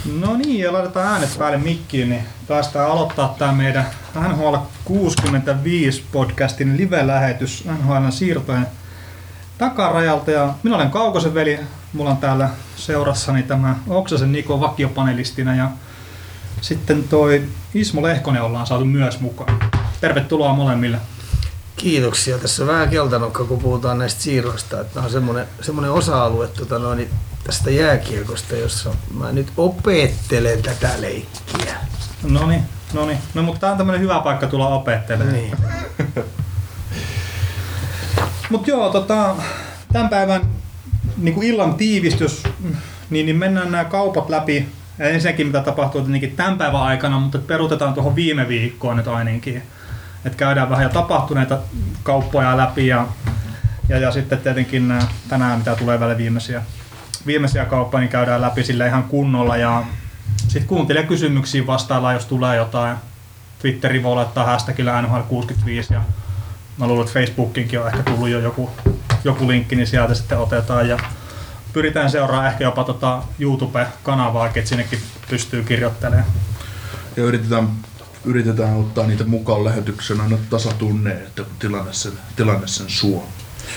No niin, ja laitetaan äänet päälle mikkiin, niin päästään aloittaa tämä meidän NHL 65 podcastin live-lähetys NHL:n siirtojen takarajalta. Ja minä olen Kaukosen veli, mulla on täällä seurassani tämä Oksasen Niko vakiopanelistina ja sitten toi Ismo Lehkonen ollaan saatu myös mukaan. Tervetuloa molemmille. Kiitoksia. Tässä on vähän keltanokka, kun puhutaan näistä siirroista. Että on semmoinen osa-alue tästä jääkiekosta, jossa mä nyt opettelen tätä leikkiä. Noniin. No mutta tää on tämmönen hyvä paikka tulla opettelemaan. Niin. Mut joo, tämän päivän niin illan tiivistys, niin mennään nämä kaupat läpi. Ja ensinnäkin mitä tapahtuu tietenkin tämän päivän aikana, mutta peruutetaan tuohon viime viikkoon nyt ainakin. Että käydään vähän jo tapahtuneita kauppoja läpi ja sitten tietenkin tänään mitä tulee vielä viimeisiä kauppoja, niin käydään läpi sillä ihan kunnolla ja sitten kuuntelee kysymyksiä, vastaillaan jos tulee jotain. Twitterin voi laittaa hashtagillä NHL65 ja mä luulen, että Facebookinkin on ehkä tullut jo joku linkki, niin sieltä sitten otetaan ja pyritään seuraamaan ehkä jopa YouTube-kanavaa, että sinnekin pystyy kirjoittelemaan. Ja yritetään ottaa niitä mukaan lähetykseen aina tasatunneen, että kun tilanne sen suo.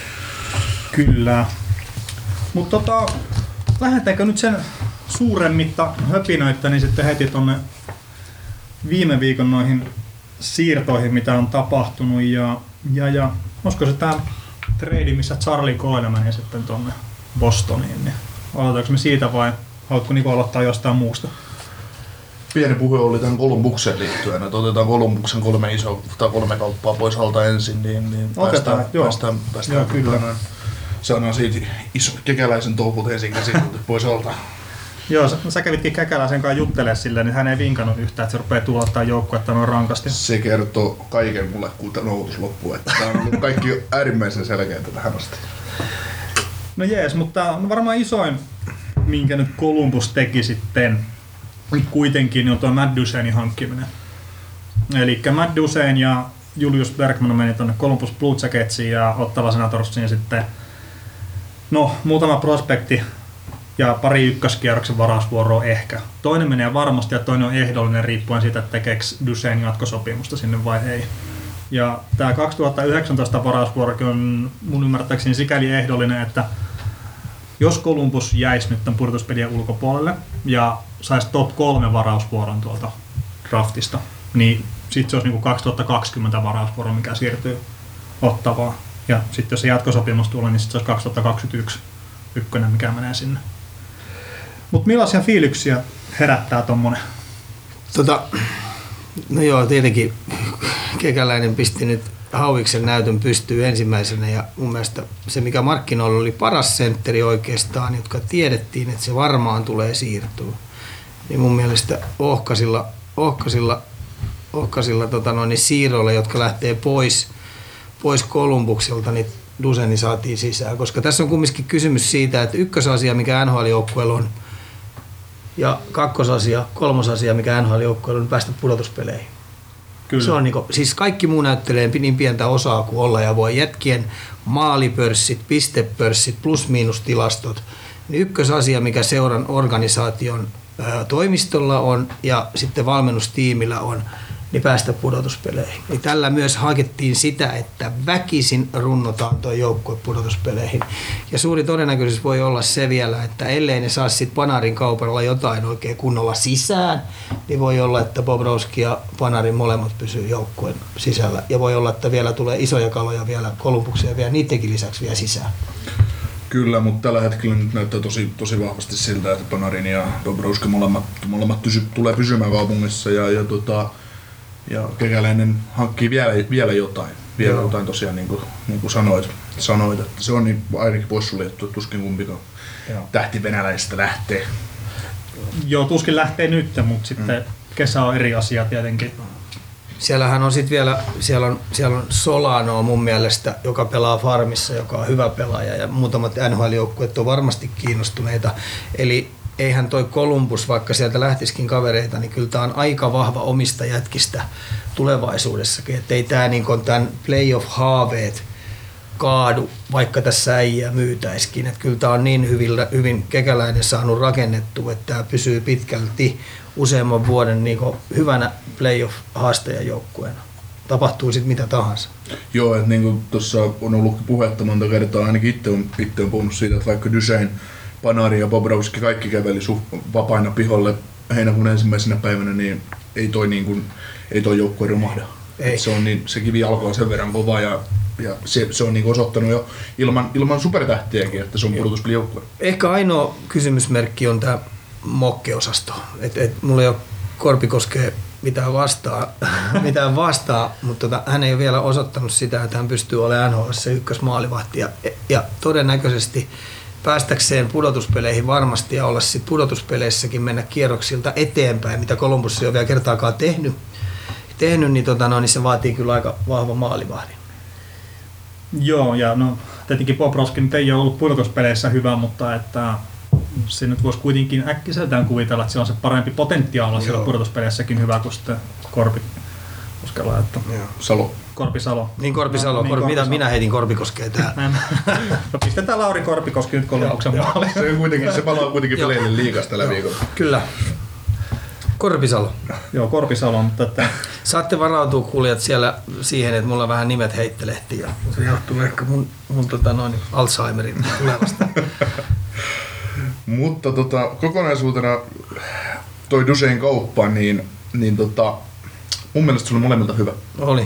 Kyllä. Mutta lähdetäänkö nyt sen suuremmitta höpinöitä niin sitten heti tonne viime viikon noihin siirtoihin, mitä on tapahtunut ja olisiko se tää trade, missä Charlie Coyle meni sitten tonne Bostoniin, niin aloitetaanko me siitä vai haluatko Niko aloittaa jostain muusta? Pieni puhe oli tämän Columbukseen liittyen, että otetaan Columbuksen kolme kauppaa pois alta ensin, niin päästään kyllä. Saadaan siitä kekäläisen touhut ensin käsitelty pois alta. Joo, sä kävitkin Käkäläisen kanssa juttelemaan silleen, niin hän ei vinkannut yhtään, että se rupeaa tuottaa joukkuetta noin rankasti. Se kertoo kaiken mulle, kun tämä noutus loppuu, että tämä on ollut kaikki äärimmäisen selkeää tähän asti. No jees, mutta varmaan isoin, minkä nyt Columbus teki sitten kuitenkin, on tuo Matt Duchenin hankkiminen. Eli Matt Duchene ja Julius Bergman meni tuonne Columbus Blue Jacketsiin ja Ottawa Senatorsiin sitten muutama prospekti ja pari ykköskierroksen varausvuoroa ehkä. Toinen menee varmasti ja toinen on ehdollinen riippuen siitä, että tekeekö Duchene jatkosopimusta sinne vai ei. Ja tämä 2019 varausvuorokin on mun ymmärtääkseni sikäli ehdollinen, että jos Columbus jäisi nyt tämän pudotuspelien ulkopuolelle ja saisi top 3 varausvuoron tuolta draftista, niin sitten se olisi niinku 2020 varausvuoro, mikä siirtyy Ottawaan. Ja sitten jos se jatkosopimus tulee, niin sitten se olisi 2021 ykkönen, mikä menee sinne. Mutta millaisia fiiliksiä herättää tommonen? No joo, tietenkin Kekäläinen pisti nyt Hauviksen näytön pystyy ensimmäisenä ja mun mielestä se mikä markkinoilla oli paras sentteri oikeastaan, jotka tiedettiin, että se varmaan tulee siirtyä. Niin mun mielestä ohkaisilla siirroilla, jotka lähtee pois Columbukselta, niin Duchene saatiin sisään. Koska tässä on kumminkin kysymys siitä, että ykkösasia, mikä NHL-joukkueella on, ja kakkosasia, kolmosasia, mikä NHL-joukkueella on, päästä pudotuspeleihin. Kyllä. Se on siis kaikki muu näyttelee niin pientä osaa kuin olla ja voi jätkien maalipörssit, pistepörssit, plus-miinustilastot. Niin ykkösasia, mikä seuran organisaation toimistolla on ja sitten valmennustiimillä on, niin päästä pudotuspeleihin. Niin tällä myös hakettiin sitä, että väkisin runnotaan tuo joukkue pudotuspeleihin. Ja suuri todennäköisyys voi olla se vielä, että ellei ne saa sitten Panarin kaupalla jotain oikein kunnolla sisään, niin voi olla, että Bobrovski ja Panarin molemmat pysyy joukkueen sisällä. Ja voi olla, että vielä tulee isoja kaloja vielä Columbuksia vielä niidenkin lisäksi vielä sisään. Kyllä, mutta tällä hetkellä nyt näyttää tosi vahvasti siltä, että Panarin ja Bobrovski molemmat tulee pysymään kaupungissa ja Kekäläinen hankkii vielä jotain. Jotain tosiaan niin kuin sanoit, että se on niin ainakin poissuljettu, että tuskin kumpikaan tähti venäläisestä lähtee. Joo, tuskin lähtee nyt, mutta sitten kesä on eri asia tietenkin. Siellähän on sitten vielä, siellä on Solano mun mielestä, joka pelaa Farmissa, joka on hyvä pelaaja ja muutamat NHL-joukkueet on varmasti kiinnostuneita. Eli eihän toi Columbus, vaikka sieltä lähtisikin kavereita, niin kyllä tämä on aika vahva omista jätkistä tulevaisuudessakin. Että ei tämä niin tämän playoff-haaveet kaadu, vaikka tässä äijää myytäisikin. Että kyllä tämä on niin hyvin Kekäläinen saanut rakennettua, että tämä pysyy pitkälti useamman vuoden niin hyvänä playoff-haastajajoukkueena. Tapahtuu sitten mitä tahansa. Joo, että niin kuin tuossa on ollut puhetta monta kertaa, ainakin itse on puhunut siitä, että vaikka Duchesne, Panari ja Bobrovski kaikki käveli vapaina piholle heinäkuun ensimmäisenä päivänä, niin ei toi joukkue romahda. Se on niin, se kivi alkaa sen verran kova ja se on niin osoittanut jo ilman supertähtiäkin, että se on pudotuspelijoukkue. Ehkä ainoa kysymysmerkki on tämä mokkeosasto. Mulla ei ole Korpikoskea mitään vastaa, mutta hän ei ole vielä osoittanut sitä, että hän pystyy olemaan NHL se ykkösmaalivahti. Ja todennäköisesti päästäkseen pudotuspeleihin varmasti ja olla sitten pudotuspeleissäkin mennä kierroksilta eteenpäin, mitä Columbus ei ole vielä kertaakaan tehnyt niin se vaatii kyllä aika vahva maalivahdin. Joo, ja no tietenkin Bobrovski nyt ei ole ollut pudotuspeleissä hyvä, mutta että se nyt voisi kuitenkin äkkiseltään kuvitella, että sillä on se parempi potentiaali siellä pudotuspeleissäkin hyvä kuin sitten Korpikoskella. Salo. Korpisalo. Niin Korpisalo. Minä heitin Korpikoskea täällä. No pistetään Lauri Korpikoski nyt Columbuksen maaliin. Se palaa kuitenkin peleille liigasta tällä viikolla. Kyllä. Korpisalo. Joo, Korpisalo. Mutta saatte varautua kuulijat siellä siihen, että mulla vähän nimet heittelehtii. Ja se johtuu ehkä mun Alzheimerin tulevasta. Mutta kokonaisuutena toi Duchesne kauppa, niin mun mielestä se oli molemmilta hyvä. Oli.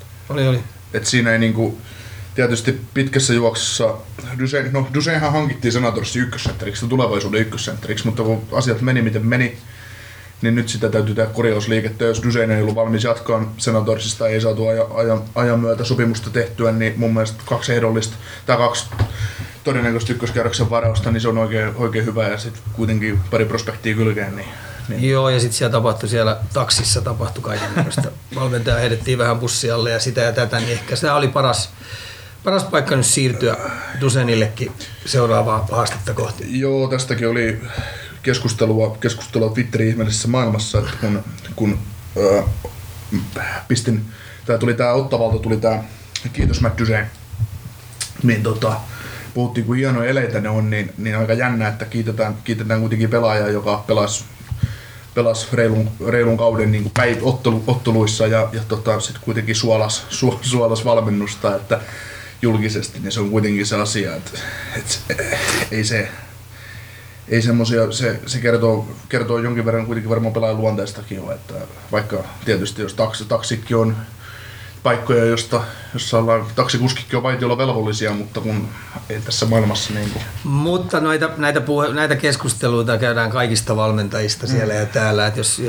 Et siinä ei niinku, tietysti pitkässä juoksussa, Duchesnehan hankittiin Senatorissa ykkössentteriksi, tulevaisuuden ykkössentteriksi, mutta kun asiat meni miten meni, niin nyt sitä täytyy tehdä korjausliikettä. Jos Duchesne ei ollut valmis jatkaa Senatorsista, ei saatu ajan myötä sopimusta tehtyä, niin mun mielestä 2 ehdollista tai 2 todennäköisesti ykköskierroksen varausta, niin se on oikein hyvä ja sitten kuitenkin pari prospektia kylkeen. Niin. Joo, ja sitten siellä taksissa tapahtui kaikenlaista. Valmentaja heitettiin vähän bussialle ja sitä ja tätä, niin ehkä se oli paras paikka nyt siirtyä Duchenillekin seuraavaa haastetta kohti. Joo, tästäkin oli keskustelua Twitterin ihmeellisessä maailmassa, että kun Ottavalta tää kiitos Matt Duchesne, niin puhuttiin kuin hienoja eleitä ne on, niin aika jännä, että kiitetään kuitenkin pelaajaa, joka pelasi reilun kauden niin otteluissa ja sitten kuitenkin suolas valmennusta, että julkisesti, niin se on kuitenkin se asia, että ei semmosia, se kertoo jonkin verran kuitenkin varmaan pelaajan luonteestakin jo, että vaikka tietysti jos taksikin on paikkoja, jossa ollaan, taksikuskikin on vaitiolovelvollisia, mutta kun ei tässä maailmassa niin kuin. Mutta näitä keskusteluita käydään kaikista valmentajista siellä ja täällä, että jos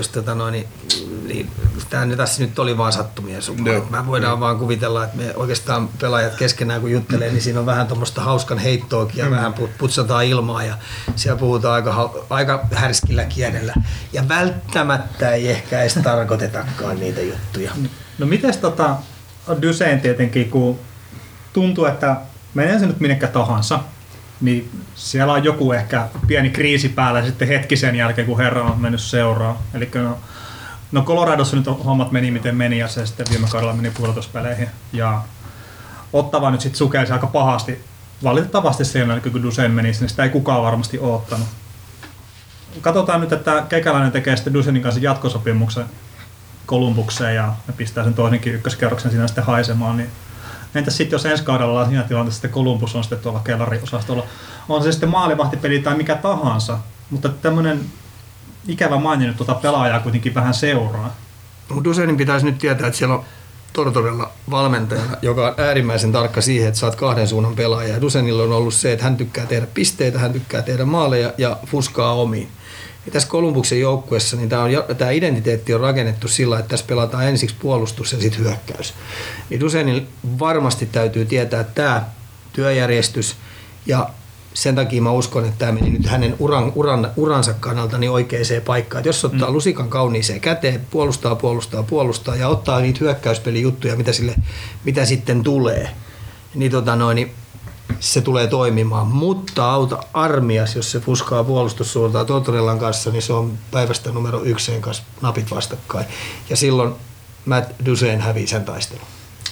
tässä nyt oli vaan sattumia summaa. Mä voidaan vaan kuvitella, että me oikeastaan pelaajat keskenään kun juttelee, niin siinä on vähän tuommoista hauskan heittoakin ja vähän putsataan ilmaa ja siellä puhutaan aika härskillä kielellä ja välttämättä ei ehkä edes tarkoitetakaan niitä juttuja. No mites Duchesne tietenkin, kun tuntuu, että menee se nyt minnekä tahansa, niin siellä on joku ehkä pieni kriisi päällä sitten hetki sen jälkeen, kun herra on mennyt seuraan. Eli no Coloradossa nyt hommat meni miten meni ja se sitten viime kaudella meni pudotuspeleihin. Ja Ottava nyt sitten sukelsi aika pahasti, valitettavasti sen jälkeen, kun Duchesne meni sinne, sitä ei kukaan varmasti odottanut. Katsotaan nyt, että Kekäläinen tekee sitten Duchesnen kanssa jatkosopimuksen Columbukseen ja ne pistää sen toisenkin ykköskerroksen siinä sitten haisemaan, niin entäs sitten jos ensi kaudella ollaan siinä tilanteessa, että Columbus on sitten tuolla kellariosastolla, on se sitten maalivahtipeli tai mikä tahansa, mutta tämmöinen ikävä maininut pelaajaa kuitenkin vähän seuraa. Duchesnen pitäisi nyt tietää, että siellä on Tortorella valmentajana, joka on äärimmäisen tarkka siihen, että saat 2 suunnan pelaaja. Ja Duchesnella on ollut se, että hän tykkää tehdä pisteitä, hän tykkää tehdä maaleja ja fuskaa omiin. Ja tässä Columbuksen joukkueessa niin tämä identiteetti on rakennettu sillä, että tässä pelataan ensiksi puolustus ja sitten hyökkäys. Niin Duchesnella varmasti täytyy tietää tämä työjärjestys ja sen takia mä uskon, että tämä meni nyt hänen uransa kannalta niin oikeaan paikkaan. Että jos ottaa lusikan kauniiseen käteen, puolustaa ja ottaa niitä hyökkäyspelijuttuja, mitä sitten tulee, niin se tulee toimimaan, mutta auta armias, jos se fuskaa puolustussuuntaan Tortorellan kanssa, niin se on päivästä numero 1 kanssa napit vastakkain. Ja silloin Matt Duchesne hävii sen taistelun.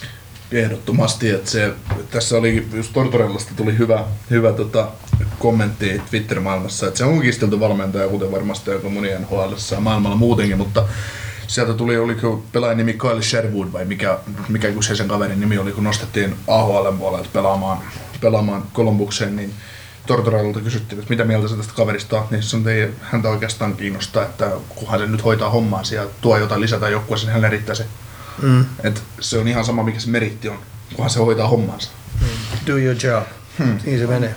Ehdottomasti, että tässä oli just Tortorellasta tuli hyvä kommentti Twitter-maailmassa, että se on kiistelty valmentaja, kuten varmasti aika moni NHL:ssä ja maailmalla muutenkin, mutta sieltä tuli, oliko pelaajan nimi Kyle Sherwood vai mikä kyseisen kaverin nimi oli, kun nostettiin AHL:n puolelta pelaamaan Columbukseen, niin Tortorellalta kysyttiin, että mitä mieltä sä tästä kaverista on, niin sanoi, että ei häntä oikeastaan kiinnostaa, että kunhan se nyt hoitaa hommaansa ja tuo jotain lisätä joukkueeseen, niin hän riittää se. Et se on ihan sama, mikä se meritti on, kunhan se hoitaa hommansa. Do your job. Niin se menee.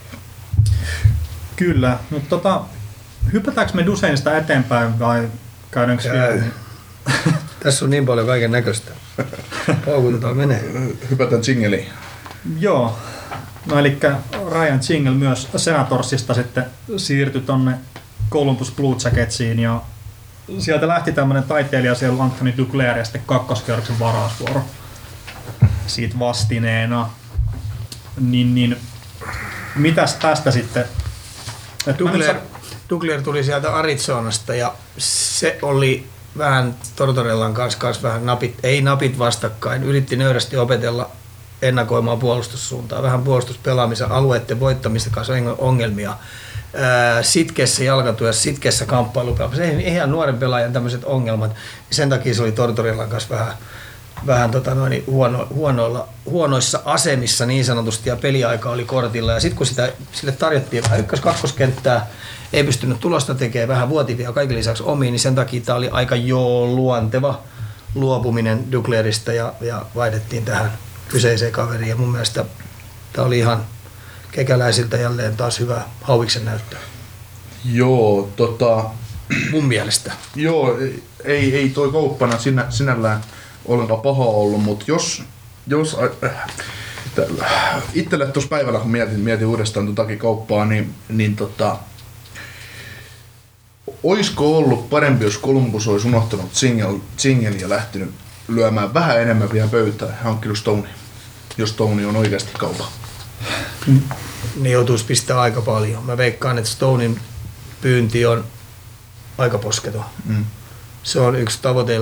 Kyllä, mutta hypätäänkö me Duchesneista eteenpäin vai käydäänkö vielä? Tässä on niin paljon kaiken näköistä. Paukutetaan menee. Hypätään Jingeliin. Joo. No eli Ryan Jingle myös Senatorsista sitten siirtyi tonne Columbus Blue Jacketsiin ja sieltä lähti tämmönen taiteilija siellä Anthony Duclair ja sitten kakkoskierroksen varausvuoro siitä vastineena. Niin mitäs tästä sitten? Duclair tuli sieltä Arizonasta ja se oli vähän Tortorellan kanssa vähän napit vastakkain. Yritti nöyrästi opetella ennakoimaan puolustussuuntaa, vähän puolustuspelaamisen alueiden voittamista kanssa ongelmia. Sitkeässä jalkatyössä, sitkeässä kamppailupelaamassa, ihan nuoren pelaajan tämmöiset ongelmat. Sen takia se oli Tortorellan kanssa vähän huonoissa asemissa niin sanotusti ja peliaika oli kortilla. Ja sitten kun sille tarjottiin vähän ykkös-kakkoskenttää, ei pystynyt tulosta tekemään, vähän vuotivia kaiken lisäksi omiin, niin sen takia tämä oli aika luonteva luopuminen Duclairista ja vaihdettiin tähän kyseiseen kaveriin. Ja mun mielestä tämä oli ihan kekäläisiltä jälleen taas hyvä hauiksen näyttö. Joo, mun mielestä. Joo, ei toi kauppana sinällään ollenkaan paha ollut, mutta jos itselle tuossa päivällä, kun mietin uudestaan totakin kauppaa, niin olisiko ollut parempi, jos Columbus olisi unohtanut Single ja lähtenyt lyömään vähän enemmän vielä pöytään ja hankkinut Stoney, jos Stoney on oikeasti kaupa? Ne joutuisi pistää aika paljon. Mä veikkaan, että Stoneyn pyynti on aika posketon. Se on yksi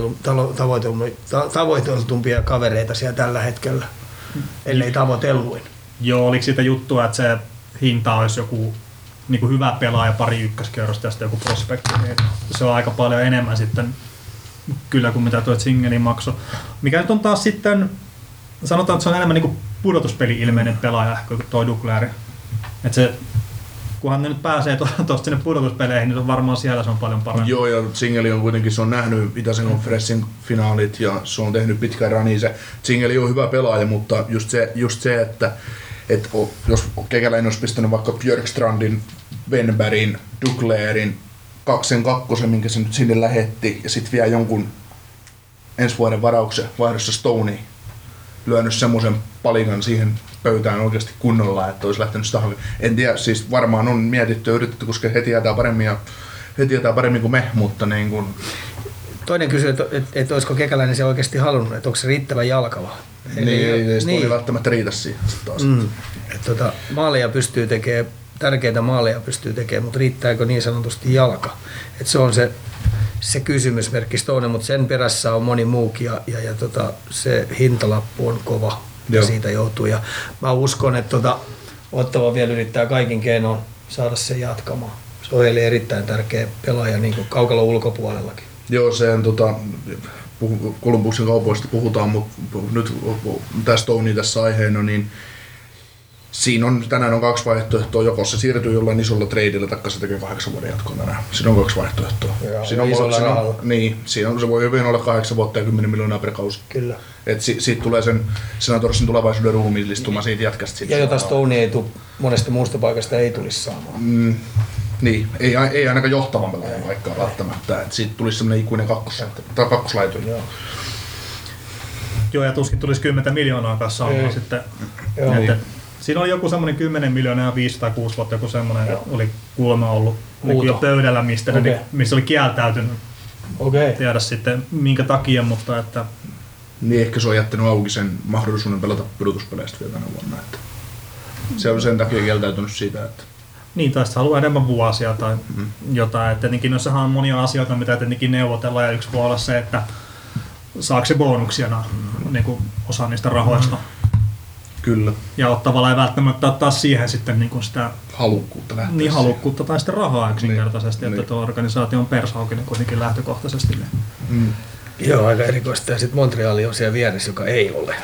tavoiteltumpia kavereita siellä tällä hetkellä, ellei tavoitelluin. Joo, oliko siitä juttua, että se hinta olisi joku niin kuin hyvä pelaaja, pari ykköskierrosta ja sitten joku prospekti, niin se on aika paljon enemmän sitten kyllä kuin mitä tuo Zingelin maksoi. Mikä nyt on taas sitten, sanotaan, että se on enemmän niin kuin pudotuspeli-ilmeinen pelaaja kuin tuo Duclair. Että se, kunhan ne nyt pääsee tuosta sinne pudotuspeleihin, niin varmaan siellä se on paljon parempi. Joo, ja Zingeli on kuitenkin, se on nähnyt Itäisen konferenssin finaalit ja se on tehnyt pitkään rania. Se Zingeli on hyvä pelaaja, mutta just se että jos kekäläinen olisi pistänyt vaikka Björkstrandin, Wennbergin, Duclairin, sen kakkosen, minkä se nyt sinne lähetti, ja sitten vielä jonkun ensi vuoden varauksen vaihdossa Stoney, lyönyt semmoisen palikan siihen pöytään oikeasti kunnolla, että olisi lähtenyt sitä hakemaan. En tiedä, siis varmaan on mietitty ja yritetty, koska he tietää paremmin kuin me, mutta niin kuin... Toinen kysyy, että olisiko kekäläinen se oikeasti halunnut, että onko se riittävä jalkava? Ei Stoney välttämättä riitä siihen taas. Maaleja pystyy tekemään, tärkeitä maaleja pystyy tekemään, mutta riittääkö niin sanotusti jalka? Että se on se kysymysmerkki Stone, mutta sen perässä on moni muukin ja se hintalappu on kova ja siitä joutuu. Ja mä uskon, että Ottava vielä yrittää kaikin keinoin saada sen jatkamaan. Se on heille erittäin tärkeä pelaaja niin kuin kaukalon ulkopuolellakin. Joo, se on Columbuksen kaupoista puhutaan, mutta nyt tämä Stoney tässä aiheena, niin siinä on tänään on 2 vaihtoehtoa, joko se siirtyy jollain isolla tradeilla tai se tekee 8 vuoden jatkoon tänään. Siinä on 2 vaihtoehtoa. Se voi hyvin olla 8 vuotta ja 10 miljoonaa per kausi. Kyllä. Et siitä tulee sen Senatorsin tulevaisuuden ruumiillistuma siitä jätkästä. Ja jota Stoney ei tule monesta muusta paikasta ei tulisi saamaan. Niin, ei ainakaan johtavan pelaajan paikkaa välttämättä. Et siitä tulisi semmoinen ikuinen kakkoslaito. Joo, ja tuskin tulisi 10 miljoonaa kanssa saamaan sitten. Siinä oli joku semmoinen 10 miljoonaa ja 5 tai 6 vuotta joku semmoinen oli kuulemma ollut jo pöydällä, missä oli kieltäytynyt. Tiedä sitten minkä takia, mutta että... Niin ehkä se on jättänyt auki sen mahdollisuuden pelata pudotuspeleistä vielä tänä vuonna. Että se on sen takia kieltäytynyt siitä, että... Niin, tai sitten haluaa enemmän vuosia tai jotain. Et tietenkin noissahan on monia asioita, mitä tietenkin neuvotellaan, ja yksi voi olla se, että saako se bonuksena niin kuin osa niistä rahoista. Kyllä. Ja tavallaan ei välttämättä ottaa siihen sitten niin kuin sitä halukkuutta lähteä. Niin halukkuutta tai sitten rahaa yksinkertaisesti, että tuo organisaatio on persaukinen kuitenkin lähtökohtaisesti. Joo, aika erikoista. Ja sitten Montreali on siellä vieressä, joka ei ole.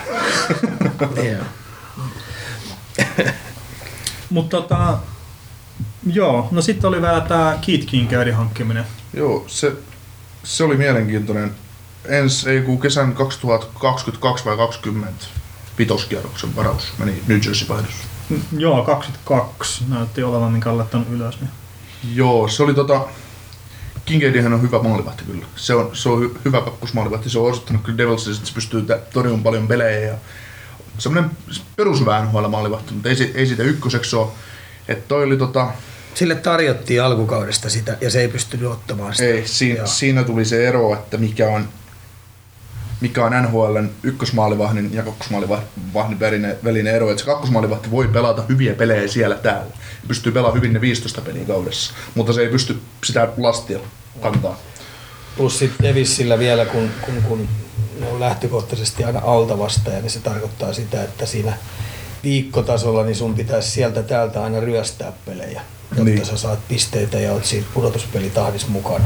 Mutta joo, no sitten oli vielä tämä Keith Kincaidin hankkiminen. Joo, se oli mielenkiintoinen. Kesän 2022 vai 2020 vitoskierroksen varaus meni New Jersey vaihdossa. Joo, 22 näytti olevan, minkä on laittanut ylös. Niin. Joo, se oli Kincaidihan on hyvä maalivahti kyllä. Se on hyvä kakkosmaalivahti. Se on osoittanut kyllä Devilsissa, että se pystyy torjumaan paljon pelejä. Ja semmoinen perushyvä NHL-maalivahti, mutta ei siitä ykköseksi ole. Että toi oli Sille tarjottiin alkukaudesta sitä ja se ei pystynyt ottamaan sitä. Ei, siinä tuli se ero, että mikä on NHL:n ykkösmaalivahdin ja kakkosmaalivahdin välinen ero. Että se kakkosmaalivahti voi pelata hyviä pelejä siellä täällä. Pystyy pelaamaan hyvin ne 15 peliä kaudessa, mutta se ei pysty sitä lastia kantaa. Plus sitten Evisillä vielä, kun ne on lähtökohtaisesti aina alta vastaan, niin se tarkoittaa sitä, että siinä viikkotasolla niin sun pitäisi sieltä täältä aina ryöstää pelejä, jotta sä saat pisteitä ja oot siitä pudotuspelitahdissa mukana.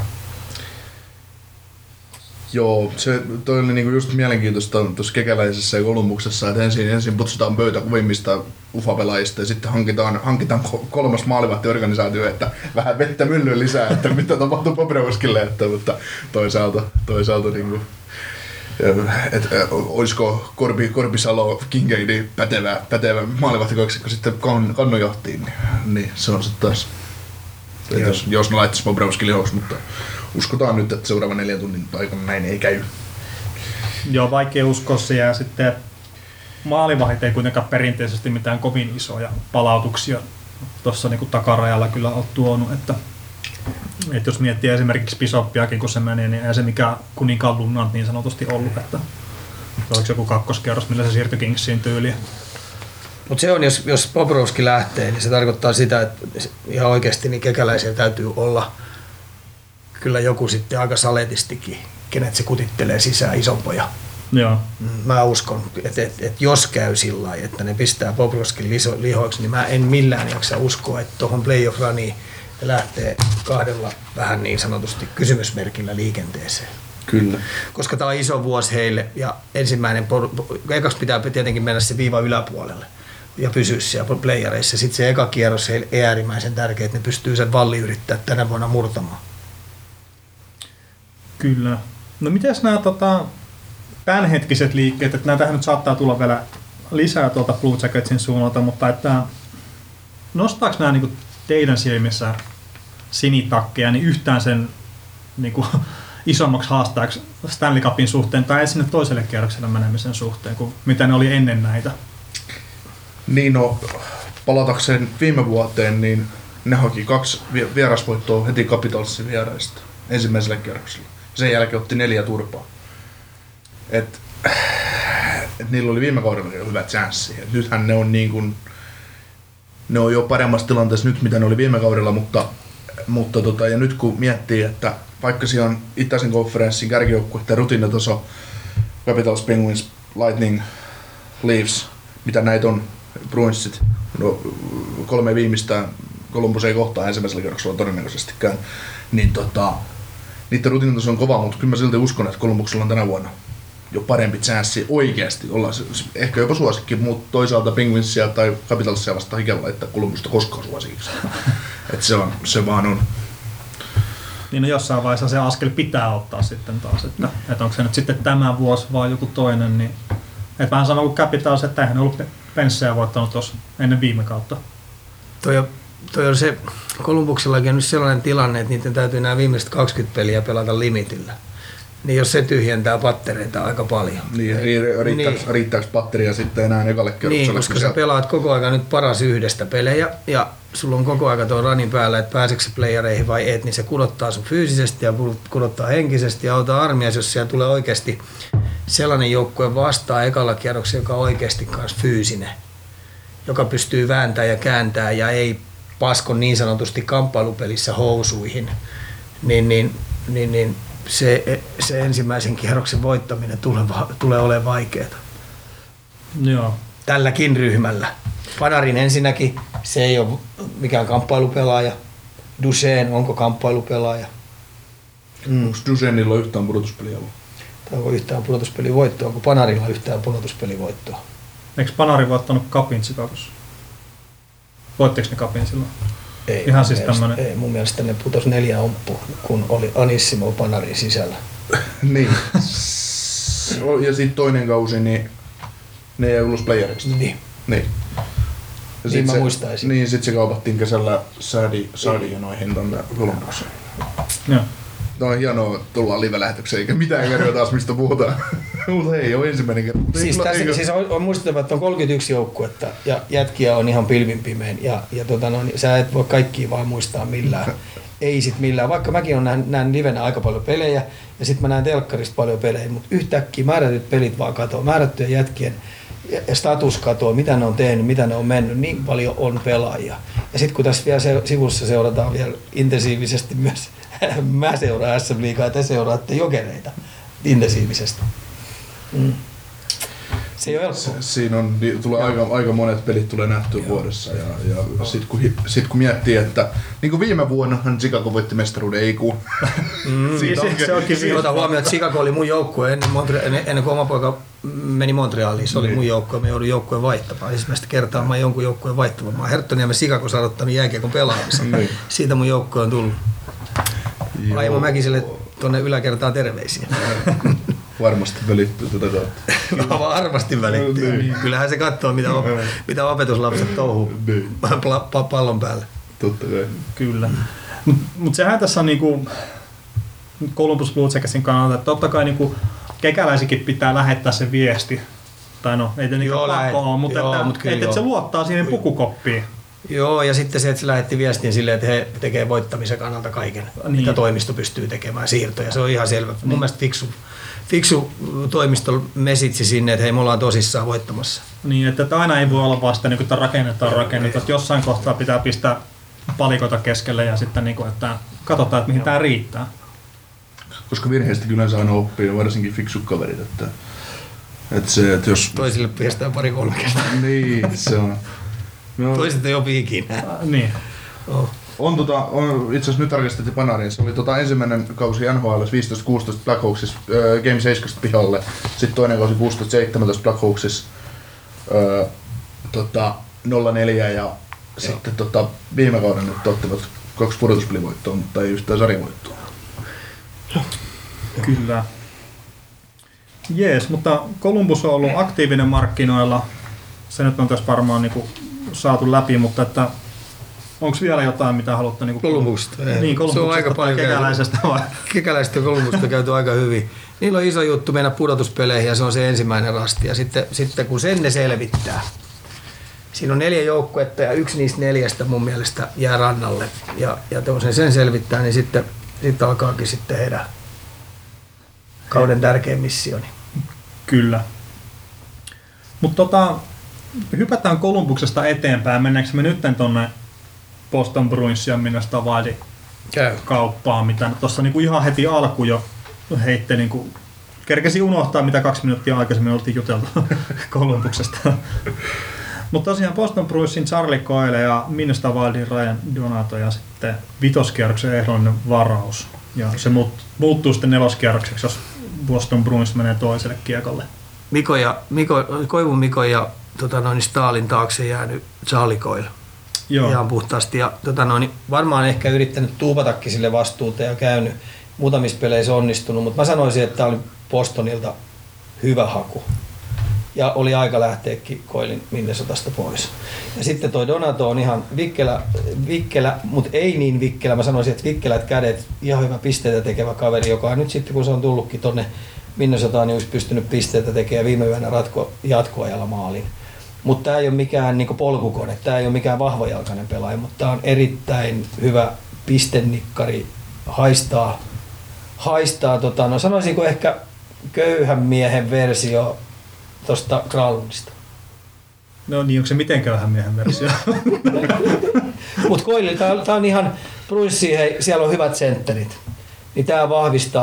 Joo, toi oli niinku just mielenkiintoista tuossa Kekäläisessä ja Kolumbuksessa, että ensin putsutaan pöytä kuvimmista UFA-pelaajista ja sitten hankitaan kolmas maalivahtiorganisaatio, että vähän vettä myllyyn lisää, että mitä tapahtuu Bobrovskille, mutta toisaalta niinku, olisiko Korpisalo Kincaidi pätevä maalivahtikaksikko sitten Kannu johtiin, niin se on sitten taas, jos ne laittaisi Bobrovskin lihoksi, mutta uskotaan nyt, että seuraavan 4 tunnin aikana näin ei käy. Joo, vaikea uskoa se ja sitten maalivahit ei kuitenkaan perinteisesti mitään kovin isoja palautuksia tuossa niin takarajalla kyllä ole tuonut, että jos miettii esimerkiksi Pisoppiakin, kun se menee, niin ei se mikään kuninkaan lunnant niin sanotusti ollut, että oliko joku kakkoskierros, millä se siirtyi Kingsiin tyyliin. Mutta se on, jos Bobrovski lähtee, niin se tarkoittaa sitä, että ihan oikeasti niin Kekäläisellä täytyy olla kyllä joku sitten aika saletistikin, kenet se kutittelee sisään isompoja. Joo. Mä uskon, että jos käy sillä lailla, että ne pistää Bobrovskin lihoiksi, niin mä en millään jaksa uskoa, että tuohon playoff-runiin lähtee 2 vähän niin sanotusti kysymysmerkillä liikenteeseen. Kyllä. Koska tämä on iso vuosi heille ja ekaksi pitää tietenkin mennä se viiva yläpuolelle ja pysyä siellä playereissa. Sitten se eka kierros heille äärimmäisen tärkeä, että ne pystyy sen valli yrittää tänä vuonna murtamaan. Kyllä. No mites nämä tämänhetkiset liikkeet, että näitähän nyt saattaa tulla vielä lisää tuolta Blue Jacketsin suunnalta, mutta että nostaako nämä niinku teidän silmissä sinitakkeja niin yhtään sen niinku isommaksi haastajaksi Stanley Cupin suhteen tai sinne toiselle kierrokselle menemisen suhteen kuin mitä ne oli ennen näitä? Niin no, palatakseen viime vuoteen, niin ne haki 2 vierasvoittoa heti Capitalsin vieraista ensimmäisellä kierroksella. Sen jälkeen otti 4 turpaa. Et niillä oli viime kaudella jo hyvä chanssi. Nythän ne on niin kuin, ne on jo paremmassa tilanteessa nyt, mitä ne oli viime kaudella, mutta ja nyt kun miettii, että vaikka siellä on itäisen konferenssin kärkijoukkueiden rutiinitaso, Capitals, Penguins, Lightning, Leafs, mitä näitä on, Bruinsit, no 3 viimeistä, Columbus ei kohtaa ensimmäisellä kierroksella todennäköisestikään, niin niiden rutiinitaso on kova, mutta kyllä mä silti uskon, että Columbuksella on tänä vuonna jo parempi chanssi oikeasti olla ehkä jopa suosikki, mutta toisaalta Penguinsia tai Capitalsia vastaan hikellä, että Columbusta koskaan suosikiksi. Että se vaan on. Niin no jossain vaiheessa se askel pitää ottaa sitten taas, että onko se nyt sitten tämä vuosi vai joku toinen, niin että vähän sama kuin Capitals, että eihän ollut penssejä voittanut tuossa ennen viime kautta. Toi on se, Columbuksellakin on nyt sellainen tilanne, että niiden täytyy nämä viimeiset 20 peliä pelata limitillä. Niin jos se tyhjentää pattereita aika paljon. Niin, riittääkö patteria sitten enää ekalle kerrokselle? Niin, koska sä pelaat koko ajan nyt paras yhdestä pelejä ja sulla on koko ajan tuo runin päällä, että pääseekö se playereihin vai et, niin se kudottaa sun fyysisesti ja kudottaa henkisesti ja auta armias, jos siellä tulee oikeasti sellainen joukkue vastaan ekalla kierroksella, joka on oikeasti myös fyysinen, joka pystyy vääntämään ja kääntämään ja ei pasko niin sanotusti kamppailupelissä housuihin, niin se ensimmäisen kierroksen voittaminen tulee olemaan vaikeaa. Joo. Tälläkin ryhmällä. Panarin ensinnäkin, se ei ole mikään kamppailupelaaja. Duchenne, onko kamppailupelaaja? Onko Duchennilla ole yhtään pudotuspeliä ollut? Tai onko yhtään pudotuspelivoittoa? Onko Panarilla yhtään pudotuspelivoittoa? Eikö Panari voittanut kapin Chicagossa? Voittiko ne kapin silloin? Ei, ihan siis tämmönen. Ei, mun mielestä ne putosi 4 omppuun, kun oli Anissimo Panarin sisällä. Niin. Ja sitten toinen kausi, niin ne jäi ulos playerista. Niin. Ja Niin mä muistaisin. Niin, sit se kaupattiin kesällä Saadi-jonoihin tonne Columbukseen. Joo. No on hienoa, että tullaan live-lähetykseen, eikä mitään kerroa taas mistä puhutaan. Mutta ei ole ensimmäinen kerta. Siis on muistettava, että on 31 joukkuetta ja jätkiä on ihan pilvin pimein. Ja sä et voi kaikkia vaan muistaa millään. Ei sit millään. Vaikka mäkin näen livenä aika paljon pelejä ja sit mä näen telkkarista paljon pelejä, mutta yhtäkkiä määrätyt pelit vaan katoaa. Määrättyjen jätkien ja status katoaa, mitä ne on tehnyt, mitä ne on mennyt. Niin paljon on pelaajia. Ja sit kun tässä vielä sivussa seurataan vielä intensiivisesti myös mä seuraan SM-liigaa ja te seuraatte Jokereita intensiivisesti. Se ei ole helppoa. Siinä on, tulee aika monet pelit tulee nähtyä vuodessa ja sit kun miettii, että niin kuin viime vuonnahan Chicago voitti mestaruuden, ei kun. Se onkin ota huomioon, että Chicago oli mun joukkue ennen kuin oma poika meni Montrealiin, se oli mun joukkue, me joudun joukkueen vaihtamaan. Ensimmäistä kertaa mä jonkun joukkueen vaihtamaan. Mä oon Herttoniemen Chicagossa aloittanut jääkiekon pelaamisen. Siitä mun joukkue on tullut. Aimo Mäkiselle tuonne yläkertaan terveisiä. Varmasti välittyy tätä kautta. Varmasti välittyy. Niin. Kyllähän se katsoo, mitä opetuslapset touhuu pallon päälle. Totta kai. Kyllä. Mutta sehän tässä on niinku Columbus Blue Jackesin kannalta, että totta kai niinku kekäläisikin pitää lähettää se viesti. Tai no, ei tietenkin pakko ole, mutta että se luottaa siihen pukukoppiin. Joo, ja sitten se, että se lähetti viestin silleen, että he tekee voittamisen kannalta kaiken, mitä toimisto pystyy tekemään, siirtoja. Se on ihan selvä. Mun mielestä fiksu toimisto mesitsi sinne, että hei, me ollaan tosissaan voittamassa. Niin, että aina ei voi olla vasta, niin että rakennetaan. Että jossain kohtaa pitää pistää palikoita keskelle ja sitten, niin kuin, että katsotaan, että mihin tämä riittää. Koska virheistä kyllä aina oppii, varsinkin fiksut kaverit. Että jos toisille pistää 2-3 kertaa. Niin, se on. No. Toiset ei opi ikinä. Niin. On itse asiassa nyt tarkistettiin Panariin. Se oli ensimmäinen kausi NHL 15-16 Blackhawksissa Game 7 pihalle. Sitten toinen kausi 16-17 Blackhawksissa 0-4 ja sitten viime kauden nyt ottivat 2 pudotuspelivoittoa, mutta ei yhtään sarjavoittoa. Kyllä. Jees, mutta Columbus on ollut aktiivinen markkinoilla. Se nyt on tässä varmaan niinku saatu läpi, mutta että onko vielä jotain, mitä haluatte niinku Columbusta? Niin, Columbusta. Se on aika paljon kekäläisestä vai? Kekäläisestä ja Columbusta käyty aika hyvin. Niillä on iso juttu mennä pudotuspeleihin ja se on se ensimmäinen rasti. Ja sitten kun sen ne selvittää, siinä on 4 joukkuetta ja yksi niistä 4 mun mielestä jää rannalle. Ja kun sen selvittää, niin sitten alkaakin sitten heidän kauden tärkein missioni. Kyllä. Mutta hypätään Columbuksesta eteenpäin. Mennäänkö me nyt tonne Boston Bruins ja Minnesota Wildin kauppaan, mitä tuossa niinku ihan heti alku jo heitte, niinku, kerkesi unohtaa, mitä 2 minuuttia aikaisemmin oltiin juteltu Columbuksesta. Mutta tosiaan Boston Bruinsin Charlie Coyle ja Minnesota Wildin Ryan Donato ja sitten 5-kierroksen ehdollinen varaus. Ja se muuttuu sitten 4-kierrokseksi, jos Boston Bruins menee toiselle kiekolle. Koivun Mikko ja Stalin taakse jäänyt Charlie Coyle. Joo. Ihan puhtaasti. Ja varmaan ehkä yrittänyt tuupatakin sille vastuuta ja käynyt muutamissa peleissä onnistunut, mutta mä sanoisin, että tämä oli Bostonilta hyvä haku. Ja oli aika lähteäkin Coilin Minnesotasta pois. Ja sitten toi Donato on ihan vikkelä, mutta ei niin vikkelä. Mä sanoisin, että vikkelät kädet, ihan hyvä pisteitä tekevä kaveri, joka on nyt sitten kun se on tullutkin tonne Minnesotaan, niin olisi pystynyt pisteitä tekemään viime yönä jatkoajalla maalin. Mutta tämä ei ole mikään niinku polkukone, tämä ei ole mikään vahvajalkainen pelaaja, mutta tämä on erittäin hyvä pistenikkari, haistaa sanoisinko ehkä köyhän miehen versio tuosta Granlundista. No niin, onko se miten köyhän miehen versio? Mutta Coyle, tämä on ihan Bruinsi, siellä on hyvät sentterit. Niin tämä vahvistaa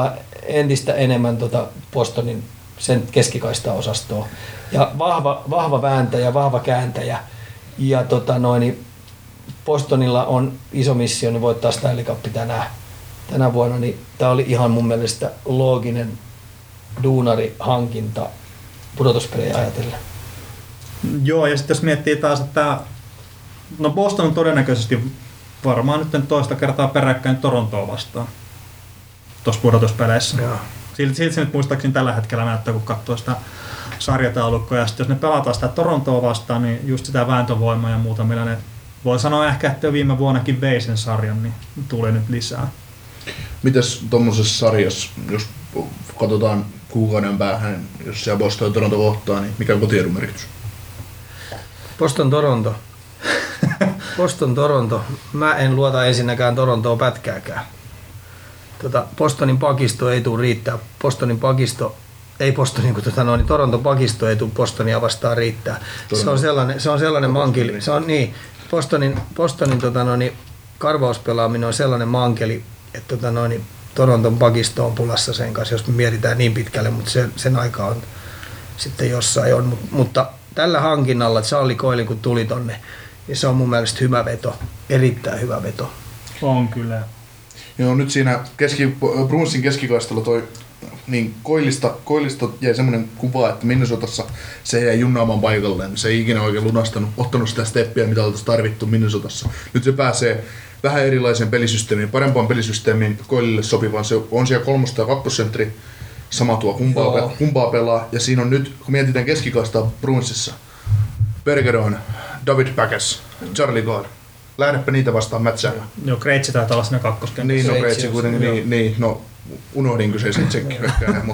entistä enemmän Bostonin sen keskikaista-osastoa. Ja vahva vääntäjä, vahva kääntäjä. Ja Bostonilla on iso missio niin voittaa Stanley Cup tänä vuonna. Niin tämä oli ihan mun mielestä looginen duunarihankinta pudotuspelejä ajatellen. Joo, ja sitten jos miettii taas, että Boston on todennäköisesti varmaan nyt toista kertaa peräkkäin Torontoa vastaan tuossa pudotuspeleissä. Silti se nyt muistaakseni tällä hetkellä näyttää, kun katsoo sitä sarjataulukkoa. Ja sitten jos ne pelataan sitä Torontoa vastaan, niin just sitä vääntövoimaa ja muuta, millä ne voi sanoa ehkä, että jo viime vuonnakin vei sen sarjan, niin tulee nyt lisää. Mites tuommoisessa sarjassa, jos katsotaan kuukauden päähän, jos siellä Boston ja Toronto kohtaa, niin mikä on kotiedun merkitys? Boston-Toronto. Boston-Toronto. Mä en luota ensinnäkään Torontoa pätkääkään. Bostonin pakisto ei tule riittää. Toronton pakisto ei tule Bostonia vastaan riittää. Se on sellainen mankeli. Se on niin. Bostonin karvauspelaaminen on sellainen mankeli, että Toronton pakisto on pulassa sen kanssa, jos me mietitään niin pitkälle, mutta sen aika on sitten jossain on. Mutta tällä hankinnalla Charlie Coyle kun tuli tonne, niin se on mun mielestä hyvä veto, erittäin hyvä veto. On kyllä. Joo, nyt siinä Bruinsin keskikaistalla toi niin Coilista jäi semmoinen kuva, että Minnesotassa se jäi junnaamaan paikalleen. Se ei ikinä oikein lunastanut, ottanut sitä steppiä, mitä oltaisiin tarvittu Minnesotassa. Nyt se pääsee vähän erilaiseen pelisysteemiin, parempaan pelisysteemiin Coilille sopivaan. Se on siellä 3. ja 2. sentteri, sama tuo kumpaa pelaa. Ja siinä on nyt, kun mietitään keskikaistaa Bruinsissa, Bergeron, David Backes, Charlie Coyle. Lähdepä niitä vastaan mätsäämään. Joo, Krejci taitaa olla siinä kakkoskentässä. Niin, no Krejci kuitenkin, niin, unohdin kyseisen tsekkihyökkääjän,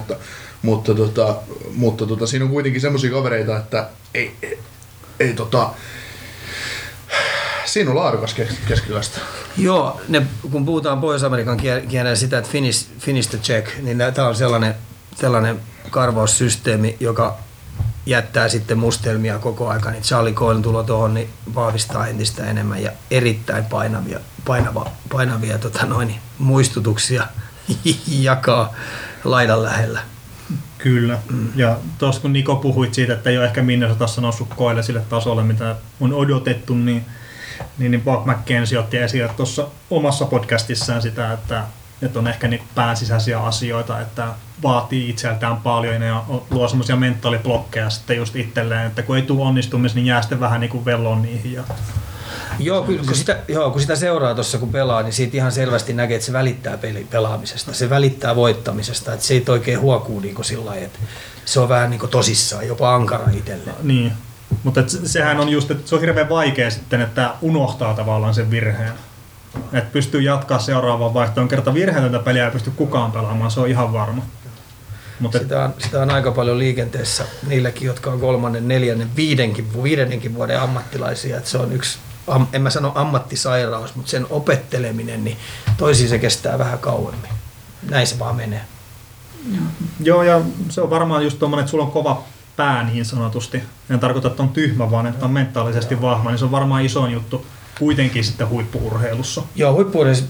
mutta siinä on kuitenkin semmosia kavereita, että ei siinä on laadukas keskikaista. Joo, kun puhutaan Pohjois-Amerikan kielellä sitä, että finish the check, niin tämä on sellainen karvaussysteemi, joka jättää sitten mustelmia koko aika, niin Charlie Coyle tulo tuohon niin vahvistaa entistä enemmän ja erittäin painavia muistutuksia jakaa laidan lähellä. Kyllä. Ja tuossa kun Niko puhuit siitä, että ei ole ehkä Minnesotassa noussut Coyle sille tasolle, mitä on odotettu, niin Bob McKenzie otti esille tuossa omassa podcastissaan sitä, että on ehkä niitä pääsisäisiä asioita, että vaatii itseltään paljon ja luo semmoisia mentaaliblokkeja sitten just itselleen, että kun ei tule onnistumista, niin jää sitten vähän niin kuin velloon niihin. Joo, kyllä, kun sitä seuraa tuossa kun pelaa, niin siitä ihan selvästi näkee, että se välittää pelaamisesta, se välittää voittamisesta, että se ei oikein huokuu niin kuin sillä lailla, että se on vähän niin kuin tosissaan, jopa ankara itselleen. Niin, mutta sehän on just, että se on hirveän vaikea sitten, että unohtaa tavallaan sen virheen. Että pystyy jatkaa seuraavaan vaihtoon. Kerta virheetöntä peliä ei pysty kukaan pelaamaan, se on ihan varma. Mutta sitä on aika paljon liikenteessä niilläkin, jotka on 3., 4., 5. vuoden ammattilaisia. Että se on yksi, en mä sano ammattisairaus, mutta sen opetteleminen, niin toisiin se kestää vähän kauemmin. Näin se vaan menee. Joo, ja se on varmaan just tommoinen, että sulla on kova pää niin sanotusti. En tarkoita, että on tyhmä, vaan että on mentaalisesti vahva, niin se on varmaan isoin juttu. Kuitenkin sitten huippu-urheilussa. Joo, huippu-urheilussa.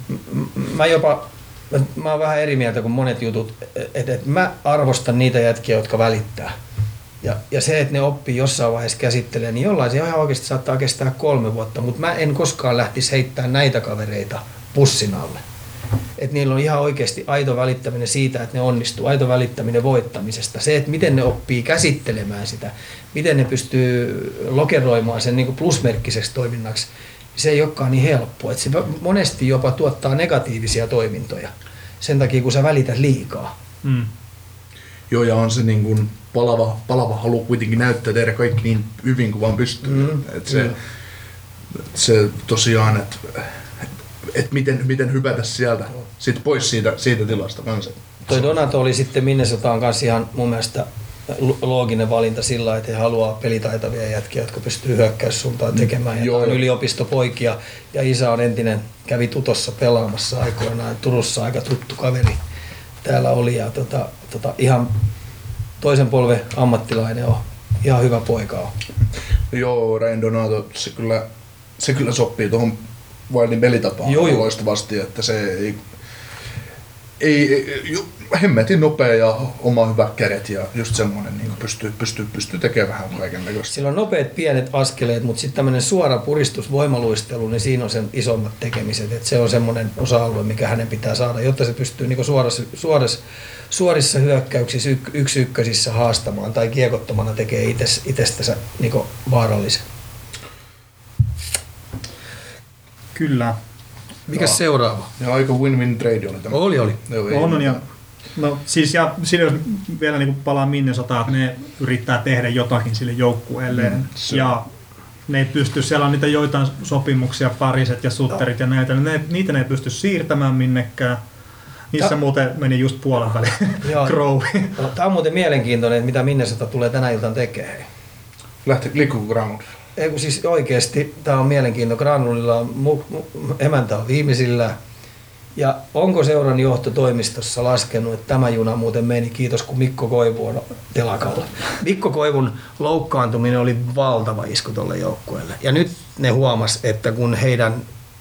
Mä oon vähän eri mieltä kuin monet jutut. Et mä arvostan niitä jätkiä, jotka välittää. Ja se, että ne oppii jossain vaiheessa käsittelee, niin jollain se ihan oikeasti saattaa kestää 3 vuotta. Mutta mä en koskaan lähtisi heittämään näitä kavereita pussin alle. Että niillä on ihan oikeasti aito välittäminen siitä, että ne onnistuu. Aito välittäminen voittamisesta. Se, että miten ne oppii käsittelemään sitä. Miten ne pystyy lokeroimaan sen niin kuin plusmerkkiseksi toiminnaksi. Se ei olekaan niin helppoa. Että se monesti jopa tuottaa negatiivisia toimintoja sen takia, kun sä välität liikaa. Mm. Joo, ja on se niin kuin palava halu kuitenkin näyttää tehdä kaikki niin hyvin kuin vaan pystyy. Se tosiaan, että miten hypätä sieltä sit pois siitä tilasta kanssa. Toi Donato oli sitten Minnesotaan kanssa ihan mun mielestä looginen valinta sillä, että he haluaa pelitaitavia jätkiä, jotka pystyy hyökkäyssuuntaan tekemään. Ja on yliopistopoikia ja isä on kävi Tutossa pelaamassa aikoinaan. Turussa aika tuttu kaveri täällä oli ja ihan toisen polven ammattilainen on. Ihan hyvä poika on. Joo, Ryan Donato, se kyllä sopii tuohon Wildin pelitapaan loistavasti, että se hemmetin nopea ja oma hyvät kädet ja just semmoinen niin pystyy tekemään vähän kaiken näköistä. Sillä on nopeat pienet askeleet, mutta sitten tämmöinen suora puristus, voimaluistelu, niin siinä on sen isommat tekemiset. Et se on semmoinen osa-alue, mikä hänen pitää saada, jotta se pystyy niin suorissa hyökkäyksissä, ykkösissä haastamaan tai kiekottomana tekee itsestänsä niin vaarallisen. Kyllä. Mikäs seuraava? Ja aika win-win trade oli tämä. Oli. On ja no siis ja siinä jos vielä niin palaa Minnesotaan, että ne yrittää tehdä jotakin sille joukkueelleen ja ne ei pysty, siellä on niitä joitain sopimuksia, Pariset ja Sutterit ja näitä, niitä ne ei pysty siirtämään minnekään. Niissä muuten meni just puolen väliin Crow. No, tämä on muuten mielenkiintoinen, että mitä Minnesota tulee tänä iltaan tekemään. Liikkuuko Granlund? Ei kun siis oikeesti, tämä on mielenkiintoinen. Granlundilla on emäntä on viimeisillä. Ja onko seuran johtotoimistossa laskenut, että tämä juna muuten meni, kiitos kun Mikko Koivu on telakalla. Mikko Koivun loukkaantuminen oli valtava isku tuolle joukkueelle. Ja nyt ne huomas, että kun heidän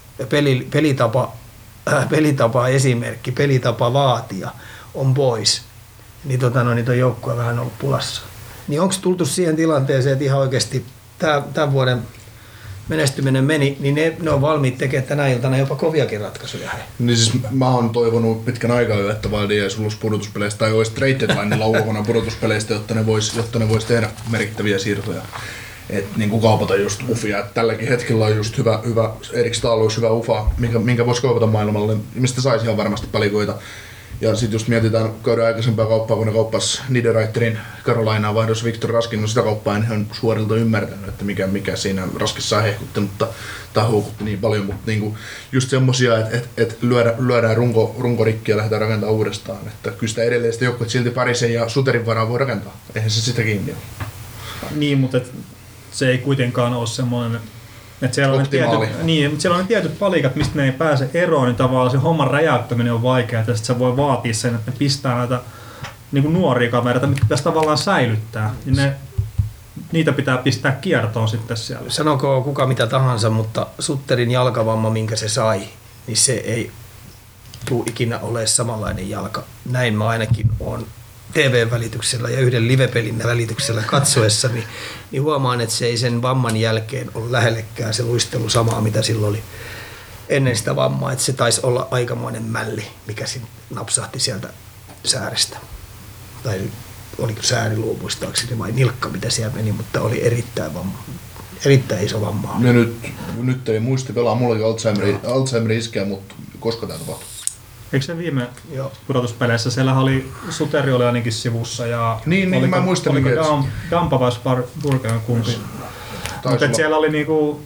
pelitapa esimerkki, pelitapa vaatia on pois, niin ton joukkue vähän ollut pulassa. Niin onko tultu siihen tilanteeseen, että ihan oikeasti tämän vuoden menestyminen meni, niin ne on valmiit tekemään tänä iltana jopa koviakin ratkaisuja. Niin siis mä oon toivonut pitkän aikaa jo, että Valdi ei sulus pudotuspeleistä tai olisi trade deadlinella ulkona pudotuspeleistä, jotta ne vois tehdä merkittäviä siirtoja. Et niin kuin kaupata just ufia. Et tälläkin hetkellä on just hyvä Erik Stahl olisi hyvä ufa, minkä voisi kaupata maailmalle, mistä saisi ihan varmasti palikoita. Ja sitten just mietitään kauden aikaisempaa kauppaa, kun ne kauppasi Niederreiterin Carolinaan vaihdossa Victor Raskin, no sitä kauppaa en ihan suorilta ymmärtänyt, että mikä siinä Raskissa hehkutti, tai houkutti niin paljon, mutta niinku just semmosia, että lyödään runkorikki ja lähdetään rakentamaan uudestaan. Että kyllä sitä edelleen sitä joukkuetta silti Parisen ja Suterin varaan voi rakentaa, eihän se sitä kiinni ole. Niin, mutta se ei kuitenkaan ole semmoinen, että siellä on ne tietyt palikat, mistä ne ei pääse eroon, niin tavallaan se homman räjäyttäminen on vaikeaa, ja sitten se voi vaatia sen, että ne pistää näitä niin kuin nuoria kavereita, mitkä pitäisi tavallaan säilyttää, niin niitä pitää pistää kiertoon sitten siellä. Sanokoon kuka mitä tahansa, mutta Sutterin jalkavamma, minkä se sai, niin se ei tule ikinä ole samanlainen jalka. Näin mä ainakin olen TV-välityksellä ja yhden livepelin välityksellä katsoessa, niin huomaan, että se ei sen vamman jälkeen ole lähellekään se luistelu samaa, mitä silloin oli ennen sitä vammaa. Että se taisi olla aikamoinen mälli, mikä napsahti sieltä säärestä. Tai oliko sääriluu muistaakseni vai nilkka, mitä siellä meni, mutta oli erittäin iso vamma. Ja nyt ei muisti pelaa, mullakin Alzheimer iskeä, mutta koska tämä tapahtui? Eikö se viime pudotuspeleissä, siellä oli Suteri oli ainakin sivussa ja niin mä muistan Dampa vai Burgen kumpi. Mutta siellä oli niinku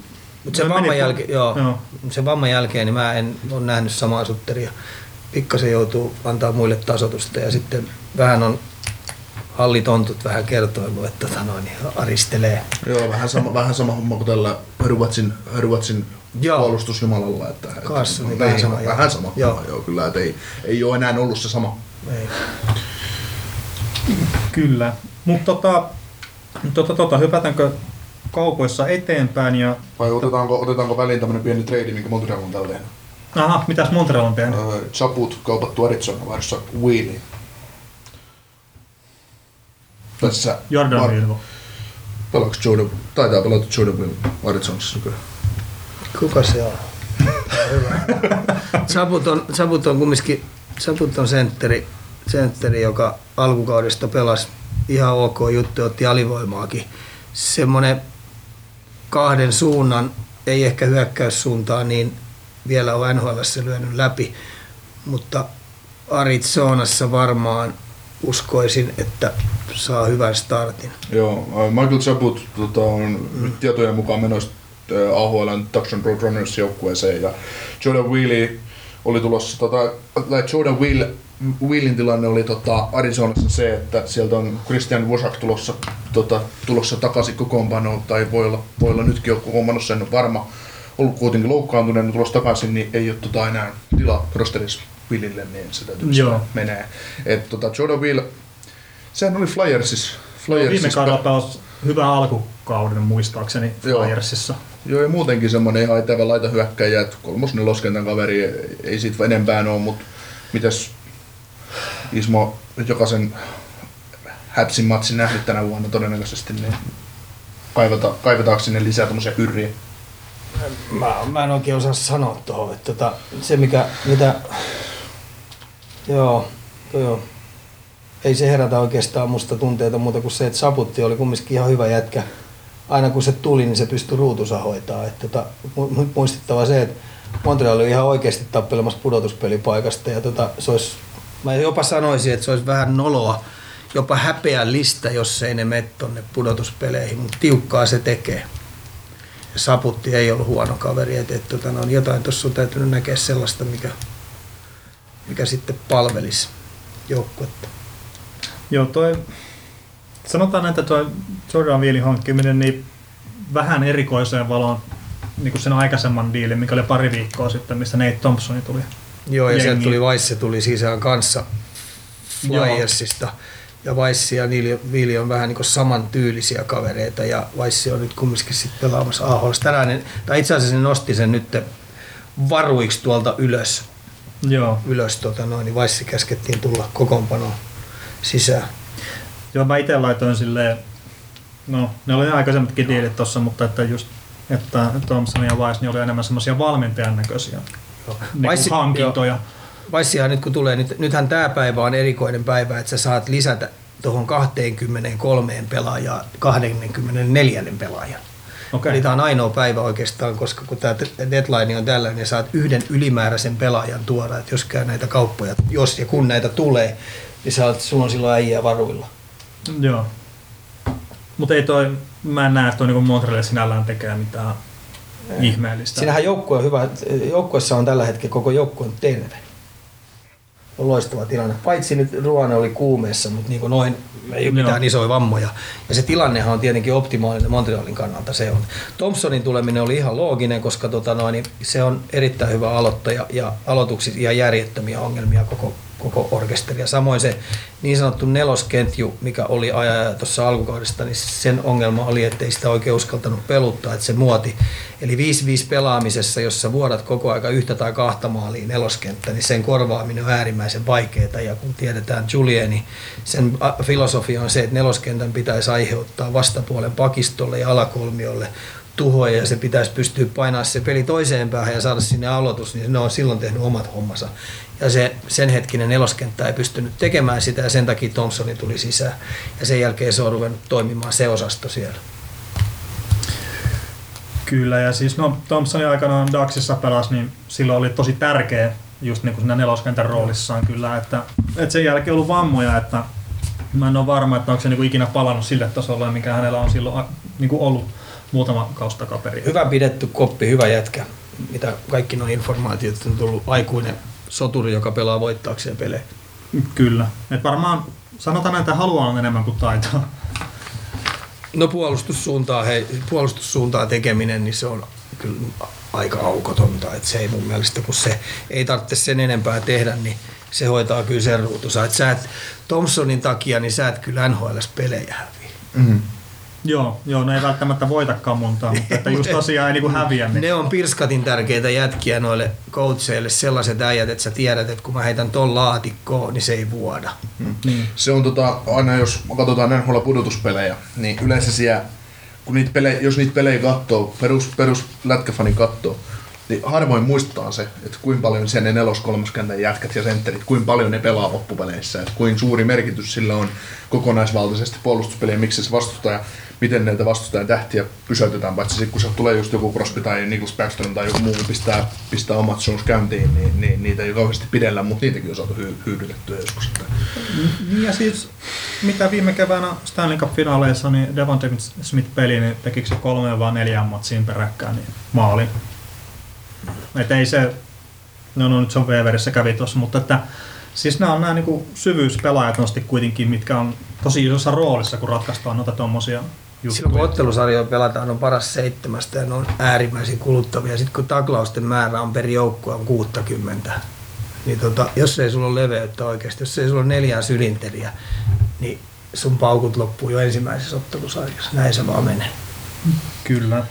sen vamman jälkeen niin mä en ole nähnyt samaa Sutteria. Pikkasen joutuu antaa muille tasoitusta ja sitten vähän on hallitontut vähän kertoilu, että aristelee. Joo, vähän sama homma kuin tällä Hörvatsin puolustusjumalalla. Vähän sama. Joo, kyllä, että ei ole enää ollut se sama. Ei. Kyllä, mutta hypätäänkö kaupoissa eteenpäin? Vai otetaanko väliin tämmönen pieni trade, minkä Montreal on tällä tehnyt? Aha, mitäs Montreal on tehnyt? Chaput kaupattu Arizona vaihdossa Wheelie. Tässä Jordan Wilvo. Taitaa pelata Jordan Wilvo Arizonassa nykyään. Kuka se on? Chaput on kumminkin sentteri, joka alkukaudesta pelasi ihan ok juttu, otti alivoimaakin. Semmoinen kahden suunnan, ei ehkä hyökkäyssuuntaan, niin vielä on NHL:ssä lyönyt läpi, mutta Arizonassa varmaan uskoisin, että saa hyvän startin. Joo, Michael Chaput on nyt tietojen mukaan menossa AHL:n Tucson Roadrunners joukkueeseen ja Jordan Wheelie oli tulossa, Jordan Wheelin tilanne oli Arizonassa se, että sieltä on Christian Wosak tulossa takaisin kokoonpanoon, tai voi olla nytkin jo kokoonpanossa, en ole varma, ollut kuitenkin loukkaantuneen tulossa takaisin, niin ei ole enää tilaa rosterissa Wheelille, niin se täytyy menee. Jordan Wheel, sehän oli Flyersissa. Viime kaudella pelasi hyvä alkukauden muistaakseni Flyersissa. Joo, ja muutenkin semmoinen ihan etävä laitahyökkäjä, että 3-4 kentän kaveri ei siitä enempää ole, mutta mitäs Ismo jokaisen Häpsin matsin nähnyt tänä vuonna todennäköisesti, niin kaivetaanko sinne lisää tämmöisiä hyrriä? Mä en oikein osaa sanoa tuohon, että se mitä joo, ei se herätä oikeastaan musta tunteita muuta kuin se, että Saputti oli kumminkin ihan hyvä jätkä. Aina kun se tuli, niin se pystyi ruutunsa hoitaa. Muistettava se, että Montreal oli ihan oikeasti tappelemassa pudotuspelipaikasta ja mä jopa sanoisin, että se olisi vähän noloa, jopa häpeällistä, jos ei ne mene tonne pudotuspeleihin, mutta tiukkaa se tekee. Ja Saputti ei ollut huono kaveri, että jotain tuossa on täytynyt näkeä sellaista, mikä sitten palvelisi joukkuetta. Joo, sanotaan, että tuo Jordan Wheelin hankkiminen niin vähän erikoiseen valoon niin kuin sen aikaisemman diilin, mikä oli pari viikkoa sitten, missä Nate Thompsoni tuli. Joo, ja sieltä tuli Weiss tuli sisään kanssa Flyersista. Ja Weiss ja Wheely on vähän niin kuin samantyylisiä kavereita, ja Weiss on nyt kumminkin sitten pelaamassa AHL:ssa. Tänään, tai itse asiassa ne nosti sen nyt varuiksi tuolta ylös. Joo. Niin Weissi käskettiin tulla kokoonpanoon sisään. Joo, mä itse laitoin silleen, no ne oli aikaisemmatkin diilit tossa, mutta että Thompson ja Weiss niin oli enemmän semmoisia valmentajan näköisiä hankintoja. Weissihan nyt kun tulee, nythän tämä päivä on erikoinen päivä, että sä saat lisätä tuohon 23 pelaajaa 24 pelaajan. Okay. Eli tämä on ainoa päivä oikeastaan, koska kun tämä deadline on tällainen, niin saat yhden ylimääräisen pelaajan tuoda, että jos käy näitä kauppoja, jos ja kun näitä tulee, niin sulla on silloin äijää varuilla. Joo. Mutta mä en näe, että niinku Montreal sinällään tekee mitään ihmeellistä. Siinähän joukkue on hyvä, joukkueessa on tällä hetkellä koko joukkue on terve. On loistava tilanne. Paitsi nyt Ruane oli kuumeessa, mutta niin kuin noin ei ole mitään isoja vammoja. Ja se tilannehan on tietenkin optimaalinen Montrealin kannalta. Se on. Thompsonin tuleminen oli ihan looginen, koska se on erittäin hyvä aloittaja ja aloituksissa ihan järjettömiä ongelmia koko orkesteria. Samoin se niin sanottu neloskentju, mikä oli tuossa alkukaudesta, niin sen ongelma oli, että ei sitä oikein uskaltanut peluttaa, että se muoti. Eli 5-5 pelaamisessa, jossa vuodat koko aika yhtä tai kahta maalia neloskenttä, niin sen korvaaminen on äärimmäisen vaikeaa. Ja kun tiedetään Julieni, sen filosofia on se, että neloskentän pitäisi aiheuttaa vastapuolen pakistolle ja alakolmiolle tuhoja ja se pitäisi pystyä painamaan se peli toiseen päähän ja saada sinne aloitus, niin ne on silloin tehnyt omat hommansa. Ja sen hetkinen neloskenttä ei pystynyt tekemään sitä ja sen takia Thompsoni tuli sisään. Ja sen jälkeen se on ruvennut toimimaan se osasto siellä. Kyllä, ja siis Thompsonin aikanaan Ducksissa pelasi, niin silloin oli tosi tärkeä just niin kuin siinä neloskentän roolissaan kyllä, että sen jälkeen ollut vammoja, että mä en ole varma, että onko se niin kuin ikinä palannut sille tasolle, mikä hänellä on silloin niin kuin ollut muutama kausi takaperin. Hyvä pidetty koppi, hyvä jätkä. Mitä kaikki nuo informaatiot on tullut aikuinen soturi, joka pelaa voittaakseen pelejä. Kyllä. Et varmaan sanotaan, että haluaa on enemmän kuin taitoa. No puolustussuuntaan tekeminen, niin se on kyllä aika aukotonta. Et se ei mun mielestä, kun se ei tarvitse sen enempää tehdä, niin se hoitaa kyllä sen ruutunsa. Et sä et Thompsonin takia, niin sä et kyllä NHL:ssä pelejä häviä. Mm-hmm. Joo, ne ei välttämättä voitakaan montaa, mutta että just tosiaan ei niinku häviä. Niin. Ne on pirskatin tärkeitä jätkiä noille coacheille, sellaiset äijät, että sä tiedät, että kun mä heitän ton laatikkoon, niin se ei vuoda. Se on aina jos katsotaan NHL-pudotuspelejä, niin yleensä siellä, jos niitä pelejä katsoo, perus lätkäfanin katsoo, niin harvoin muistetaan se, että kuinka paljon sen ne nelos-kolmoskentän jätkät ja sentterit, kuinka paljon ne pelaa loppupeleissä, että kuinka suuri merkitys sillä on kokonaisvaltaisesti puolustuspeliä, miksi se vastustaja, miten näitä vastustajan tähtiä pysäytetään, paitsi sitten kun se tulee just joku Crosby tai Nicholas Backstrom tai joku muu pistää omat shows käyntiin, niin niitä ei kauheasti pidellä, mutta niitäkin on saatu hyydytettyä joskus. Ja siis mitä viime keväänä Stanley Cup-finaaleissa, niin Devonte Smith-peli, niin tekikö se 3 vai 4 matsiin peräkkään niin maalin. Että ei se, no nyt se on Weverissä kävi tuossa, mutta että siis nämä on nämä niinku syvyyspelaajat nosti kuitenkin, mitkä on tosi isossa roolissa, kun ratkaistaan noita tommosia juttuja. Silloin kun ottelusarjoja pelataan, on paras 7 ja ne on äärimmäisen kuluttavia. Sitten kun taklausten määrä on per joukkue on 60, niin jos ei sulla ole leveyttä oikeasti, jos ei sulla ole 4 sylinteriä, niin sun paukut loppuu jo ensimmäisessä ottelusarjassa. Näin se vaan menee. Kyllä.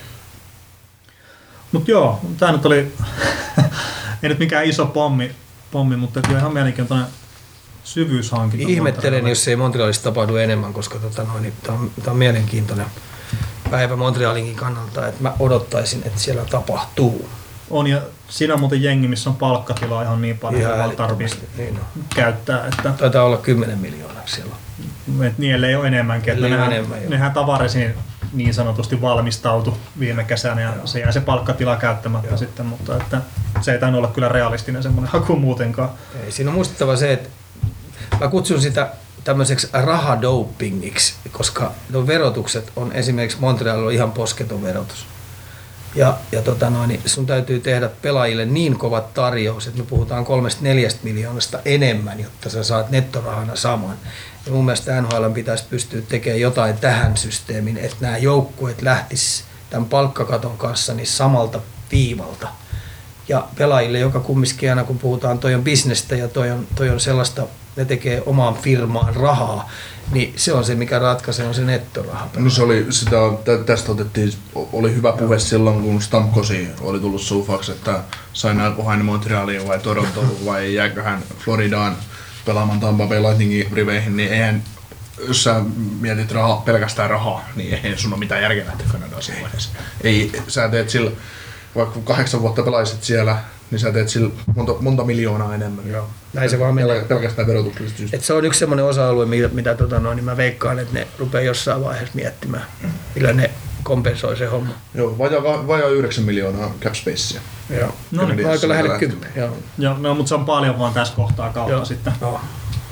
Mut joo, tää nyt oli ei nyt mikään iso pommi, mutta kyllä ihan mielenkiintoinen syvyyshankinta. Ihmettelen, jos ei Montrealissa tapahdu enemmän, koska tämä on mielenkiintoinen päivä Montrealinkin kannalta, että mä odottaisin, että siellä tapahtuu. On, ja siinä on muuten jengi, missä on palkkatilaa ihan niin paljon, että tarvii käyttää. Että taitaa olla 10 miljoonaa siellä. Niille ei ole enemmänkin. Nehän tavarisiin niin sanotusti valmistautu viime kesänä ja se jäi se palkkatila käyttämättä sitten, mutta että se ei tainnut olla kyllä realistinen semmoinen haku muutenkaan. Ei, siinä on muistettava se, että mä kutsun sitä tämmöiseksi rahadopingiksi, koska verotukset on esimerkiksi Montrealilla ihan posketon verotus. Ja sun täytyy tehdä pelaajille niin kovat tarjous, että me puhutaan 3-4 miljoonasta enemmän, jotta sä saat nettorahana saman. Ja mun mielestä NHL pitäisi pystyä tekemään jotain tähän systeemiin, että nämä joukkueet lähtis tämän palkkakaton kanssa niin samalta viivalta. Ja pelaajille, joka kumminkin aina kun puhutaan, toi on bisnestä ja toi on sellaista, ne tekee omaan firmaan rahaa, niin se on se, mikä ratkaisee, on se nettoraha. No se oli, tästä oli hyvä puhe silloin, kun Stamkosi oli tullut suufaksi, että sainaako hän Montrealiin vai Torontoon vai jääkö hän Floridaan pelaamaan Tampa Bay Lightningin riveihin, niin eihän, jos sä mietit pelkästään rahaa, niin eihän sun ole mitään järkeä lähteä Kanadaan siinä vaiheessa. Ei, sä teet sillä, vaikka 8 vuotta pelaisit siellä, niin sä teet sillä monta miljoonaa enemmän. Joo. Näin se vaan menee. Pelkästään verotuksellisesti. Se on yksi semmoinen osa-alue, mitä niin mä veikkaan, että ne rupeaa jossain vaiheessa miettimään, millä ne kompensoi se homma. Joo, vajaa 9 miljoonaa cap spacea. Joo. No niin, aika lähelle 10. Joo, no, mutta se on paljon vaan tässä kohtaa kautta sitten. Joo.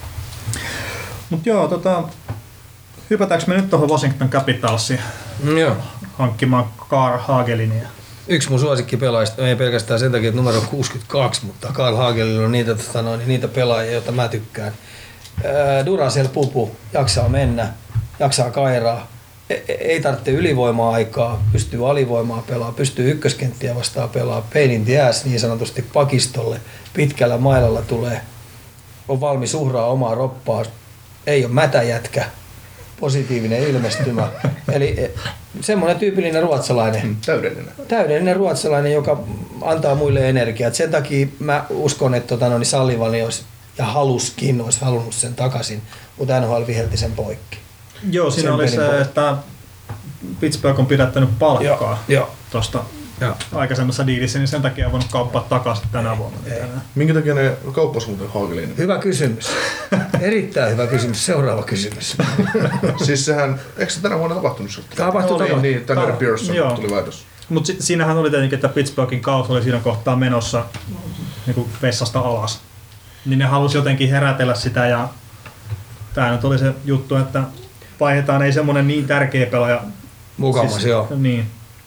Mutta joo, hypätäänkö me nyt tuohon Washington Capitalsiin hankkimaan Carl Hagelinia? Yksi mun suosikkipelaajista, ei pelkästään sen takia, että numero 62, mutta Carl Hagelilla on niitä pelaajia, joita mä tykkään. Duracell pupu, jaksaa mennä, jaksaa kairaa, ei tarvitse ylivoima-aikaa, pystyy alivoimaa pelaamaan, pystyy ykköskenttiä vastaan pelaamaan, pain in the ass niin sanotusti pakistolle, pitkällä mailalla tulee, on valmis uhraa omaa roppaa, ei ole mätäjätkä, positiivinen ilmestymä. Eli semmoinen tyypillinen ruotsalainen. Täydellinen ruotsalainen, joka antaa muille energiaa. Sen takia mä uskon, että Sullivani olisi ja olisi halunnut sen takaisin, mutta NHL vihelti sen poikki. Joo, siinä oli se, että Pittsburgh on pidättänyt palkkaa tuosta aikaisemmassa diilissä, niin sen takia on voinut kauppaa takaisin tänä vuonna. Minkä takia ne kauppasi muuten Hagelin? Hyvä kysymys. Erittäin hyvä kysymys. Seuraava kysymys. Siis sehän, eikö se tänä vuonna tapahtunut? Tapahtui. Niin, Tanner Pearson tuli vaihdossa. Mutta siinähän oli tietenkin, että Pittsburghin kausi oli siinä kohtaa menossa niin vessasta alas. Niin ne halusi jotenkin herätellä sitä ja tämä nyt oli se juttu, että vaihdetaan ei semmoinen niin tärkeä pelaaja. Mukamas, siis, joo. Niin.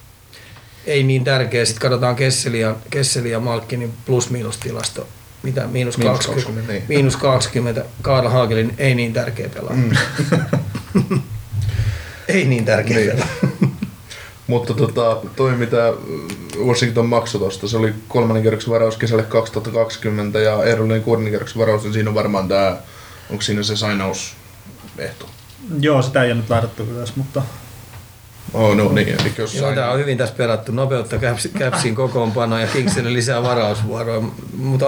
Ei niin tärkeä. Sitten katsotaan Kesseli ja Malkkinin plus-miinus tilasto. Mitä? Miinus 20. Niin. Miinus 20. Carl Hagelin ei niin tärkeä pelaaja. Ei niin tärkeä pelaaja. Mutta toi mitä Washington maksoi tosta, se oli 3. kierroksen varaus kesälle 2020 ja ehdollinen 6. kierroksen varaus, niin siinä on varmaan tää, onko siinä se signausehto? Joo, sitä ei ole nyt laitettu ylös, mutta no niin, eli jos joo, tää on hyvin tässä perattu. Nopeutta Capsin kokoonpanoa ja Kingsille lisää varausvuoroja, mutta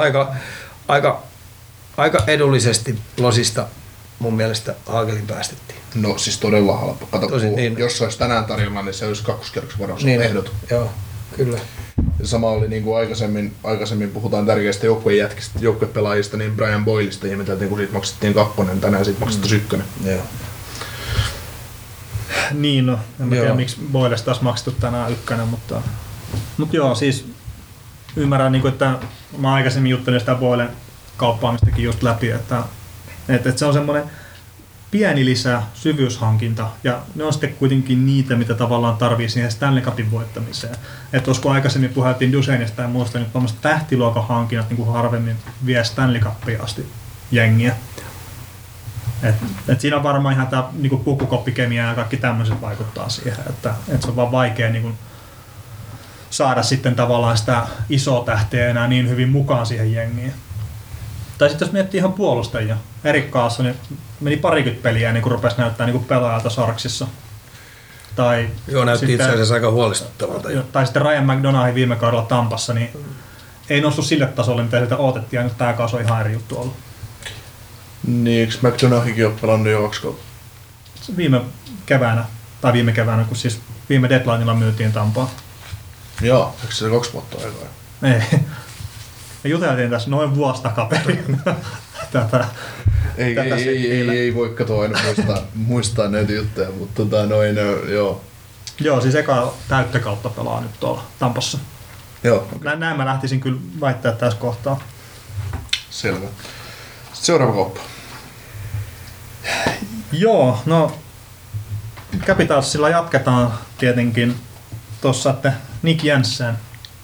aika edullisesti Losista mun mielestä Hagelin päästettiin. No siis todella halpa. Kato, niin. Jos se olisi tänään tarjolla, niin se olisi 2. kierroksen varaus niin, ehdot. Joo, kyllä. Ja sama oli niin kuin aikaisemmin puhutaan tärkeistä joukkuepelaajista, niin Brian Boylesta ihmeteltiin, kun siitä maksettiin 2, tänään siitä maksettiin 1. Joo. Niin, no, en tiedä miksi Boylesta taas maksettu tänään 1, mutta joo, siis ymmärrän, että mä aikaisemmin juttelin sitä Boylen kauppaamistakin just läpi, että se on semmoinen pieni lisä syvyyshankinta ja ne on sitten kuitenkin niitä, mitä tavallaan tarvii siihen Stanley Cupin voittamiseen. Että olisiko aikaisemmin puhuttiin Duchenesta ja muusta, niin tuommoiset tähtiluokan hankinnat niin kuin harvemmin vie Stanley Cupia asti jengiä. Et siinä on varmaan ihan tämä niin pukukoppikemia ja kaikki tämmöiset vaikuttaa siihen, että se on vaan vaikea niin kuin saada sitten tavallaan sitä isoa tähteä enää niin hyvin mukaan siihen jengiin. Tai sitten jos miettii ihan puolustajia, Erik Karlsson meni 20 peliä niin kun rupesi näyttää niin pelaajalta Sarksissa. Tai joo, näytti sitten, itse asiassa aika huolestuttavalta. Tai sitten Ryan McDonaghin viime kaudella Tampassa, niin ei noussut sille tasolle, mitä sieltä odotettiin, ja nyt tämä kausi on ihan eri juttu ollut. Niin, eikö McDonaghikin ole pelannut jo 2 kautta? Viime keväänä, kun siis viime deadlinella myytiin Tampaa. Joo, eikö se 2 vuotta aikaa? Ei. Me juteltiin tässä noin vuosi takaperin tätä. Ei voi katoa aina muistaa näitä juttuja, mutta joo. Joo, siis eka täyttä kautta pelaa nyt tuolla Tampassa. Joo. Okay. Näin mä lähtisin kyllä väittää tässä kohtaa. Selvä. Seuraava kauppa. Joo, no Capitalsilla jatketaan tietenkin tossa, että Nick Jensen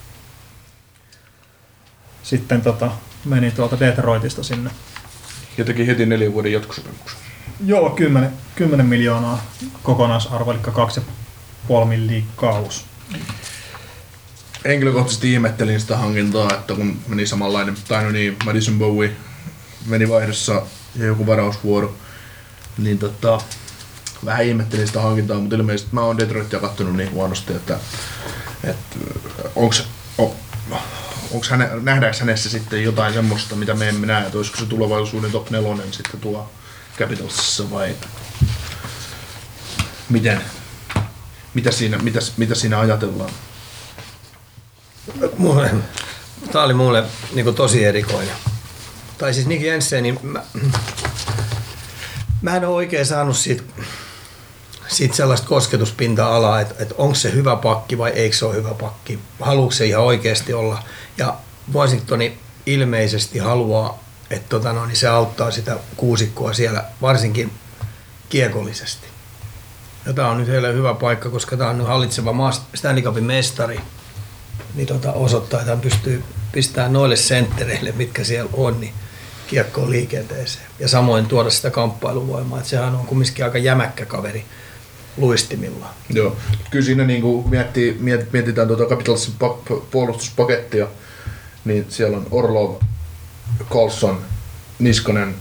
sitten meni tuolta Detroitista sinne. Ja teki heti 4 vuoden jatkosopimuksen. Joo, 10 miljoonaa kokonaisarvo, eli 2,5 miljoonaa kaus. Henkilökohtaisesti ihmettelin sitä hankintaa, että kun meni samanlainen, Madison Bowie meni vaihdossa ja joku varausvuoro, niin vähän ihmettelin sitä hankintaa, mutta ilmeisesti mä oon Detroitia kattonut niin huonosti, että nähdäänkö hänessä sitten jotain semmoista, mitä me emme näe, että olisiko se tulevaisuuden top 4 sitten tuo Capitalsissa vai mitä siinä ajatellaan? Tää oli mulle niinku tosi erikoinen. Tai siis Nick Jensen, niin mä en ole oikein saanut siitä sellaista kosketuspinta-alaa, että onko se hyvä pakki vai eikö se ole hyvä pakki. Haluuko se ihan oikeasti olla. Ja Washingtoni ilmeisesti haluaa, että niin se auttaa sitä kuusikkoa siellä varsinkin kiekollisesti. Ja tää on nyt heille hyvä paikka, koska tää on nyt hallitseva Stanley Cupin mestari. Niin osoittaa, että hän pystyy pistämään noille senttereille, mitkä siellä on, niin kiekkoon liikenteeseen. Ja samoin tuoda sitä kamppailuvoimaa, että sehän on kumminkin aika jämäkkä kaveri luistimillaan. Joo, kyllä siinä niin mietitään Capitalsin puolustuspakettia, niin siellä on Orlov, Karlsson, Niskanen,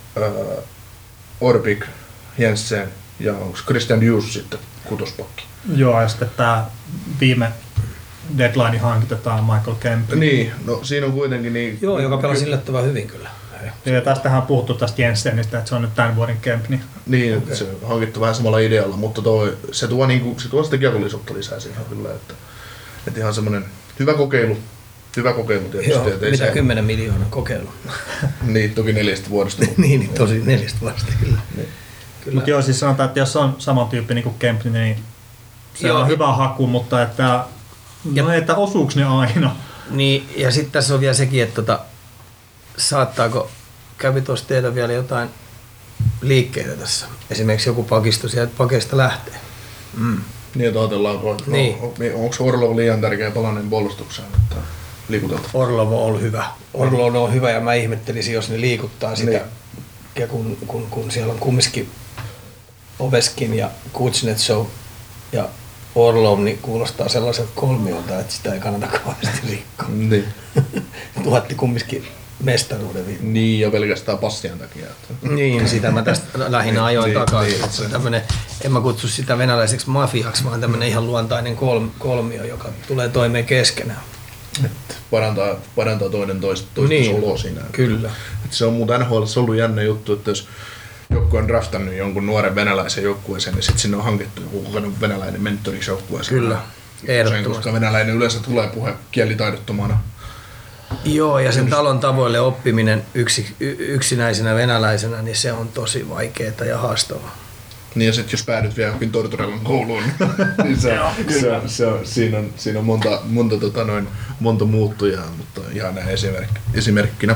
Orpik, Jensen ja onko Christian Hughes sitten kutospakki. Joo, ja sitten tämä viime deadline hankitetaan Michael Kemp. Niin, no siinä on kuitenkin niin... Joo, joka pelasi yllättävän hyvin kyllä. Ja tästähän on puhuttu tästä Jensenistä, että se on nyt tämän vuoden Kemp. Niin okay. Se on hankittu vähän samalla idealla, mutta se tuo sitä kiekollisuutta lisää siihen kyllä, että ihan semmoinen hyvä kokeilu tietysti. Joo, mitä 10 miljoonaa kokeilu. Niin, toki 4 vuodesta. niin, tosi 4 vuodesta kyllä. Niin. Mutta joo, siis sanotaan, että jos on saman tyyppi kuin Kemp, niin se on hyvä haku, mutta että osuuko ne aina? Niin, ja sitten tässä on vielä sekin, että saattaako Capitals tehdä vielä jotain liikkeitä tässä. Esimerkiksi joku pakisto sieltä pakeista lähtee. Niin, että ajatellaanko, onko Orlov liian tärkeä palanen puolustukseen, että liikutelta? Orlov on hyvä. Orlov on hyvä ja mä ihmettelisin, jos ne liikuttaa sitä. Niin. Ja kun siellä on kumminkin Ovechkin ja Kuznetsov ja Orlov, niin kuulostaa sellaiselta kolmiolta, että sitä ei kannata kauheasti rikkoa. Niin. Tuotti kumminkin mestaruuden. Niin, ja pelkästään passien takia. Niin, sitä mä tästä lähinnä ajoin takaisin. En mä kutsu sitä venäläiseksi mafiaksi, vaan tämmöinen ihan luontainen kolmio, joka tulee toimeen keskenään. Parantaa toinen toista niin, oloa siinä. Kyllä. Että se on muuten NHL:ssä ollut jännä juttu, että jos joku on draftannut jonkun nuoren venäläisen joukkueeseen, niin sitten sinne on hankittu joku venäläinen mentoriksi joukkueeseen. Kyllä, ehdottomasti. Koska venäläinen yleensä tulee kielitaidottomana. Joo, ja sen talon tavoille oppiminen yksinäisenä venäläisenä, niin se on tosi vaikeaa ja haastavaa. Niin ja sitten jos päädyt vielä johonkin Tortorellan kouluun, niin siinä on monta muuttujaa, mutta ihan näin esimerkkinä.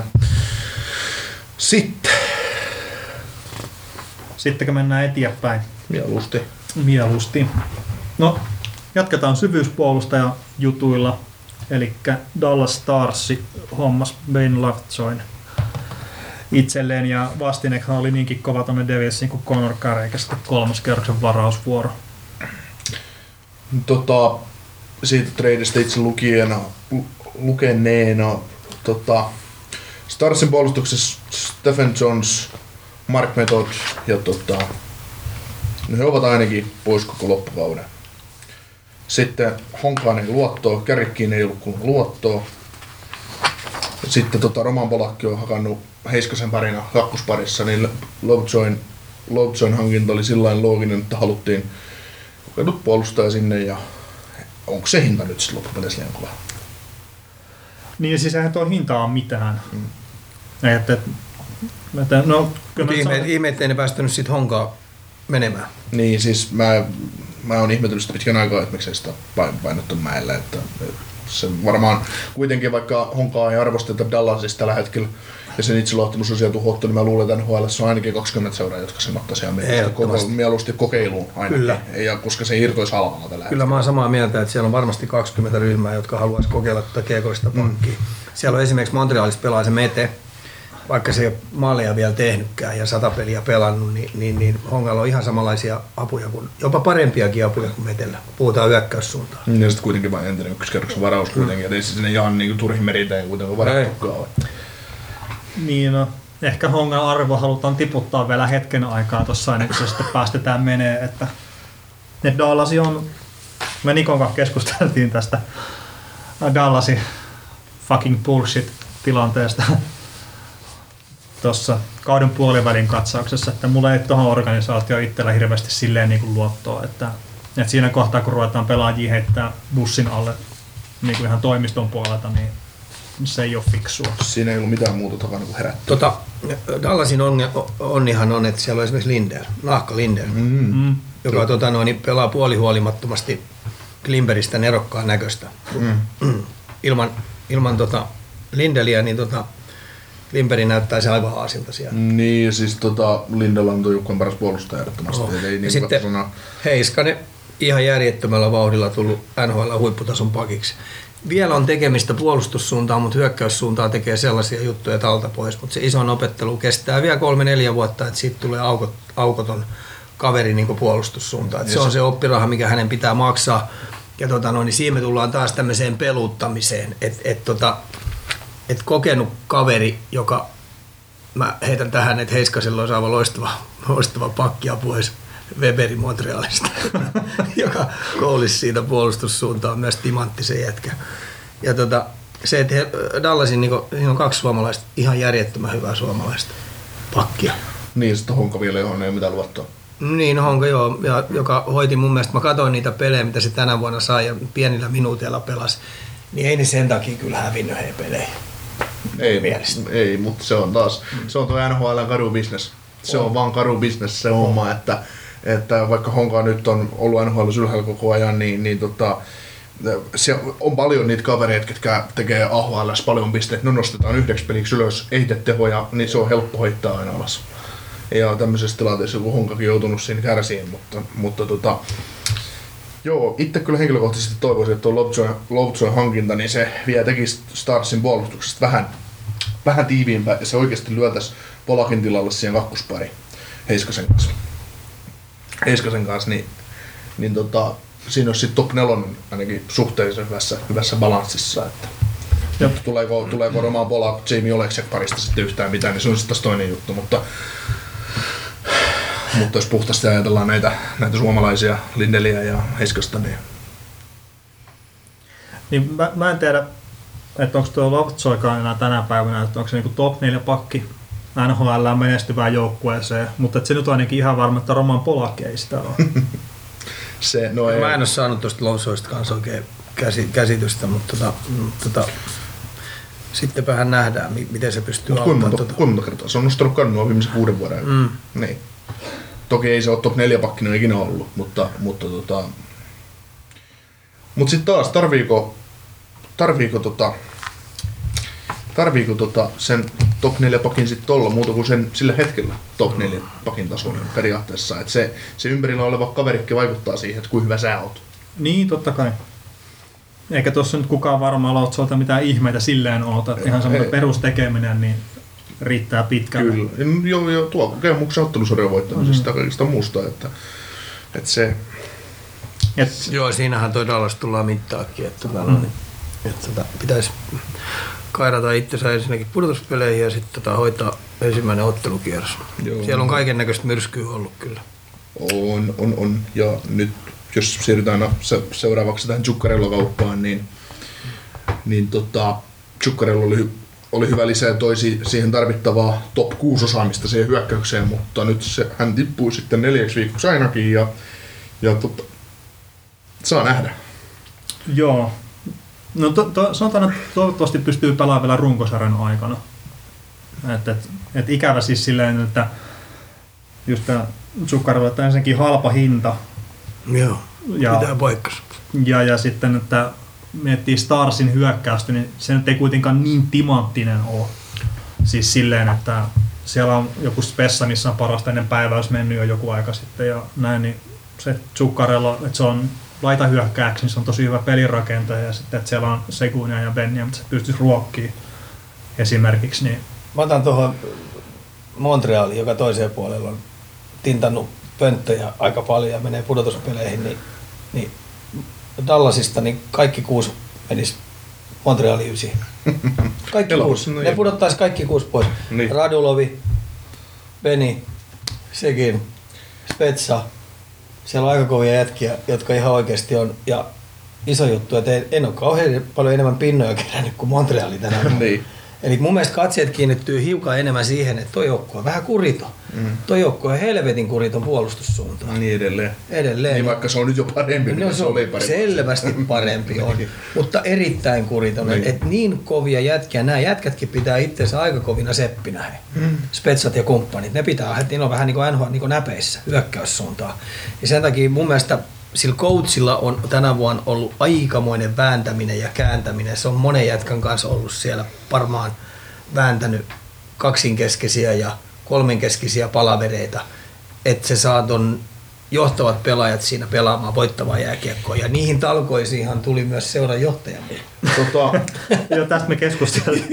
Sittenkö mennään eteenpäin? Mieluusti. No, jatketaan syvyyspuolustaja jutuilla. Eli Dallas Stars hommas Ben Lovejoyn itselleen ja vastinekhan oli niinkin kova tuonne Devilsiin kuin Connor Carey, eikä sitten 3. kerroksen varausvuoro. Siitä tradeista itse lukeneena Starsin puolustuksessa Stephen Jones, Mark Method ja he ovat ainakin pois koko loppukauden. Sitten Honkaan ei luottoa, Kärkkiin ei ollut kun luottoa. Sitten Roman Polakki on Heiskasen parina kakkosparissa, niin Lovejoyn hankinta oli sillain looginen, että haluttiin kokenut puolustaja sinne ja onko se hinta nyt sitten loppupeleissä liian kova? Niin siis eihän tuo hinta ole mitään. Ihme, ettei ne päästänyt sit Honkaa menemään. Niin siis mä oon ihmetellyt sitä pitkän aikaa, että miksei sitä painottu mäelle. Että se varmaan kuitenkin, vaikka Honkaa ei arvosteta Dallasista tällä hetkellä ja sen itseluottamus on sieltä tuhottu, niin mä luulen, että NHL on ainakin 20 seuraa, jotka sen ottaisi ihan mieluusti kokeiluun ainakin. Kyllä. Ja koska se irtoisi halvalla tällä hetkellä. Kyllä mä oon samaa mieltä, että siellä on varmasti 20 ryhmää, jotka haluaisi kokeilla tätä kiekoista pankkia. Siellä on esimerkiksi Montrealissa pelaa se Mete, vaikka se ei ole maaleja vielä tehnytkään ja 100 peliä pelannut, niin Hongalla on ihan samanlaisia apuja, jopa parempiakin apuja kuin Metellä. Puhutaan hyökkäyssuuntaan. Ja sitten kuitenkin vain entinen ykköskerroksen varaus kuitenkin, että ei se sinne jaa niin turhin meriteen kuitenkaan varattukaan. Niin no, ehkä Hongan arvo halutaan tiputtaa vielä hetken aikaa tuossa ennen kuin se sitten päästetään menee, että Dallasi on, me Nikon kanssa keskusteltiin tästä Dallasin fucking bullshit tilanteesta tuossa kauden puolivälin katsauksessa, että mulla ei tuohon organisaatioon itsellä hirveästi silleen niin kuin luottoa, että siinä kohtaa kun ruvetaan pelaajia heittää bussin alle niin kuin ihan toimiston puolelta, niin se ei ole fiksua. Siinä ei ollut mitään muuta takana kuin herättyä. Dallasin onnihan on, että siellä on esimerkiksi Lindell, Nahka Lindell, joka pelaa puolihuolimattomasti Klimberistä nerokkaan näköistä. Ilman Lindeliä, niin Klimberi näyttää se aivan aasilta siellä. Niin, siis Lindell on joukkueen paras puolustaja ehdottomasti. Ja sitten Heiskanen ihan järjettömällä vauhdilla tullut NHL-huipputason pakiksi. Vielä on tekemistä puolustussuuntaan, mutta hyökkäyssuuntaan tekee sellaisia juttuja talta pois. Mutta se iso opettelu kestää vielä 3-4 vuotta, että siitä tulee aukoton kaveri niin puolustussuuntaan. Se on se oppiraha, mikä hänen pitää maksaa. Ja niin siinä me tullaan taas tämmöiseen peluuttamiseen, että kokenut kaveri, joka mä heitän tähän, että Heiskasella olisi aivan loistava pakkiapu edes Weberin Montrealista, joka koulisi siitä puolustussuuntaan myös timanttisen jätkä. Ja se, että Dallasin niin on 2 suomalaista, ihan järjettömän hyvää suomalaista pakkia. Niin, sitten Honka vielä ei ole mitään luottoa. Niin, Honka joo, ja joka hoiti mun mielestä, mä katsoin niitä pelejä, mitä se tänä vuonna sai ja pienillä minuuteilla pelasi, niin ei ne sen takia kyllä hävinnyt heidän pelejä. Ei, mutta se on taas, se on tuo NHL:n karu-business. Se on vaan karu-business se homma, että vaikka Honka nyt on ollut NHL:ssä ylhäällä koko ajan, niin se on paljon niitä kavereita, jotka tekee AHL:ssä paljon pisteitä. No nostetaan 9 peliksi ylös, ei tee tehoja, niin se on helppo hoitaa aina alas. Ja tämmöisessä tilanteessa joku Honkakin joutunut siinä kärsiin, mutta joo, itse kyllä henkilökohtaisesti toivoisin, että tuo Lovejoyn hankinta, niin se vielä tekisi Starsin puolustuksesta vähän tiiviimpää ja se oikeasti lyötäisi Polakin tilalle siihen kakkospari Heiskasen kanssa, niin siinä olisi sitten top 4 ainakin suhteellisen hyvässä balanssissa. Että tuleeko Roman Polak, Jamie Oleksiak parista sitten yhtään mitään, niin se on sitten taas toinen juttu, mutta jos puhtaasti ajatellaan näitä suomalaisia Lindeliä ja Heiskasta, niin mä en tiedä, että onko tuo Lovejoykaan enää tänä päivänä, että onko se niinku top 4 pakki NHL menestyvään joukkueeseen, mutta se nyt on ainakin ihan varma, että Roman Polak ei sitä ole. Mä en ole saanut tuosta Lovejoysta kanssa oikein käsitystä, mutta sittenpähän nähdään, miten se pystyy auttamaan. Kuinka monta kertaa? Se on nostanut kannua viimeisen 6 vuoden aikana. Niin. Toki ei se ole top 4 pakkina ikinä ollut, mutta sitten taas tarviiko sen top 4 pakin sitten olla muuta kuin sen sillä hetkellä top 4 pakin tasoinen periaatteessa, että se ympärillä oleva kaverikin vaikuttaa siihen, että kuinka hyvä sä oot. Niin, totta kai. Eikä tuossa nyt kukaan varmaan Lovejoylta mitään ihmeitä silleen oota, että ihan semmoinen perustekeminen niin riittää pitkälle. Kyllä, joo, tuo kokemuksen ottelusarjan voittamisesta ja kaikista muusta, että se... Joo, siinähän toi Dallas tullaan mittaakin, että pitäisi kairata itsensä ensinnäkin pudotuspeleihin ja sitten hoitaa ensimmäinen ottelukierros. Joo. Siellä on kaiken näköistä myrskyä ollut kyllä. On. Ja nyt jos siirrytään seuraavaksi tähän Zuccarello-kauppaan, niin Zuccarello oli oli hyvä lisää, toisi siihen tarvittavaa top 6 osaamista siihen hyökkäykseen, mutta nyt hän tippui sitten 4 viikoksi ainakin ja saa nähdä. Joo. No sanotaan, että toivottavasti pystyy pelaamaan vielä runkosarjan aikana. Et ikävä siis silleen, että just tämä Zuccarello, että ensinnäkin halpa hinta. Joo, pitää paikkansa. Ja sitten, että miettii Starsin hyökkäystä, niin se nyt ei kuitenkaan niin timanttinen ole. Siis silleen, että siellä on joku spessa, missä on parasta ennen päiväys mennyt jo joku aika sitten ja näin, niin se Zuccarello, että se on laitahyökkääksi, niin se on tosi hyvä pelirakentaja ja sitten, että siellä on Segunia ja Benniä, mutta se pystyisi ruokkimaan esimerkiksi. Niin. Mä otan tuohon Montrealiin, joka toiseen puolella on tintannut pönttöjä aika paljon ja menee pudotuspeleihin, niin Dallasista niin kaikki 6 menisi Montrealiin 9. Kaikki 6. Ne pudottaisi kaikki 6 pois. Niin. Radulovi, Beni, Segin, Spezza. Siellä on aika kovia jätkiä, jotka ihan oikeasti on. Ja iso juttu, että en ole kauhean paljon enemmän pinnoja kerännyt kuin Montreali tänään. Niin. Eli mun mielestä katseet kiinnittyy hiukan enemmän siihen, että toi joukkue on vähän kurito. Toi joukkue on helvetin kuriton puolustussuuntaan. Niin edelleen. Niin vaikka se on nyt jo parempi, no, se oli parempi. Selvästi parempi on, mutta erittäin kuriton. Niin. Et niin kovia jätkiä, nämä jätkätkin pitää itsensä aika kovina seppinä. Spetsat ja kumppanit, ne pitää, että niillä on vähän niin kuin NHL niin näpeissä hyökkäyssuuntaan. Ja sen takia mun mielestä sillä coachilla on tänä vuonna ollut aikamoinen vääntäminen ja kääntäminen. Se on monen jätkän kanssa ollut siellä varmaan vääntänyt kaksinkeskisiä ja kolmenkeskisiä palavereita, että se saa ton johtavat pelaajat siinä pelaamaan voittavaa jääkiekkoa. Ja niihin talkoisiinhan tuli myös seuran johtajamme. Joo, tästä me keskusteltiin.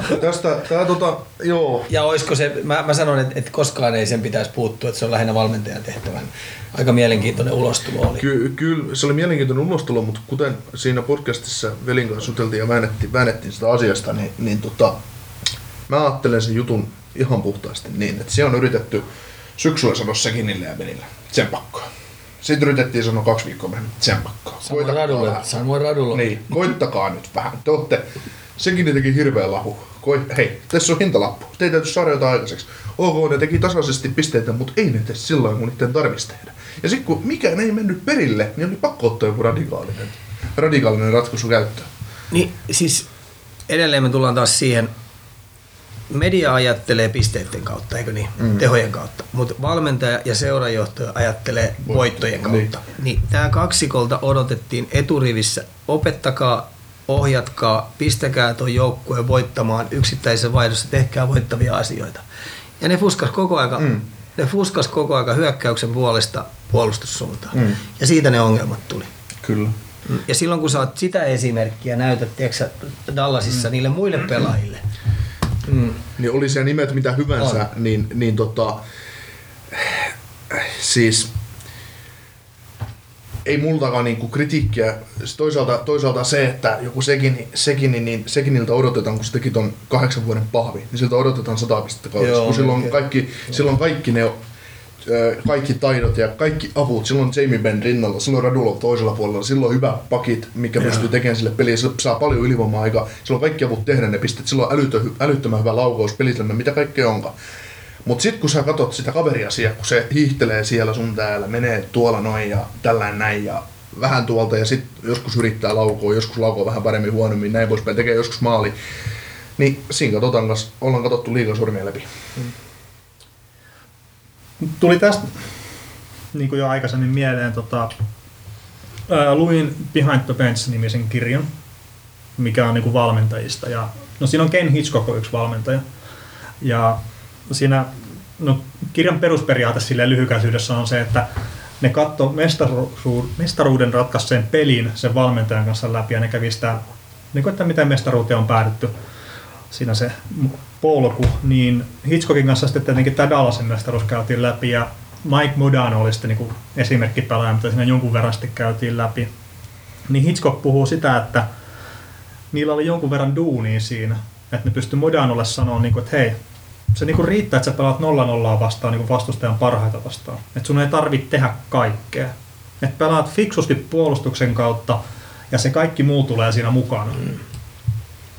Joo. Ja olisiko se, mä sanon, että koskaan ei sen pitäisi puuttua, että se on lähinnä valmentajan tehtävä. Aika mielenkiintoinen ulostulo oli. Kyllä, se oli mielenkiintoinen ulostulo, mutta kuten siinä podcastissa velin kanssa juteltiin ja väännettiin sitä asiasta, niin mä ajattelen sen jutun ihan puhtaasti niin, että se on yritetty syksyllä sanoa Sekinille ja Benille, tsempakkaa. Sitten yritettiin sanoa 2 viikkoa myöhemmin, tsempakkaa. Samoin radulla. Niin, koittakaa nyt vähän. Te ootte, Sekini teki hirveän lahu. Hei, tässä on hintalappu. Teidän täytyy saada jotain aikaiseksi. Ok, ne teki tasaisesti pisteitä, mutta ei ne tee sillä lailla, kun niiden tarvitsisi tehdä. Ja sitten kun mikään ei mennyt perille, niin oli pakko ottaa joku radikaalinen ratkaisu käyttöön. Niin, siis edelleen me tullaan taas siihen, media ajattelee pisteiden kautta, eikö niin? Tehojen kautta. Mutta valmentaja ja seurajohtaja ajattelee voittojen kautta. Niin tämä kaksikolta odotettiin eturivissä. Opettakaa, ohjatkaa, pistäkää tuon joukkueen voittamaan yksittäisessä vaihdossa, tehkää voittavia asioita. Ja ne fuskas koko aika hyökkäyksen puolesta puolustussuuntaan. Ja siitä ne ongelmat tuli. Kyllä. Ja silloin kun saat sitä esimerkkiä näytät, tiedätkö, Dallasissa niille muille pelaajille, niin oli siellä nimet mitä hyvänsä, siis ei multakaan niinku kritiikkiä. Toisaalta se, että joku Sekiniltä odotetaan, kun se teki ton 8 vuoden pahvi, niin siltä odotetaan 100 pistettä kaudessa. Kun silloin kaikki ne kaikki taidot ja kaikki avut, silloin Jamie Benn rinnalla, silloin Radulov toisella puolella, silloin hyvä pakit, mikä pystyy tekemään sille peliin, sillä saa paljon ylivoimaa aikaa, silloin kaikki avut tehdä ne pistet, silloin älyttömän hyvä laukaus, peliselmä, mitä kaikkea onkaan. Mut sit kun sä katot sitä kaveria siellä, kun se hiihtelee siellä sun täällä, menee tuolla noin ja tällainen näin ja vähän tuolta ja sit joskus yrittää laukoa, joskus laukoo vähän paremmin huonommin, näin poispäin, tekee joskus maali, niin siinä ollaan katsottu liigan sormia läpi. Tuli tästä niin kuin jo aikaisemmin mieleen, luin Behind the Bench-nimisen kirjan, mikä on niin kuin valmentajista. Ja, no siinä on Ken Hitchcock on yksi valmentaja. Ja siinä, no, kirjan perusperiaate silleen lyhykäisyydessä on se, että ne katsoo mestaruuden ratkaiseen pelin sen valmentajan kanssa läpi ja ne kävi sitä, niin kuin, että miten mestaruuteen on päädytty. Siinä se polku, niin Hitchcockin kanssa sitten tietenkin tämä Dallasin mestaruus käytiin läpi ja Mike Modano oli sitten niin esimerkkipelaaja, mitä siinä jonkun verran sitten käytiin läpi. Niin Hitchcock puhuu sitä, että niillä oli jonkun verran duunia siinä, että ne pystyi Modanolle sanoa, että hei, se riittää, että sä pelaat 0-0 vastaan vastustajan parhaita vastaan. Että sun ei tarvitse tehdä kaikkea. Että pelaat fiksusti puolustuksen kautta ja se kaikki muu tulee siinä mukana.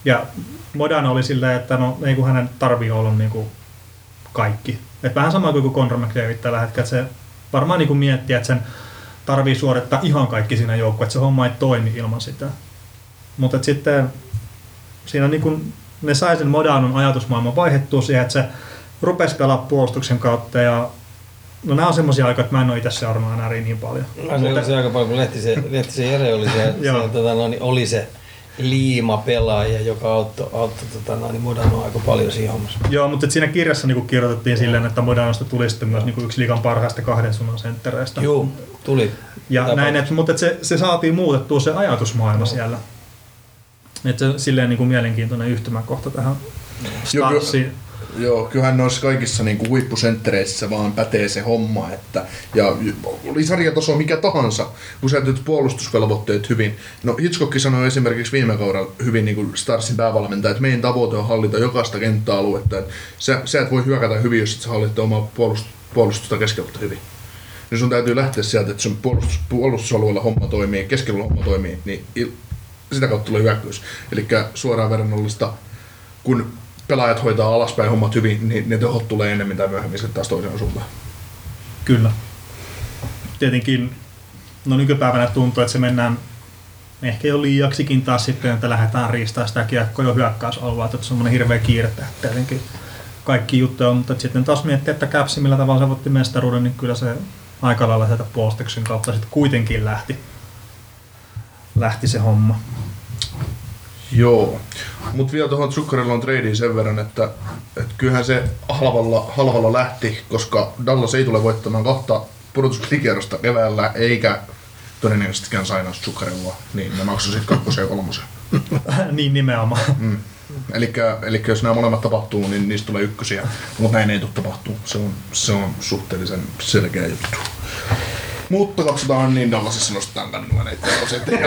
Ja Modano oli silleen, että no ei kun hänen tarvii olla niinku kaikki. Et vähän sama kuin Conor McDavid tällä hetkellä, että se varmaan niinku miettii, että sen tarvii suorittaa ihan kaikki siinä joukkueessa, että se homma ei toimi ilman sitä. Mutta sitten siinä niinku, ne sai sen Modanon ajatusmaailman vaihdettua siihen, että se rupesi pelaa puolustuksen kautta ja no nämä on semmosia aikoja, että mä en ole itse seurannut enää niin paljon. Se aika paljon, kun Lehtisen Jere oli oli se liima pelaaja, joka auttoi Modanoa aika paljon siinä hommassa. Joo, mutta siinä kirjassa niinku kirjoitettiin silleen, että Modanosta tuli sitten myös niinku yksi liigan parhaista 2 suunnan senttereistä. Joo, tuli. Ja näin, mutta se saatiin muutettua se ajatusmaailma siellä. Että se silleen niinku mielenkiintoinen yhtymäkohta tähän Starsiin. Joo, kyllähän noissa kaikissa niinku huippusenttereissä vaan pätee se homma, että ja oli sarjataso mikä tahansa, kun sä teet puolustusvelvoitteet hyvin. No Hitchcock sanoi esimerkiksi viime kaudella hyvin niin kuin Starsin päävalmentaja, että meidän tavoite on hallita jokaista kenttäaluetta. Sä et voi hyökätä hyvin, jos et sä hallita omaa puolustusta keskeltä hyvin. Niin sun täytyy lähteä sieltä, että sun puolustusalueella homma toimii, keskellä homma toimii, niin sitä kautta tulee hyökkäys. Eli suoraan verrannollista, kun pelaajat hoitaa alaspäin hommat hyvin, niin ne tehot tulee ennemmin tai myöhemmin sitten taas toiseen suuntaan. Kyllä. Tietenkin no nykypäivänä tuntuu, että se mennään ehkä jo liiaksikin taas sitten, että lähdetään riistämään sitä kiekkoa jo hyökkäysalueella, että on semmoinen hirveä kiire tietenkin kaikki juttuja on, mutta sitten taas miettii, että Capsi millä tavalla se voitti mestaruuden, niin kyllä se aika lailla sieltä puolustuksen kautta sitten kuitenkin lähti se homma. Joo, mutta vielä tuohon Zuccarellon tradeen sen verran, että kyllähän se halvalla lähti, koska Dallas ei tule voittamaan 2 pudotuskierrosta keväällä, eikä todennäköisestikään sainaa Zuccarelloa, niin ne maksoi sitten 2. ja 3. Niin nimenomaan. Eli jos nämä molemmat tapahtuu, niin niistä tulee 1, mutta näin ei tule tapahtuu. Se on suhteellisen selkeä juttu. Mutta katsotaan, niin Dallasissa nostetaan kannilla näitä prosenttejä.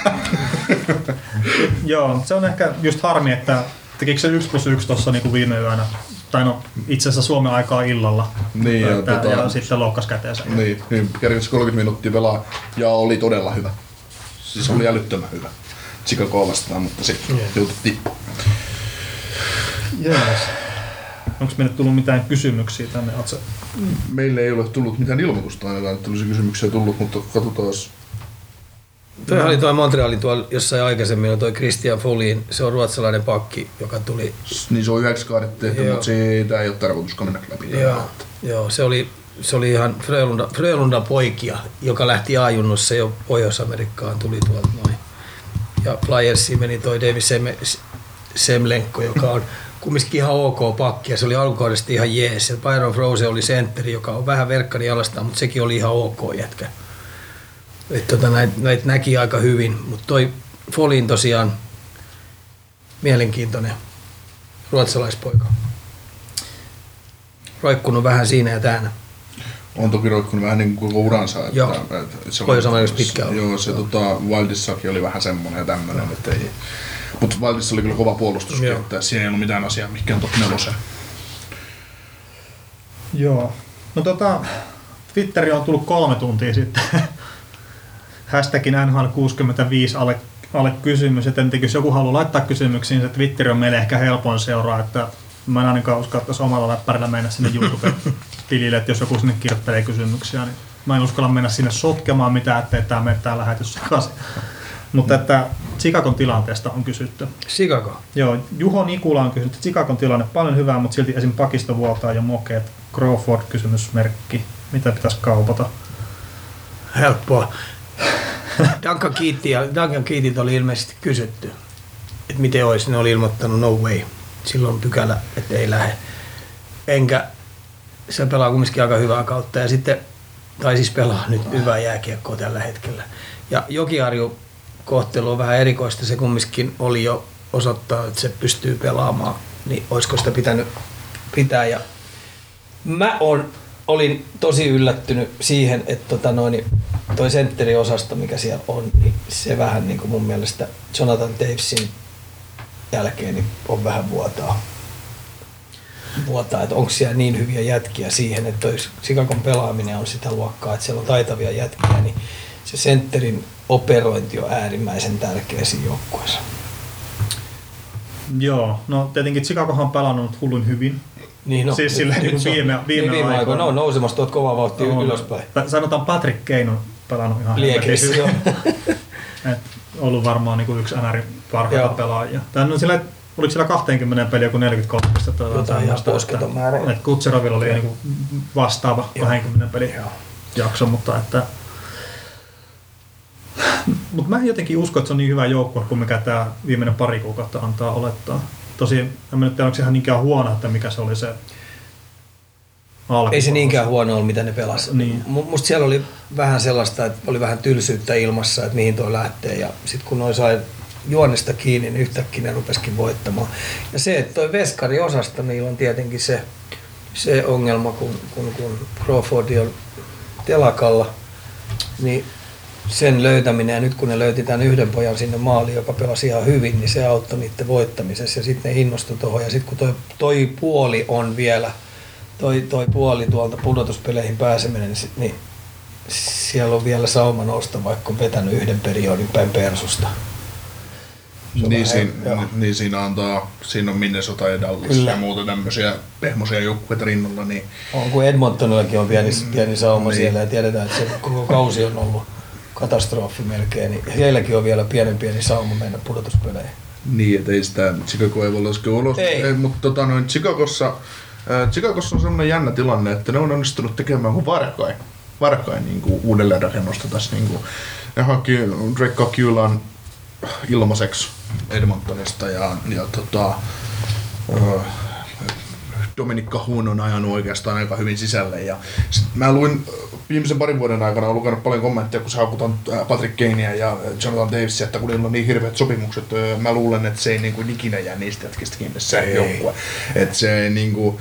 Joo, se on ehkä just harmi, että tekikö se 1+1 tuossa niinku viime yönä, tai no itse asiassa Suomen aikaa illalla, niin, ja sitten loukkas käteensä. Niin kerkesi 30 minuuttia pelaa ja oli todella hyvä. Siis oli älyttömän hyvä. Chicagoa vastaan, mutta sitten joutui tippuun. Yes. Onko meille tullut mitään kysymyksiä tänne, Atse? Meille ei ole tullut mitään ilmoitusta ainakaan, että tulisi kysymyksiä tullut, mutta katsotaan. Tuohan oli tuo Montrealin tuolla jossain aikaisemmin, on tuo Christian Folin, se on ruotsalainen pakki, joka tuli. Niin se on 9 kaudet tehty, mutta siitä ei ole tarkoituskaan mennä läpi. Joo, se oli ihan Frölundan poikia, joka lähti A-junnossa jo Pohjois-Amerikkaan, tuli tuolta noin. Ja Flyersiin meni toi Davis Semlenko, joka on kumminkin ihan ok pakki, ja se oli alkukaudesta ihan jees. Ja Byron Froese oli sentteri, joka on vähän verkkani alastaan, mutta sekin oli ihan ok jätkä. Näitä näki aika hyvin, mutta toi Folin tosiaan mielenkiintoinen ruotsalaispoika. Roikkunut vähän siinä ja täällä. On toki roikkunut vähän niin kuin koko uransa. Joo, Pohjois-Amerikassa pitkään. Joo, se Wildissakin oli vähän semmoinen ja tämmöinen. Mutta Wildissa oli kyllä kova puolustuskin, että siinä ei ollut mitään asiaa mikään top 4. Joo. No Twitteri on tullut 3 tuntia sitten. Hashtagin NHL65 alle kysymys. Et jos joku haluaa laittaa kysymyksiä, niin se Twitteri on meille ehkä helpoin seuraa. Että mä en ainakaan uskaltaisi omalla läppärillä mennä sinne YouTube-tilille, että jos joku sinne kirjoittelee kysymyksiä, niin mä en uskalla mennä sinne sotkemaan mitään, ettei tää mene tää lähetys sekaisin. Mutta että Chicagon tilanteesta on kysytty. Chicago? Joo, Juho Nikula on kysynyt, että Chicagon tilanne paljon hyvää, mutta silti esim. Pakisto vuotaa jo mokeet. Crawford kysymysmerkki. Mitä pitäisi kaupata? Helppoa. Duncan Keithiltä oli ilmeisesti kysytty, että miten olisi. Ne oli ilmoittanut no way. Silloin pykälä, että ei lähde. Enkä se pelaa kumminkin aika hyvää kautta. Ja sitten, tai siis pelaa nyt hyvää jääkiekkoa tällä hetkellä. Ja Jokiharju kohtelu on vähän erikoista, se kumminkin oli jo osoittaa, että se pystyy pelaamaan, niin olisiko sitä pitänyt pitää. Ja mä olin tosi yllättynyt siihen, että toi sentteriosasto, mikä siellä on, niin se vähän niin kuin mun mielestä Jonathan Tavesin jälkeen niin on vähän vuotaa, että onko siellä niin hyviä jätkiä siihen, että toi Chicagon pelaaminen on sitä luokkaa, että siellä on taitavia jätkiä, niin se sentterin operointi on äärimmäisen tärkeä siinä joukkueessa. Joo, no tietenkin Chicagohan on pelannut hullun hyvin. Niin, no, Siis silleen nyt viime aikoina ne on nousemassa tuot kovaa vauhtia ylöspäin. Sanotaan Patrick Kane on pelannut ihan Liekeissä, joo. Ollut varmaan niin kuin yksi NRin parhaita pelaajia. Oliko sillä 20 peliä kuin 43 pistettä? Jotain ihan posketon määrä. Kutserovilla oli niin vastaava 20 pelin jakso, mutta mä en jotenkin usko, että se on niin hyvä joukkue kuin mikä tämä viimeinen pari kuukautta antaa olettaa. Tosi, en nyt tiedä, onko se ihan niinkään huono, että mikä se oli se alku. Ei se niinkään huono ollut, mitä ne pelasivat. Niin. Musta siellä oli vähän sellaista, että oli vähän tylsyyttä ilmassa, että mihin toi lähtee. Ja sitten kun noi sai juonesta kiinni, niin yhtäkkiä ne rupesikin voittamaan. Ja se, että toi veskariosasto, niillä on tietenkin se ongelma, kun Crawford on telakalla, niin sen löytäminen, ja nyt kun ne löyti tämän yhden pojan sinne maaliin, joka pelasi ihan hyvin, niin se auttoi niiden voittamisessa, ja sitten ne innostui tuohon. Ja sitten kun toi puoli on vielä, toi puoli tuolta pudotuspeleihin pääseminen, niin siellä on vielä sauma nousta, vaikka on vetänyt yhden periodin päin persusta. Niin siinä on Minnesota ja Dallas ja muuta tämmöisiä pehmoisia joukkueita rinnalla. Niin on, kun Edmontonillakin on pieni sauma niin siellä, ja tiedetään, että se koko kausi on ollut katastrofi melkein, niin heilläkin on vielä pieni sauma mennä pudotuspeleihin. Niin, ettei sitä Chicago ei voi laskea ulos. Mutta Chicagossa on sellainen jännä tilanne, että ne on onnistunut tekemään kuin varkain niin kuin uudelleenrakennusta tässä. Niin kuin, ne hankki Drake Caculan ilmaiseksi Edmontonista ja Dominic Cahoon on ajanut oikeastaan aika hyvin sisälle. Ja mä luin viimeisen parin vuoden aikana, olen lukenut paljon kommentteja, kun se haukutaan Patrick Kanea ja Jonathan Davisia, että kun niillä on niin hirveät sopimukset, mä luulen, että se ei niin kuin ikinä jää niistä jätkistä kiinni se joukkue. Että se ei niin kuin,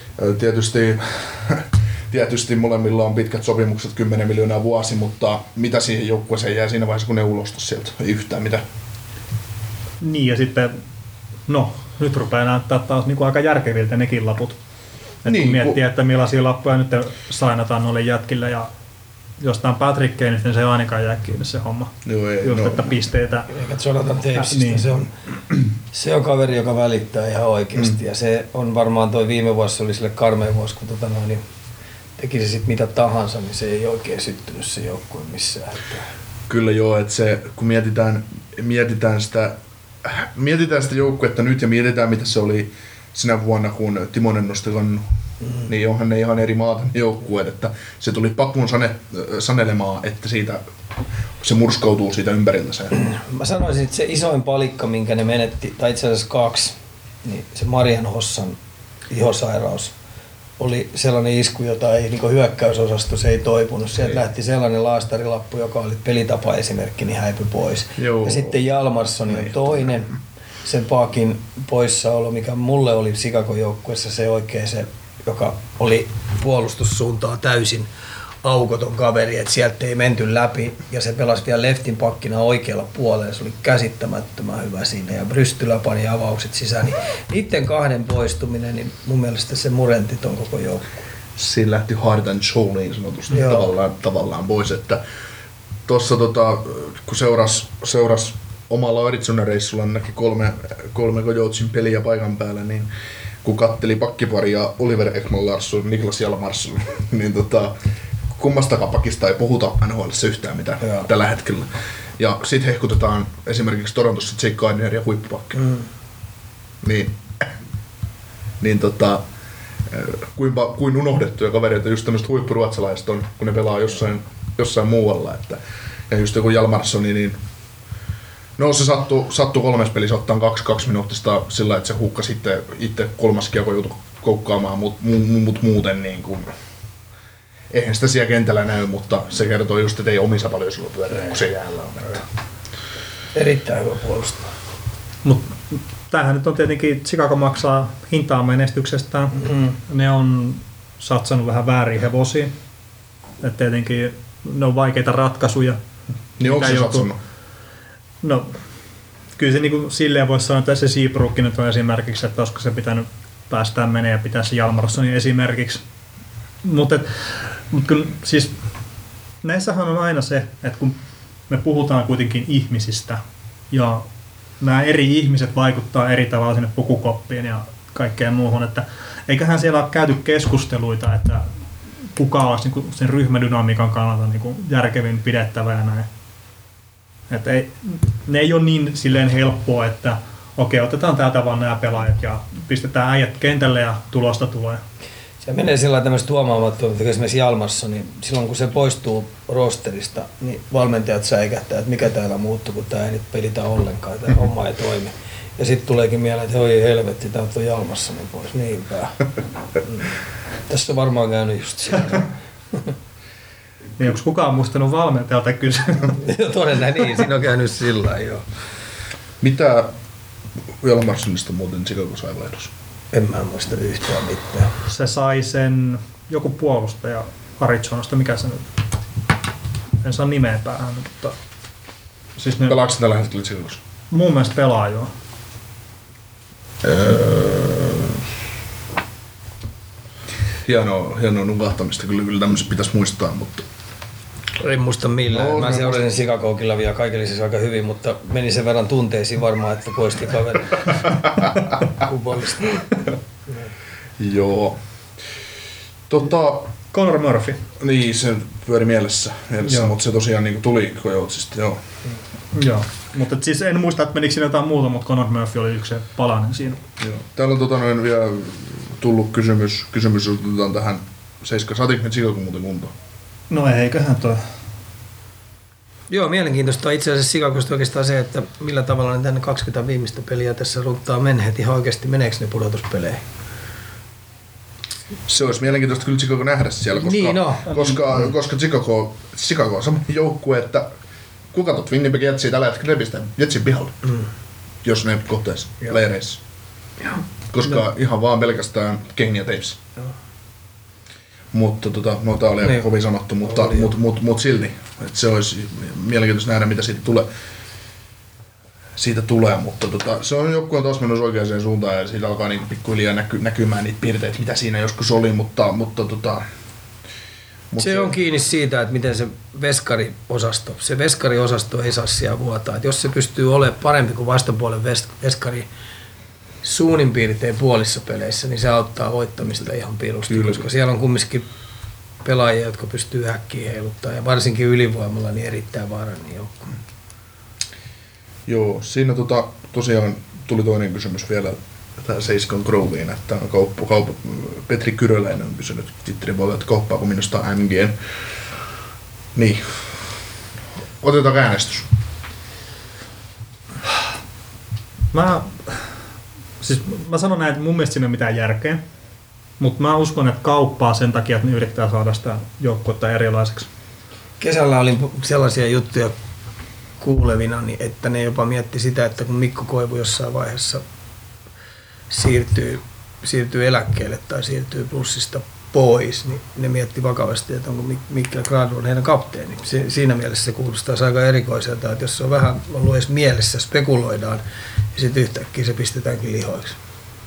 tietysti molemmilla on pitkät sopimukset, 10 miljoonaa vuosi, mutta mitä siihen joukkueeseen jää siinä vaiheessa, kun ne ulosta sieltä? Ei yhtään mitään. Niin, ja sitten, nyt rupeaa näyttää taas niin kuin aika järkeviltä nekin laput. Niin, kun miettii, että millaisia lappuja nyt sainataan noille jätkille, ja jostain Patrick Kaneista, niin se ei ainakaan jää kiinni se homma. Joo, ei, just, että pisteitä. Eikä Jonathan Davesista, niin. Se on kaveri, joka välittää ihan oikeasti. Ja se on varmaan toi viime vuosi oli sille karmea vuosi, kun niin teki se sitten mitä tahansa, niin se ei oikein syttynyt se joukkue missään. Kyllä joo, että se, kun mietitään sitä joukkuetta nyt ja mietitään mitä se oli sinä vuonna, kun Timonen nosti kannun, niin onhan ne ihan eri maata ne joukkueet, että se tuli pakun sanelemaan, että siitä se murskautuu siitä ympäriltä se. Mä sanoisin, että se isoin palikka, minkä ne menetti, tai itse asiassa 2, niin se Marian Hossan ihosairaus oli sellainen isku, jota ei niin hyökkäysosasto se ei toipunut. Sieltä lähti sellainen laastarilappu, joka oli pelitapa esimerkki, niin häipyi pois. Joo. Ja sitten Jalmarsson on toinen, sen Paakin poissaolo, mikä mulle oli Chicagon joukkueessa se oikein se, joka oli puolustussuuntaa täysin aukoton kaveri, että sieltä ei menty läpi ja se pelasi vielä leftin pakkina oikealla puolella, se oli käsittämättömän hyvä siinä ja Brystylä pani avaukset sisään, niin niiden 2 poistuminen, niin mun mielestä se murenti ton koko joukkue. Siinä lähti heart and soul niin sanotusti tavallaan pois, että tuossa kun seuras omalla Arizona-reissulla näki 3 Coyotesin peliä paikan päällä, niin kun katteli pakkiparia Oliver Ekman-Larsson, Niklas Hjalmarsson, niin kummastakaan pakista ei puhuta NHL:ssä yhtään mitään tällä hetkellä. Ja sit hehkutetaan esimerkiksi Torontossa Jake Gardiner ja huippupakki. Kuin unohdettuja kavereita, just tämmöiset huippuruotsalaiset on, kun ne pelaa jossain muualla. Ja just joku Hjalmarssoni, niin se sattui 3 pelissä ottaa 2 minuuttista sillä, että se hukkasi itse 3. kiekko joutui koukkaamaan, mutta muuten niin kuin, eihän sitä siellä kentällä näy, mutta se kertoo just, että ei omissa paljon sulla pyörää, kun se jäällä on. Erittäin hyvä puolustaa. Mutta tämähän nyt on tietenkin, Chicago maksaa hintaa menestyksestään. Ne on satsannut vähän väärin hevosia. Et tietenkin ne on vaikeita ratkaisuja. Niin onko se satsannut? No, kyllä se niin silleen voisi sanoa, että se Seabrook nyt on esimerkiksi, että olisiko se pitänyt päästään menee ja pitää se Hjalmarssonin esimerkiksi. Mutta siis näissähän on aina se, että kun me puhutaan kuitenkin ihmisistä ja nämä eri ihmiset vaikuttaa eri tavalla sinne pukukoppiin ja kaikkeen muuhun, että eiköhän siellä ole käyty keskusteluita, että kuka olisi niin sen ryhmädynamiikan kannalta niin järkevin pidettävä ja näin. Että ne ei ole niin silleen helppoa, että okei, otetaan täältä vaan nämä pelaajat ja pistetään äijät kentälle ja tulosta tulee. Se menee sillä tavalla tämmöistä huomaamattomuutta, että esimerkiksi Jalmassa, niin silloin kun se poistuu rosterista, niin valmentajat säikähtää, että mikä täällä muuttuu, kun tämä ei nyt pelitä ollenkaan, tämä homma ei toimi. Ja sitten tuleekin mieleen, että oi helvetti, tämä on Jalmassa niin pois, niinpä. Tässä on varmaan käynyt just siellä. Niin onko kukaan muistanut valmentajalta kysyä? Todennäköisesti niin, siinä on käynyt sillä lailla, joo. Mitä Jalmarssonista muuten Chicago sai vaihdossa? En mä muista yhtään mitään. Se sai sen joku puolustaja Arizonasta, mikä se nyt? En saa nimeä päähän, mutta... Siis Pelaatko se tällä hetkellä Chicagossa? Mun mielestä pelaa joo. Hienoa nukahtamista, kyllä tämmöistä pitäisi muistaa, mutta... En muista millään. Mä seurasin Chicagoilla vielä kaikille aika hyvin, mutta meni sen verran tunteisiin varmaan, että poisti kaveri kupallista. Joo. Conor Murphy. Niin, se pyöri mielessä mutta se tosiaan niin tuli Coyotesista, joo. Joo, mutta siis en muista, että menikö siinä jotain muuta, mutta Conor Murphy oli yksi palanen siinä. Joo. Täällä on vielä tullut kysymys, jos otetaan tähän 7. Saatiinko me Chicago muuten kuntoon? No eiköhän toi. Joo, mielenkiintoista on itse asiassa Chicagosta oikeastaan se, että millä tavalla ne tänne 20 viimeistä peliä tässä ruttaa menneet ihan oikeasti, meneekö ne pudotuspeleihin? Se olisi mielenkiintoista kyllä Chicago nähdä siellä, koska, niin, no. koska Chicago on semmoinen joukkue, että kun katsot Winnipeg Jetsiä tällä hetkellä, ne pistää Jetsin pihalle, jos ne kohteessa leireissä. Koska ihan vaan pelkästään Kane ja Taves. Mutta tää oli aika kovin sanottu, mutta silti, että se olisi mielenkiintoista nähdä, mitä siitä tulee, mutta se on joku taas mennyt oikeaan suuntaan ja siitä alkaa niinku pikkuhiljaa näkymään niitä piirteitä, mitä siinä joskus oli, mutta se on kiinni siitä, että miten se veskariosasto ei saa siellä vuotaa. Et jos se pystyy olemaan parempi kuin vastapuolen veskari suunnin piirtein puolissa peleissä, niin se auttaa voittamista ihan pirusti, koska siellä on kumminkin pelaajia, jotka pystyy häkkiä heiluttaa ja varsinkin ylivoimalla niin erittäin vaarallinen joukkue. Joo, siinä tosiaan tuli toinen kysymys vielä tähän Seiskon Groveen, että Petri Kyröläinen on kysynyt Twitterin puolella, että kauppaako minusta MGn. Niin, otetaanko äänestys? Mä sanon näin, että mun mielestä siinä ei ole mitään järkeä, mutta mä uskon, että kauppaa sen takia, että ne yrittää saada sitä joukkuetta erilaiseksi. Kesällä oli sellaisia juttuja kuulevina, että ne jopa mietti sitä, että kun Mikko Koivu jossain vaiheessa siirtyy eläkkeelle tai siirtyy plussista pois, niin ne mietti vakavasti, että onko Mikkel Gradlund heidän kapteeni. Siinä mielessä se kuulostaa aika erikoiselta, että jos se on vähän ollut edes mielessä, spekuloidaan, ja sitten yhtäkkiä se pistetäänkin lihoiksi.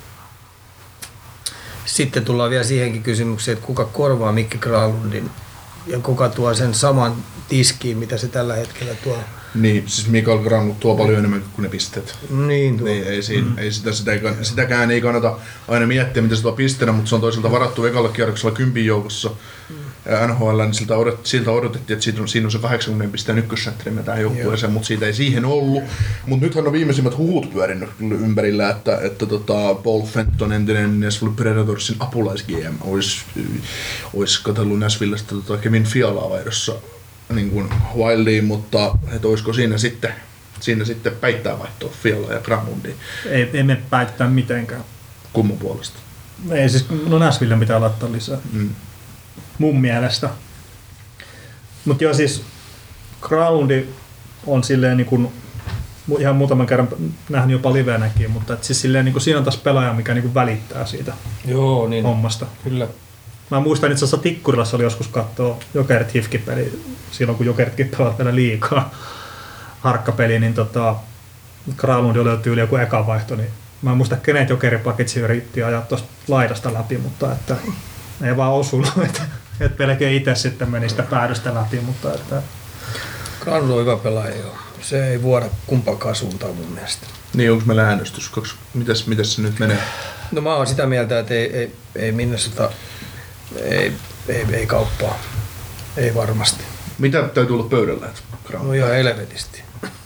Sitten tullaan vielä siihenkin kysymykseen, että kuka korvaa Mikkel Gradlundin ja kuka tuo sen saman tiskiin, mitä se tällä hetkellä tuo. Niin, siis Mikael Granlund tuo paljon enemmän kuin ne pisteet. Niin, sitäkään ei kannata aina miettiä, mitä se tuo pisteenä, mutta se on toisaalta varattu ekalla kierroksella 10 joukossa. NHL, niin siltä odotettiin, että siinä on se 80 pisteen ykkössentteri tähän joukkueeseen, mutta siitä ei siihen ollut. Mutta nythän on viimeisimmät huhut pyörinyt ympärillä, että Paul Fenton, entinen Nashville Predatorsin apulais-GM, olisi katsellut Nashvillesta Kevin Fialaa vaihdossa niin kuin Wildiin, mutta että olisiko siinä sitten päittää vaihtoa Fialaa ja Granlundia? Ei me päittää mitenkään. Kumman puolesta? Ei siis, no Nashville pitää laittaa lisää. Mun mielestä. Mutta joo siis Granlundi on silleen niin kuin, ihan muutaman kerran nähnyt jopa livenäkin, mutta et siis silleen niin kuin siinä on taas pelaaja, mikä niin kuin välittää siitä hommasta. Kyllä. Mä muistan itse asiassa Tikkurilassa oli joskus katsoa Jokerit Hifki-peli, silloin kun Jokeritkin pelaa vielä liikaa harkkapeli, niin Granlundi oli tyyli joku eka vaihto, niin mä en muista kenet Jokeripakitsi yritti ajaa tuosta laidasta läpi, mutta että ei vaan osunut, että melkein itse sitten meni sitä päädystä läpi, mutta että... Granlund on hyvä pelaaja, joo. Se ei vuoda kumpakaan suuntaan mun mielestä. Niin, onko meillä äänestys? Mitäs se nyt menee? No mä oon sitä mieltä, että ei Minnesota, ei kauppaa. Ei varmasti. Mitä täytyy olla pöydällä? No ihan helvetisti.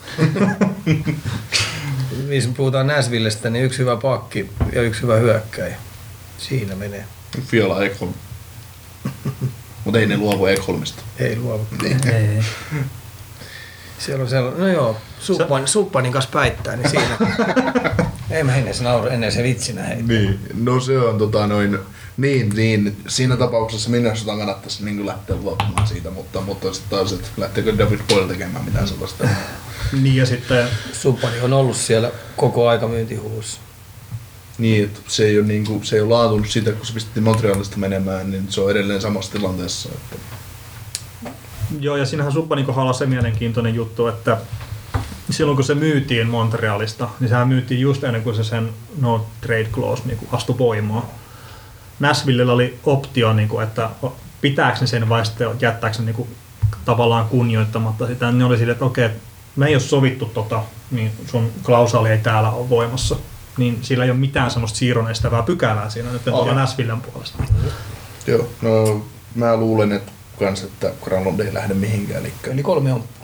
Missä puhutaan Nashvillestä, niin yksi hyvä pakki ja yksi hyvä hyökkäjä. Siinä menee. Fiala Ekholm. Mutta ei ne luovu Ekholmista. Ei luovu. Ei. Siellä on sellainen, no joo, Suppanin kanssa päittää, niin siinä. Ei mä ennen se vitsinä heitä. Niin, no se on niin, siinä tapauksessa Minnesota kannattaisi niin lähteä luopumaan siitä, mutta sitten taas, että lähteekö David Boyle tekemään mitään sellaista. Niin ja sitten... Suppani on ollut siellä koko aika myyntihuussa. Niin, että se ei ole laatunut siitä, kun se pistettiin Montrealista menemään, niin se on edelleen samassa tilanteessa. Että... Joo, ja siinähän Subbanin kohdalla on se mielenkiintoinen juttu, että silloin kun se myytiin Montrealista, niin sehän myytiin just ennen kuin se sen no trade clause niin astui voimaan. Nashvillellä oli optio, niin kuin, että pitääkö ne sen vai sitten jättääkö ne niin tavallaan kunnioittamatta sitä. Ne oli sille, että okei, me ei ole sovittu niin sun klausaali ei täällä ole voimassa. Niin sillä ei ole mitään semmoista siirron estävää pykälää siinä nyt Nashvillen puolesta. Joo, no mä luulen, että Granlund ei lähde mihinkään. Eli 3 on.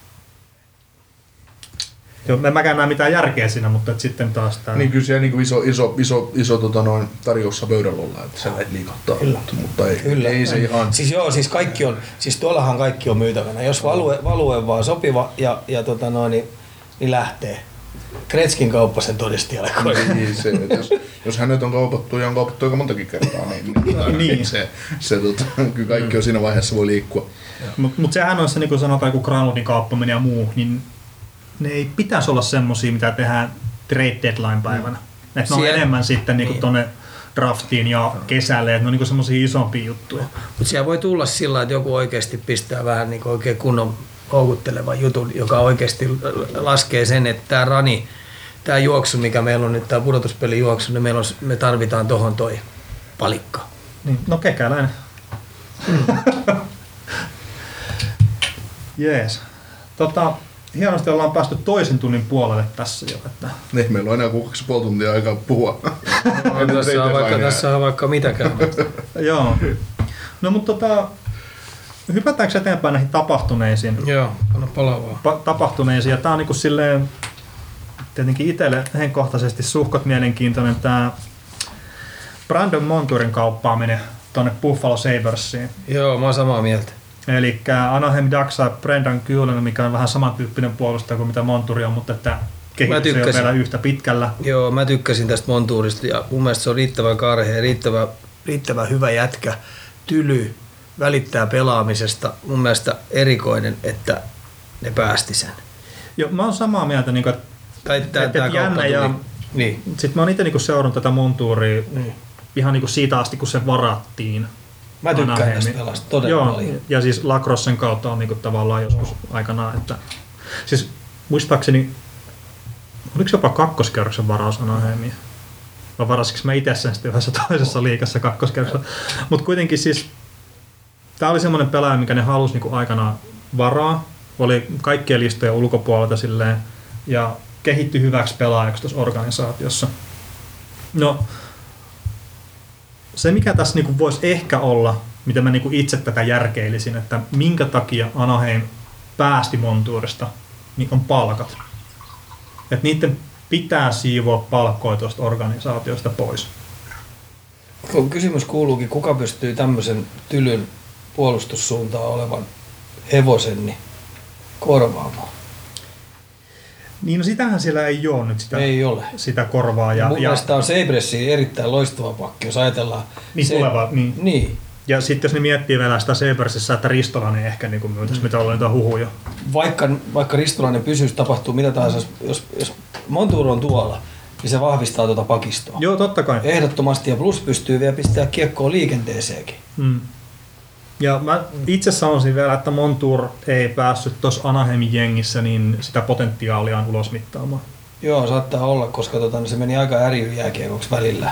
Joo, en mäkään näe mitään järkeä siinä, mutta sitten taas tää... Niin kyllä siellä niin iso tarjoussa pöydällä olla, että se lähdet liikahtaa, mutta ei se ihan... Siis kaikki on, siis tuollahan kaikki on myytävänä. Jos value vaan sopiva ja niin lähtee. Kretskin kauppa sen todisti alkoin. Niin, se, jos hänet on kaupattu ja on kaupattu aika montakin kertaa, niin se kyllä kaikki on siinä vaiheessa voi liikkua. Mutta sehän on se, niin kuin sanotaan, kun Granlundin kauppaminen ja muu, niin ne ei pitäisi olla semmosia, mitä tehdään trade deadline päivänä. Että ne on enemmän sitten niin tuonne draftiin ja kesälle, että ne on niin semmosia isompia juttuja. Mutta siellä voi tulla sillä, että joku oikeasti pistää vähän niin oikein kunnon houkuttelevan jutun, joka oikeasti laskee sen, että tämä juoksu, mikä meillä on nyt, tämä pudotuspelijuoksu, niin me tarvitaan tohon toi palikka. Niin, no Kekäläinen. Jees. Hienosti ollaan päästy toisen tunnin puolelle tässä jo. Että... Niin, meillä on enää 2,5 tuntia aikaa puhua. Tässä on vaikka mitäkään. Joo. No mutta hypätäänkö eteenpäin näihin tapahtuneisiin? Joo, anna palaa vaan. Tapahtuneisiin. Ja tää on niinku silleen, tietenkin itselle henkkohtaisesti suhkot mielenkiintoinen tää Brandon Montourin kauppaaminen tonne Buffalo Sabersiin. Joo, mä oon samaa mieltä. Eli Anaheim Ducks saa Brendan Gulen, mikä on vähän samantyyppinen puolustaja kuin mitä Montour on, mutta että kehitys ei ole vielä yhtä pitkällä. Joo, mä tykkäsin tästä Montourista ja mun mielestä se on riittävän karhea, riittävän hyvä jätkä, tyly, välittää pelaamisesta. Mun mielestä erikoinen, että ne päästi sen. Joo, mä oon samaa mieltä, että jännä ja niin. Sitten mä oon itse seurannut tätä Montouria ihan siitä asti, kun se varattiin. Mä tykkään tästä pelasta todella paljon. Ja siis Lacrossen kautta on tavallaan joskus aikanaan, että siis muistaakseni, oliko jopa kakkoskerroksen varaus Anaheimia? Vai varasinko mä itse sen sitten yhdessä toisessa liigassa kakkoskerroksella? Mutta kuitenkin siis, tää oli semmoinen pelaaja, mikä ne halusi aikanaan varaa. Oli kaikkien listojen ulkopuolelta silleen, ja kehittyi hyväksi pelaajaksi tuossa organisaatiossa. No, se mikä tässä voisi ehkä olla, mitä mä itse tätä järkeilisin, että minkä takia Anaheim päästi Montourista, niin on palkat. Että niiden pitää siivoa palkkoja tuosta organisaatiosta pois. Kysymys kuuluukin, kuka pystyy tämmöisen tylyn puolustussuuntaan olevan hevosen niin korvaamaan? Niin no sitähän siellä ei ole nyt sitä korvaa. Mun mielestä on Sabresin erittäin loistava pakki, jos ajatellaan. Niin. Ja sitten jos ne miettii vielä sitä Sabresissä, että Ristolainen ehkä myytäisi, mitä ollaan niitä huhuja. Vaikka Ristolainen pysyisi, tapahtuu mitä tahansa, jos Montour on tuolla, niin se vahvistaa tuota pakistoa. Joo, totta kai. Ehdottomasti, ja plus pystyy vielä pistämään kiekkoa liikenteeseenkin. Ja mä itse sanoisin vielä, että Montour ei päässyt tuossa Anaheimin jengissä niin sitä potentiaaliaan ulosmittaamaan. Joo, saattaa olla, koska se meni aika jääkiekoksi välillä.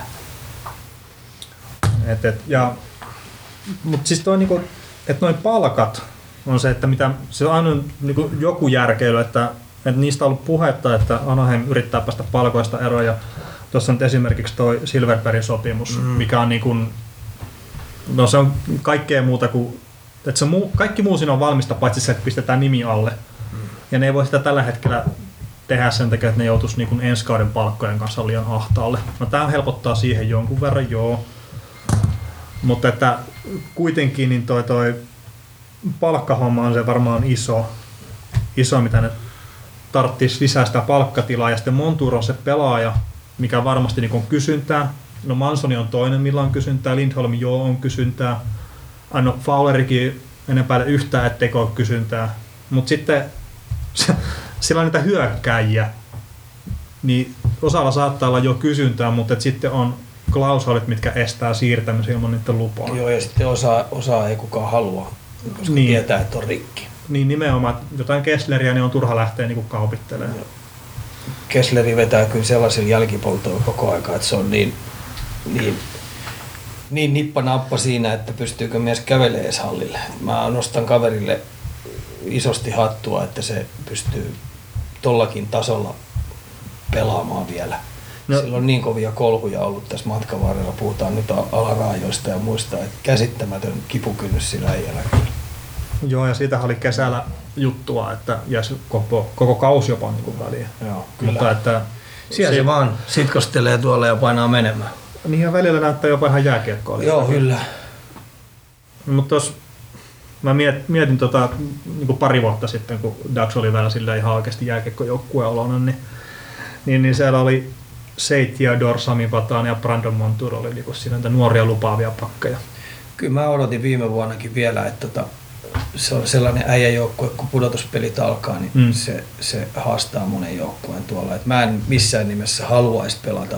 Mutta siis toi että noin palkat on se, että mitä se on aina joku järkeily, että että niistä on ollut puhetta, että Anaheim yrittää päästä palkoista eroon ja tuossa on esimerkiksi toi Silverbergin sopimus, mikä on niin kuin, no se on kaikkea muuta kuin, että se kaikki muu siinä on valmista, paitsi se, että pistetään nimi alle. Ja ne ei voi sitä tällä hetkellä tehdä sen takia, että ne joutuisi niin kuin ensi kauden palkkojen kanssa liian ahtaalle. No tämä helpottaa siihen jonkun verran, joo. Mutta että kuitenkin niin toi palkkahomma on se varmaan iso mitä ne tarvitsisi lisää sitä palkkatilaa. Ja sitten Montour on se pelaaja, mikä varmasti niin on kysyntää. No Mansoni on toinen, millä on kysyntää. Lindholm on kysyntää. Aino Fowlerikin enempää yhtään, etteikö ole kysyntää. Mutta sitten sillä on niitä hyökkääjiä, niin osalla saattaa olla jo kysyntää, mutta sitten on klausuulit, mitkä estää siirtämisen ilman niiden lupaa. Joo, ja sitten osaa ei kukaan halua, koska niin. Tietää, että on rikki. Niin nimenomaan, jotain Kessleriä, niin on turha lähteä niin kaupittelemaan. Kessleri vetää kyllä sellaisen jälkipoltoon koko aika, että se on niin nippa-nappa siinä, että pystyykö mies kävelemään edes hallille. Mä nostan kaverille isosti hattua, että se pystyy tollakin tasolla pelaamaan vielä. No. Sillä on niin kovia kolhuja ollut tässä matkan varrella, puhutaan nyt alaraajoista ja muista, että käsittämätön kipukynnys sillä äijällä. Joo, ja siitä oli kesällä juttua, että jäisi koko kausi jopa niin kuin väliin. Joo, kyllä. Mutta että siellä se vaan sitkostelee tuolla ja painaa menemään. Niin ja välillä näyttää jopa ihan jääkiekkoa. Joo, kyllä. Mutta mä mietin niin kuin pari vuotta sitten, kun Dax oli vielä sillä ihan oikeasti jääkiekkojoukkueen oloinen, niin siellä oli Seitiador, Sami Vatanen ja Brandon Montour oli niin siinä niitä nuoria lupaavia pakkeja. Kyllä mä odotin viime vuonnakin vielä, että se on sellainen äijäjoukkue, kun pudotuspelit alkaa, niin se haastaa monen joukkueen tuolla. Et mä en missään nimessä haluaisi pelata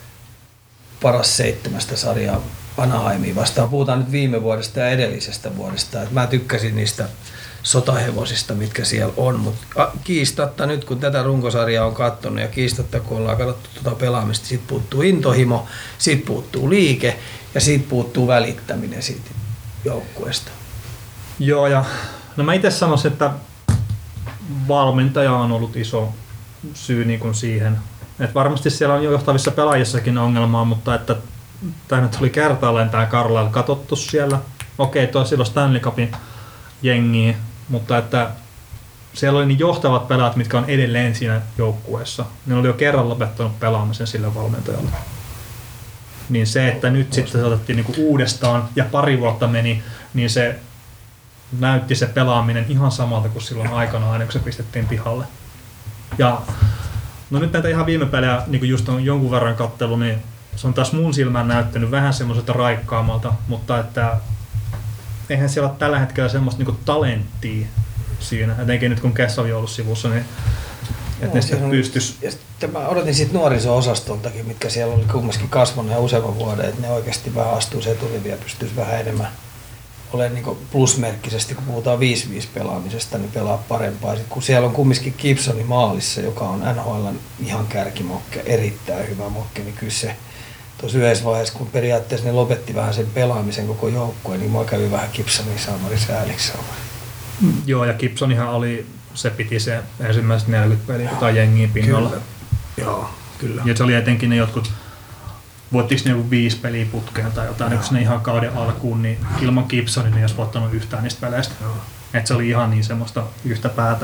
paras 7 sarjaa Anaheimiin vastaan. Puhutaan nyt viime vuodesta ja edellisestä vuodesta. Et mä tykkäsin niistä sotahevosista, mitkä siellä on, mutta kiistatta nyt kun tätä runkosarjaa on katsonut ja kiistatta kun ollaan katsottu tuota pelaamista, siitä puuttuu intohimo, siitä puuttuu liike ja siitä puuttuu välittäminen siitä joukkueesta. Joo, ja no mä itse sanoisin, että valmentaja on ollut iso syy niin kuin siihen. Et varmasti siellä on jo johtavissa pelaajissakin ongelmaa, mutta että tämä nyt oli kertaalleen tämä Carlisle katsottu siellä. Okei, toi silloin Stanley Cupin jengiä, mutta että siellä oli niin johtavat pelaajat, mitkä on edelleen siinä joukkueessa. Ne oli jo kerran lopettanut pelaamisen sille valmentajalle. Niin se, että nyt sitten se otettiin niinku uudestaan ja pari vuotta meni, niin se näytti se pelaaminen ihan samalta kuin silloin aikanaan, aina kun se pistettiin pihalle. Ja no nyt näitä ihan viime pelejä, niin kuin just on jonkun verran kattelu, niin se on taas mun silmään näyttänyt vähän semmoiselta raikkaammalta, mutta että eihän siellä ole tällä hetkellä semmoista niinku talenttia siinä, etenkin nyt kun Kessel on ollut sivussa, niin että ne sitten pystyisi. Mä odotin siitä nuoriso-osastoltakin, mitkä siellä oli kumminkin kasvanut ja useamman vuoden, että ne oikeasti vähän astuisi etuliviä ja pystyisi vähän enemmän olemaan niin plusmerkkisesti, kun puhutaan 5-5 pelaamisesta, niin pelaa parempaa. Sitten kun siellä on kumminkin Gibsoni maalissa, joka on NHL:n ihan kärkimokke, erittäin hyvä mokke, niin kyllä se tuossa yhdessä vaiheessa, kun periaatteessa ne lopetti vähän sen pelaamisen koko joukkueen, niin mua kävi vähän Gibsonin saamari sääliksi. Joo, ja Gibsonihan oli, se piti se ensimmäiset 40 peliä tai jengiä pinnalla. Kyllä. Joo, kyllä. Ja se oli etenkin ne jotkut, voittiko ne joku 5 peliä putkeen tai jotain, kun ne ihan kauden alkuun, niin ilman Gibsonia ne ei olisi voittanut yhtään niistä peleistä. Että se oli ihan niin semmoista yhtä päätä.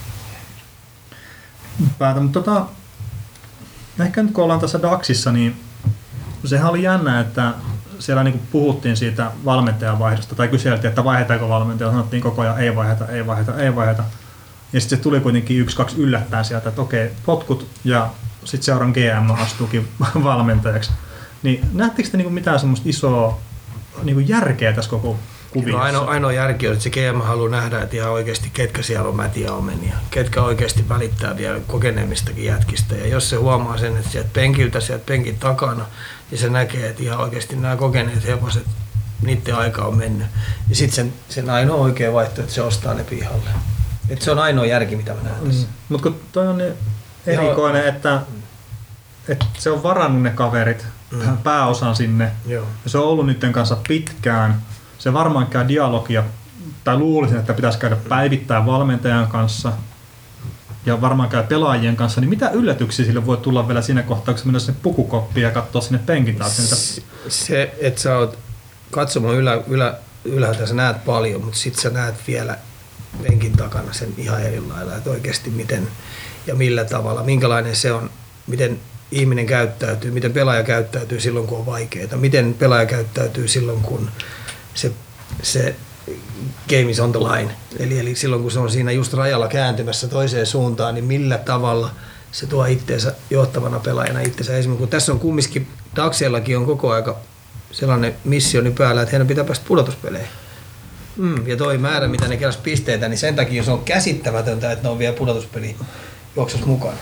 Mutta ehkä nyt kun ollaan tässä Daxissa, niin sehän oli jännä, että siellä niin puhuttiin siitä valmentajan vaihdosta, tai kyseltiin, että vaihdetaanko valmentaja, sanottiin koko ajan ei vaihdeta. Ja sitten se tuli kuitenkin 1-2 yllättäen sieltä, että okei, potkut ja sitten seuran GM astuukin valmentajaksi. Niin näettekö te mitään semmoista isoa järkeä tässä koko kuviossa? No ainoa järki on, että se GM haluaa nähdä, että ihan oikeasti ketkä siellä on mätiä omenia. Ketkä oikeasti välittää vielä kokeneemmistakin jätkistä. Ja jos se huomaa sen, että sieltä penkin takana, niin se näkee, että ihan oikeasti nämä kokeneet hevoset, niiden aika on mennyt. Ja sitten sen ainoa oikea vaihtoehto, että se ostaa ne pihalle. Että se on ainoa järki, mitä mä näen tässä. Mutta kun toi on niin erikoinen, että se on varannut ne kaverit pääosan sinne. Joo. Ja se on ollut niiden kanssa pitkään. Se varmaan käy dialogia, tai luulisin, että pitäisi käydä päivittäin valmentajan kanssa. ja varmaan käy pelaajien kanssa, niin mitä yllätyksiä sille voi tulla vielä siinä kohtaa, kun sä mennä sinne pukukoppiin ja katsoa sinne penkin taakse? Se, että sä oot katsomaan ylhäältä, sä näet paljon, mutta sit sä näet vielä penkin takana sen ihan eri lailla, että oikeasti miten ja millä tavalla, minkälainen se on, miten ihminen käyttäytyy, miten pelaaja käyttäytyy silloin, kun on vaikeaa, miten pelaaja käyttäytyy silloin, kun se game is on the line, eli silloin, kun se on siinä just rajalla kääntymässä toiseen suuntaan, niin millä tavalla se tuo itteensä johtavana pelaajana itseensä. Esimerkiksi kun tässä on kumminkin, Daxiellakin on koko aika sellainen missioni päällä, että heidän pitää päästä pudotuspeleihin. Ja toi määrä, mitä ne keräs pisteitä, niin sen takia se on käsittämätöntä, että ne on vielä pudotuspeli juoksussa mukana.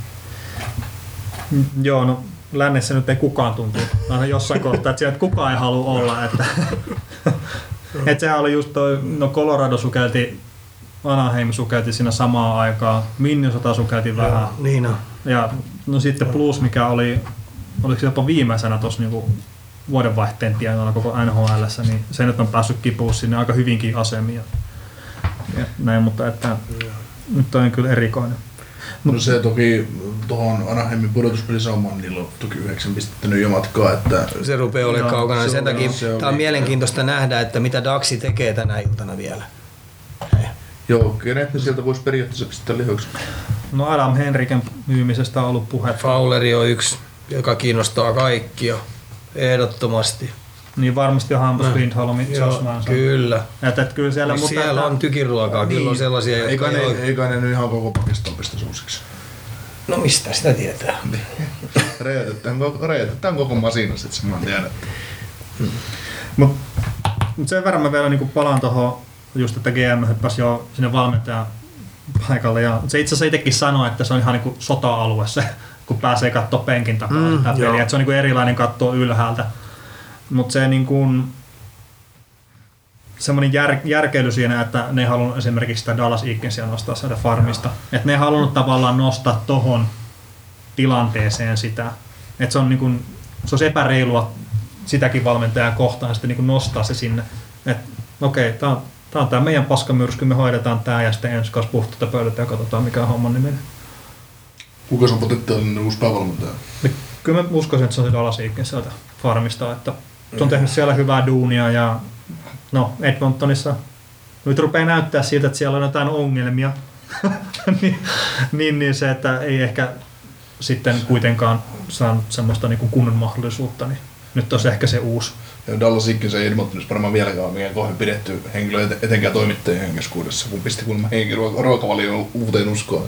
Joo, no lännessä nyt ei kukaan tuntuu. Aina jossain kohtaa, että sieltä kukaan ei halua olla. Että sehän oli just toi, no Colorado sukelti, Anaheim sukelti siinä samaan aikaan, Minnesota sukelti vähän. Niin on. Ja no sitten plus, mikä oli, oliko se jopa viimeisenä tuossa niinku vuodenvaihteen tienoilla koko NHL:ssä, niin se nyt on päässyt kipuun sinne aika hyvinkin asemiin. Ja näin, mutta että nyt on kyllä erikoinen. No se toki tuohon Anaheimin pudotuspelisaumaan niillä on toki 9 pistettä nyt jo matkaa. Että se rupeaa olemaan kaukana. Sen takia tämä on niin. mielenkiintoista nähdä, että mitä Daxi tekee tänä iltana vielä. Joo, kenet ne sieltä voisi periaatteessa pistää lihoiksi? No Adam Henriken myymisestä on ollut puhetta. Fowleri on yksi, joka kiinnostaa kaikkia. Ehdottomasti. Niin varmasti on Hampus Lindholm, Josh Manson. Kyllä. Että kyllä siellä, niin mutta siellä on tykiruokaa, niin. Kyllä on sellaisia, jotka eikä ne nyt ihan koko pakiston pistä suusiksi. No mistä sitä tietää? Reetetään koko masina sit sen mä tiedän. Mut sen verran mä vielä niinku palaan tohon, just että GM hyppäsi jo sinne valmentajan paikalle. Ja se itse asiassa itsekin sanoi, että se on ihan niinku sota-alue se, kun pääsee katsoa penkin takaa sitä peliä. Et se on niinku erilainen katsoa ylhäältä. Mutta se niinku, semmoinen järkeily siinä, että ne ei halunnut esimerkiksi sitä Dallas Eakinsia nostaa sieltä farmista. Että ne ei halunnut tavallaan nostaa tohon tilanteeseen sitä. Että se on niinku, se olisi epäreilua sitäkin valmentajaa kohtaan sitten niinku nostaa se sinne. Että okei, tää on tää meidän paskamyrsky, me hoidetaan tää ja sitten ensi kanssa puhtaita pöydät ja katsotaan mikä on homman niminen. Kuka se on potentiaalinen uusi päävalmentaja? Kyllä mä uskoisin, että se on se Dallas Eakins sieltä farmista, että se on tehnyt siellä hyvää duunia ja no Edmontonissa nyt rupeaa näyttää siltä, että siellä on jotain ongelmia. niin se, että ei ehkä sitten kuitenkaan saanut semmoista niin kuin kunnon mahdollisuutta, niin nyt olisi ehkä se uusi. Ja Dallas Eakins ei Edmontonissa varmaan vieläkään mikään kohden pidetty henkilö etenkään toimittajien keskuudessa, kun pisti kuulemma ruokavalioon uuteen uskoon.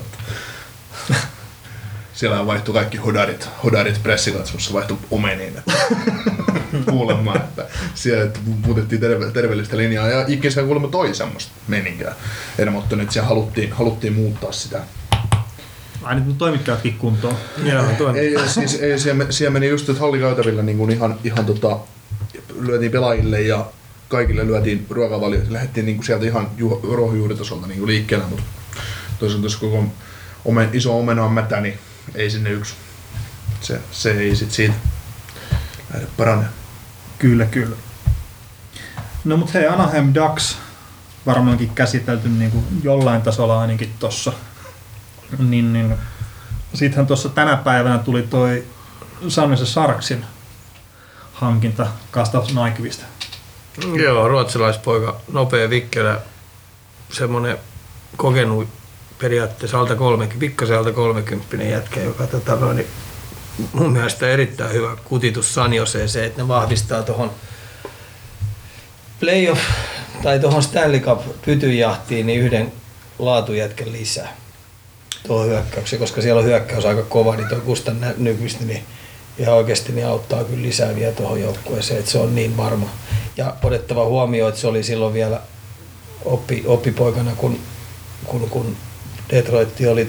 Siellä vaihtui kaikki hodarit pressikatsomussa, vaihtui omeniin. Kuulemma, että siellä muutettiin terveellistä linjaa ja Eakinshän kuulemma toi semmoista meninkää Edmonton, että siellä haluttiin muuttaa sitä. Ai nyt toimittajatkin kuntoon. Ei, siellä meni just, että hallikäytävillä niin ihan lyötiin pelaajille ja kaikille lyötiin ruokavalioita. Lähdettiin niin sieltä ihan ruohonjuuritasolta niin liikkeelle, mutta toisaalta jos koko iso omena on mätä, niin ei sinne yksi. Se ei sit siitä lähde parane. Kyllä. No mut hei, Anaheim Ducks varmaankin käsitelty niin kuin jollain tasolla ainakin tossa. Niin. Sittenhän tuossa tänä päivänä tuli toi San Jose Sharksin hankinta Gustav Nyquist. Joo, ruotsalaispoika, nopea vikkelä, semmonen kokenut periaatteessa pikkasen alta 30 jätkä, joka mun mielestä erittäin hyvä kutitus San Joseen se, että ne vahvistaa tuohon playoff tai tuohon Stanley Cup pytyjahtiin niin yhden laatujätkän lisää tuohon hyökkäykseen, koska siellä on hyökkäys aika kova, niin tuo Gustav Nyquist niin ihan oikeasti niin auttaa kyllä lisää vielä tuohon joukkueeseen, että se on niin varma. Ja otettava huomioon, että se oli silloin vielä oppipoikana, kun Detroit oli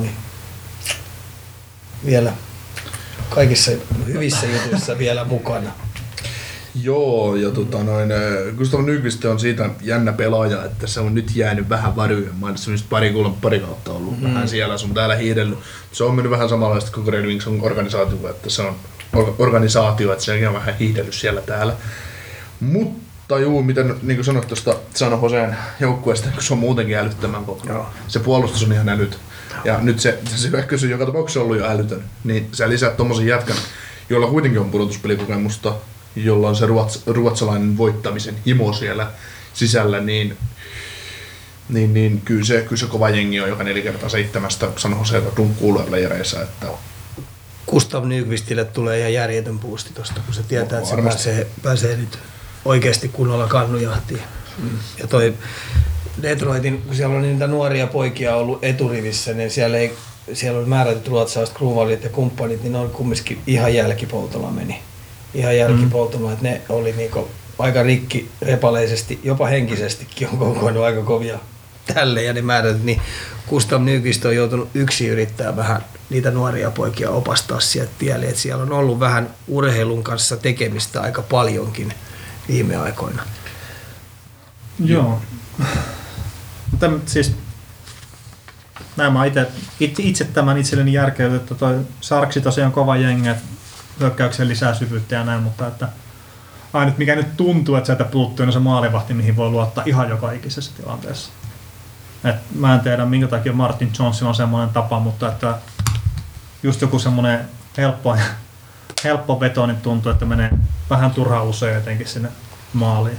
vielä kaikissa hyvissä jutuissa vielä mukana. Joo, ja Gustav Nyquist on siitä jännä pelaaja, että se on nyt jäänyt vähän varjojen. Mä olen pari kautta ollut vähän siellä sun täällä hiidellyt. Se on mennyt vähän samanlaista kuin Red Wings on organisaatio, että se on organisaatio, että se on vähän hiidellyt siellä täällä. Mutta juu, mitä niin sanoit tuosta San Joseen joukkueesta, kun se on muutenkin älyttömän koko. Se puolustus on ihan Ja nyt se hyökkäys on joka tapauksessa ollut jo älytön. Niin sä lisäät tommosen jätkän, jolla kuitenkin on pudotuspelikokemusta, jolla on se ruotsalainen voittamisen himo siellä sisällä, niin kyllä se kova jengi on, joka 4x7 San Joseelta dunkkuulee playereissa. Että Gustav Nyqvistille tulee ihan järjetön boosti tosta, kun se tietää, että se pääsee nyt oikeasti kunnolla kannujahtiin. Ja toi Detroitin, kun siellä on niitä nuoria poikia ollut eturivissä, niin siellä on määrätyt ruotsalaiset Kruunvallit ja kumppanit, niin ne on kumminkin ihan jälkipoltolla meni. Ihan jälkipoltolla, että ne oli niinku aika rikki repaleisesti, jopa henkisestikin on kokoinut aika kovia tälle ja ne määrätyt, niin Gustav Nyqvist on joutunut yksin yrittää vähän niitä nuoria poikia opastaa sieltä tielle, että siellä on ollut vähän urheilun kanssa tekemistä aika paljonkin viime aikoina. Joo. Mutta siis näin mä itse tämän itselleni järkeytän, että toi Sarksi tosiaan kova jengi, hyökkäyksen lisää syvyyttä ja näin, mutta että ainut mikä nyt tuntuu, että sieltä puuttuu, on se maalivahti, mihin voi luottaa ihan joka ikisessä tilanteessa. Et mä en tiedä minkä takia Martin Johnson on semmoinen tapa, mutta että just joku semmoinen helppo veto, niin tuntuu, että menee vähän turhaan usein jotenkin sinne maaliin.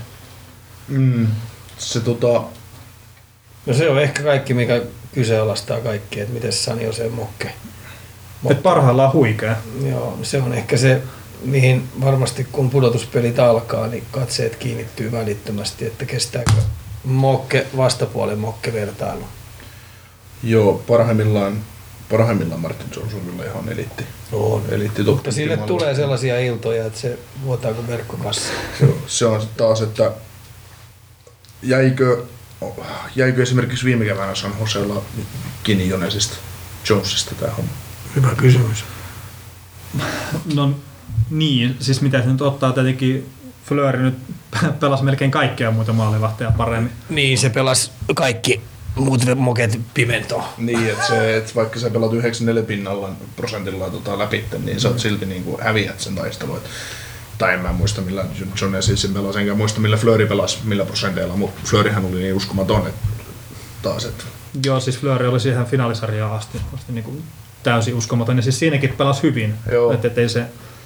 No se on ehkä kaikki, mikä kyseenalaistaa kaikki, että miten San Jose mokke. Et parhaillaan huikea. Joo, se on ehkä se, mihin varmasti kun pudotuspelit alkaa, niin katseet kiinnittyy välittömästi, että kestääkö vastapuolen vertailu. Joo, parhaimmillaan Martin Johnsonilla ihan eliitti. Mutta sille tulee sellaisia iltoja, että se vuotaa kuin verkkokassa. Se on taas, että jäikö esimerkiksi viime keväänä San Josella kiinni Jonesista, Jonesista tämä homma? Hyvä kysymys. No niin, siis mitä se nyt ottaa tietenkin, Fleury nyt pelasi melkein kaikkia muita maalivahteja paremmin. Niin, se pelasi kaikki muut moket pimentoon. Niin, että vaikka sä pelat 94% läpi, niin sä oot silti niin kuin häviät sen taistelun. Tai en mä muista millä Jones sen pelasi, enkä muista millä Fleury pelasi, millä prosenteilla, mutta Fleuryhän oli niin uskomaton, että taas. Että joo, siis Fleury oli siihen finaalisarjaan asti niin kuin täysin uskomaton, ja siis siinäkin pelasi hyvin. Että ei se...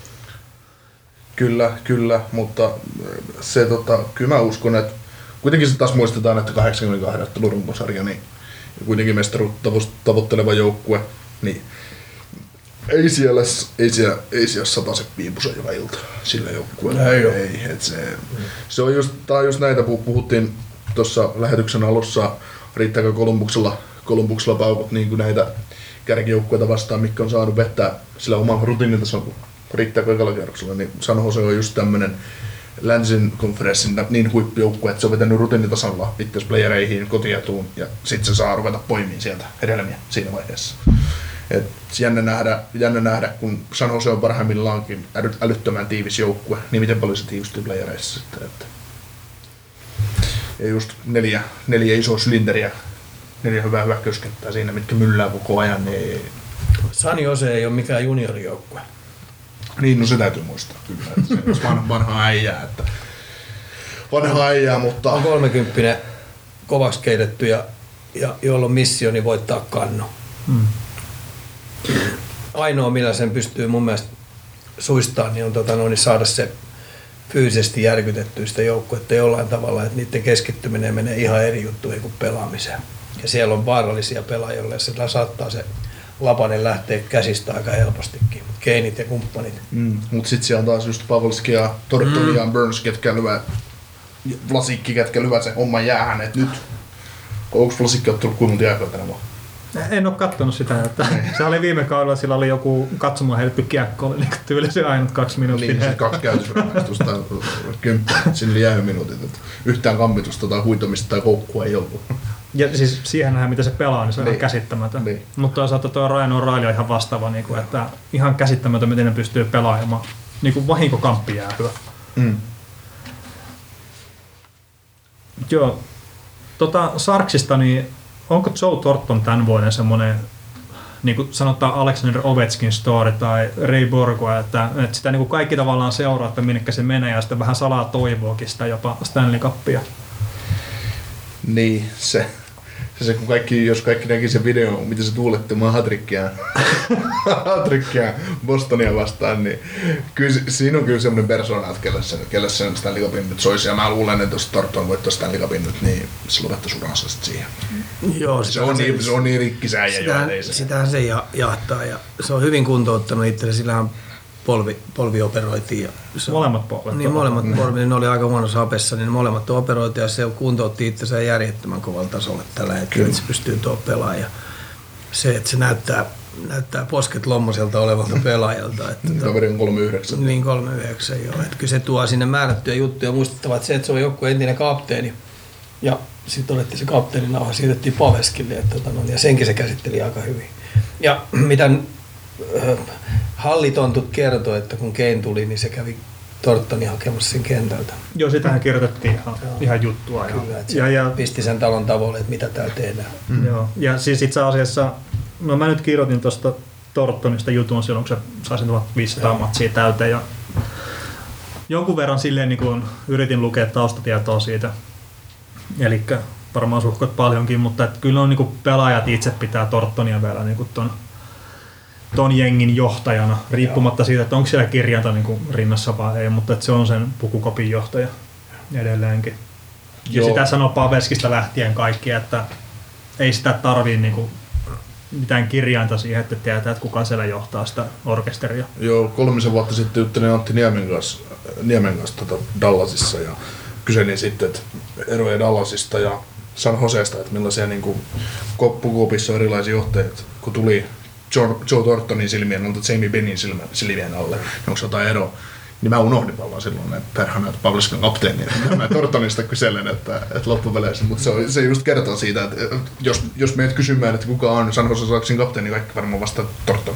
Kyllä, mutta se kyllä mä uskon, että kuitenkin se taas muistetaan, että 82 ottelun runkosarja, niin kuitenkin mestaruutta tavoitteleva joukkue, niin ei siellä sataset piipusen joka ilta sillä joukkueella. Ei, se on just näitä, puhuttiin tuossa lähetyksen alussa, riittääkö Kolumbuksella paukut niin kuin näitä kärkijoukkueita vastaan, mitkä on saanut vettää sillä omalla rutiinitasolla, riittääkö ekalla kierroksella, niin San Jose on just tämmönen länsin konferenssin niin huippujoukkue, että se on vetänyt rutiinitasolla playereihin, kotietuun ja sitten se saa ruveta poimiin sieltä hedelmiä siinä vaiheessa. Et jännä nähdä, kun San Jose on parhaimmillaankin älyttömän tiivis joukkue, niin miten paljon se tiivistyy playereissa sitten. Ja just neljä isoa sylinderiä, 4 hyvää hyökkäyskenttää siinä, mitkä myllää koko ajan. Niin San Jose ei ole mikään juniorijoukkue. Niin, no se täytyy muistaa kyllä. Että se on vanha äijää, mutta... On 30 kovaksi keitetty ja jolla on missioni voittaa kannu. Ainoa millä sen pystyy mun mielestä suistamaan, niin on niin saada se fyysisesti järkytettyä sitä joukkuetta jollain tavalla, että niiden keskittyminen menee ihan eri juttuihin kuin pelaamiseen. Ja siellä on vaarallisia pelaajia, joille sillä saattaa se lapanen lähteä käsistä aika helpostikin. Keinit ja kumppanit. Mutta sitten siellä on taas just Pavelski ja Tortoni ja Burns, ketkä lyvät, Vlasikki, ketkä lyvät sen homman jäähän, että nyt onko Vlasikki ottanut kuinka monta jääköä tänä vuonna? En ole kattonut sitä, että se oli viime kaudella, sillä oli joku katsomaan heitetty kiekko, oli tyyli se ainut 2 minuuttia. Niin, se 2 käytösrangaistusta, 10, sinne jäähyminuutit, että yhtään kammitusta tai huitomista tai koukkua ei ollut. Ja siis siihen nähdään, mitä se pelaa, niin se on ihan käsittämätön. Niin. Mutta toisaalta tuo Ryan O'Reilly on ihan vastaava, niin kuin, että ihan käsittämätön, miten ne pystyy pelaamaan niin kuin vahinkokamppijäähyä. Joo. Sarksista, niin onko Joe Thornton tämän vuoden semmoinen, niin kuin sanotaan Alexander Ovechkin story tai Ray Borgoa, että sitä niin kuin kaikki tavallaan seuraa, että minnekä se menee ja sitten vähän salaa toivoakin sitä jopa Stanley Cupia. Niin, se kun jos kaikki näki sen videon, mitä se tuuletti Hatrickia Bostonia vastaan, niin kyllä, siinä on kyllä semmoinen persona, että kelle sen Stanley Cupin nyt soisi. Ja mä luulen, että jos Thornton voittaa Stanley Cupin nyt, niin se lopettaisi uransa sitten siihen. Joo, se on niin rikkisäijä jo. Sitähän se jahtaa ja se on hyvin kuntouttanut itselle, sillähän polvi operoitiin. Molemmat polvet. Niin molemmat polvet, niin ne oli aika huonossa hapessa, niin molemmat operoitiin ja se kuntoutti itsensä järjettömän kovalla tasolla tällä hetkellä, että se pystyy tuo pelaamaan. Ja se, että se näyttää posket lommoselta olevalta pelaajalta. Kaveri on 39. Niin 39, joo. Että kyllä se tuo sinne määrättyjä juttuja. Muistettava, että se, että se on joku entinen kapteeni. Ja sitten otettiin se kapteenin nauha, siirrettiin Paveskille. Ja senkin se käsitteli aika hyvin. Ja mitä hallitontut kertoi, että kun Kane tuli, niin se kävi Thorntonin hakemassa sen kentältä. Joo, sitähän kirjoitettiin ihan juttua. Kyllä, ja pisti sen talon tavoille, että mitä täällä tehdään. Joo, ja siis itse asiassa, no mä nyt kirjoitin tuosta Thorntonista jutun silloin, kun se sai sen 1500 matsia täyteen. Ja jonkun verran silleen niin kun yritin lukea taustatietoa siitä. Eli varmaan suhkot paljonkin, mutta että kyllä on niin kun pelaajat itse pitää Thorntonia vielä niin ton jengin johtajana, riippumatta siitä, että onko siellä kirjainta niin rinnassa vai ei, mutta että se on sen pukukopin johtaja edelleenkin. Ja joo. Sitä sanoo Paveskista lähtien kaikki, että ei sitä tarvii niin mitään kirjainta siihen, että tietää, että kuka siellä johtaa sitä orkesteria. Joo, 3 vuotta sitten juttelin Antti Niemen kanssa Dallasissa ja kyselin sitten, että eroja Dallasista ja San Josesta, että millaisia niin pukukopissa on erilaisia johtajia, kun tuli Joe Thorntonin silmien alta, Jamie Bennin silmien alle, onko jotain eroa, niin mä unohdin vallan silloin, että perhana, että Pavleskin kapteeni, ja mä Thorntonista kyselen, että loppupeleissä, mutta se just kertoo siitä, että jos meidät kysymään, että kuka on San Jose Sharksin kapteeni, niin kaikki varmaan vastaa Thornton.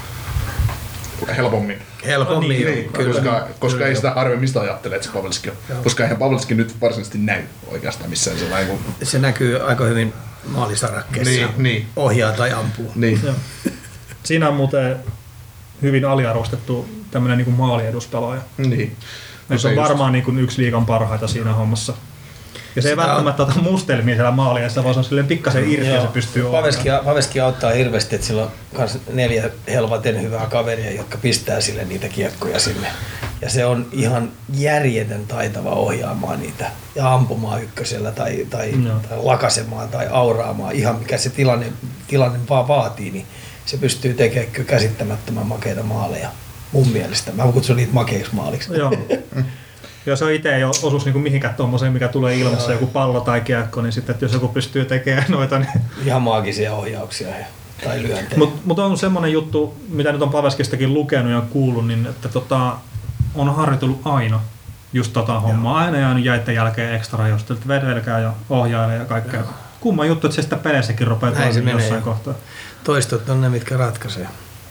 Helpommin. Niin, koska ei sitä harvemmista ajattele, että se Pavleskin on. Koska eihän Pavleskin nyt varsinaisesti näy oikeastaan missään sellainen. Se näkyy aika hyvin maalisarakkeessa, niin. Ohjaa tai ampuu. Niin. Siinä on muuten hyvin aliarvostettu tämmöinen niin maalieduspelaaja. Niin. Se on varmaan niin yksi liigan parhaita siinä hommassa. Ja se ei välttämättä ota mustelmia siellä maaliessa, vaan se on silleen pikkasen irti ja se pystyy Paveski auttaa hirveästi, että sillä on myös 4 helvaten hyvää kaveria, jotka pistää sille niitä kiekkoja sinne. Ja se on ihan järjetön taitava ohjaamaan niitä ja ampumaan ykkösellä tai lakasemaan tai auraamaan. Ihan mikä se tilanne vaan vaatii, niin se pystyy tekemään käsittämättömän makeita maaleja. Mun mielestä. Mä kutsun niitä makeiksi maaliksi. Joo. Jos on itse ei osuisi niin mihinkään tuommoiseen, mikä tulee ilmassa, joku pallo tai kiekko, niin sitten, että jos joku pystyy tekemään noita, niin... Ihan maagisia ohjauksia tai lyöntejä. Mutta on semmoinen juttu, mitä nyt on Paveskistakin lukenut ja kuullut, niin että on harjoitellut aina just hommaa. Aina jäänyt jäitten jälkeen ekstra, jos vedelkää ja ohjailee ja kaikkea. Kumma juttu, että se sitä peleissäkin rupeaa toimimaan jossain kohtaa. Toistot on ne, mitkä ratkaisee.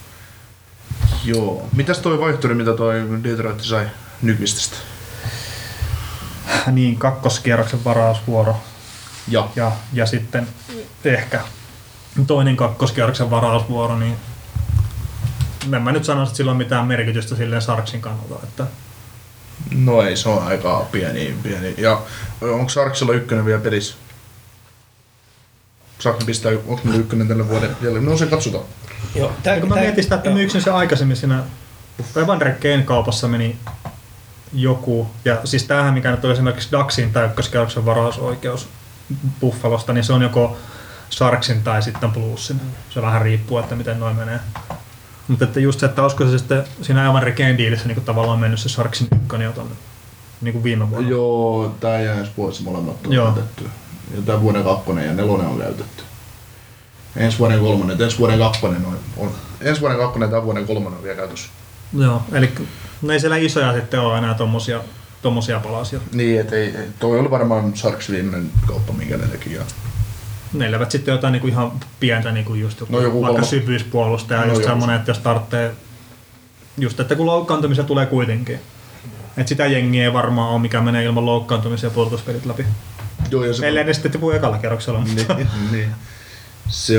Joo. Mitäs toi vaihturi, mitä toi Detroit sai Nyquistästä? Niin, kakkoskierroksen varausvuoro. Ja sitten ehkä toinen kakkoskierroksen varausvuoro, niin en mä nyt sanoisi, että sillä on mitään merkitystä silleen Sharksin kannalta. Että... No ei, se on aika pieni. Ja onko Sharksilla ykkönen vielä pelissä? Saako pistää, onko meillä ykkönen tälle vuoden jälleen? No se katsotaan. Joo, kun mä mietin sitä, että myykö se aikaisemmin siinä Evander Kane kaupassa meni joku, ja siis tämähän mikä nyt on esimerkiksi Ducksin tai ykköskierroksen varausoikeus Buffalosta, niin se on joko Sharksin tai sitten Bluesin. Se vähän riippuu, että miten noin menee. Mutta että just se, että olisiko se sitten siinä Evander Kane diilissä niin tavallaan mennyt se Sharksin ykkönen jo tonne niin kuin viime vuonna. Joo, tää jää ensi vuodessa molemmat on käytetty. Ja tää vuoden 2 ja 4 on käytetty. Ensi vuoden 3, ensi vuoden 2 on. Ensi vuoden 2 ja tämän vuoden 3 on vielä käytössä. Joo, eli ei siellä isoja sitten ole enää tommosia palasia. Niin, et ei, toi oli varmaan Sharks viimeinen kauppa, minkä ne teki. Ja... Ne elävät sitten jotain niinku ihan pientä, niinku just joku vaikka syvyyspuolusta ja just semmonen, että jos tarvitsee, just että kun loukkaantumisia tulee kuitenkin. Että sitä jengiä ei varmaan ole, mikä menee ilman loukkaantumisia puolustuspelit läpi. Joo, ja se ellei ne sitten tipuu ekalla kerroksella. niin. Se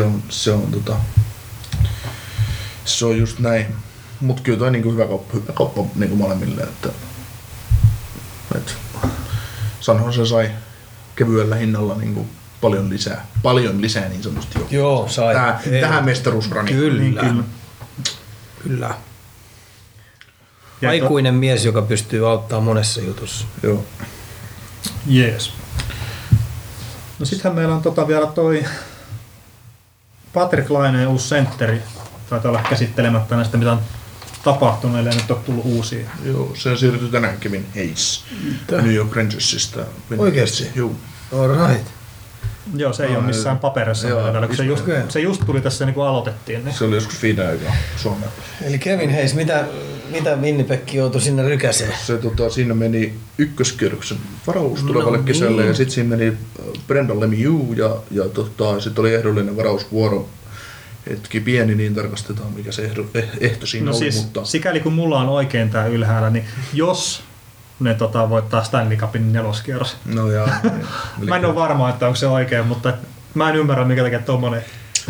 on just näin. Mut kyllä toi niinku hyvä kauppa niinku molemmille, että San Jose sai kevyellä hinnalla niinku paljon lisää niin sanotusti. Joo, sai. Tähän mestaruusraniin. Kyllä. Aikuinen mies, joka pystyy auttamaan monessa jutussa. Joo. Jees. No sittenhän meillä on vielä toi Patrik Laine, uusi sentteri. Taitaa olla käsittelemättä näistä, mitä on tapahtunut, ellei nyt ole tullut uusia. Joo, se siirtyi tänään Kevin Hayes New York Rangersista. Oikeesti? Joo. All right. Joo, se ei ole missään paperissa. Vielä, kun se just tuli tässä niin kuin aloitettiin. Niin. Se oli joskus Fida-aikaa Suomeen. Eli Kevin Hayes, mitä Winnipeg joutui sinne rykäseen? Se, siinä meni ykköskierroksen varaus tulevalle kesälle ja sitten siinä meni Brendan Lemieux ja sitten oli ehdollinen varausvuoro. Hetki pieni, niin tarkastetaan mikä se ehto siinä oli. Siis, mutta sikäli kun mulla on oikein tää ylhäällä, niin jos ne voittaa Stanley Cupin neloskierros. No ja, mä en ole varma, että onko se oikein, mutta mä en ymmärrä mikä takia tommonen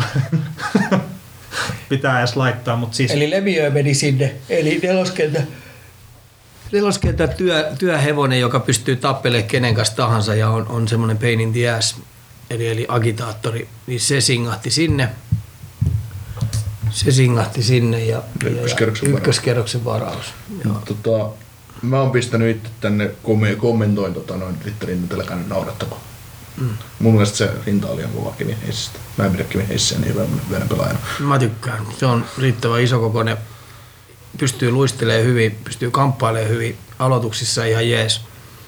pitää edes laittaa. Mutta siis eli Lemieux meni sinne, eli neloskentän työhevonen, joka pystyy tappelemaan kenen kanssa tahansa ja on semmoinen pain in the ass, eli agitaattori, niin se singahti sinne ja ykköskerroksen varaus. Mä oon pistänyt itse tänne, kommentoin noin Twitterin, nyt älkää nyt naurattamaan. Mun mielestä se rinta oli ihan kova Kevin Hayesista. Mä en pidä Kevin Hayesista niin hyvän pelaajana. Mä tykkään. Se on riittävän isokokoinen. Pystyy luistelemaan hyvin, pystyy kamppailemaan hyvin. Aloituksissa ihan jees.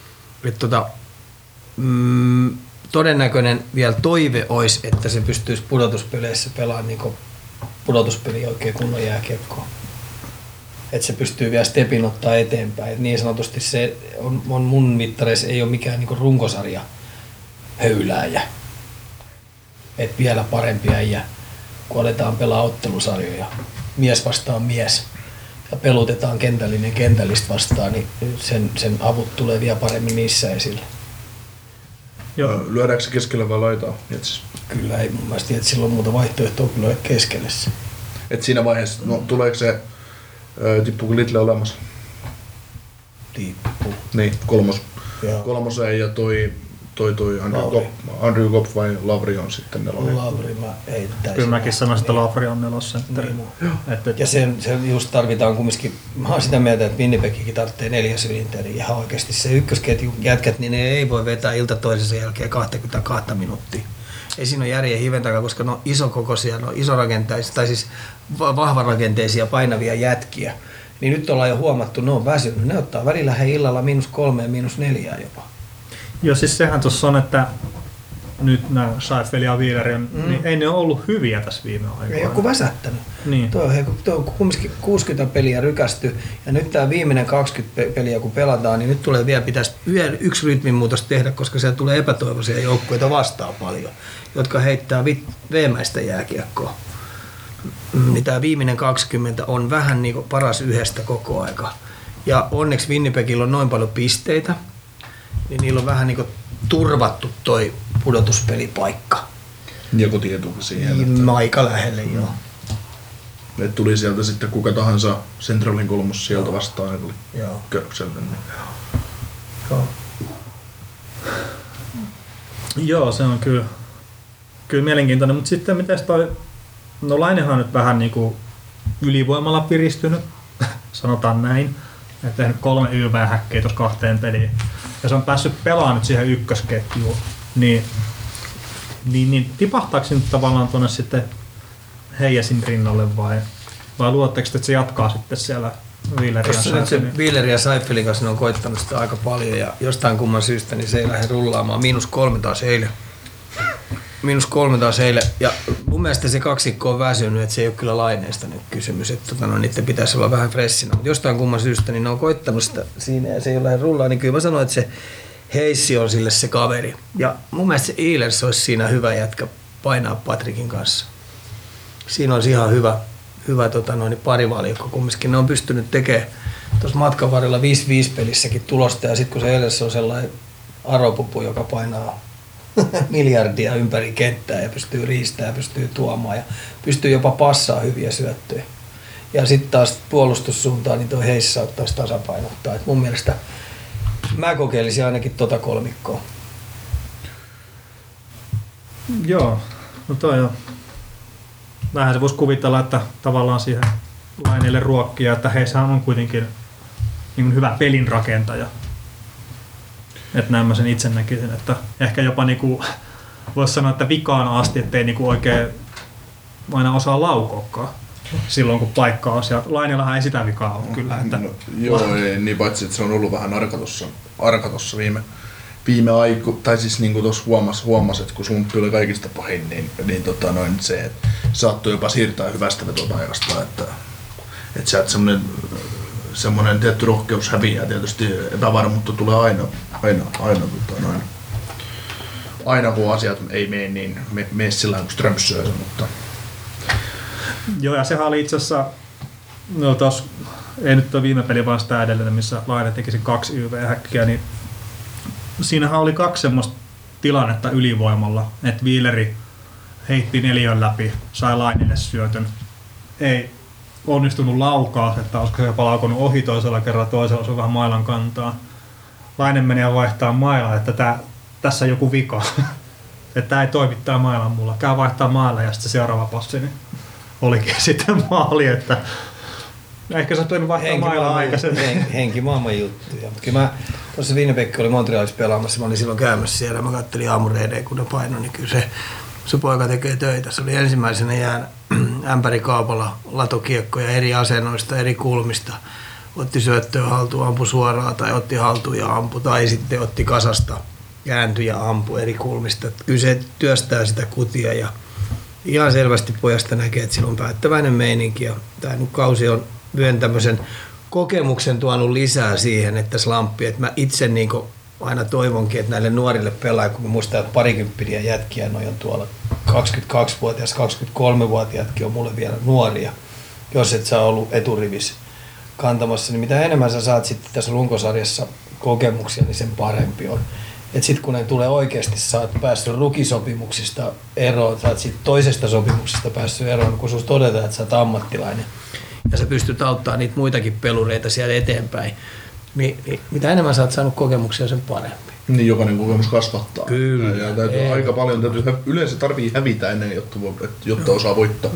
Todennäköinen vielä toive olisi, että se pystyisi pudotuspeleissä pelaamaan niin pudotuspeli oikein kunnon jääkiekkoa. Että se pystyy vielä stepin ottaa eteenpäin. Et niin sanotusti se on mun mittareissa ei ole mikään niin runkosarja höylääjä. Et vielä parempi äijä, kun aletaan pelaa ottelusarjoja. Mies vastaan mies ja pelutetaan kentällinen kentällistä vastaan, niin sen avut tulee vielä paremmin niissä esille. Joo. Lyödäänkö se keskellä vai laitaa? Kyllä ei mun mielestä, että sillä on muuta vaihtoehtoa kuin lyödä keskelle se. Et siinä vaiheessa, tuleeko se tippuuko Little olemassa? Tippuu. Niin, kolmoseen ja toi Andrew Kopp vai Lavri on sitten nelonen? Lavri mä heittäisin. Kyllä mäkin sanoisin, että Lavri on nelosentteri. Ja se just tarvitaan kumminkin, mä oon sitä mieltä, että Winnipegikin tarvitsee 4 sylinteriä. Ihan oikeasti se ykkösketjun jätkät, niin ne ei voi vetää ilta toisensa jälkeen 22 minuuttia. Ei siinä ole järjen hiven takaa, koska ne on isokokoisia, ne on isorakenteisia, tai siis vahvarakenteisia painavia jätkiä. Niin nyt ollaan jo huomattu, ne on väsynyt. Ne ottaa välillä illalla -3 ja -4 jopa. Joo, siis sehän tuossa on, että nyt nämä Scheifele ja Wheeler, niin ei ne ole ollut hyviä tässä viime aikoina. Ei joku väsättänyt. Niin. Tuo on kumminkin 60 peliä rykästy, ja nyt tämä viimeinen 20 peliä kun pelataan, niin nyt tulee vielä, pitäisi yksi rytminmuutos tehdä, koska siellä tulee epätoivoisia joukkueita vastaan paljon, jotka heittää veemäistä jääkiekkoa. Niin tämä viimeinen 20 on vähän niin kuin paras yhdestä koko aika. Ja onneksi Winnipegillä on noin paljon pisteitä, niin niillä on vähän niin kuin turvattu toi pudotuspelipaikka. Ja kotietukin siihen. Aika lähelle, joo. Et tuli sieltä sitten kuka tahansa Centralin kolmos sieltä vastaan, eli Körkseltä. Joo, se on kyllä mielenkiintoinen, mutta sitten mites toi, no Lainehan on nyt vähän niinku ylivoimalla piristynyt, sanotaan näin, että tehnyt 3 YV-häkkiä tuossa 2 peliin, ja se on päässyt pelaamaan nyt siihen ykkösketjuun, niin tipahtaako se nyt tavallaan tuonne sitten Heijasin rinnalle vai luotteko, että se jatkaa sitten siellä Wheelerin ja Seifelin kanssa ne on koittanut sitä aika paljon ja jostain kumman syystä niin se ei lähde rullaamaan. -3 taas eilen. -3 taas eilen. Ja mun mielestä se kaksikko on väsynyt, että se ei ole kyllä Laineesta nyt kysymys. Että niiden pitäisi olla vähän freshinä. Mutta jostain kumman syystä niin ne on koittanut sitä siinä ja se ei ole lähde rullaamaan. Niin kyllä mä sanoin, että se Heissi on sille se kaveri. Ja mun mielestä se Ehlers olisi siinä hyvä jätkä painaa Patrikin kanssa. Siinä olisi ihan hyvä parivalikko. Kumminkin ne on pystynyt tekemään tuossa matkan varrella 5-5 pelissäkin tulosta ja sitten kun se Ehlers on sellainen aropupu, joka painaa miljardia ympäri kenttää ja pystyy riistämään ja pystyy tuomaan ja pystyy jopa passaa hyviä syöttöjä. Ja sitten taas puolustussuuntaan niin tuo Heiss saattaisi tasapainottaa. Et mun mielestä mä kokeilisin ainakin kolmikkoa. Joo, no toi on. Vähän se voisi kuvitella, että tavallaan siihen Laineelle ruokkia, että heissä on kuitenkin niin hyvä pelinrakentaja. Että näin mä sen itse näkisin, että ehkä jopa niinku, voisi sanoa, että vikaan asti, ettei niinku oikein aina osaa laukoakaan silloin kun paikka on. Ja Laineellahan ei sitä vikaa ole kyllä. Että joo, ei, niin paitsi että se on ollut vähän arka tossa viime aikoina, tai siis niin kuin tuossa huomasi, että kun Slumppi oli kaikista pahin, niin se, että saattoi jopa siirtää hyvästä vetopaikasta, että sieltä semmoinen tietty rohkeus häviää, tietysti epävarmuutta tulee aina kun asiat ei mene niin mene sillä kun Strömsöö, mutta joo, ja sehän oli itse asiassa, no tos, ei nyt ole viime peli vaan sitä edellinen, missä Laine tekisi 2 YV-häkkiä, niin siinähän oli 2 semmoista tilannetta ylivoimalla, että Wheeleri heitti 4 läpi, sai Lainille syötön. Ei onnistunut laukaa, että olisiko se jopa laukonut ohi toisella on vähän mailan kantaa. Laine meni ja vaihtaa mailaa, että tässä on joku vika. Että tämä ei toimi tää mailan mulla. Käy vaihtaa mailla ja sitten se seuraava passi, niin olikin sitten maali, että ehkä se on toinen vaihtaa mailaa aikaisemmin. Henki maailman juttuja. Kyllä mä tuossa Winnipeg oli Montrealissa pelaamassa, mä olin silloin käymässä siellä, mä kattelin aamureidejä kun ne painoi, niin kyllä se poika tekee töitä. Se oli ensimmäisenä jään ämpärikaupalla latokiekkoja eri asennoista, eri kulmista. Otti syöttöä haltuun, ampui suoraan tai otti haltuun ja ampui tai sitten otti kasasta, kääntyi ja ampui eri kulmista. Kyllä se työstää sitä kutia ja ihan selvästi pojasta näkee, että sillä on päättäväinen meininki ja tämä nyt kausi on vyön tämmöisen kokemuksen tuonut lisää siihen, että Slamppi, että mä itse niin aina toivonkin, että näille nuorille pelaajille, kun muistan, että parikymppiniä jätkiä, noi on tuolla 22-vuotias, 23-vuotiaatkin on mulle vielä nuoria, jos et sä ollut eturivissä kantamassa, niin mitä enemmän sä saat sitten tässä runkosarjassa kokemuksia, niin sen parempi on. Et sit kun ne tulee oikeasti, sä oot päässyt rukisopimuksista eroon, sä oot sit toisesta sopimuksesta päässyt eroon, kun susta todetaan, että sä oot ammattilainen ja sä pystyt auttamaan niitä muitakin pelureita siellä eteenpäin, niin mitä enemmän sä oot saanut kokemuksia, sen parempi. Niin jokainen kokemus kasvattaa. Kyllä. Ja täytyy aika paljon, yleensä tarvii hävitä ennen, jotta osaa voittaa.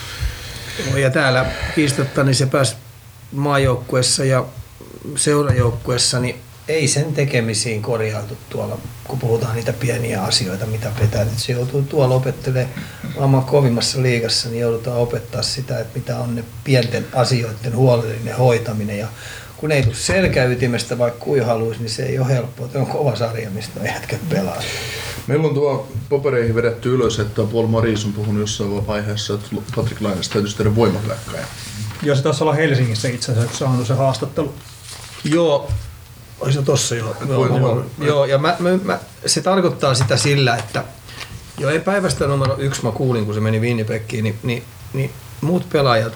No, ja täällä kiistatta, niin se pääsi maajoukkuessa ja seurajoukkuessa, niin ei sen tekemisiin korjautu tuolla, kun puhutaan niitä pieniä asioita, mitä petää. Se joutuu tuolla opettelemaan maailman kovimmassa liigassa, niin joudutaan opettaa sitä, että mitä on ne pienten asioiden huolellinen hoitaminen. Ja kun ei tule selkäytimestä, vaikka kuin haluaisi, niin se ei ole helppoa. Tämä on kova sarja, mistä on jätkät pelaa. Meillä on tuo papereihin vedetty ylös, että Paul Maurice on puhunut jossain vaiheessa, että Patrick Lainesta täytyisi tehdä voimahyökkäjä. Joo, se taisi olla Helsingissä itse asiassa, kun saanut se haastattelu. Joo. Oli se tossa jo. Joo, ja se tarkoittaa sitä sillä, että jo ei päivästä numero 1 mä kuulin, kun se meni Winnipegiin, niin muut pelaajat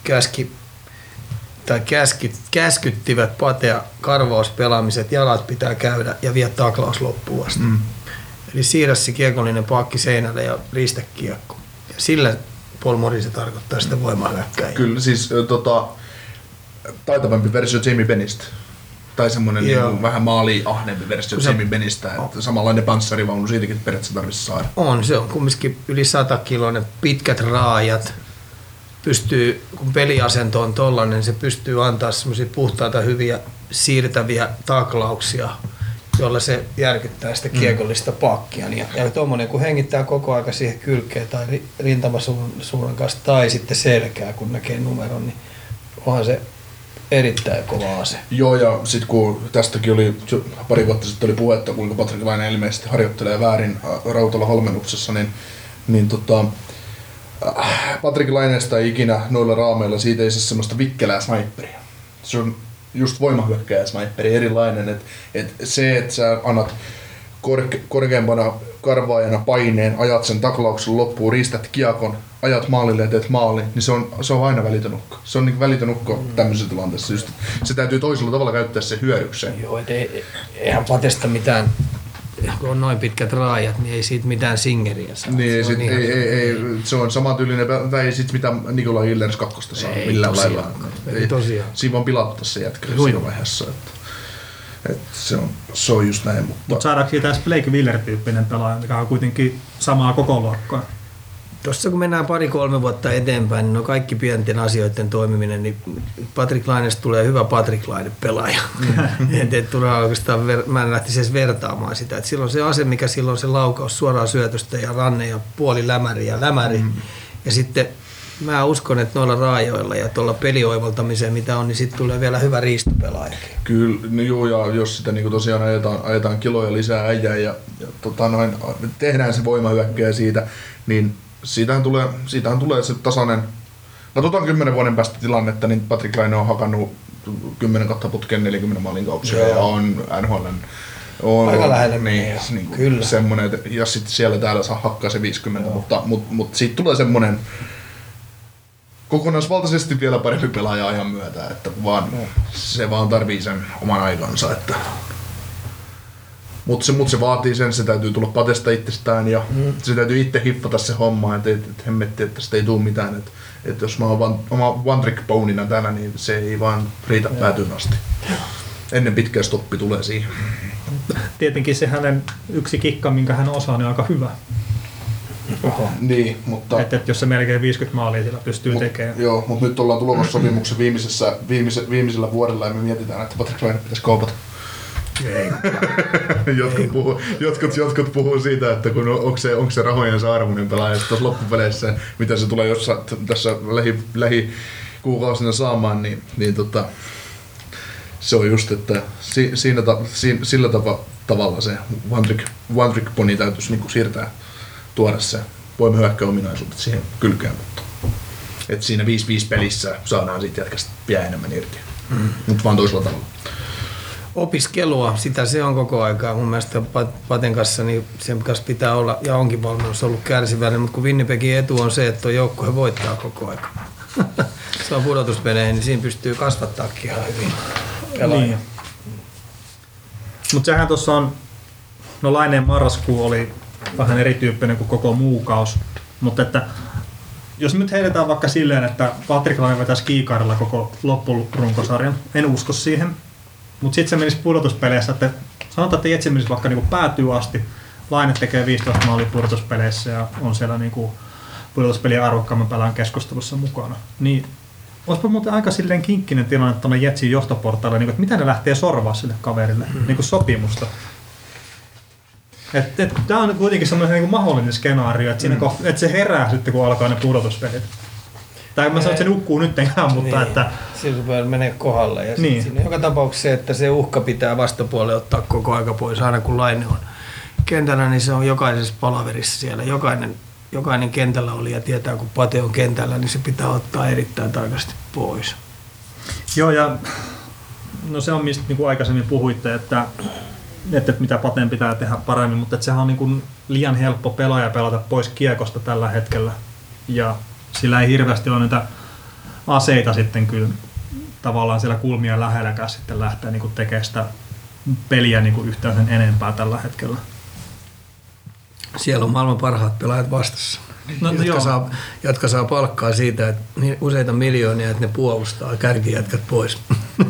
käskyttivät Patea karvauspelaamiset, jalat pitää käydä ja vie taklaus loppuun asti. Eli siirrä se kiekollinen pakki seinälle ja riistä kiekko. Ja sillä Paul Maurice tarkoittaa sitä voimahyökkäjää. Kyllä, siis taitavampi versio Jamie Bennistä. Tai semmoinen niin vähän maaliahnempi versio Jamie Bennistä, että samanlainen panssarivaunu siitäkin periaatteessa tarvitsisi saada. Se on kumminkin yli 100-kiloinen, pitkät raajat. Pystyy, kun peliasento on tollainen, se pystyy antaa semmoisia puhtaita, hyviä, siirtäviä taklauksia, jolla se järkyttää sitä kiekollista pakkia. Ja tuommoinen, kun hengittää koko aika siihen kylkeen tai rintamasuunnan kanssa tai sitten selkää, kun näkee numeron, niin onhan se erittäin kova ase. Joo, ja sitten kun tästäkin oli pari vuotta sitten oli puhetta, kuinka Patrick Laine ilmeisesti harjoittelee väärin Rautala valmennuksessa, niin Patrick Laineesta ei ikinä noilla raameilla, siitä ei saa semmoista vikkelää sniperiä. Se on just voimahyökkäjä sniperi, erilainen, että se, että sä annat korkeampana karvaajana paineen, ajat sen taklauksen loppuun, riistät kiekon, ajat maalille ja teet maalin, niin se on aina välitön ukko. Se on niin välitön ukko tämmöisessä tilanteessa. Just, se täytyy toisella tavalla käyttää se hyödykseen. Joo, eihän Patesta mitään, kun on noin pitkät raajat, niin ei siitä mitään singeriä saa. Niin, se on samantyylinen, tai ei siitä mitään Nikola Hillers 2 saa millään lailla. Ei tosiaan. Siinä vaan pilattaa se jätkä siinä vaiheessa. Se on just näin. Mutta saadaanko siitä edes Blake Wheeler-tyyppinen pelaaja, mikä on kuitenkin samaa koko luokkaa? Tuossa kun mennään 2-3 vuotta eteenpäin, niin no kaikki pienten asioiden toimiminen, niin Patrick Lainesta tulee hyvä Patrick Laine-pelaaja. Et turhaa oikeastaan, mä en lähtisi edes vertaamaan sitä. Et silloin se ase, mikä silloin se laukaus suoraan syötöstä ja ranne ja puoli lämäri ja lämäri. Ja sitten mä uskon, että noilla raajoilla ja tuolla pelioivaltamiseen mitä on, niin sitten tulee vielä hyvä riistopelaajakin. Kyllä, no joo, ja jos sitä niin tosiaan ajetaan kiloja lisää äijää ja tehdään se voimahyökkäjä siitä, niin siitähän tulee se tasainen. Katsotaan 10 vuoden päästä tilannetta, niin Patrick Laine on hakannut 10 kautta putkeen 40 maalin kauksia ja on NHL:n aika lähellä niin kyllä. Semmoinen, ja sitten siellä täällä saa hakkaa se 50, mutta siitä tulee semmoinen kokonaisvaltaisesti vielä parempi pelaaja ajan myötä, että se vaan tarvii sen oman aikansa. Mutta se vaatii sen, se täytyy tulla patesta itsestään ja se täytyy itse hiffata se homma, että hemmetti, että sitä ei tule mitään. Että jos mä oon oma one trick ponina täällä, niin se ei vaan riitä päätyyn asti. Ennen pitkää stoppi tulee siihen. Tietenkin se hänen yksi kikka, minkä hän osaa, niin on aika hyvä. Niin, mutta että jos se melkein 50 maalia siellä pystyy tekemään. Joo, mutta nyt ollaan tulossa sopimuksen viimeisellä vuodella ja me mietitään, että Patrick Laine pitäisi kaupata. Jotkut puhuu siitä, että kun onko se rahojensa arvoinen pelaaja tuossa loppupeleissä, mitä se tulee jossain tässä lähikuukausina saamaan, niin se on just, että sillä tavalla se one trick pony täytyisi niinku siirtää, tuoda se voimahyökkäominaisuudet siihen kylkeen, mutta että siinä 5-5 pelissä saadaan siitä jätkästä vielä enemmän irti, mutta vaan toisella tavalla. Opiskelua, sitä se on koko aikaa. Mun mielestä Paten kanssa niin sen kanssa pitää olla, ja onkin valmennus ollut kärsivällinen, mutta kun Winnipegin etu on se, että tuo joukkue voittaa koko aika. Se on pudotuspeleihin, niin siinä pystyy kasvattaakin ihan hyvin pelaajia. Niin. Mutta sehän tuossa on, no Laineen marraskuu oli vähän erityyppinen kuin koko muu kaus, mutta että jos nyt heitetään vaikka silleen, että Patrick Laine vetäisi kiikarilla koko loppurunkosarjan, en usko siihen. Mutta sitten se menisi pudotuspeleissä, että sanotaan, että Jetsi menisi vaikka niinku päätyy asti. Laine tekee 15 maalia pudotuspeleissä ja on siellä niinku pudotuspelien arvokkaamman pelaajan keskustelussa mukana. Niin olisipa muuten aika silleen kinkkinen tilanne tuonne Jetsin johtoportaille, niinku, että mitä ne lähtee sorvaa sille kaverille, niinku sopimusta. Tämä on kuitenkin semmoinen niinku mahdollinen skenaario, että et se herää sitten kun alkaa ne pudotuspelit. Tai mä sanon, että se nukkuu nyttenkään, mutta niin. että Silloin menee kohdalle ja niin. Siinä joka tapauksessa se, että se uhka pitää vastapuolelle ottaa koko aika pois. Aina kun Laine on kentällä, niin se on jokaisessa palaverissa siellä. Jokainen kentällä oli ja tietää, kun Pate on kentällä, niin se pitää ottaa erittäin tarkasti pois. Joo, ja no se on mistä niin kuin aikaisemmin puhuitte, että mitä Paten pitää tehdä paremmin, mutta että sehän on niin kuin liian helppo pelaaja pelata pois kiekosta tällä hetkellä. Ja sillä ei hirveästi ole niitä aseita sitten kyllä tavallaan siellä kulmien lähelläkään sitten lähteä niin kuin tekemään sitä peliä niin kuin yhtään sen enempää tällä hetkellä. Siellä on maailman parhaat pelaajat vastassa, jotka saa palkkaa siitä, että useita miljoonia, että ne puolustaa kärkijätkät pois.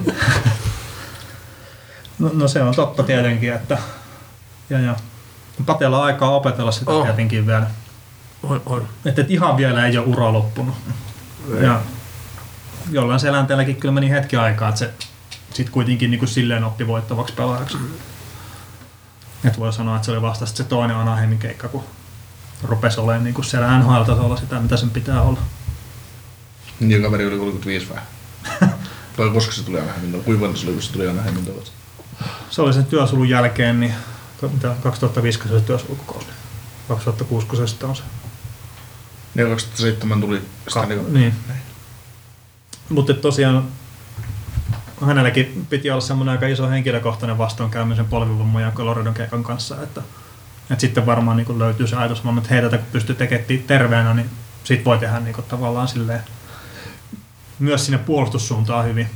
No se on totta tietenkin, että ja Patella on aikaa opetella sitä tietenkin vielä. On. Että ihan vielä ei ole ura loppunut. Ja jollain selänteelläkin kyllä meni hetki aikaa, että se sitten kuitenkin niin kuin silleen oppi voittavaksi pelaajaksi. Et voi sanoa, että se oli vasta se toinen Anaheimin keikka, kun rupesi olemaan niin kuin siellä NHL-tasolla sitä, mitä sen pitää olla. Niin, kaveri oli 35 vähän. Tai koska se tuli Anaheimin, kuinka se oli, kun se tuli Anaheimin tavallaan? Se oli sen työsulun jälkeen, niin 2005 se työsulkukausi. 2006 se sitten on se. Ja 2007 tuli niin. Mutta tosiaan hänelläkin piti olla semmoinen aika iso henkilökohtainen vastoinkäymisen polvivamman ja Coloradon keikan kanssa, että sitten varmaan niin löytyy se ajatus, että hei, tätä kun pystyy tekemään terveenä, niin sit voi tehdä niin tavallaan silleen myös sinne puolustussuuntaan hyvin.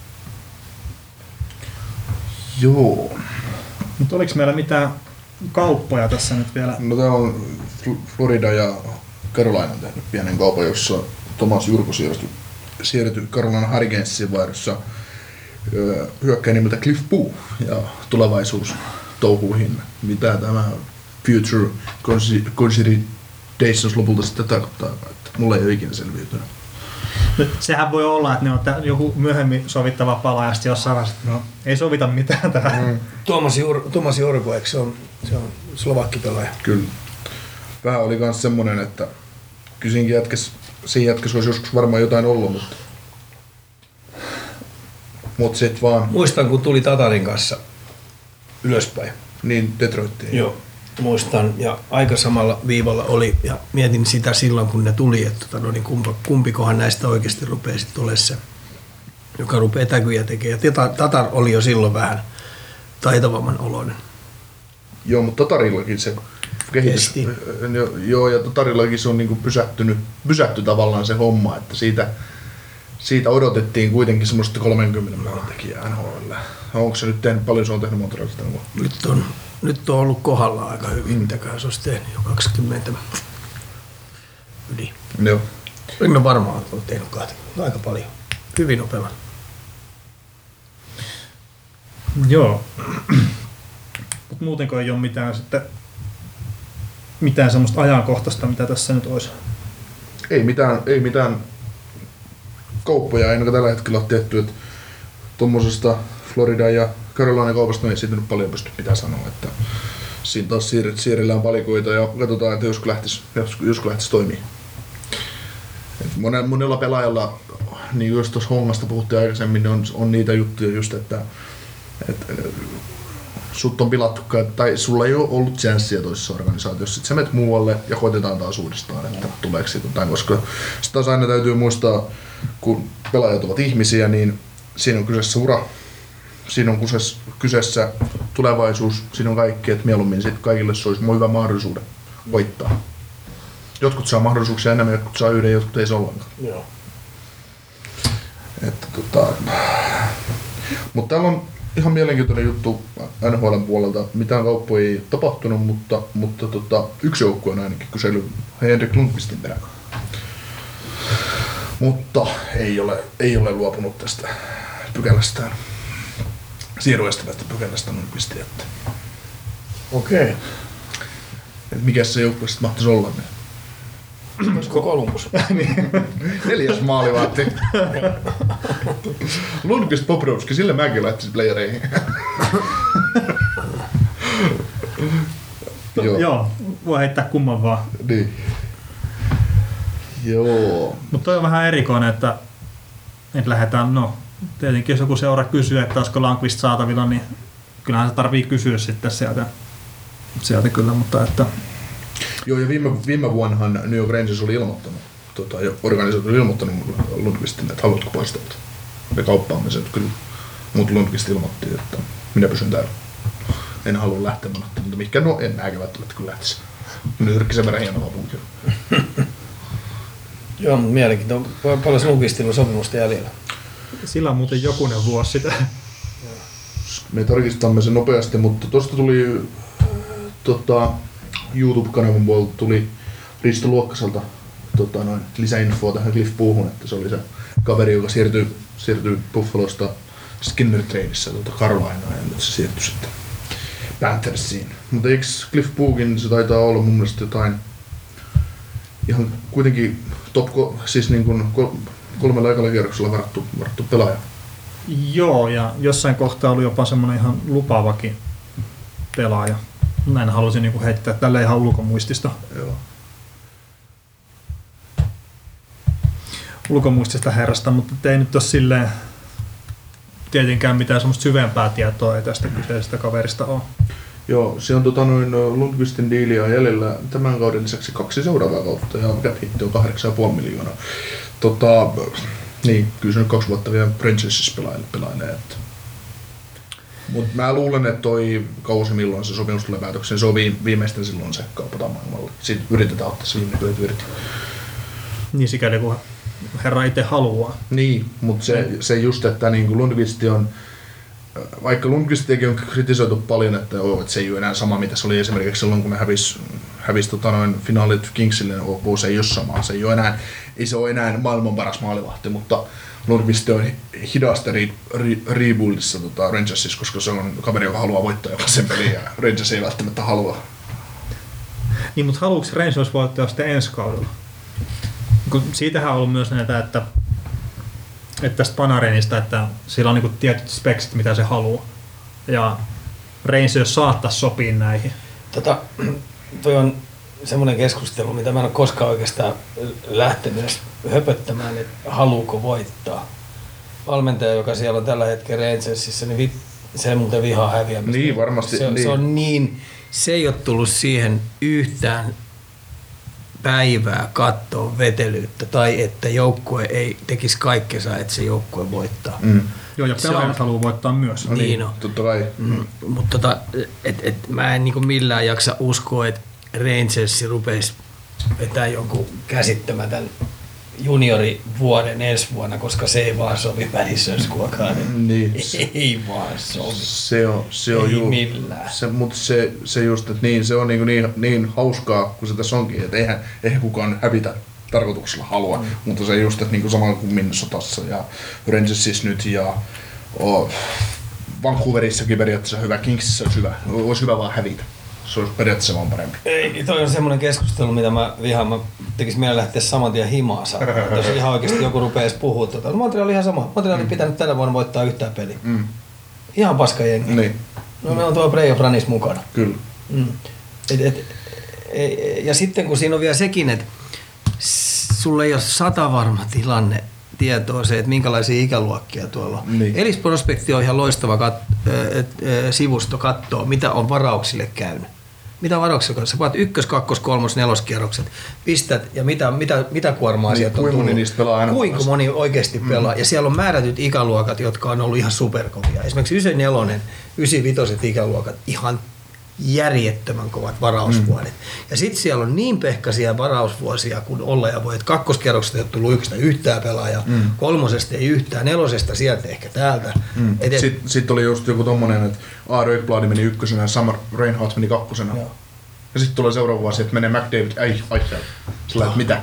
Joo. Mutta oliko meillä mitään kauppoja tässä nyt vielä? No tää on Florida ja Carolina on tehnyt pienen kaupan, jossa Thomas Jurko siirtyi Carolina Hurricanesin vaihdossa hyökkää nimeltä Cliff Booth ja tulevaisuus touhuihin, mitä tämä Future Considerations lopulta sitten tarkoittaa, että mulla ei ole ikinä selviytynyt. No, sehän voi olla, että ne on joku myöhemmin sovittava pala ja sitten jossain vaiheessa, no ei sovita mitään tähän. Tuomas Jorko, eikö se on slovakkipelaaja? Kyllä. Vähän oli myös semmoinen, että siinä jätkässä olisi joskus varmaan jotain ollut, mutta sit vaan... Muistan, kun tuli Tatarin kanssa ylöspäin. Niin, Detroittiin. Joo, muistan. Ja aika samalla viivalla oli, ja mietin sitä silloin, kun ne tuli, että niin kumpikohan näistä oikeasti rupeaa sitten olemaan se, joka rupeaa täkyjä tekemään. Ja Tatar oli jo silloin vähän taitavamman oloinen. Joo, mutta Tatarillakin se kehitys... Joo, ja Tatarillakin se on niinku pysähty tavallaan se homma, että siitä odotettiin kuitenkin semmoista 30 maalin tekijää NHL. Onko se nyt tehnyt paljon, se on tehnyt Montrealista? Nyt on ollut kohdalla aika hyvin, mitäkään se olisi tehnyt jo 20 yli. Joo. En mä varmaan ole tehnyt 20, aika paljon. Hyvin on pelannut. Joo. Mutta muutenko ei ole mitään semmoista ajankohtaista, mitä tässä nyt olisi? Ei mitään kauppoja ainakaan tällä hetkellä ole tehty, että tuommoisesta Florida ja Carolina kaupasta ei siitä nyt paljon pysty mitään sanoa, että siinä taas siirrellään palikoita ja katsotaan, että joskus lähtisi toimimaan. Monella pelaajalla, niin jos tuossa Hongasta puhuttiin aikaisemmin, niin on niitä juttuja just, että sut on pilattu, tai sulla ei ole ollut chanssiä toisessa organisaatiossa. Sitten sä menet muualle ja koitetaan taas uudestaan, että tuleeko siitä jotain, koska sitä taas aina täytyy muistaa, kun pelaajat ovat ihmisiä, niin siinä on kyseessä ura, siinä on kyseessä tulevaisuus, siinä on kaikki, että mieluummin sitten kaikille se olisi hyvä mahdollisuuden voittaa. Jotkut saa mahdollisuuksia enemmän, jotkut saa yhden, jotkut ei saa ollenkaan. Joo. Mutta täällä on ihan mielenkiintoinen juttu NHL:n puolelta. Mitään kauppoja ei tapahtunut, mutta yksi joukkue on ainakin kysely Henrik Lundqvistin perään. Mutta ei ole luopunut tästä pykälästään, siirroestävästä pykälästä Lundqvistia. Okei. Mikä se joukkue sitten mahtaisi olla? Olisiko Columbus? 4. maalivahti. Lundqvist Bobrovski, sille mäkin lähtisin playereihin. Joo, voi heittää kumman vaan. Niin. Joo. Mutta toi on vähän erikoinen, että lähdetään, tietenkin jos joku seura kysyy, että olisiko Lundqvist saatavilla, niin kyllähän se tarvii kysyä sitten sieltä kyllä, mutta että... Joo, ja viime vuonnahan New York Rangers oli ilmoittanut, organisaatio oli ilmoittanut Lundqvistin, että haluatko pois tuolta. Me kauppaamme sen kyllä, mutta Lundqvist ilmoitti, että minä pysyn täällä. En halua lähteä, mutta mikä en mäkin välttämättä kyllä lähtisi. New York sen verran hieno kaupunki. Joo, mutta mielenkiintoinen. Paljon Lundqvistilla on sopimusta jäljellä? Sillä on muuten jokunen vuosi sitä. Me tarkistamme sen nopeasti, mutta tuosta tuli YouTube-kanavan puolelta tuli Risto Luokkaselta lisäinfoa tähän Cliff Boothun, että se oli se kaveri, joka siirtyi Buffalosta Skinner Tradeissa Carolinaan ja nyt se siirtyi sitten Panthersiin. Mutta eikö Cliff Boothin, se taitaa olla mun mielestä jotain ihan kuitenkin siis niin kuin 3 ekalla kierroksella varattu pelaaja. Joo, ja jossain kohtaa oli jopa semmoinen ihan lupaavakin pelaaja. Näin halusin niinku heittää tällä ihan ulkomuistista. Joo. Ulkomuistista herrasta, mutta ei nyt ole silleen tietenkään mitään semmoista syvempää tietoa ei tästä kyseisestä kaverista ole. Joo, se on Lundqvistin diiliä jäljellä tämän kauden lisäksi 2 seuraavaa kautta ja cap hitti on 8,5 miljoonaa. Niin, kyllä se nyt 2 vuotta vielä Princessissa pelailee. Mutta mä luulen, että toi kausi milloin se sopimus tulee päätökseen, se on viimeisten silloin se kaupataan maailmalle. Siitä yritetään ottaa se viimeinen hyöty irti. Niin sikäli kun herra itse haluaa. Niin, mutta se just, että niin Lundqvist on, vaikka Lundqvistiakin on kritisoitu paljon, että se ei ole enää sama mitä se oli esimerkiksi silloin kun ne hävisi finaalit Kingsille, se ei ole sama. Ei se ole enää maailman paras maalivahti, mutta Lundqvist on hidasta rebuildissa Rangersissa, koska se on kaveri, joka haluaa voittaa jokaisen pelin ja Rangers ei välttämättä halua. Niin, mutta haluuko Rangers voittaa sitten ensi kaudella? Siitähän on ollut myös näitä, että tästä Panarinista, että sillä on niinku tietyt speksit, mitä se haluaa. Ja Rangers saattaisi sopia näihin. Toi on semmoinen keskustelu, mitä mä en ole koskaan oikeastaan lähtenyt edes höpöttämään, että haluuko voittaa. Valmentaja, joka siellä on tällä hetkellä Rangersissa, niin se muuten vihaa häviämistä. Niin, varmasti. Se ei ole tullut siihen yhtään päivää kattoon vetelyyttä tai että joukkue ei tekisi kaikkensa, että se joukkue voittaa. Joo, ja pelaajat haluaa voittaa myös. Niin on. Totta kai. Mutta mä en niinku millään jaksa uskoa, että Rangers rupeisi vetää jonkun käsittämätön juniorivuoden ensi vuonna, koska se ei vaan sovi Madison Square Garden. Niin. Ei vaan sovi. Se on ei millään. Mutta se just, että se on niin hauskaa kuin se tässä onkin, että eihän kukaan hävitä tarkoituksella halua, mutta se just, että samalla kuin Minnesotassa ja Rangersissa nyt ja Vancouverissakin periaatteessa hyvä, Kingsissä olisi hyvä vaan hävitä. Se olisi periaatteessa vaan parempi. Ei, toi on semmoinen keskustelu, mitä mä vihaan. Mä tekis mielellä lähteä saman tien himaa saamaan. Jos ihan oikeasti joku rupeaa edes puhua. Montreal oli ihan sama. Montreal oli pitänyt tänä vuonna voittaa yhtään peliä. Ihan paska jengi. Niin. No ne on tuo playoff runnissa mukana. Kyllä. Ja sitten kun siinä on vielä sekin, että sulla ei ole 100 varma tilanne tietoa se, että minkälaisia ikäluokkia tuolla on. Niin. Elite Prospect on ihan loistava sivusto kattoo, mitä on varauksille käynyt. Mitä varauksia kanssa? Sä vaat 1, 2, 3, 4 kierrokset. Pistät ja mitä kuormaa sieltä on tullut. Kuinka moni oikeasti pelaa. Ja siellä on määrätyt ikäluokat, jotka on ollut ihan superkovia. Esimerkiksi 94, 95 ikäluokat ihan järjettömän kovat varausvuodet. Ja sitten siellä on niin pehkaisia varausvuosia kuin olla ja voi, että kakkoskerroksesta ei ole tullut yhtään pelaajaa, kolmosesta ei yhtään, nelosesta sieltä ehkä täältä. Sitten oli just joku tommonen, että Röykblad meni ykkösenä ja Sam Reinhardt meni kakkosena. Joo. Ja sitten tulee seuraava vuosi, että menee McDavid, Eichel. Sillä että mitä?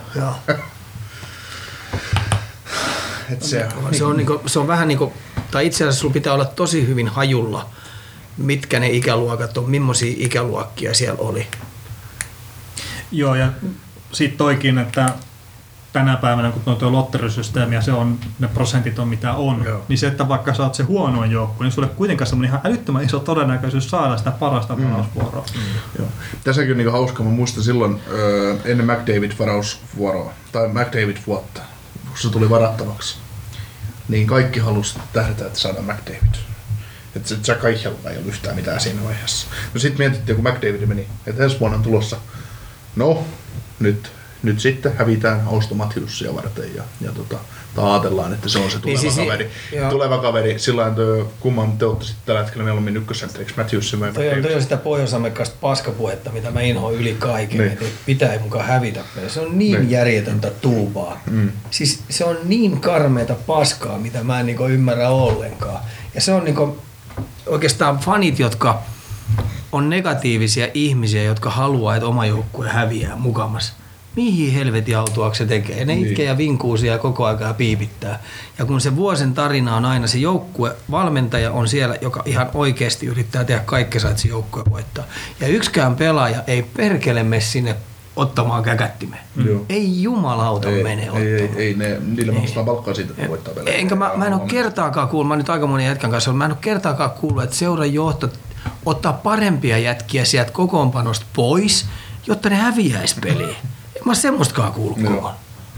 Se on vähän niinku, tai itse asiassa sulla pitää olla tosi hyvin hajulla, mitkä ne ikäluokat on, millaisia ikäluokkia siellä oli. Joo, ja sitten toikin, että tänä päivänä, kun tuo lotterisysteemi ja se on, ne prosentit on mitä on, niin se, että vaikka sä oot se huonoin joukkue, niin sulle kuitenkaan semmoinen ihan älyttömän iso todennäköisyys saada sitä parasta varausvuoroa. Tässäkin on niinku hauska, mä muistan silloin ennen McDavid-varausvuoroa, tai McDavid-vuotta, kun se tuli varattavaksi, niin kaikki halusi tähdätä, että saadaan McDavid. Että se Jack Eichel ei ollut yhtään mitään siinä vaiheessa. No sit mietittiin, kun McDavid meni, että ensi vuonna on tulossa. No, nyt sitten hävitään Austo Matthewsia varten ja ajatellaan, että se on se tuleva kaveri. Tuleva kaveri, sillain kumman te olette sitten tällä hetkellä mieluummin ykkössenteriksi Matthewsin vai McDavid. Toi on sitä pohjois-amerikkalaista paskapuhetta, mitä mä inhoan yli kaiken, että pitää mukaan hävitä. Se on niin järjetöntä tuubaa. Siis se on niin karmeeta paskaa, mitä mä en ymmärrä ollenkaan. Ja se on oikeastaan fanit, jotka on negatiivisia ihmisiä, jotka haluaa, että oma joukkue häviää mukamassa. Mihin helvetin autuaksi se tekee? Ne itkee ja vinkuu siellä koko aikaa piipittää. Ja kun se vuosen tarina on aina se joukkue, valmentaja on siellä, joka ihan oikeasti yrittää tehdä kaikkensa, että se joukkue voittaa. Ja yksikään pelaaja ei perkele mene sinne ottamaan käkättimeen. Ei jumalauta mene ottamaan. Ei niille maksetaan palkkaa siitä, että voittaa pelejä. Enkä mä en ole kertaakaan kuullut, mä nyt aika monen jätkän kanssa, mä en ole kertaakaan kuullut, että seuran johto ottaa parempia jätkiä sieltä kokoonpanosta pois, jotta ne häviäisi peliä. En mä semmoistakaan kuullut kovaa.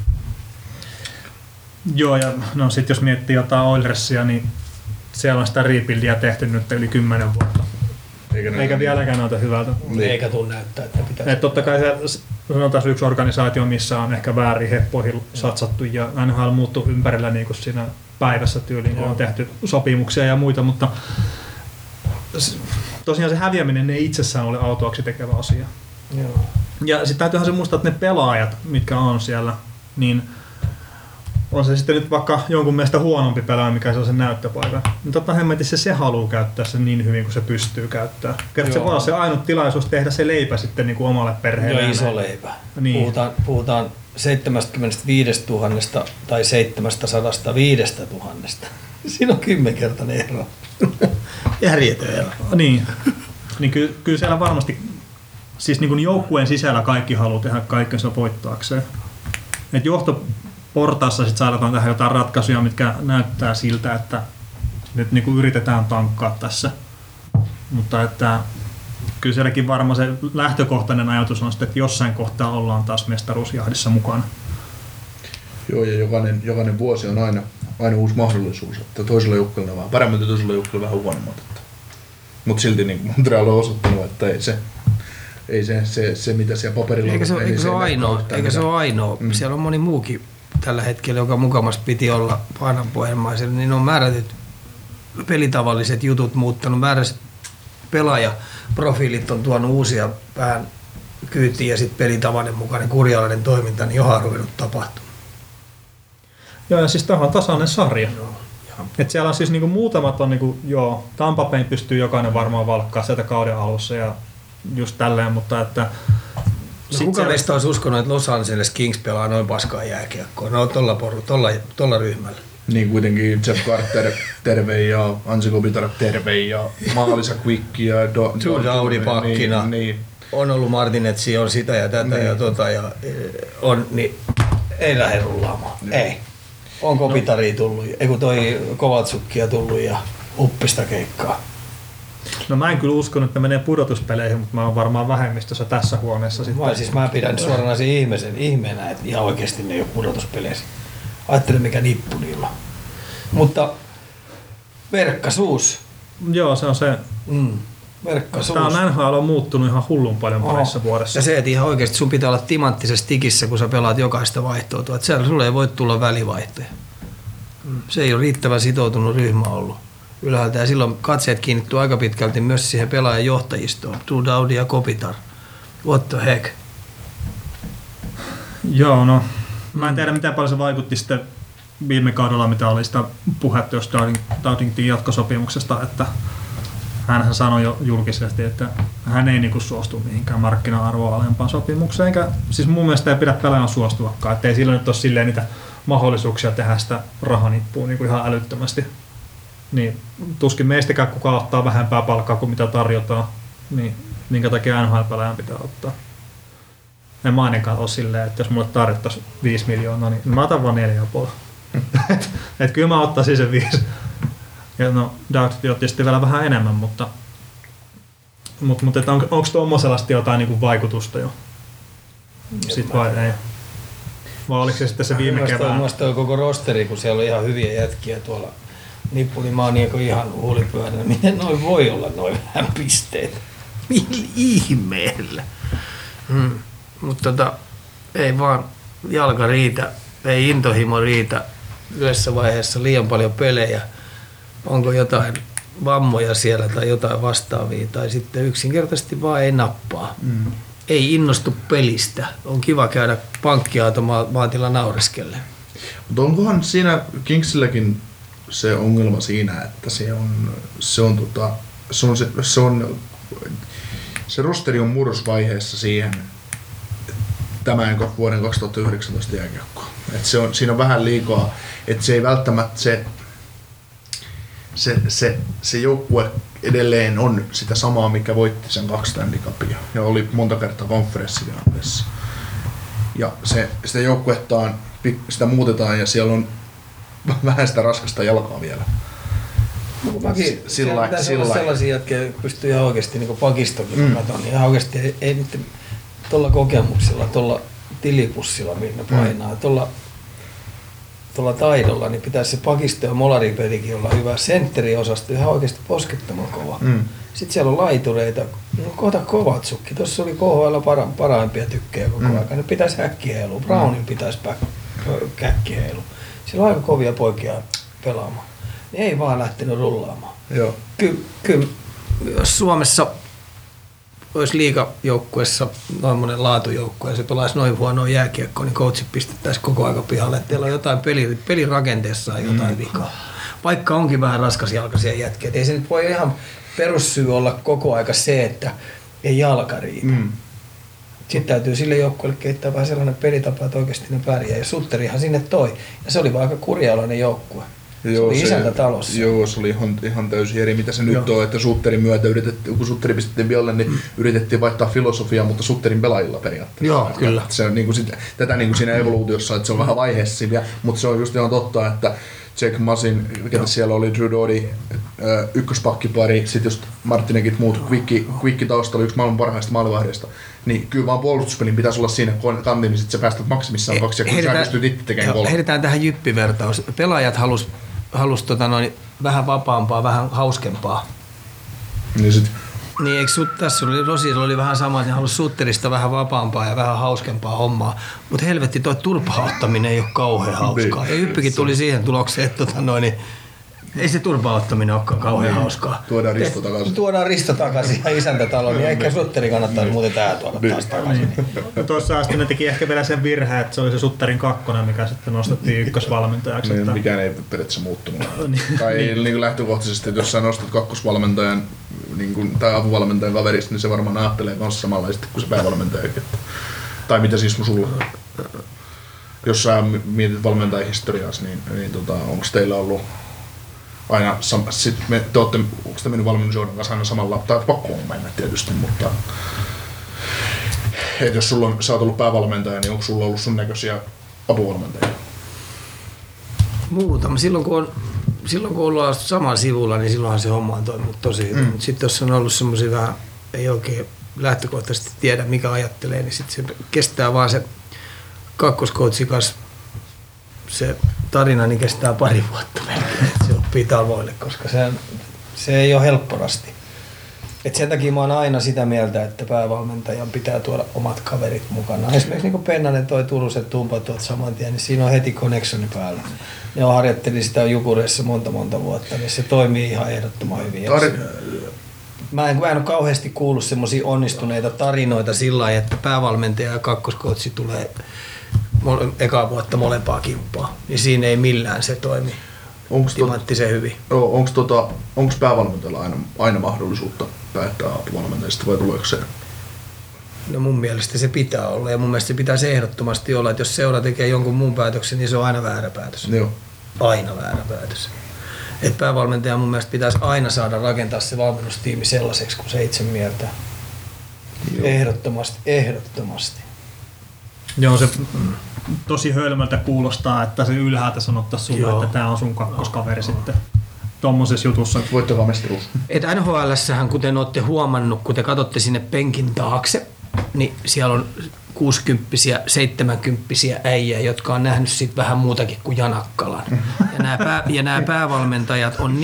Joo, ja no sit jos miettii jotain Oilersia, niin siellä on sitä rebuildia tehty nyt yli 10 vuotta. Eikä vieläkään näytä hyvältä. Eikä tule näyttää, että pitäisi. Totta kai se sanotaan yksi organisaatio, missä on ehkä väärin heppoihin satsattu ja NHL muuttuu ympärillä niin kuin siinä päivässä tyyliin, kun on tehty sopimuksia ja muita, mutta tosiaan se häviäminen ei itsessään ole autuaksi tekevä asia. Joo. Ja sitten täytyyhän se muistaa, että ne pelaajat, mitkä on siellä, niin on se sitten nyt vaikka jonkun mielestä huonompi pelaaja, mikä se on sen näyttöpaikan, niin totta hemmetissä se haluaa käyttää sen niin hyvin kuin se pystyy käyttämään. Kertaa se vaan se ainut tilaisuus tehdä se leipä sitten niin kuin omalle perheelle. Joo, iso leipä. Niin. Puhutaan 75 000 tai 705 000. Siinä on 10-kertainen ero. Järjetön ero. Niin. Niin kyllä siellä varmasti, siis niin kuin joukkueen sisällä kaikki haluaa tehdä kaikkensa voittaakseen. Et johtoportaassa sitten saadaan tähän jotain ratkaisuja, mitkä näyttää siltä, että nyt niin kuin yritetään tankkaa tässä. Mutta että kyllä sielläkin varmaan se lähtökohtainen ajatus on sitten, että jossain kohtaa ollaan taas mestaruusjahdissa mukana. Joo, ja jokainen vuosi on aina uusi mahdollisuus, että toisella joukkueella on vähän paremmat ja toisella joukkueella vähän huonommat. Mutta silti niin Montreal on osoittanut, että ei se mitä siellä paperilla eikä se ole ainoa. Mm. Siellä on moni muukin tällä hetkellä, joka mukamassa piti olla painanpuhelmaisella, niin on määrätyt pelitavalliset jutut muuttanut, määräiset pelaajaprofiilit on tuonut uusia vähän kyytiä ja sitten pelitavallen mukainen kurjalainen toiminta, niin johon on ruvennut tapahtumaan. Joo, ja siis tämä on tasainen sarja. Et siellä on siis niinku muutamat on Tampa Bay pystyy jokainen varmaan valkkaa sieltä kauden alussa ja just tälleen, mutta että kuka meistä olisi uskonut, että Los Angeles Kings pelaa noin paskaa jääkiekkoa? No tolla ryhmällä. Niin kuitenkin Jeff Carter terve ja Ansi Kopitar terve ja Maalisa Quick ja Dowdy pakkina. Niin. On ollut Martinetsi, on sitä ja tätä ja on, niin ei lähde rullaamaan. Niin. Ei. On Kopitaria tullut, toi Kovatsukkia tullut ja uppista keikkaa. No mä en kyllä uskonut, että ne menee pudotuspeleihin, mutta mä oon varmaan vähemmistössä tässä huoneessa sitten. Mä pidän suoranaisen ihmeenä, että ihan oikeasti ne ei ole pudotuspeleissä. Ajattelen mikä nippu niillä on. Mutta verkkasuus. Joo, se on se. Verkkasuus. Tämä NHL on muuttunut ihan hullun paljon parissa vuodessa. Ja se, että ihan oikeasti sun pitää olla timanttisessa tikissä, kun sä pelaat jokaista vaihtoa. Että siellä sulle ei voi tulla välivaihtoja. Se ei ole riittävän sitoutunut ryhmä ollut ylhäältä. Ja silloin katseet kiinnittyy aika pitkälti myös siihen pelaajan johtajistoon. Dowdy ja Kopitar. What the heck? Joo, no. Mä en tiedä, miten paljon se vaikutti sitten viime kaudella, mitä oli sitä puhetta jos Dowdingtin jatkosopimuksesta, että hänhän sanoi jo julkisesti, että hän ei niinku suostu mihinkään markkina-arvoa alempaan sopimukseen, eikä siis mun mielestä ei pidä pelaajan suostuakaan, ettei sillä nyt ole silleen niitä mahdollisuuksia tehdä sitä rahanippuun niinku ihan älyttömästi. Niin tuskin meistäkään kukaan ottaa vähempää palkkaa kuin mitä tarjotaan, niin minkä takia NHL-pelaajan pitää ottaa. En mä ainakaan ole silleen, että jos mulle tarjottaisiin 5 miljoonaa, niin mä otan vaan 4,5. Et kyllä mä ottaisin sen 5. Ja no, Dowdy otti sitten vielä vähän enemmän, mutta onko tuommoisella jotain niinku vaikutusta jo? Sitten vai ei? Vai oliko se sitten se viime kevään? Mielestäni koko rosteri, kun siellä on ihan hyviä jätkiä tuolla nippu, niin mä oon niin ihan huulipyöränä. Miten noin voi olla noin vähän pisteitä? Millä ihmeellä? Mutta ei vaan jalka riitä, ei intohimo riitä yhdessä vaiheessa liian paljon pelejä. Onko jotain vammoja siellä tai jotain vastaavia tai sitten yksinkertaisesti vaan ei nappaa. Ei innostu pelistä. On kiva käydä pankkiautomaatilla naureskelle. Mutta onkohan siinä Kingsilläkin se ongelma siinä, että se rosteri on murrosvaiheessa siihen tämän vuoden 2019 jääkiekkoa. Siinä on vähän liikaa, että se ei välttämättä se joukkue edelleen on sitä samaa, mikä voitti sen 2 Stanley Cupia ja oli monta kertaa konferenssitilanteessa. Ja sitä joukkuettaan, sitä muutetaan ja siellä on vähän sitä raskasta jalkaa vielä. Mäkin sellaisia jätkiä pystyy ihan oikeasti niin pakistokin katsomaan. Ihan oikeasti ei nyt tuolla kokemuksella, tuolla tilipussilla minne painaa, tuolla taidolla, niin pitäisi se pakisto ja molaripelikin olla hyvä. Sentteriosasto ihan oikeasti poskettoman kova. Sitten siellä on laitureita, no kohta Kovatsukki, tuossa oli KHL parhaimpia tykkejä koko ajan. Ne pitäisi häkkiheilu, Brownin pitäisi käkkiheilu. Siellä on aika kovia poikia pelaamaan. Ne ei vaan lähtenyt rullaamaan. Joo. Kyllä, jos Suomessa olisi liigajoukkuessa noin monen laatujoukkue ja se pelaisi noin huonoa jääkiekkoa, niin coachit pistettäisiin koko aika pihalle. Että teillä on jotain pelirakenteessa jotain vikaa. Vaikka onkin vähän raskasjalkaisia jätkiä. Ei se nyt voi ihan perussyy olla koko aika se, että ei jalka riitä. Sitten täytyy sille joukkueelle keittää vähän sellainen pelitapa, että oikeasti ne pärjää. Ja Sutterihan sinne toi. Ja se oli vaan aika kurjaalainen joukkue. Se oli isäntätalossa. Joo, se oli ihan täysin eri, mitä se nyt on, että Sutterin myötä kun Sutteri pistettiin vialle, niin yritettiin vaihtaa filosofiaa, mutta Sutterin pelaajilla periaatteessa. Joo, kyllä. Se on tätä siinä evoluutiossa, että se on vähän vaiheessa, mutta se on just ihan totta, että Jack Masin, ketä siellä oli, Drew Doughty, ykköspakkipari, sitten just Martinekit muut, Quick taustalla, yksi maailman parhaista maalivahdeista, niin kyllä vaan puolustuspelin pitäisi olla siinä kantin, niin sitten sä päästät maksimissaan 2 ja kun sä pystyt itse tekemään 3. Heitetään tähän jyppivertaus. Pelaajat halus vähän vapaampaa, vähän hauskempaa. Niin sit. Niin eikö tässä Rosilla oli vähän sama, että ne halusi Sutterista vähän vapaampaa ja vähän hauskempaa hommaa. Mutta helvetti, toi turpauttaminen ei ole kauhean hauskaa. Ja Jyppikin tuli siihen tulokseen, että ei se turpauttaminen olekaan kauhean hauskaa. Tuodaan Risto takaisin ja isäntätalo, niin ehkä Sutteri kannattaa muuten tää tuoda taas takaisin. No tuossa asti ne teki ehkä vielä sen virheen, että se oli se Sutterin 2, mikä sitten nostettiin ykkösvalmentajaksi. Niin, mikään ei periaatteessa muuttunut. Tai niin lähtökohtaisesti, että jos sä nostat kakkosvalmentajan tai apuvalmentajan kaverista, niin se varmaan ajattelee myös samanlaisesti kuin se päävalmentajakin. Tai mitä siis sulla? Jos sä mietit valmentajan historiaasi, niin onko teillä ollut aina, onko te mennyt valmennusjohdon kanssa aina samalla, tai pakko on mennä tietysti, mutta jos sä oot ollut päävalmentaja, niin onko sulla ollut sun näköisiä apuvalmentajia? Muutama. Silloin kun ollaan samalla sivulla, niin silloinhan se homma on toiminut tosi hyvin. Sitten jos on ollut semmoisia vähän, ei oikein lähtökohtaisesti tiedä mikä ajattelee, niin sitten se kestää vaan se kakkoskoutsin kanssa se tarina niin kestää pari vuotta melkein, että se oppii talvoille, koska se ei ole helpporasti. Et sen takia mä oon aina sitä mieltä, että päävalmentajan pitää tuoda omat kaverit mukana. Esimerkiksi niin kuin Pennanen toi Turusen tumpa tuolta saman tien, niin siinä on heti connectioni päällä. Ne on harjoitteli sitä Jukureissa monta vuotta, niin se toimii ihan ehdottoman hyvin. Mä en ole kauheasti kuullut semmosia onnistuneita tarinoita sillä lailla, että päävalmentaja ja kakkoskoutsi tulee eka vuotta molempaa kimppaa, niin siinä ei millään se toimi timanttisen hyvin. Onko päävalmentajalla aina mahdollisuutta päättää apuvalmentajista vai tuleeko se? No mun mielestä se pitää olla ja mun mielestä se pitäisi ehdottomasti olla, että jos seura tekee jonkun muun päätöksen, niin se on aina väärä päätös. Joo. Aina väärä päätös. Et päävalmentaja mun mielestä pitäisi aina saada rakentaa se valmennustiimi sellaiseksi, kun se itse mieltää. Ehdottomasti. Joo, se tosi hölmöltä kuulostaa, että se ylhäältä sanottaisiin sulle, että tämä on sun kakkoskaveri sitten tommosessa jutussa. Voittava mestaruus. NHL:ssähän, kuten olette huomannut, kun te katsotte sinne penkin taakse, niin siellä on 60-vuotiaita, 70-vuotiaita äijä, jotka on nähnyt sit vähän muutakin kuin Janakkalan. Ja nämä päävalmentajat on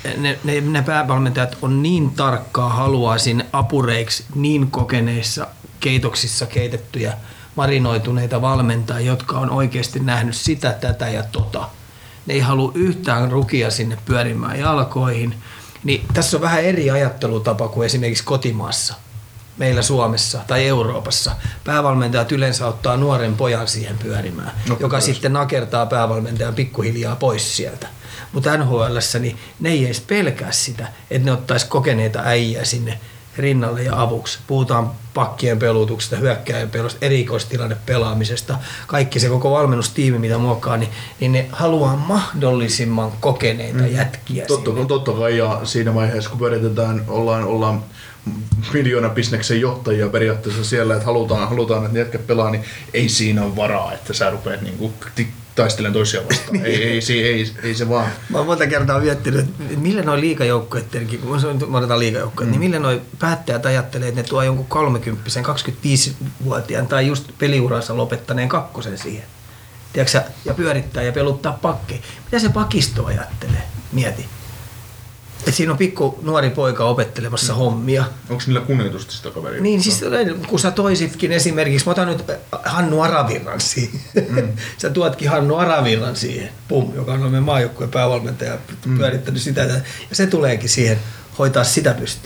niin tarkkaa haluaa sinne apureiksi niin kokeneissa keitoksissa keitettyjä marinoituneita valmentajia, jotka on oikeasti nähnyt sitä, tätä ja tota. Ne ei halua yhtään rukia sinne pyörimään jalkoihin. Niin tässä on vähän eri ajattelutapa kuin esimerkiksi kotimaassa, meillä Suomessa tai Euroopassa. Päävalmentajat yleensä ottaa nuoren pojan siihen pyörimään, joka sitten nakertaa päävalmentajan pikkuhiljaa pois sieltä. Mutta NHL:ssä niin ne ei edes pelkää sitä, että ne ottaisi kokeneita äijää sinne rinnalle ja avuksi. Puhutaan pakkien pelutuksesta, hyökkääjän pelusta, erikoistilanne pelaamisesta. Kaikki se koko valmennustiimi, mitä muokkaa, niin ne haluaa mahdollisimman kokeneita jätkiä. Totta kai, ja siinä vaiheessa, kun pyöritetään, ollaan miljoonan bisneksen johtajia periaatteessa siellä, että halutaan, että ne jätkät pelaa, niin ei siinä ole varaa, että sä rupeat niinku taistelemaan toisia vastaan. ei se vaan. Mä oon monta kertaa miettinyt, että millä noi liigajoukkueet, kun me otetaan liigajoukkueet, niin millä noi päättäjät ajattelee, että ne tuo jonkun 30, 25-vuotiaan tai just peliuransa lopettaneen kakkosen siihen. Tiedätkö, ja pyörittää ja peluttaa pakkeja. Mitä se pakisto ajattelee? Mieti. Et siinä on pikku nuori poika opettelemassa hommia. Onko niillä kunnioitusta sitä kaveria? Niin, siis kun sä toisitkin esimerkiksi, mä otan nyt Hannu Aravirran siihen. Sä tuotkin Hannu Aravirran siihen, joka on meidän maajoukkueen päävalmentaja, pyörittänyt sitä. Ja se tuleekin siihen hoitaa sitä pystiä.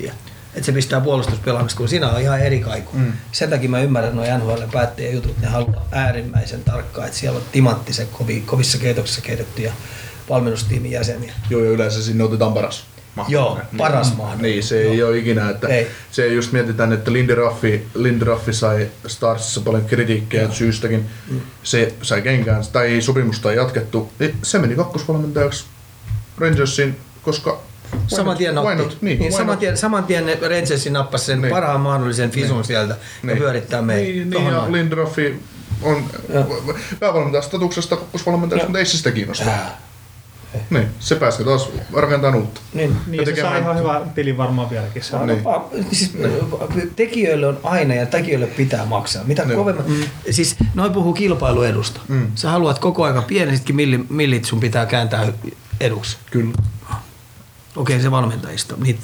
että se pistää puolustuspelaamista, kun siinä on ihan eri kaiku. Sen takia mä ymmärrän nuo NHL-päättäjien jutut, ne haluaa äärimmäisen tarkkaan, että siellä on timanttisen kovissa keitoksissa keitettyjä valmennustiimin jäseniä. Joo, ja yleensä sinne otetaan paras mahdollinen. Joo, paras mahdollinen. Niin, se ei ole ikinä, että se just mietitään, että Lindy Raffi sai Starsissa paljon kritiikkiä syystäkin. Se sai kenkään, tai ei sopimusta ei jatkettu. Se meni kakkosvalmentajaksi Rangersiin, koska Saman tien saman tien Rangersin nappasi sen parhaan mahdollisen fisun sieltä ja pyörittää meitä. Niin, ja Lindy Raffi on päävalmentajan statuksesta kakkosvalmentajaksi, mutta ei se sitä kiinnostaa. Niin, se pääsee taas rakentamaan uutta. Niin se saa ihan hyvä tilin varmaan vieläkin. Siis, tekijöille on aina ja tekijöille pitää maksaa. Mitä kovemmat, siis noi puhuu kilpailuedusta. Sä haluat koko ajan pienesitkin millit sun pitää kääntää eduksi. Kyllä. Okei, se valmentajista. Niitä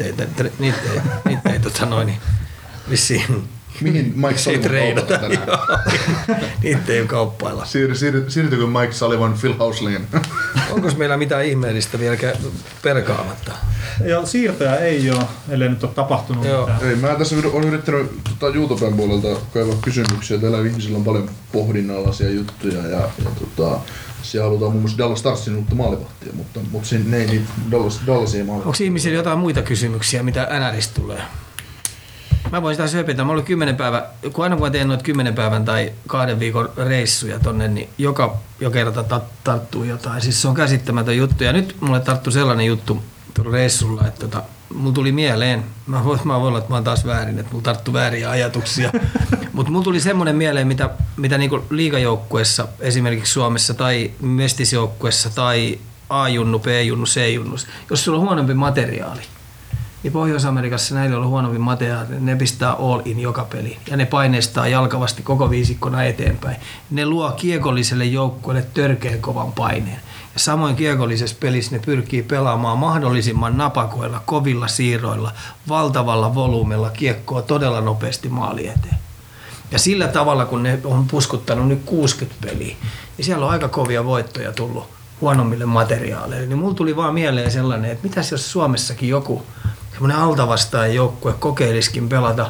ei vissiin. Mihin Mike Sullivan kaupata tänään? Niitä ei kauppailla. Siirtyykö Mike Sullivan Phil Houslingen? Onko meillä mitään ihmeellistä vielä perkaamatta? Joo, siirtoja ei ole, ellei nyt ole tapahtunut mitään. Ei, mä tässä olen yrittänyt YouTuben puolelta kaivaa kysymyksiä. Täällä ihmisillä on paljon pohdinnallisia juttuja ja siellä halutaan muun muassa Dallas Starsin uutta maalivahtia, mutta ne ei niitä Dallasia maalivahtia. Onko ihmisillä jotain muita kysymyksiä, mitä NRistä tulee? Mä voin sitä söpitä. Mä olin 10 päivää, aina kun mä teen noita 10 päivän tai 2 viikon reissuja tonne, niin joka kerta tarttuu jotain. Siis se on käsittämätön juttu. Ja nyt mulle tarttui sellainen juttu tuolla reissulla, että mulla tuli mieleen, mä voin olla, että mä oon taas väärin, että mulla tarttui vääriä ajatuksia. Mutta mulla tuli semmoinen mieleen, mitä niinku liigajoukkueessa, esimerkiksi Suomessa tai mestisjoukkueessa tai A-junnu, B-junnu, C-junnu, jos sulla on huonompi materiaali, niin Pohjois-Amerikassa näillä on huonompi materiaali, ne pistää all in joka peliin ja ne paineistaa jalkavasti koko viisikkona eteenpäin. Ne luo kiekolliselle joukkueelle törkeän kovan paineen. Ja samoin kiekollisessa pelissä ne pyrkii pelaamaan mahdollisimman napakoilla, kovilla siirroilla, valtavalla volyymella kiekkoa todella nopeasti maali eteen. Ja sillä tavalla, kun ne on puskuttanut nyt 60 peliä, niin siellä on aika kovia voittoja tullut huonommille materiaaleille. Niin mulla tuli vaan mieleen sellainen, että mitäs jos Suomessakin joku semmoinen altavastaajan joukkue kokeilisikin pelata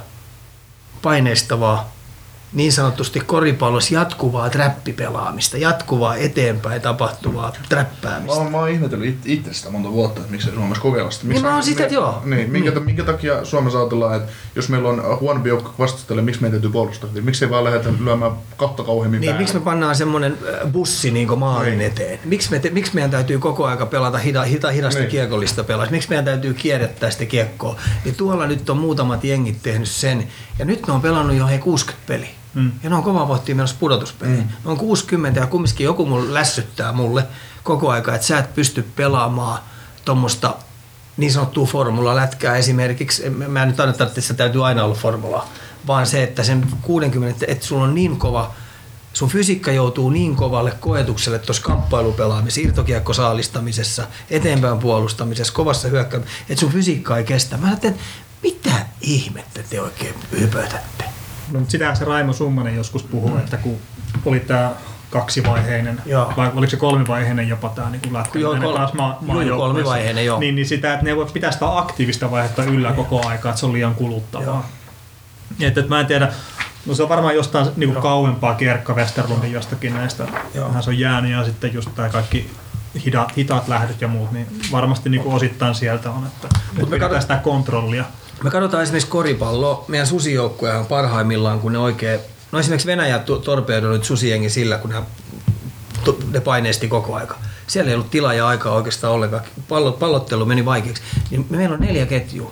paineistavaa, niin sanotusti koripallossa jatkuvaa trappipelaamista, jatkuvaa eteenpäin tapahtuvaa träppäämistä. Mä oon ihmetellyt itse sitä monta vuotta, että miksi Suomessa kokeilla sitä. Niin mä oon sitä, joo. Niin, minkä takia Suomessa ajatellaan, että jos meillä on huonompi joukko vastustajalle, miksi meidän täytyy puolustaa? Miksi ei vaan lähdetä lyömään kahta kauheammin niin, päälle? Miksi me pannaan semmoinen bussi niin maalin eteen? Miksi meidän täytyy koko aika pelata hidasta kiekollista pelaa? Miksi meidän täytyy kierrättää sitä kiekkoa? Niin tuolla nyt on muutamat jengit tehnyt sen, ja nyt ne on pelannut jo 60 peliä. Ja ne on kovaa vauhtia menossa pudotuspeliin. Ne on 60 ja kumminkin joku mulle lässyttää mulle koko aika, että sä et pysty pelaamaan tuommoista niin sanottua formula-lätkää esimerkiksi. Mä en nyt aina tarvitse, että täytyy aina olla formulaa, vaan se, että sen 60, että sulla on niin kova, sun fysiikka joutuu niin kovalle koetukselle tuossa kamppailupelaamisessa, irtokiekkosaalistamisessa, eteenpäin puolustamisessa, kovassa hyökkäämisessä, että sun fysiikka ei kestä. Mä ajattelin, mitä ihmettä te oikein hypötätte? No, mutta sitähän se Raimo Summanen joskus puhuu, että kun oli tämä kaksivaiheinen, vai oliko se kolmivaiheinen jopa tämä niin lätkä, kolmivaiheinen, joo. Niin sitä, että ne pitää sitä aktiivista vaihetta yllä koko aikaa, että se on liian kuluttavaa. Että mä en tiedä, no se on varmaan jostain niin kuin kauempaa Kierkka Westerlundin jostakin näistä, hän se on jäänyt ja sitten just tämä kaikki hitaat lähdöt ja muut, niin varmasti niin kuin osittain sieltä on, että pidetään sitä kontrollia. Me katsotaan esimerkiksi koripalloa. Meidän susijoukkuja on parhaimmillaan, kun ne oikein... No esimerkiksi Venäjä torpeudoi nyt susijengi sillä, kun ne paineisti koko aika. Siellä ei ollut tilaa ja aikaa oikeastaan ollenkaan. Pallottelu meni vaikeaksi. Niin meillä on 4 ketjua,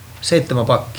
7 pakki.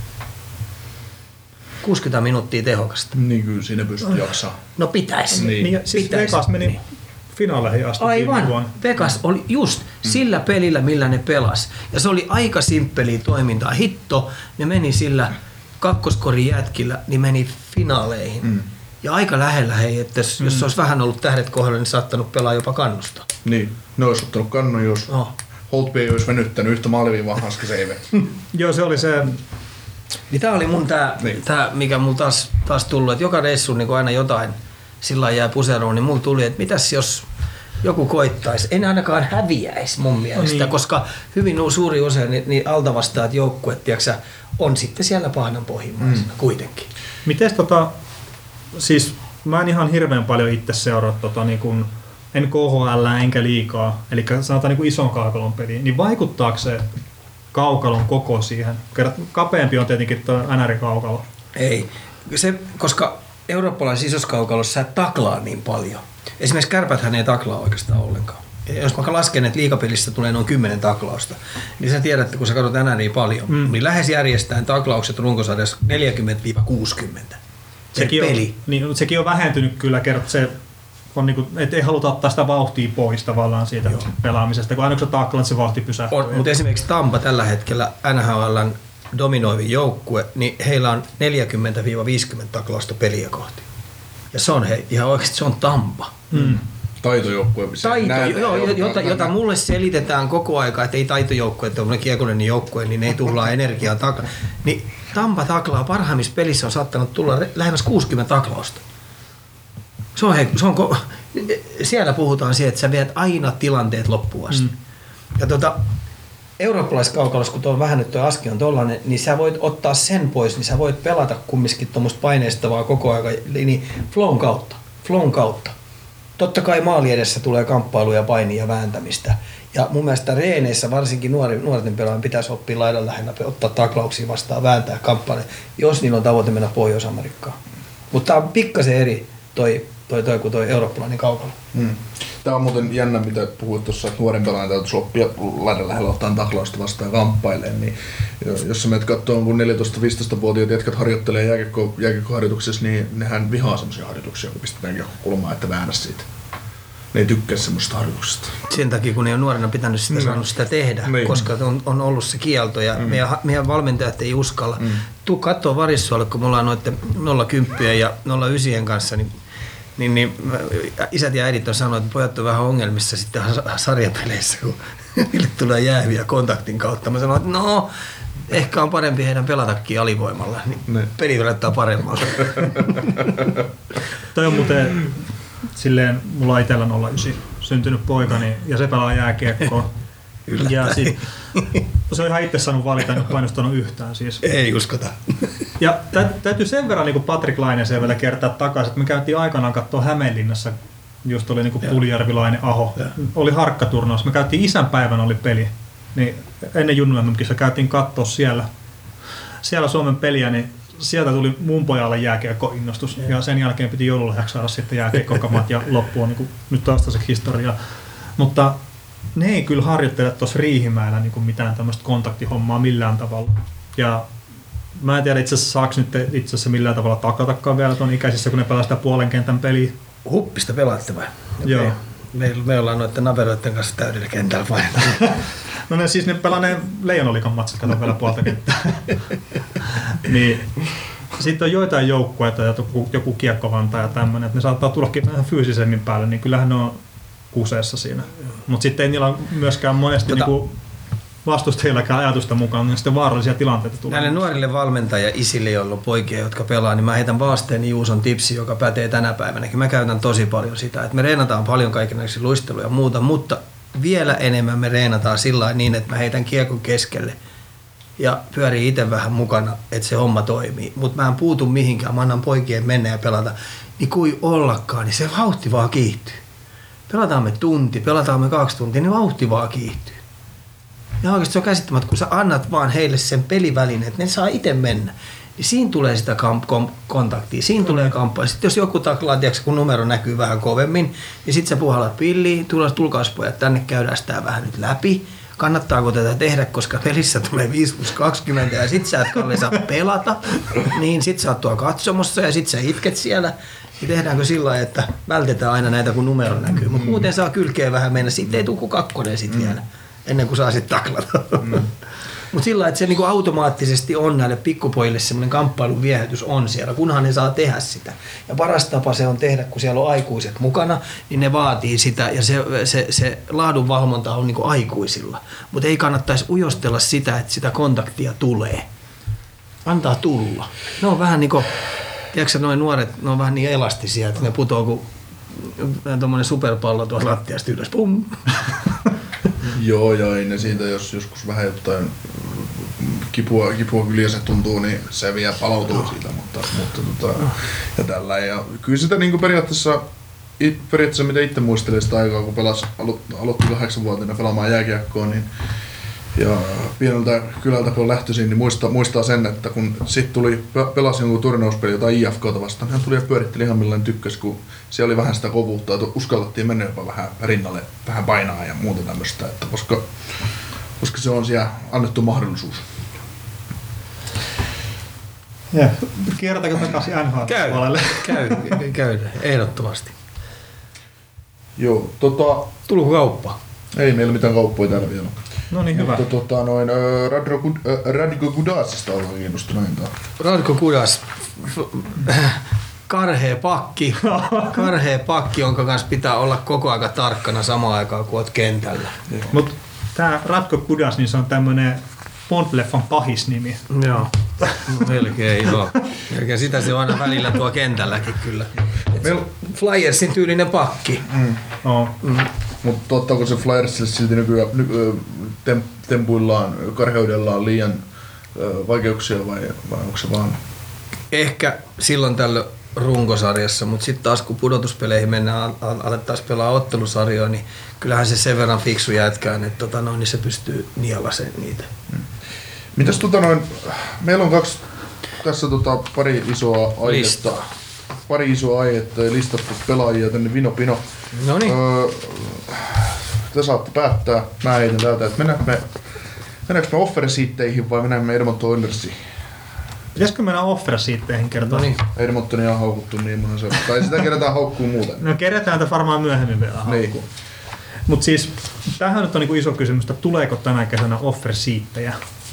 60 minuuttia tehokasta. Niin kyllä siinä pystyy jaksaa. No pitäisi. Niin. Siis Vegas meni finaaleihin asti. Aivan. Vegas oli just sillä pelillä, millä ne pelas. Ja se oli aika simppeliä toimintaa. Hitto, ne meni sillä kakkoskorin jätkillä, niin meni finaaleihin. Ja aika lähellä että jos se olisi vähän ollut tähdet kohdalla, niin saattanut pelaa jopa kannusta. Niin, ne olisi ottanut kannun, jos Holtby ei olisi venyttänyt yhtä maaliviivaa Hanskaseive. Joo, se oli se. Niin tää oli mun tää mikä mulla taas tullut, että joka reissu niin aina jotain sillä jää puseroon, niin mulla tuli, että mitäs jos joku koittaisi, en ainakaan häviäisi mun mielestä, koska hyvin suuri osa niin altavastaat joukkueet, on sitten siellä pahnan pohjimmaisena kuitenkin. Mites siis mä en ihan hirveän paljon itse seuraa niin kun, en KHL enkä liikaa, eli sanotaan niin kuin ison kaukalon peliin, niin vaikuttaako se kaukalon koko siihen? Kapeampi on tietenkin tuo NR-kaukalo. Ei, koska eurooppalaisessa isossa kaukalossa sä et taklaa niin paljon. Esimerkiksi Kärpäthän ei taklaa oikeastaan ollenkaan. Jos mä lasken, että liigapelissä tulee noin 10 taklausta, niin sä tiedät, että kun sä katsot NRiä paljon, niin lähes järjestään taklaukset runkosarjassa 40-60. Sekin on vähentynyt kyllä, se on niinku, et ei haluta ottaa sitä vauhtia pois tavallaan siitä pelaamisesta, kun aina kun sä taklaat, se vauhti pysähtyy. Mutta esimerkiksi Tampa tällä hetkellä NHL:n dominoivin joukkue, niin heillä on 40-50 taklausta peliä kohti. Ja se on ihan oikeasti se on Tampa. Taitojoukkue. Jota mulle selitetään koko aika, että ei taitojoukkue, että on kiekollinen joukkue, niin ne ei tuhlaa energiaa taklaa. Niin Tampa taklaa parhaimmissa pelissä on saattanut tulla lähemmäs 60 taklausta. Siellä puhutaan siitä, että sä viet aina tilanteet loppuun asti. Ja eurooppalaisessa kaukalossa, kun tuo on vähän nyt tuo aski on tollainen, niin sä voit ottaa sen pois, niin sä voit pelata kumminkin tuommoista paineistavaa koko ajan niin flown kautta. Totta kai maali edessä tulee kamppailuja, painia ja vääntämistä. Ja mun mielestä reeneissä varsinkin nuorten pelaajien pitäisi oppia laidan lähellä, ottaa taklauksia vastaan, vääntää kamppaille, jos niillä on tavoite mennä Pohjois-Amerikkaan. Mutta tää on pikkasen eri kuin toi eurooppalainen kaukalo. Tämä on muuten jännä, mitä puhuit tuossa, että nuoren pelaajan täytyisi oppia laidan lähellä ottaa taklausta vastaan kamppaileen. Niin jos sä menet katsomaan, kun 14-15-vuotiaat jätkät harjoittelee jääkiekkoharjoituksessa, niin nehän vihaa semmoisia harjoituksia, kun pistetään kiekkokulmaa, että väännä siitä. Ne ei tykkää semmoista harjoituksesta. Sen takia, kun ne on nuorena pitänyt sitä saanut sitä tehdä, koska on ollut se kielto ja meidän valmentajat ei uskalla. Tuu kattoo Varissuolle, kun me ollaan noitten 0-10 ja 0-9 kanssa, niin isät ja äidit on sanonut, että pojat on vähän ongelmissa sitten sarjapeleissä, kun niille tulee jääviä kontaktin kautta. Mä sanoin, että ehkä on parempi heidän pelatakin alivoimalla, niin peli näyttää paremmalta. Toi on muuten silleen, mulla on itsellä 09 syntynyt poikani ja se pelaa jääkiekkoa. Ja se on ihan itse saanut valita, en ole painostanut yhtään siis. Ei uskota. Ja täytyy sen verran niin Patrik Laineseen vielä kertaa takaisin, että me käytiin aikanaan katsoa Hämeenlinnassa, just oli niin Puljärvilainen Aho, oli harkkaturnaus. Me käytiin isänpäivän oli peli, niin ennen junnu-MM-kisaa käytiin katsoa siellä Suomen peliä, niin sieltä tuli mun pojalle jääkiekko-innostus ja sen jälkeen piti joululahjaksi saada sitten jääkiekkokamat ja loppu on niin nyt toistaiseksi historiaa. Mutta ne ei kyllä harjoittele tuossa Riihimäellä niin mitään tämmöistä kontaktihommaa millään tavalla. Ja mä en tiedä itse asiassa saako nyt itse asiassa millään tavalla taklatakaan vielä tuon ikäisissä, kun ne pelaa sitä puolen kentän peliä. Huppista pelaatte vai? Joo. Okay. Me ollaan noiden naveroiden kanssa täydellä kentällä painetaan. No ne pelaa ne Leijonoliigan matsit, kato vielä puolta kenttää. Niin. Sitten on joitain joukkueita ja joku kiekkovanta ja tämmöinen, että ne saattaa tullakin vähän fyysisemmin päälle, niin kyllähän ne on kuseessa siinä. Mutta sitten ei niillä myöskään monesti niinku vastustajillakaan ajatusta mukaan, niin sitten vaarallisia tilanteita tulee. Näille nuorille valmentajia-isille, joilla on poikia, jotka pelaa, niin mä heitän Vaasteen Juuson tipsi, joka pätee tänä päivänä. Mä käytän tosi paljon sitä, että me reenataan paljon kaikenlaisia luisteluja ja muuta, mutta vielä enemmän me reenataan sillä niin, että mä heitän kiekon keskelle ja pyörii itse vähän mukana, että se homma toimii. Mutta mä en puutu mihinkään, mä annan poikien mennä ja pelata. Niin kuin ollakaan, niin se vauhti vaan kiihtyy. Pelataan me tunti, pelataan me 2 tuntia, niin vauhti vaan kiihtyy. Ja oikeasti se on käsittämättä, kun sä annat vaan heille sen pelivälineen, että ne saa itse mennä. Niin siinä tulee sitä kontaktia, siinä tulee kamppaa. Sitten jos joku taklaa, tiiäks, kun numero näkyy vähän kovemmin, niin sitten sä puhallat pilliin, tulkaas pojat, tänne käydään sitä vähän nyt läpi. Kannattaako tätä tehdä, koska pelissä tulee 5+20 ja sit sä et Kalle saa pelata, niin sit sä oot tuolla katsomossa ja sit sä itket siellä. Niin tehdäänkö sillä lailla, että vältetään aina näitä, kun numero näkyy. Mutta muuten saa kylkeen vähän mennä, sitten ei tule kuin 2 sit vielä, ennen kuin saa sitten taklata. Mutta sillä lailla, että se niinku automaattisesti on näille pikkupojille semmoinen kamppailun viehätys on siellä, kunhan ne saa tehdä sitä. Ja paras tapa se on tehdä, kun siellä on aikuiset mukana, niin ne vaatii sitä ja se laadunvalvonta on niinku aikuisilla. Mutta ei kannattaisi ujostella sitä, että sitä kontaktia tulee. Antaa tulla. Ne on vähän niinku, tiedätkö noin nuoret, ne on vähän niin elastisia, että ne putoo kuin tommonen superpallo tuolta lattiasta ylös. Pum! Joo, ja ei ne siitä, jos joskus vähän jotain kipua kyllä se tuntuu, niin se vielä palautuu siitä, mutta ja tällä. Ja kyllä sitä niin periaatteessa mitä itse muistelin sitä aikaa, kun aloitti 8-vuotiaana pelaamaan jääkiekkoa, niin ja pieneltä kylältä kun on lähtöisin, niin muistaa sen, että kun sitten pelasi jonkun turnauspeli jotain IFK:ta vastaan, hän tuli ja pyöritteli ihan millainen tykkäs, kun siellä oli vähän sitä kovuutta, että uskallettiin mennä jopa vähän rinnalle, vähän painaa ja muuta tämmöistä, että koska se on siellä annettu mahdollisuus. Ja kierrätäkö takaisin NHL-puolelle? Käy, ehdottomasti. Joo, Tuliko kauppa? ei meillä mitään kauppoja täällä vielä. No niin, hyvä. Mutta Radko Gudasista ollaan kiinnostuneita. Radko Gudas, karhea pakki, jonka kanssa pitää olla koko aika tarkkana samaan aikaan, kun oot kentällä. Mutta tää Radko Gudas, niin se on tämmönen Bond-leffan pahisnimi. Joo, melkein joo. Melkein sitä se on aina välillä tuo kentälläkin kyllä. Flyersin tyylinen pakki. Mutta tuottaako se Flyersille silti nykyään tempuillaan, karheudellaan liian vaikeuksia vai onko se vaan? Ehkä silloin tällöin runkosarjassa, mutta sitten taas kun pudotuspeleihin mennään, alettaisiin pelaa ottelusarjoja, niin kyllähän se sen verran fiksu jätkään, että niin se pystyy nielaseen niitä. Mitäs meillä on tässä pari isoa aihetta. Pari isoa aihetta ja listattu pelaajia tänne vino pino. Noniin. Te saatte päättää. Mä heitän täältä, että mennäänkö me offersiitteihin vai mennäänkö me Edmonton Oilersiin? Pitäisikö mennä offersiitteihin kertoa? Noniin. Edmontonia on haukuttu niin monen seura. Tai sitä kerätään haukkuu muuten. No kerätään tätä varmaan myöhemmin vielä haukkuu. Niin. Mutta siis tämähän nyt on niinku iso kysymys, että tuleeko tänä kesänä offersiittejä?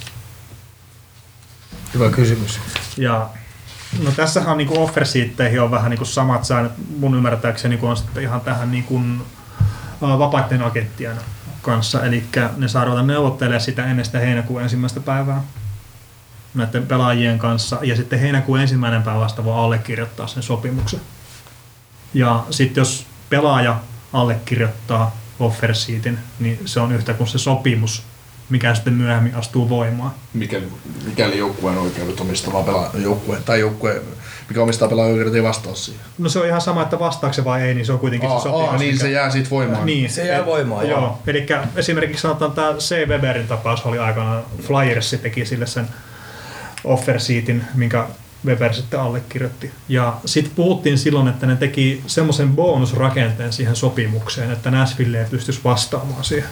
Hyvä kysymys. Ja no tässähän niinku offersiitteihin on vähän niinku samat säännöt mun ymmärtääkseni kun on sitten ihan tähän niinku vapaiden agenttien kanssa, eli ne saa ruveta neuvottelemaan sitä ennen sitä heinäkuun 1. päivää näiden pelaajien kanssa, ja sitten heinäkuun 1. päivä vasta voi allekirjoittaa sen sopimuksen. Ja sitten jos pelaaja allekirjoittaa offersiitin, niin se on yhtä kuin se sopimus, mikä sitten myöhemmin astuu voimaan. Mikäli joukkueen oikeudet omistava joukkue, mikä omistaa pelaajan oikeudet, ei vastaa siihen. No se on ihan sama, että vastaako se vai ei, niin se on kuitenkin se sopimus. Niin se jää siitä voimaan. Niin, se jää voimaan, joo. Eli esimerkiksi sanotaan tämä C. Weberin tapaus oli aikanaan, Flyers teki sille sen offersiitin, minkä Weber sitten allekirjoitti. Ja sitten puhuttiin silloin, että ne teki semmoisen bonusrakenteen siihen sopimukseen, että Nashville ei pystyisi vastaamaan siihen.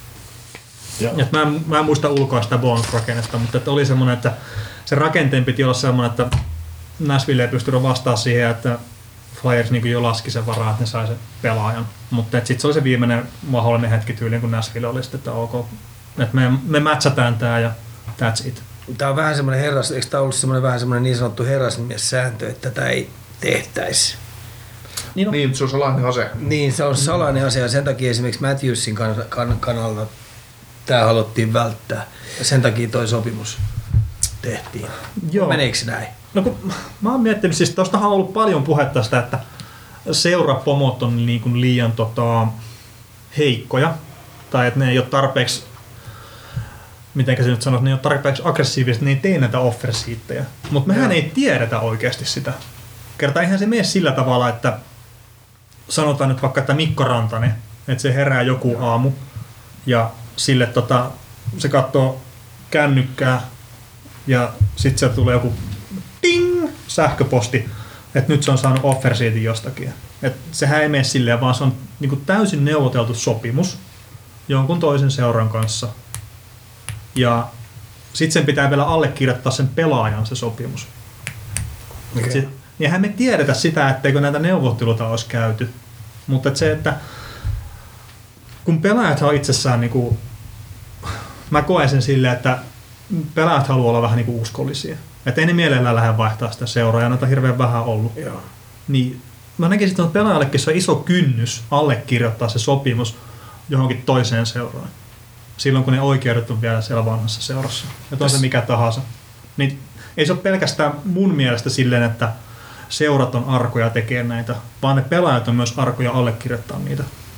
Mä en muista ulkoa sitä bonusrakennetta, mutta että oli semmoinen, että se rakenteen piti olla semmoinen, että Nashville ei pystynyt vastaamaan siihen, että Flyers niin jo laski sen varaa, että ne sai sen pelaajan. Mutta sitten se oli se viimeinen mahdollinen hetki tyyliin, kun Nashville oli sitten, että ok, että me matchataan tää ja that's it. Tämä on vähän semmoinen eikö tämä ollut vähän semmoinen niin sanottu herrasmies-sääntö, että tätä ei tehtäisi? Niin, se on salainen ase. Niin, se on salainen ase ja sen takia esimerkiksi Matthewsin kannalta tämä haluttiin välttää ja sen takia toi sopimus tehtiin. Joo. Meneekö näin? No kun mä oon miettinyt, siis tostahan on ollut paljon puhetta sitä, että seurapomot on niin kuin liian heikkoja tai että ne ei ole tarpeeksi, mitenkä se nyt sanoisi, ne ei ole tarpeeksi aggressiivisesti, ne ei tee näitä offersiittejä. Mutta mehän ei tiedetä oikeasti sitä. Kertaa eihän se mene sillä tavalla, että sanotaan nyt vaikka, että Mikko Rantanen, että se herää joku aamu ja sille se katsoo kännykkää ja sitten se tulee joku ding sähköposti, että nyt se on saanut offersiitin jostakin. Et sehän ei mene silleen, vaan se on niinku täysin neuvoteltu sopimus jonkun toisen seuran kanssa. Ja sitten sen pitää vielä allekirjoittaa sen pelaajan se sopimus. Okay. Eihän me tiedetä sitä, etteikö näitä neuvotteluita olisi käyty. Mutta se, että kun pelaajat on itsessään, niinku, mä koen sen silleen, että pelaajat haluaa olla vähän niinku uskollisia. Että ei ne mielellään lähde vaihtaa sitä seuraa, ja noita hirveän vähän ollut. Joo. Niin mä näkisin, että pelaajallekin se on iso kynnys allekirjoittaa se sopimus johonkin toiseen seuraan. Silloin kun ne oikeudet on vielä siellä vanhassa seurassa. Ja on se mikä tahansa. Niin ei se ole pelkästään mun mielestä silleen, että seurat on arkoja tekemään näitä, vaan ne pelaajat on myös arkoja allekirjoittaa niitä.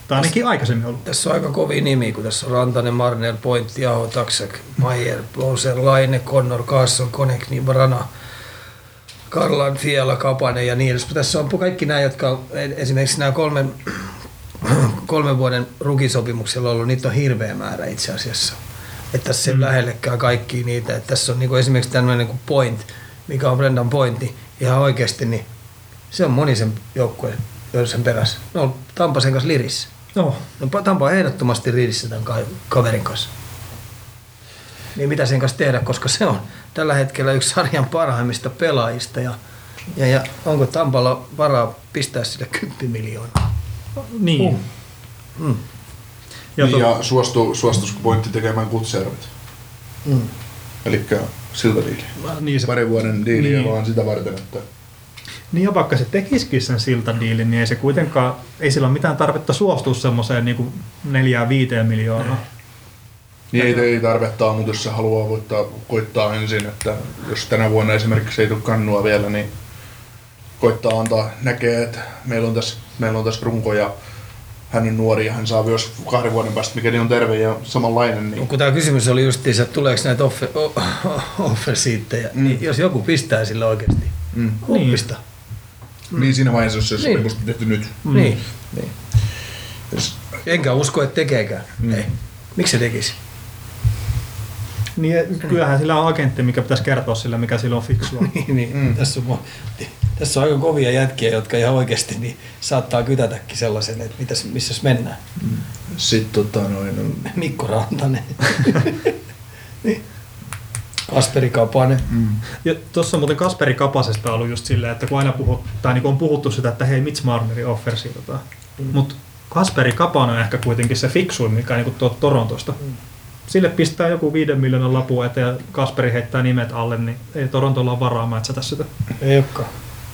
Tai ainakin aikaisemmin ollut. Tässä on aika kovia nimi, kun tässä on Rantanen, Marner, Pointti, Aho, Taksak, Maier, Blauser, Laine, Connor, Carson, Konechny, Brana, Karlan, Fiala, Kapanen ja niin edes. Tässä on kaikki nämä, jotka esimerkiksi nämä kolmen vuoden rukisopimuksella on ollut, niitä on hirveä määrä itse asiassa. Että tässä ei lähellekään kaikkia niitä. Että tässä on niinku esimerkiksi tämmöinen kuin Point, mikä on Brendan Pointti, ihan oikeasti, niin se on monisen joukkue sen perässä. No Tampa sen kanssa lirissä. No Tampa on ehdottomasti riidissä tämän kaverin kanssa. Niin mitä sen kanssa tehdä, koska se on tällä hetkellä yksi sarjan parhaimmista pelaajista. Ja onko Tampalla varaa pistää sille 10 miljoonaa? Niin. Ja suostuisiko Pointti tekemään Kutservit? Elikkä siltä diili. Niin se, Pari vuoden diiliä niin. vaan sitä varten, että... Niin ja vaikka se tekisikin sen siltadiilin, niin ei se kuitenkaan, ei sillä ole mitään tarvetta suostua semmoiseen niin 4-5 miljoonaa. Niin ei tarvetta, mutta jos se haluaa koittaa ensin, että jos tänä vuonna esimerkiksi ei tule kannua vielä, niin koittaa antaa, näkee, että meillä on tässä runko ja hän on nuori ja hän saa myös 2 vuoden päästä, mikäli on terve ja samanlainen. Niin... Kun tämä kysymys oli justiinsa, että tuleeko näitä offersiittejä, niin jos joku pistää sillä oikeasti, pistä. Niin siinä vaiheessa, jos se sopimus on tehty nyt. Niin. Enkä usko, että tekeekään. Ei. Miksi se tekisi? Niin, kyllähän sillä on agentti, mikä pitäisi kertoa sillä, mikä sillä on fiksua. Tässä on aika kovia jätkiä, jotka ihan oikeasti niin saattaa kytätäkin sellaisen, että missä mennään. Sitten Mikko Rantanen. Niin. Kasperi Kapanen. Ja tuossa on muuten Kasperi Kapasesta ollut just silleen, että kun aina on puhuttu sitä, että hei, Mitch Marnerin offer siirrotaan. Mutta Kasperi Kapanen on ehkä kuitenkin se fiksuin, mikä on niin Torontosta. Sille pistää joku 5 miljoonan lapua eteen ja Kasperi heittää nimet alle, niin ei Torontolla ole varaa mätsätä sitä. Ei olekaan.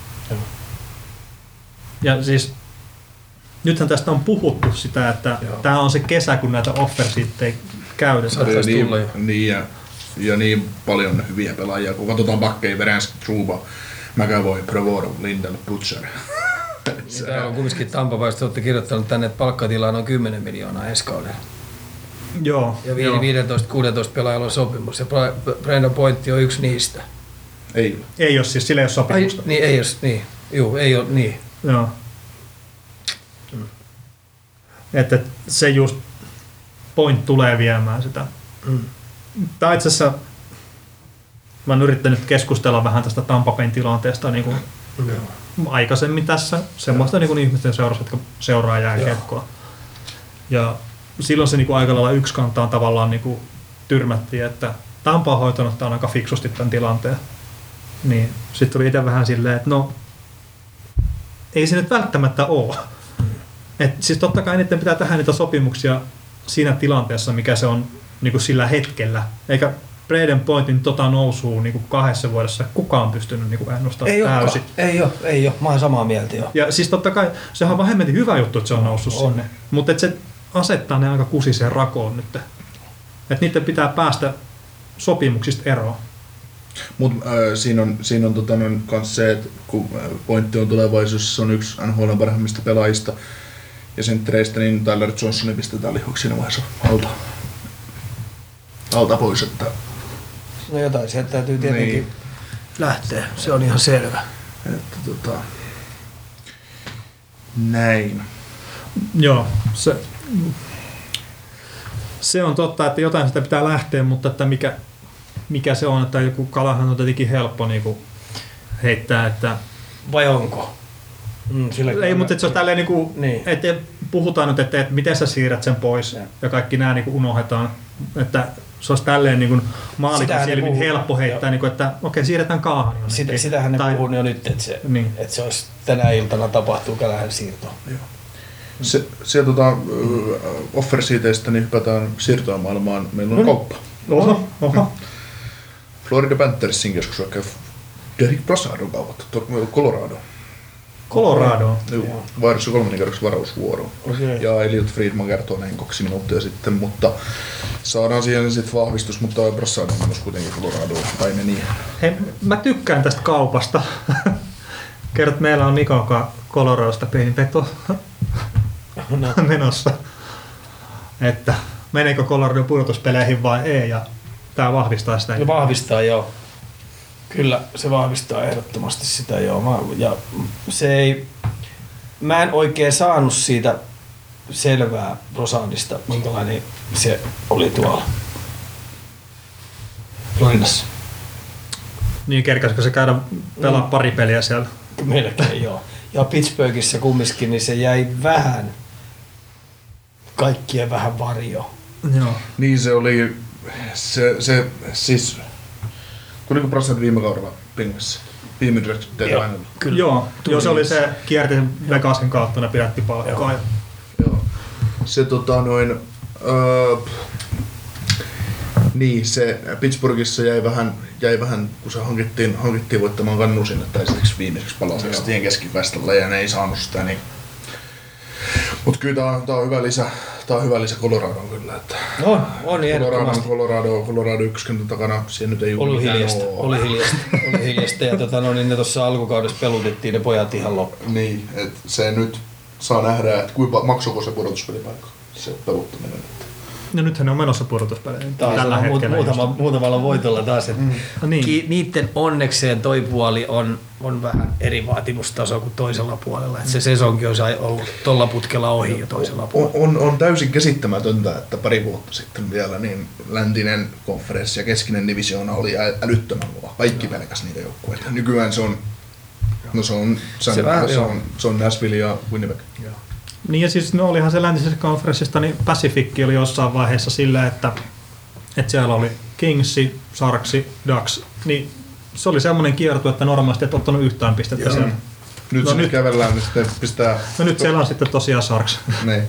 Ja siis nythän tästä on puhuttu sitä, että tämä on se kesä, kun näitä offersiittejä käydessä. Ja niin paljon hyviä pelaajia, kun katsotaan bakkeja, Verenski, Truba, McAvoy, Provorov, Lindell, Butcher. Täällä on kumminkin Tampavaista, olette kirjoittanut tänne, että palkkatilaan on 10 miljoonaa ensi kaudella. Joo. Ja 15-16 pelaajalla on sopimus. Ja Brendan Pointti on yksi niistä. Ei ole siis, sillä ei ole sopimusta. Niin, ei ole, niin. Juu, ei ole, niin. Joo. Että se just Point tulee viemään sitä. Tämä itse asiassa, mä oon yrittänyt keskustella vähän tästä Tampa Bayn tilanteesta niin kuin aikaisemmin tässä, semmoista niin kuin ihmisten seurassa, jotka seuraa jääkiekkoa. Ja silloin se niin kuin aika lailla yksikantaan tavallaan niin kuin tyrmättiin, että Tampa on hoitanut tämän aika fiksusti tämän tilanteen. Niin sitten tuli itse vähän silleen, että no, ei se nyt välttämättä ole. Siis totta kai niiden pitää tehdä niitä sopimuksia siinä tilanteessa, mikä se on niin kuin sillä hetkellä. Eikä Braden Pointin nousua niin kuin 2 vuodessa kukaan pystynyt niin ennustamaan täysin. Ei ole. Mä oon samaa mieltä jo. Ja siis totta kai sehän on vähemmän hyvä juttu, että se on noussut sinne. Mutta se asettaa ne aika kusiseen rakoon nyt. Että niiden pitää päästä sopimuksista eroon. Mutta siinä on kans se, että kun Pointti on tulevaisuudessa on yksi NHL:n parhaimmista pelaajista ja senttereistä, niin Tyler Johnsonin pistetään lihoksi siinä vaiheessa alta pois. Että... No jotain sieltä täytyy tietenkin lähteä, se on ihan selvä. Että näin. Joo, se on totta, että jotain sitä pitää lähteä, mutta että mikä se on, että joku kalahan on tietenkin helppo niin kuin heittää, että... Vai onko? Ei, mutta se on tälleen, niin. Että puhutaan nyt, että miten sä siirrät sen pois ja kaikki nämä niin kuin unohdetaan. Että se olisi tälleen niin maalikon silmin helppo heittää, niin kuin, että okei, siirretään Kaahan. Sitähän ne puhuu jo nyt, että se olisi tänä iltana tapahtuu Kälähän siirto. Se offersiiteistä niin hypätään siirtoa maailmaan. Meillä on kauppa. Oho. Florida Panthersin keskusvaikka Derek Brassardon kaupattu Colorado. Joo. Vaihdossa 3 kerroksi varausvuoro. Okay. Ja Elliot Friedman kertoo näin 2 minuuttia sitten, mutta saadaan siihen sitten vahvistus, mutta Brassardon on kuitenkin Colorado tai ne niin. Hei, mä tykkään tästä kaupasta. Kerrot, meillä on Nikoka Coloradosta pieni peto. menossa. Että meneekö Colorado pudotuspeleihin vai ei, ja tää vahvistaa sitä. No vahvistaa, joo. Kyllä se vahvistaa ehdottomasti sitä, joo. Mä en oikein saanut siitä selvää Rosandista, minkälainen se oli tuolla Floridassa. Niin kerkäisikö se käydä pelaa pari peliä siellä? Melkein joo. Ja Pittsburghissa kumminkin, niin se jäi vähän, kaikkien vähän varjo. Joo. Niin se oli, se siis, tuliko Brassard viime kaudella Penguinsissa? Viime Joo, kyllä. Joo, se oli se kierti Vegasin kautta, ne pidätti palkkaa. Joo. Se niin, se Pittsburghissa jäi vähän kun se hankittiin voittamaan Kannusin, että esimerkiksi viimeiseksi palasi siihen keskiväestölle ja ne ei saanut sitä. Niin. Mut kyllä tää on hyvä lisä Coloradoon kyllä. Että on ehdottomasti. Colorado yksikön takana, siellä nyt ei ollut hiljasta. Oli hiljasta ja niin ne tuossa alkukaudessa pelutettiin ne pojat ihan loppuun. Niin, että se nyt saa nähdä, että kuinka maksuuko se pudotuspelipaikka, se peluttaminen. No nythän ne on menossa pudotuspeleihin tällä hetkellä. Muutamalla voitolla taas. Niin. Niiden onnekseen toi puoli on vähän eri vaatimustaso kuin toisella puolella. Et se sesonkin olisi ollut tuolla putkella ohi jo toisella puolella. On täysin käsittämätöntä, että pari vuotta sitten vielä niin läntinen konferenssi ja keskinen divisioona oli älyttömän kova. Kaikki pelkäs niitä joukkueita. Nykyään se on Nashville ja Winnipeg. Niin ja siis olihan se läntisessä konferenssista, niin Pacific oli jossain vaiheessa silleen, että siellä oli Kingsi, Sharksi, Ducks, niin se oli semmoinen kierto, että normaalisti et ottanut yhtään pistettä siellä. Nyt kävellään, niin sitten pistää... No nyt siellä on sitten tosiaan Sharks. Niin.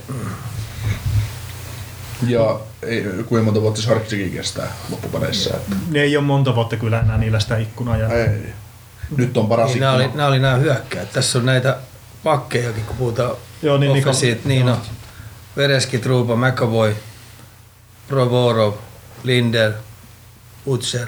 Ja kuinka monta vuotta Sharksikin kestää loppupareissa? Että... Ei ole monta vuotta kyllä enää niillä sitä ikkunaa. Ja... Ei. Nyt on paras ikkuna. Nämä oli nämä hyökkäät. Tässä on näitä pakkejakin, kun puhutaan offensiit. Niin on Vereski, Trouba, McAvoy, Provorov, Linder, Utser.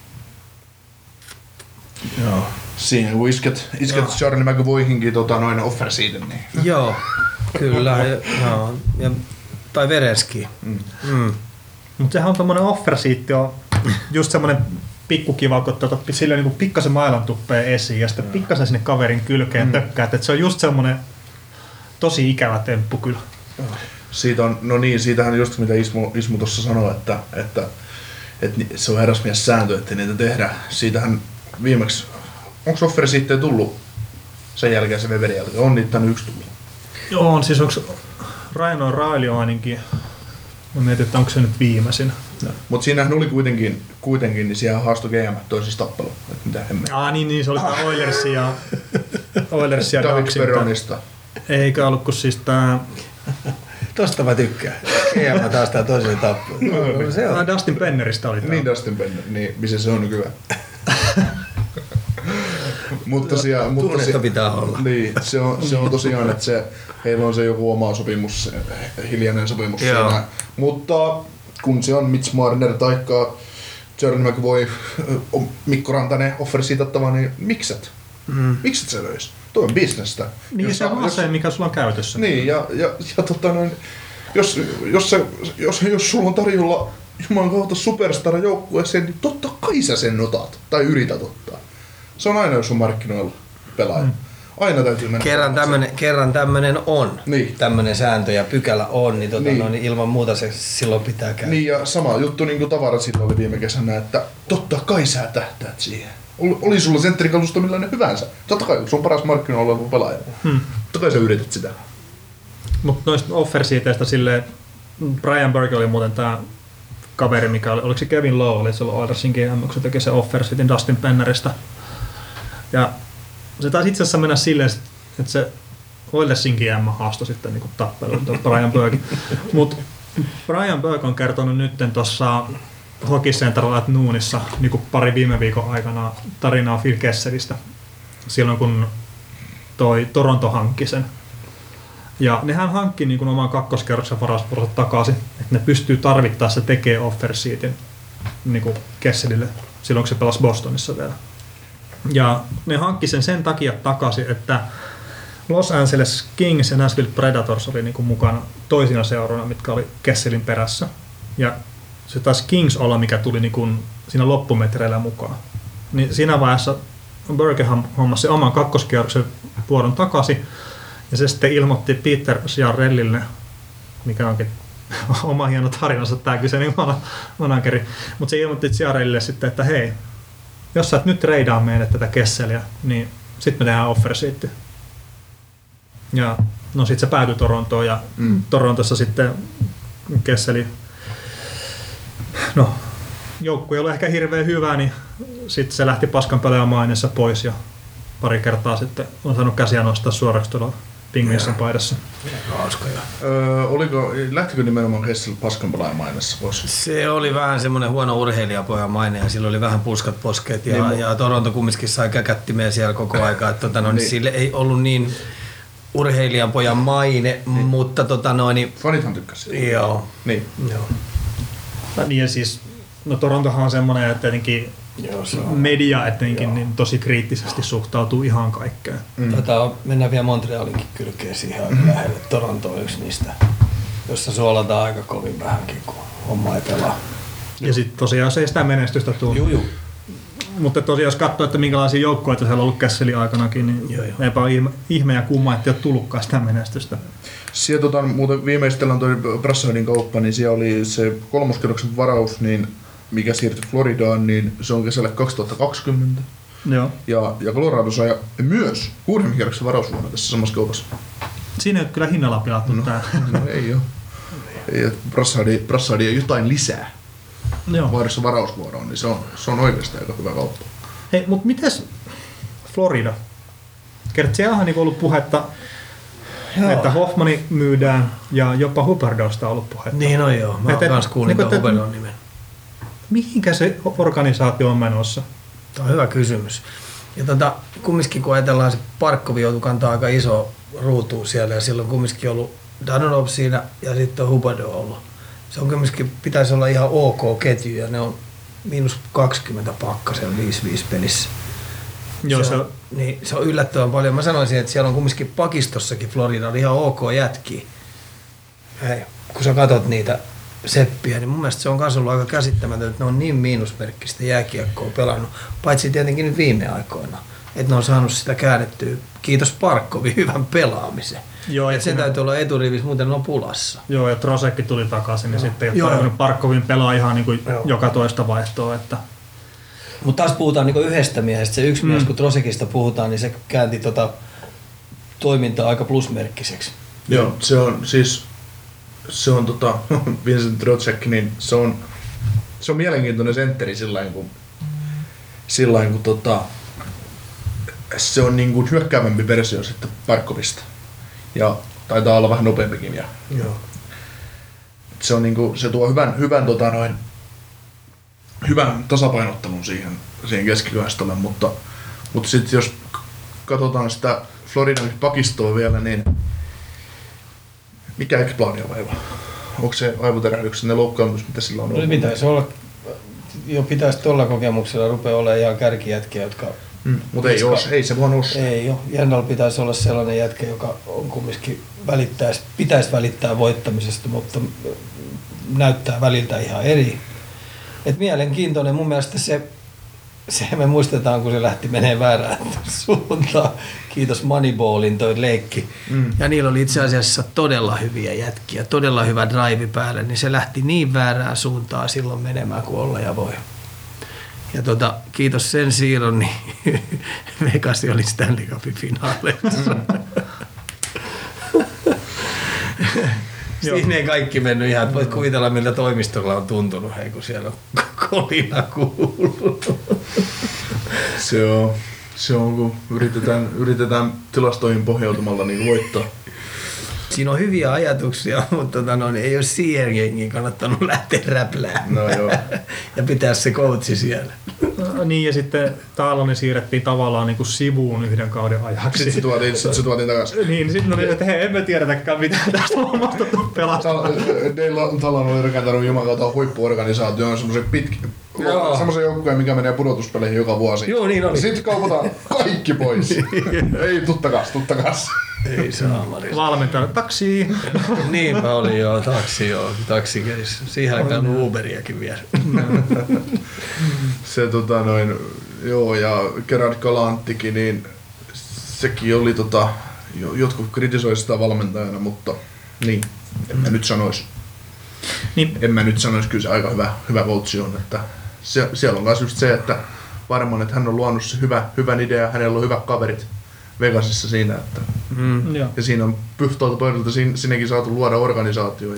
Joo. Siinä kun isket Charlie McAvoyhinkin offersiiden. Niin. Joo, kyllä. Tai Vereski. Mutta sehän on tommonen offersiitti, on just semmonen pikkukiva, kun sillä niinku pikkasen mailan tuppee esiin ja sitten pikkasen sinne kaverin kylkeen tökkäät, että se on just semmonen tosi ikävä temppu kyllä. Siitähän just mitä Ismo tuossa sanoi, että se on herrasmies sääntö, että niitä tehdä. Siitähän viimeksi, onko offersiittejä tullut sen jälkeen se Weberin jälkeen? On niitä yksi tullut. Joo, siis onko Ryan O'Reilly ainakin? Mä mietin, että onko se nyt viimeisin. Mutta siinähän oli kuitenkin niin siellä haastoi GM toisista tappelu. Niin se oli tämä Oilersia David Perronista. Eikä ollut kuin siis tää... Tosta mä tykkään. GM taas tää toiselle tappelu. Dustin Penneristä oli tää. Niin Dustin Penner, niin missä se on nykyään. Tunnetta pitää olla. Niin, se on tosiaan, että heillä on se joku oma sopimus, hiljainen sopimus siinä. Mutta kun se on Mitch Marner taikka Charlie McAvoy, Mikko Rantanen offersiitattava, niin mikset se löisi? Tuo on bisnestä. Niin se on ase, mikä sulla on käytössä. Niin, jos sulla on tarjolla Jumalan kautta superstar joukkueeseen, niin totta kai sä sen otat tai yrität ottaa. Se on aina, jos on markkinoilla pelaaja. Aina täytyy mennä. Kerran tämmönen on. Niin. Tämmönen sääntö ja pykälä on, niin, niin ilman muuta se silloin pitää käydä. Niin ja sama juttu niin kuin Tavara silloin oli viime kesänä, että totta kai sä tähtäät siihen. Oli sulla sentterikalusto millainen hyvänsä. Totta kai, sun paras markkinoilla oleva pelaaja. Totta kai sä yrität sitä. Mutta noista offersiiteistä silleen, Brian Burke oli muuten tää kaveri, mikä oli, oliko se Kevin Lowe, oli silloin Oilersin GM, kun se teki se offersiitin Dustin Penneristä. Ja se taisi itse asiassa mennä silleen, että se Oilersin GM haastoi sitten niin tappeluun Brian Burke. Mutta Brian Burke on kertonut nyt tuossa Hockey Center at Noonissa niin pari viime viikon aikana tarinaa Phil Kesselistä silloin, kun toi Toronto hankki sen. Ja nehän hankki niin oman kakkoskerroksen varausvuoronsa takaisin, että ne pystyy tarvittaessa tekemään offersiitin niin Kesselille silloin, kun se pelasi Bostonissa vielä. Ja ne hankki sen takia takaisin, että Los Angeles Kings ja Nashville Predators oli niinku mukana toisina seuroina, mitkä oli Kesselin perässä. Ja se taisi Kings olla, mikä tuli niinku siinä loppumetreillä mukaan. Niin siinä vaiheessa Burke hommasi oman kakkoskierroksen vuoron takaisin. Ja se sitten ilmoitti Peter Chiarellille, mikä onkin oma hieno tarinansa tämä kyseinen manageri. Mutta se ilmoitti Chiarellille sitten, että hei, jos sä et nyt treidaa meille tätä Kesseliä, niin sitten me tehdään offer sheet. Ja no sit se päätyi Torontoon ja Torontossa sitten Kesseli, no joukkue ei ollut ehkä hirveän hyvä, niin sitten se lähti paskan pelaajan maineessa pois ja pari kertaa sitten on saanut käsiä nostaa suoraksi tuolla Penguinsin paidassa. Lähtikö nimenomaan Kessel paskan pelaajan maineessa pois? Se oli vähän semmoinen huono urheilijapojan maine ja sillä oli vähän puskat poskeet ja Toronto kumminkin sai käkättimeen siellä koko aikaa, että niin. Sille ei ollut niin urheilijan pojan maine, mutta fanithan tykkäsi. Joo. Niin. Joo. Niin ja siis, no Torontohan on semmoinen, että tietenkin media etenkin niin tosi kriittisesti suhtautuu ihan kaikkeen. Mennään vielä Montrealinkin kylkeen siihen aika lähelle. Toronto on yksi niistä, jossa suolataan aika kovin vähänkin, kun homma ei pelaa. Ja sitten tosiaan se ei sitä menestystä tule. Joo. Mutta tosiaan jos katsoo, että minkälaisia joukkoja siellä on ollut Kesselin aikanakin, niin eipä ole ihme ja kumma, että ei ole tullutkaan sitä menestystä. Siellä muuten viimeistellä toi Brassardin kauppa, niin siellä oli se kolmoskierroksen varaus, niin mikä siirtyi Floridaan, niin se on kesällä 2020. Joo. Ja Colorado sai myös 6. kierroksen varausvuonna tässä samassa kaupassa. Siinä ei ole kyllä hinnalla pilattu tää. No ei oo. Brassardi on jotain lisää. Vaihdossa varausvuoroon, niin se on oikeasti aika hyvä kauppa. Hei, mutta mites Florida? Kerrot, siellä on ollut puhetta, että Hoffmani myydään ja jopa Huberdeausta on ollut puhetta. Niin on joo, mä oon kans kuullut tuon Huberdeaun nimen. Mihinkä se organisaatio on menossa? Tämä on hyvä kysymys. Ja kumminkin kun ajatellaan, se Parkkovi joutui kantaa aika iso ruutu siellä ja silloin kumminkin ollut Dadonov siinä ja sitten on Huberdeau ollut. Se on kumminkin, pitäisi olla ihan ok ketju ja ne on -20 pakkasella 5-5 pelissä. Joo, se on yllättävän paljon. Mä sanoisin, että siellä on kumminkin pakistossakin Florida on ihan ok jätkiä. Hei, kun sä katot niitä seppiä, niin mun mielestä se on myös ollut aika käsittämätöntä, että ne on niin miinusmerkkistä jääkiekkoa pelannut, paitsi tietenkin nyt viime aikoina, että ne on saanut sitä käännettyä, kiitos Parkkovin, hyvän pelaamisen. Joo, että se täytyy olla eturivissä, muuten on pulassa. Joo, ja Trosekki tuli takaisin, niin sitten ei ole tarvinnut Parkkovin pelaa ihan niin kuin joka toista vaihtoa. Että... Mutta taas puhutaan niin yhdestä miehestä. Se yksi mies, kun Trosekista puhutaan, niin se käänti toimintaa aika plusmerkkiseksi. Joo, se on Vincent Trocheck, niin se on mielenkiintoinen sentteri sillain kun se on niin kuin hyökkäävämpi versio sitten Parkkovista. Ja taitaa olla vähän nopeampikin. Joo. Se on niinku, se tuo hyvän tasapainottelun siihen keskikaistalle, mutta sitten jos katsotaan sitä Floridan pakistoa vielä, niin mikä Ekblania vaiva? Onko se aivoterähdyksen ne loukkaantus, mitä sillä on ollut? Pitäisi olla, pitäisi tuolla kokemuksella rupea olemaan ihan kärkijätkiä, jotka... Mutta ei se vaan ole. Ei ole. Jennalla pitäisi olla sellainen jätkä, joka on kumminkin pitäisi välittää voittamisesta, mutta näyttää väliltä ihan eri. Et mielenkiintoinen. Mun mielestä se me muistetaan, kun se lähti menee väärään suuntaan. Kiitos Moneyballin toi leikki. Ja niillä oli itse asiassa todella hyviä jätkiä, todella hyvä drive päälle, niin se lähti niin väärään suuntaan silloin menemään kuin olla ja voi. Ja kiitos sen siirron, niin Vegas oli Stanley Cupin finaaleissa. Siinä ei kaikki mennyt ihan. Voit kuvitella, miltä toimistolla on tuntunut, hei, kun siellä on kolina kuulunut. Se on, kun yritetään tilastoihin pohjautumalla niin voittaa. Siinä on hyviä ajatuksia, mutta ei ole siihen jengiin kannattanut lähteä räpläämään. No joo. Ja pitää se coachi siellä. Niin, ja sitten Taloni siirrettiin tavallaan niin kuin sivuun yhden kauden ajaksi. Sitten se tuotiin takaisin. Niin, sitten oli, että hei, emme tiedetäkään mitään tästä omasta pelasta. Talon oli rakentanut jumakauta huippu-organisaatioon semmoisen joukkueen, mikä menee pudotuspeleihin joka vuosi. Joo, niin oli. Sitten kaupataan kaikki pois. Ei, tuttakas. Ei saa, Maris. Valmentaja, taksi! Niinpä oli taksikeissa. Siihen aikaan Uberiakin vielä. Se joo, ja Gerard Galanttikin, niin sekin oli jotkut kritisoi sitä valmentajana, mutta niin, en mä nyt sanois. Niin. En mä nyt sanois, kyllä se aika hyvä coachi on, että siellä on myös just se, että varmaan, että hän on luonut se hyvän idea, hänellä on hyvät kaverit Vegasissa siinä, että ja siinä on puhtaalta pöydältä sinnekin saatu luoda organisaatio.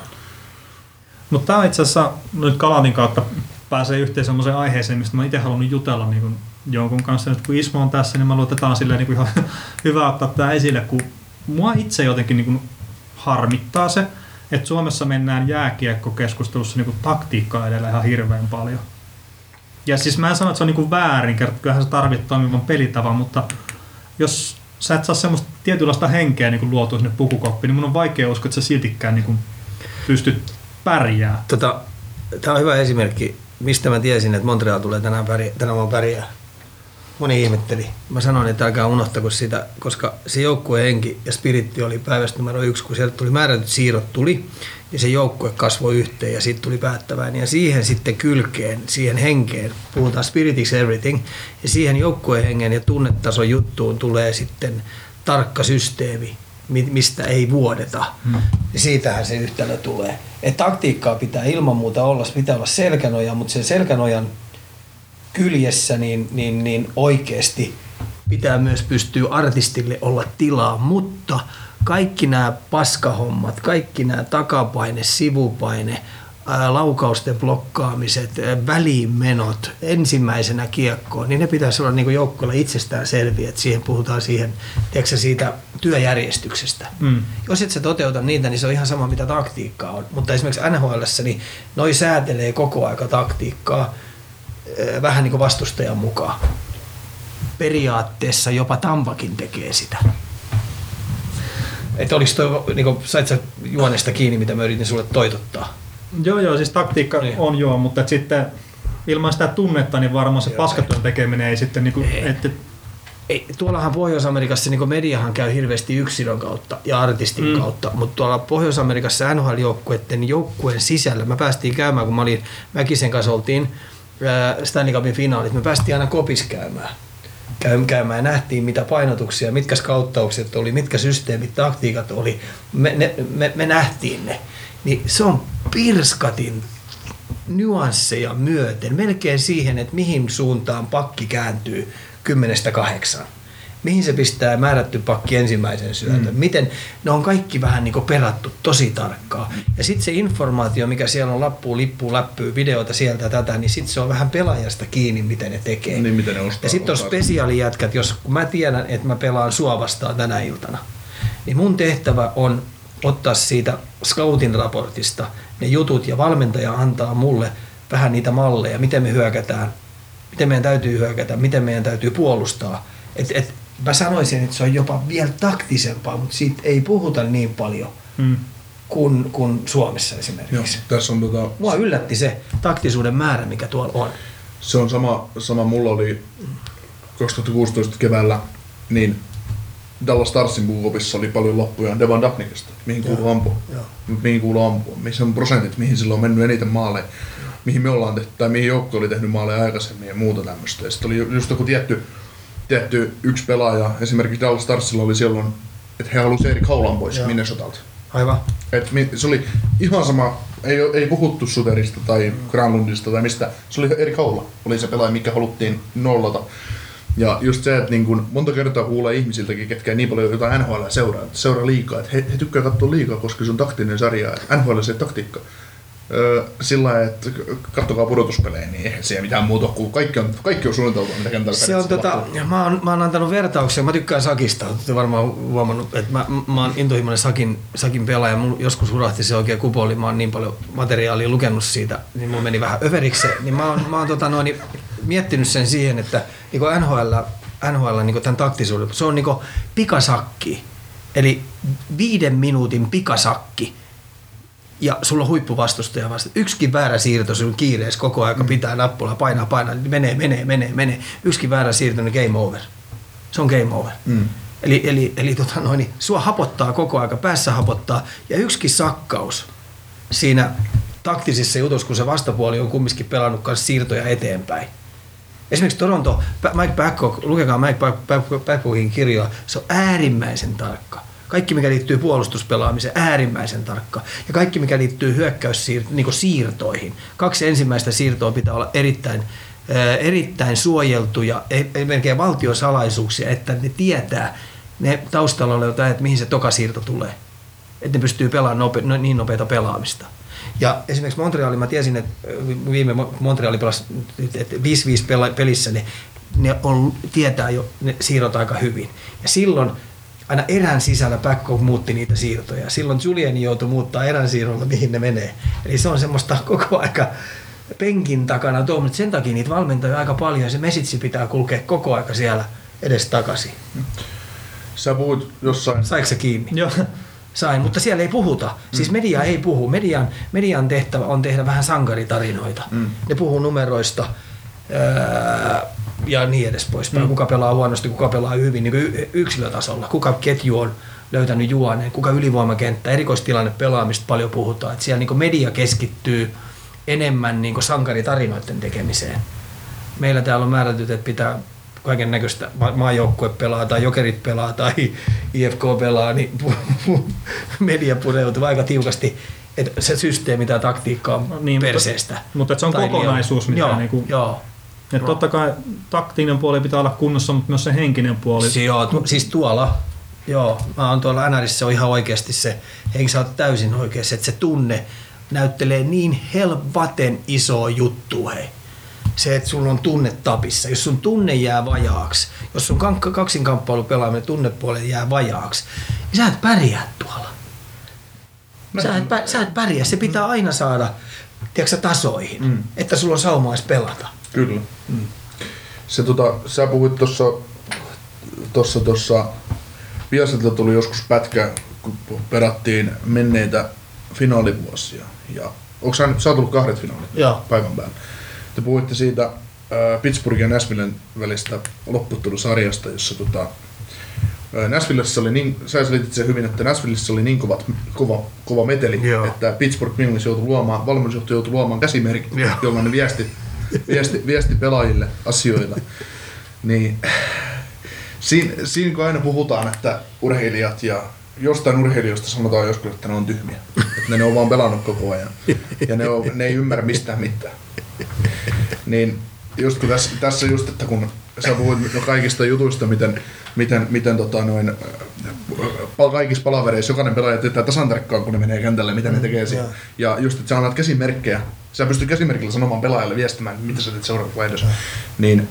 Mutta tämä itse asiassa nyt Galantin kautta pääsee yhteen semmoiseen aiheeseen, mistä mä itse halunnut jutella niin kun jonkun kanssa. Nyt kun Ismo on tässä, niin mä luulen, että tämä on silleen, niin ihan hyvä ottaa tämä esille, kun mua itse jotenkin niin harmittaa se, että Suomessa mennään jääkiekkokeskustelussa niin taktiikkaa edellä ihan hirveän paljon. Ja siis mä en sano, että se on niin väärin, kyllähän sä tarvitset toimivan pelitavan, mutta jos sä et saa semmoista tietynlaista henkeä niin luotua sinne pukukoppiin, niin mun on vaikea uskoa, että sä siltikään niin pystyt pärjää. Tämä on hyvä esimerkki, mistä mä tiesin, että Montreal tulee tänä vuonna pärjää. Moni ihmetteli. Mä sanoin, että älkää unohtako sitä, koska se joukkueen henki ja spiritti oli päivästä numero 1, kun sieltä tuli määrätyt siirrot tuli, niin se joukkue kasvoi yhteen ja siitä tuli päättäväinen. Ja siihen sitten kylkeen, siihen henkeen, puhutaan spirit is everything, ja siihen joukkueen hengen ja tunnetason juttuun tulee sitten tarkka systeemi, mistä ei vuodeta. Ja siitähän se yhtälö tulee. Et taktiikkaa pitää ilman muuta olla, pitää olla selkänoja, mutta sen selkänojan kyljessä niin oikeasti pitää myös pystyä artistille olla tilaa, mutta kaikki nämä paskahommat, kaikki nämä takapaine, sivupaine, laukausten blokkaamiset, väliinmenot, ensimmäisenä kiekkoon, niin ne pitäisi olla niin joukkueella itsestään selviä, että siihen puhutaan siitä työjärjestyksestä. Jos et sä toteuta niitä, niin se on ihan sama mitä taktiikkaa on, mutta esimerkiksi NHL:ssä niin noi säätelee koko aika taktiikkaa vähän niin kuin vastustajan mukaan. Periaatteessa jopa Tampakin tekee sitä. Että oliko toi, niin kuin, sait sä juonesta kiinni, mitä mä yritin sulle toitottaa? Joo, siis taktiikka niin on joo, mutta et sitten ilman sitä tunnetta, niin varmaan se paskatyön tekeminen ei sitten niinku, tuollahan Pohjois-Amerikassa niin mediahan käy hirveästi yksilön kautta ja artistin kautta, mutta tuolla Pohjois-Amerikassa NHL-joukkueen sisällä, mä päästiin käymään, kun mä olin Mäkisen kanssa oltiin Stanley Cupin finaalit, me päästiin aina kopis käymään ja nähtiin mitä painotuksia, mitkä skauttaukset oli, mitkä systeemit, taktiikat oli, me nähtiin ne. Niin se on pirskatin nyansseja myöten, melkein siihen, että mihin suuntaan pakki kääntyy 10-8. Mihin se pistää määrätty pakki ensimmäisen syötön. Miten, ne on kaikki vähän niin kuin perattu tosi tarkkaan. Ja sitten se informaatio, mikä siellä on lippuu, läppyy, videota sieltä tätä, niin sitten se on vähän pelaajasta kiinni, miten ne tekee. Niin, miten ne ostaa, ja sitten on spesiaalijätkät, jos mä tiedän, että mä pelaan sua vastaan tänä iltana, niin mun tehtävä on ottaa siitä scoutin raportista ne jutut ja valmentaja antaa mulle vähän niitä malleja, miten me hyökätään, miten meidän täytyy hyökätä, miten meidän täytyy puolustaa. Mä sanoisin, että se on jopa vielä taktisempaa, mutta siitä ei puhuta niin paljon kuin Suomessa esimerkiksi. Joo, tässä on mua yllätti se taktisuuden määrä, mikä tuolla on. Se on sama mulla oli 2016 keväällä, niin Dallas Starsin puukopissa oli paljon loppuja Devan Dapnikasta, mihin kuuluu ampua, missä on prosentit, mihin sillä on mennyt eniten maaleja, mihin me ollaan tehty, tai mihin joukko oli tehnyt maaleja aikaisemmin ja muuta tämmöistä. Ja sitten oli just joku tietty yksi pelaaja, esimerkiksi Dallas Starsilla oli silloin, että he halusivat Erik Haulan pois Minnesotalta. Aivan. Se oli ihan sama, ei puhuttu Suterista tai Granlundista tai mistä, se oli Erik Haula, oli se pelaaja, mikä haluttiin nollata. Ja just se, että niin kun monta kertaa kuulee ihmisiltäkin, ketkä ei niin paljon jotain NHL seuraa liikaa, että he tykkää katsoa liikaa, koska se on taktinen sarja, että NHL se taktiikka. Sillä lailla, että katsokaa pudotuspelejä, niin eihän siellä mitään muuta kuin kaikki on suunniteltu, mitä kentällä se on mä oon antanut vertauksia, mä tykkään Sakista, olette varmaan huomannut, että mä oon intohimoinen Sakin pelaaja, mulla joskus hurahti se oikein kupoli, mä oon niin paljon materiaalia lukenut siitä, niin mulla meni vähän överiksi, niin mä oon miettinyt sen siihen, että niin NHL niin tämän taktisuuden, se on niin pikasakki, eli 5 minuutin pikasakki, ja sulla on huippuvastustaja vasta. Yksikin väärä siirto sun kiireessä koko ajan pitää nappulaa, painaa, menee. Yksikin väärä siirto, niin game over. Se on game over. Eli sua hapottaa koko aika, päässä hapottaa. Ja yksikin sakkaus siinä taktisissa jutussa, kun se vastapuoli on kumminkin pelannut kanssa siirtoja eteenpäin. Esimerkiksi Toronto, Mike Babcock, lukekaa Mike Babcockin kirjoa, se on äärimmäisen tarkka. Kaikki, mikä liittyy puolustuspelaamiseen, äärimmäisen tarkka. Ja kaikki, mikä liittyy hyökkäyssiirtoihin. 2 ensimmäistä siirtoa pitää olla erittäin suojeltuja, melkein valtiosalaisuuksia, että ne tietää, ne taustalla olevat, että mihin se toka siirto tulee. Että ne pystyy pelaamaan niin nopeata pelaamista. Ja esimerkiksi Montrealin, mä tiesin, että viime Montreali pelasi 5-5 pelissä, ne tietää jo ne siirrot aika hyvin. Ja silloin aina erän sisällä Babcock muutti niitä siirtoja. Silloin Juliani joutui muuttaa erän siirrolla, mihin ne menee. Eli se on semmoista koko aika penkin takana tuo, mutta sen takia niitä valmentajia aika paljon ja se message pitää kulkea koko aika siellä edes takaisin. Sä puhut jossain... Saiko sä kiinni? Joo. Sain, mutta siellä ei puhuta. Siis media ei puhu. Median tehtävä on tehdä vähän sankaritarinoita. Ne puhuu numeroista ja niin edes poispäin. Kuka pelaa huonosti, kuka pelaa hyvin niin kuin yksilötasolla. Kuka ketju on löytänyt juoneen, kuka ylivoimakenttä, erikoistilanne pelaamista paljon puhutaan. Et siellä niin kuin media keskittyy enemmän niin kuin sankaritarinoiden tekemiseen. Meillä täällä on määrätyt, että pitää kaiken näköistä maajoukkue pelaa tai Jokerit pelaa tai IFK pelaa, niin media pureutuu aika tiukasti, että se systeemi tai taktiikka on niin, perseestä. Mutta se on kokonaisuus, mitä joo. Ja totta kai taktinen puoli pitää olla kunnossa, mutta myös se henkinen puoli. Siis tuolla, mä oon tuolla NRissä on ihan oikeasti se, eikä sä oot täysin oikeassa, että se tunne näyttelee niin helvaten isoa juttua, hei. Se, että sulla on tunne tapissa. Jos sun tunne jää vajaaksi, jos sun kaksinkamppailu pelaaminen tunnepuolelle jää vajaaksi, niin sä et pärjää tuolla. Sä et pärjää. Se pitää aina saada tasoihin, että sulla on saumais pelata. Kyllä. Sä puhuit tuossa Viasatilta tuli joskus pätkä, kun perattiin menneitä finaalivuosia. Ja onko sä tullut 2 finaalit päivän päällä? Te puhuitte siitä Pittsburghin ja Nashvillen välistä loppuottelusarjasta, jossa Nashvillessä oli sä selitit sen hyvin, että Nashvillessä oli niin kova meteli, että Pittsburgh Penguins valmennusjohto joutui luomaan käsimerkit, jolla ne viesti pelaajille asioita. Niin, siinä kun aina puhutaan, että urheilijat ja jostain urheilijoista sanotaan joskus, että ne on tyhmiä, että ne on vaan pelannut koko ajan ja ne ei ymmärrä mistään mitään. Niin just kun tässä just, että kun sä puhuit kaikista jutuista, miten kaikissa palavereissa jokainen pelaaja tietää tasan tarkkaan, kun ne menee kentälle, mitä ne tekee siinä. Ja just, että sä annat käsimerkkejä, sä pystyt käsimerkillä sanomaan pelaajalle viestimään, mitä sä teet seuraavaksi vaihdossa, niin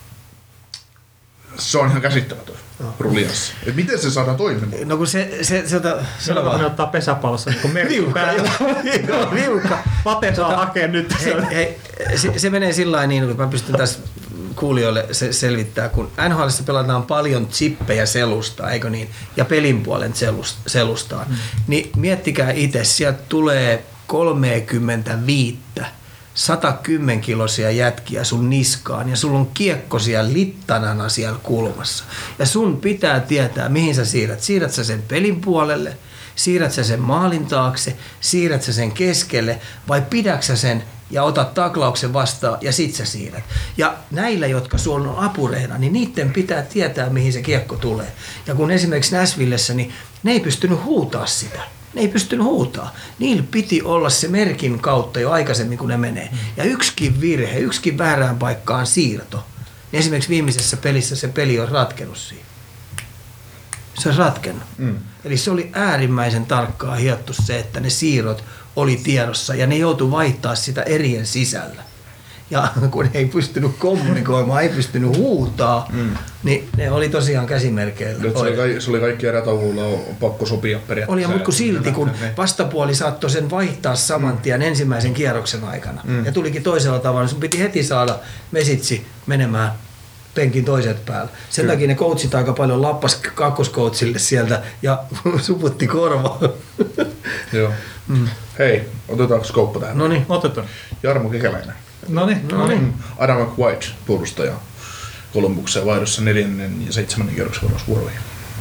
se on ihan käsittämätön rulliassa. Et miten se saadaan toimimaan? No kun se ne ottaa pesäpallossa niin merkki päällä. Liukka. Pate saa hakea nyt. Se menee sillä niin, että mä pystyn tässä kuulijoille selvittää, kun NHL:ssä pelataan paljon chippejä selustaa, eikö niin, ja pelin puolen selustaan. Niin miettikää itse, sieltä tulee 35 110-kiloisia jätkiä sun niskaan ja sulla on kiekko siellä littanana siellä kulmassa. Ja sun pitää tietää, mihin sä siirrät. Siirrät sä sen pelin puolelle, siirrät sä sen maalin taakse, siirrät sä sen keskelle vai pidätkö sä sen ja otat taklauksen vastaan ja sit sä siirrät. Ja näillä, jotka sulla on apureina, niin niiden pitää tietää, mihin se kiekko tulee. Ja kun esimerkiksi Nashvillessä, niin ne ei pystynyt huutaa sitä. Ne ei pystynyt huutaa. Niillä piti olla se merkin kautta jo aikaisemmin, kun ne menee. Ja yksikin virhe, yksikin väärään paikkaan siirto. Niin esimerkiksi viimeisessä pelissä se peli on ratkennut siinä. Se on ratkennut. Eli se oli äärimmäisen tarkkaa hiottu se, että ne siirrot oli tiedossa ja ne joutui vaihtaa sitä erien sisällä. Ja kun ei pystynyt kommunikoimaan, ei pystynyt huutaa, niin ne oli tosiaan käsimerkeillä. Se oli kaikki erätaululla on pakko sopia periaatteessa. Oli, mutta silti kun vastapuoli saattoi sen vaihtaa saman tien ensimmäisen kierroksen aikana ja tulikin toisella tavalla, niin sun piti heti saada mesitsi menemään penkin toiset päällä. Sen takia ne coachit aika paljon lappas kakkoskoutsille sieltä ja suputti korvaa. Joo. Hei, otetaanko skouppa tähän? Noniin, otetaan. Jarmo Kekäläinen. Noniin. Adam McWhite, puolustaja Kolumbukseen vaihdossa 4. ja 7. kierroksen vuoroihin.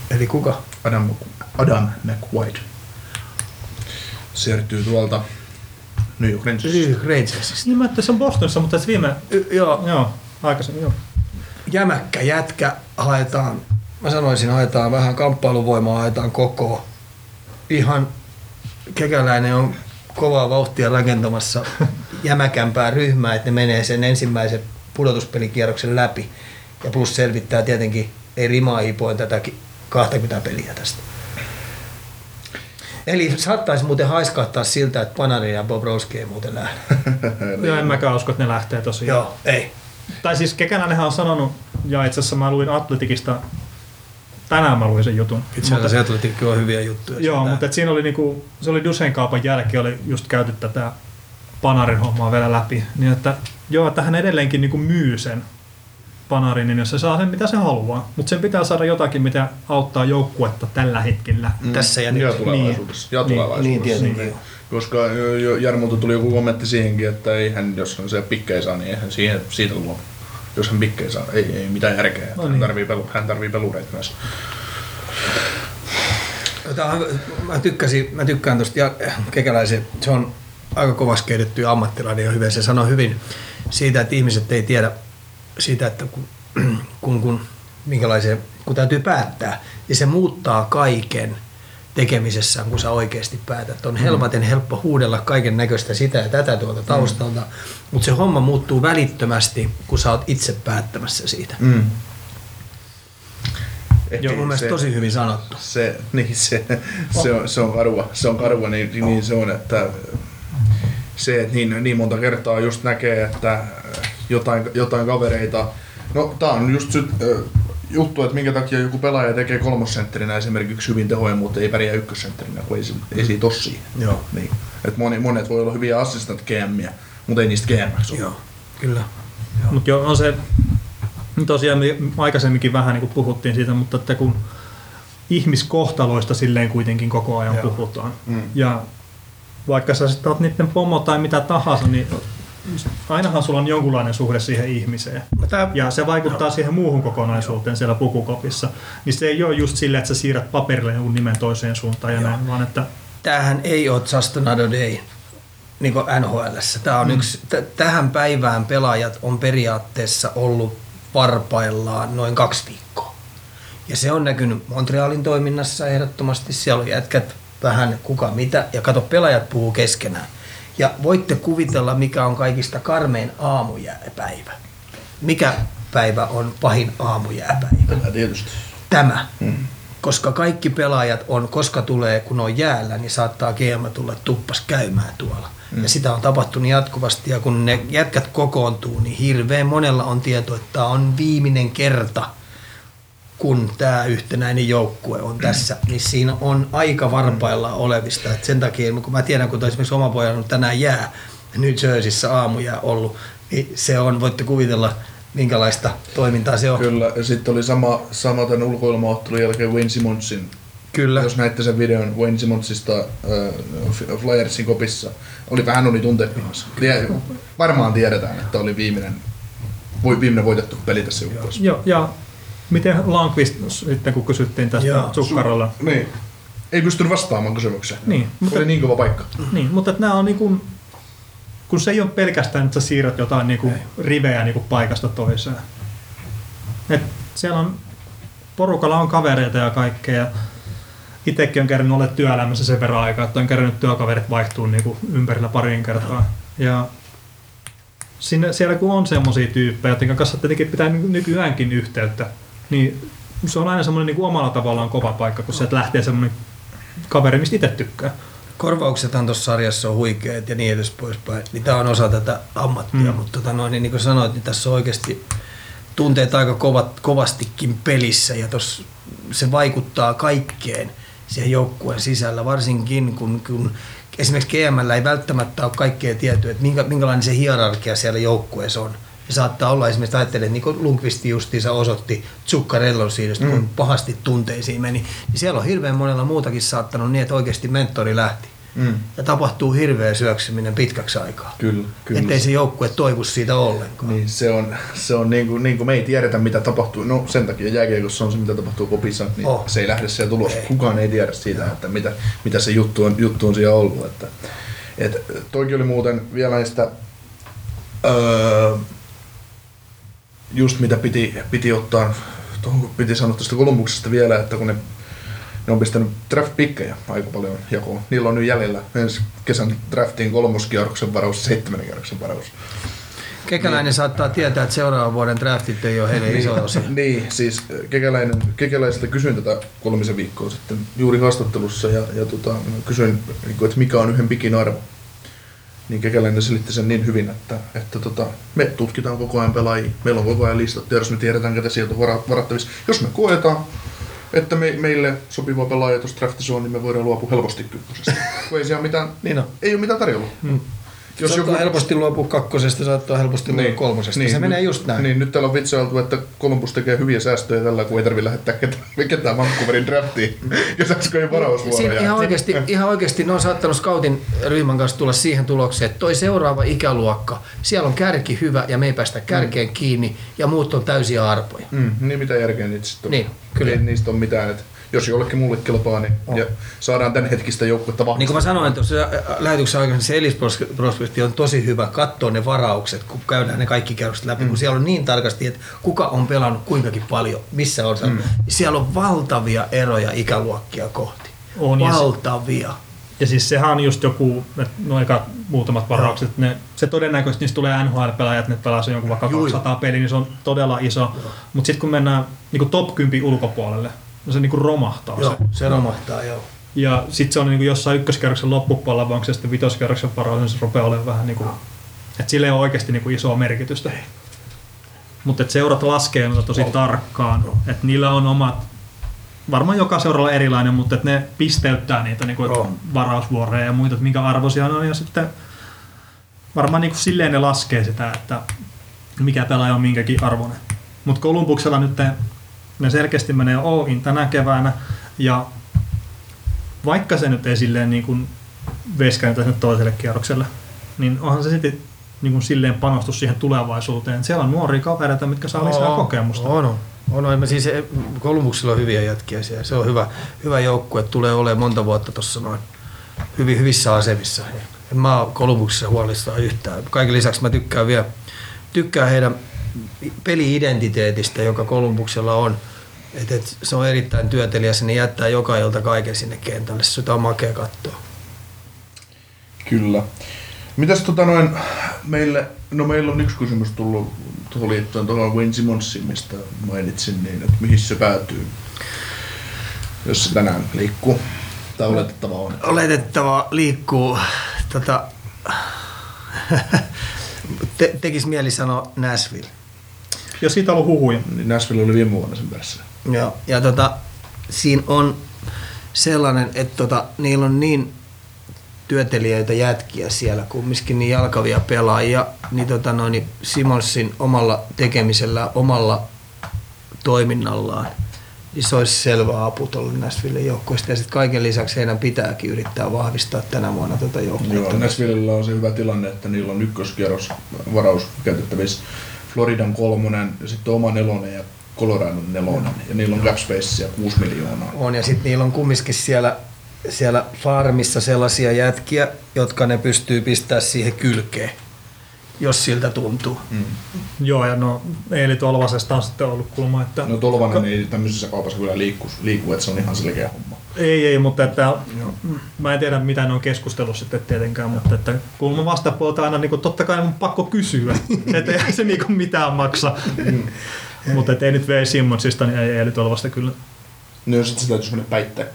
Eli kuka? Adam McWhite. Siirtyy tuolta New York Rangersista. Niin mä ajattelin, se on Bostonissa, mutta se viime... Joo, aikaisemmin, joo. Jämäkkä jätkä haetaan, mä sanoisin haetaan vähän kamppailuvoimaa, haetaan koko. Ihan Kekäläinen on kovaa vauhtia rakentamassa jämäkämpää ryhmää, että ne menee sen ensimmäisen pudotuspelikierroksen läpi. Ja plus selvittää tietenkin, ei rimaa hipoin tätäkin 20 peliä tästä. Eli saattaisi muuten haiskahtaa siltä, että Panarin ja Bobrovski ei muuten lähde. Joo, en mäkään usko, että ne lähtee tosiaan. Joo, ei. Tai siis Kekäläinenhän on sanonut, ja itse asiassa mä luin Atletikista, tänään mä luin sen jutun. Itse asiassa Atletikki on hyviä juttuja. Joo, mutta siinä oli niinku, se oli Duchenne kaupan jälkeen, oli just käyty tätä Panarin hommaa vielä läpi. Niin että joo, että hän edelleenkin niinku myy sen Panarin, niin jos se saa sen mitä se haluaa. Mutta sen pitää saada jotakin, mitä auttaa joukkuetta tällä hetkellä. Tässä ja nyt. Ja tulevaisuudessa. Niin. Ja tulevaisuudessa. Niin tietenkin. Koska Jarmolta tuli joku kommentti siihenkin, että eihän, jos hän se pikkejä saa, niin eihän siitä luo. Jos hän pikkejä saa, ei mitään järkeä. No niin. Hän tarvii pelureita myös. Mä tykkään tuosta Kekäläisen. Se on aika kovasti kehitetty ammattilainen ja hyvä. Se sanoo hyvin siitä, että ihmiset ei tiedä siitä, että kun täytyy päättää, niin se muuttaa kaiken tekemisessään, kun sä oikeasti päätät. On helppo huudella kaiken näköistä sitä ja tätä tuolta taustalta, mutta se homma muuttuu välittömästi, kun sä oot itse päättämässä siitä. Joo, mun mielestä tosi hyvin sanottu. Se on karua. Se on karua, niin se on, että se, että niin monta kertaa just näkee, että jotain kavereita. No tää on just juttu, että minkä takia joku pelaaja tekee kolmosentterinä esimerkiksi hyvin tehoja, mutta ei pärjää ykkössentterinä, kun ei siitä ole siihen. Joo. Niin. Et monet voi olla hyviä assistant GM:iä, mutta ei niistä GM:ksi ole. Joo, kyllä. Mutta joo, on se tosiaan aikaisemminkin vähän niin kuin puhuttiin siitä, mutta että kun ihmiskohtaloista silleen kuitenkin koko ajan puhutaan. Ja vaikka sä sitten oot niiden pomo tai mitä tahansa, niin ainahan sulla on jonkunlainen suhde siihen ihmiseen. Ja se vaikuttaa siihen muuhun kokonaisuuteen siellä pukukopissa. Niin se ei ole just silleen, että sä siirrät paperille jonkun nimen toiseen suuntaan ja näin, vaan että... Tämähän ei ole just another day, niin kuin NHL:ssä. Tämä on tähän päivään pelaajat on periaatteessa ollut varpaillaan noin 2 viikkoa. Ja se on näkynyt Montrealin toiminnassa ehdottomasti. Siellä on jätkät vähän kuka mitä, ja kato, pelaajat puhuu keskenään. Ja voitte kuvitella, mikä on kaikista karmein aamujääpäivä. Mikä päivä on pahin aamujääpäivä? Tietysti. Tämä. Koska kaikki pelaajat on, koska tulee, kun on jäällä, niin saattaa GM tulla tuppas käymään tuolla. Ja sitä on tapahtunut jatkuvasti, ja kun ne jätkät kokoontuu, niin hirveän monella on tieto, että tämä on viimeinen kerta, kun tämä yhtenäinen joukkue on tässä, niin siinä on aika varpailla olevista. Et sen takia, kun mä tiedän, kun esimerkiksi oma pojan on tänään New Jerseyssä aamujää ollut, niin se on, voitte kuvitella, minkälaista toimintaa se on. Kyllä, ja sitten oli sama tämän ulkoilmaottelun jälkeen Wayne Simmonsin. Kyllä. Jos näitte sen videon Wayne Simmonsista Flyersin kopissa, hän oli tuntepinnassa. Varmaan tiedetään, että oli viimeinen voitettu peli tässä joukkueessa. Joo, ja miten Lankvist sitten, kun kysyttiin tästä Zuccarella? Niin. Ei pystynyt vastaamaan kysymykseen. Niin, oli niin kova paikka. Niin, mutta nämä on niin kuin, kun se ei ole pelkästään, että sä siirrät jotain niin kuin rivejä niin kuin paikasta toiseen. Et siellä on, porukalla on kavereita ja kaikkea. Itsekin on kerännyt olla työelämässä sen verran aikaa, että on kerännyt työkaverit vaihtuu niin kuin ympärillä pariin kertaa. Ja siellä kun on semmosia tyyppejä, joiden kanssa tietenkin pitää nykyäänkin yhteyttä, niin se on aina semmoinen niin kuin omalla tavallaan kova paikka, kun sieltä lähtee semmoinen kaveri, mistä itse tykkää. Korvauksethan tuossa sarjassa on huikeat ja niin edes poispäin. Niin tämä on osa tätä ammattia, mutta niin kuin sanoit, niin tässä on oikeasti tunteet aika kovastikin pelissä ja se vaikuttaa kaikkeen siihen joukkueen sisällä, varsinkin kun esimerkiksi GM:llä ei välttämättä ole kaikkea tietoa, että minkälainen se hierarkia siellä joukkueessa on. Ja saattaa olla esimerkiksi, ajattelee, että niin kuin Lundqvist justiinsa osoitti Zuccarellon siitä, kun pahasti tunteisiin meni, niin siellä on hirveän monella muutakin saattanut niin, että oikeasti mentori lähti. ja tapahtuu hirveä syöksyminen pitkäksi aikaa. Kyllä. Ettei se joukkue toivu siitä ollenkaan. Niin, se on niin kuin me ei tiedetä mitä tapahtuu. No sen takia jääkiekossa on se mitä tapahtuu kopissa, niin se ei lähde siellä tulos. Kukaan ei tiedä siitä, että mitä se juttu on siellä ollut. Että toikin oli muuten vielä näistä just mitä piti ottaa, piti sanoa tuosta Columbuksesta vielä, että kun ne on pistänyt draft-pikkejä aika paljon jakoon. Niillä on nyt jäljellä ensi kesän draftiin 3. kierroksen varaus, 7. kierroksen varaus. Kekäläinen saattaa tietää, että seuraavan vuoden draftit ei ole heidän isoja osia. Niin, siis Kekäläiseltä kysyin tätä 3 viikkoa sitten juuri haastattelussa ja kysyin, että mikä on yhden pikin arvo. Niin Kekäläinen selitti sen niin hyvin, että me tutkitaan koko ajan pelaajia, meillä on koko ajan listat, jos me tiedetään, ketä sieltä on varattavissa. Jos me koetaan, että meille sopiva pelaaja tuossa draftissa on, niin me voidaan luopua helposti 1. Kun ei siellä mitään, ei ole mitään tarjolla. Jos saattaa helposti luopua 2, saattaa helposti luopua 3. Niin, se menee just näin. Niin, nyt täällä on vitsailtu, että Columbus tekee hyviä säästöjä tällä, kun ei tarvitse lähettää ketään Vancouverin draftiin, jos äsken ei varausvuoroja. Ihan oikeasti ne on saattanut scoutin ryhmän kanssa tulla siihen tulokseen, että toi seuraava ikäluokka, siellä on kärki hyvä ja me ei päästä kärkeen kiinni ja muut on täysiä arpoja. Niin mitä järkeä niitä sitten on. Niin, kyllä. Ei niistä ole mitään, että jos jollekin mulle kelpaa, niin ja saadaan tämän hetkistä joukkuetta vahvistaa. Niin kuin mä sanoin, että tuossa lähetyksen aikana se Ellis Prospekti on tosi hyvä katsoa ne varaukset, kun käydään ne kaikki kierrokset läpi, kun siellä on niin tarkasti, että kuka on pelannut kuinkakin paljon, missä on. Siellä on valtavia eroja ikäluokkia kohti. On, valtavia. Ja siis sehän on just joku, no eka muutamat varaukset, se todennäköisesti niistä tulee NHL-pelaajat, ne pelaa sen jonkun vaikka 200 peliä, niin se on todella iso. Mutta sitten kun mennään niin top 10 ulkopuolelle, no se niinku romahtaa. Joo, se romahtaa, joo. Ja sitten se on niinku jossain 1. loppupuolella, vai onko se sitten 5. varaus, niin se rupeaa olemaan vähän niinku, että sillä ei ole oikeasti niinku isoa merkitystä. Mutta seurat laskee noita tosi tarkkaan, että niillä on omat, varmaan joka seuralla erilainen, mutta että ne pisteyttää niitä niinku varausvuoroja ja muita, että minkä arvoisia ne on, ja sitten varmaan niinku silleen ne laskee sitä, että mikä pelaaja on minkäkin arvoinen. Mutta Columbuksella nyt ne selkeästi menee all-in tänä keväänä, ja vaikka se nyt ei silleen niin kuin veskännetä sinne toiselle kierrokselle, niin onhan se sitten niin kuin silleen panostus siihen tulevaisuuteen. Siellä on nuoria kavereita, mitkä saa lisää kokemusta. On. Siis Columbuksella on hyviä jätkiä siellä. Se on hyvä joukkue, tulee olemaan monta vuotta tuossa noin hyvissä asemissa. En mä ole Columbuksessa huolissaan yhtään. Kaiken lisäksi mä tykkään heidän peli-identiteetistä, joka Columbuksella on. Et se on erittäin työtelijäs, ne jättää joka ilta kaiken sinne kentälle. Sitä on makea katsoa. Kyllä. Mitäs meillä on yksi kysymys tullut liittyen tuohon Wayne Simmonsiin, mistä mainitsin, niin että mihin se päätyy, jos se tänään liikkuu. Tai oletettava on. Oletettava liikkuu. Tekis mieli sanoa Nashville. Ja siitä on ollut huhuja. Niin Nashville oli viime vuonna sen perässä. Joo, ja siinä on sellainen, että niillä on niin työtelijöitä jätkiä siellä, kumminkin niin jalkavia pelaajia, niin Simmonsin omalla tekemisellä, omalla toiminnallaan, niin se olisi selvä apu tuolle Nashville joukkueesta. Ja sitten kaiken lisäksi heidän pitääkin yrittää vahvistaa tänä vuonna tätä joukkuetta. Joo, Nashvillellä on se hyvä tilanne, että niillä on ykköskierros varaus käytettävissä. Floridan 3 ja sitten oma 4 ja Coloradon 4 ja niillä on cap spacea 6 miljoonaa. On, ja sitten niillä on kumminkin siellä farmissa sellaisia jätkiä, jotka ne pystyy pistämään siihen kylkeen, jos siltä tuntuu. Joo, ja Eeli Tolvasesta on sitten ollut kulma, että... No Tolvanen ei tämmöisessä kaupassa kyllä liiku, että se on ihan selkeä homma. Ei, mutta että, mä en tiedä mitä ne on keskustellut sitten tietenkään, mutta että kulma vastapuolta aina niin kuin, totta kai on pakko kysyä, että ei se niin kuin mitään maksa. Mutta ei nyt vei Simmonsista, niin ei Eeli Tolvasta kyllä. No jos se täytyisi mennä päittää.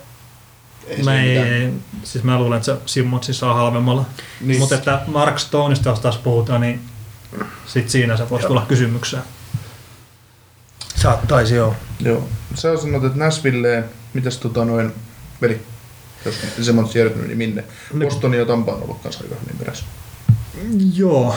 Siis mä luulen, että se Simmonsi saa halvemmalla. Niin. Mutta että Mark Stoneista, jos taas puhutaan, niin sit siinä se voisi tulla kysymykseen. Saattaisi, joo. Sä sanot, että Nashvilleen, mitäs veli, jos Simmonsi järjestynyt, niin minne? Boston ja Tampa on ollut kanssa aika hyvin perässä. Joo,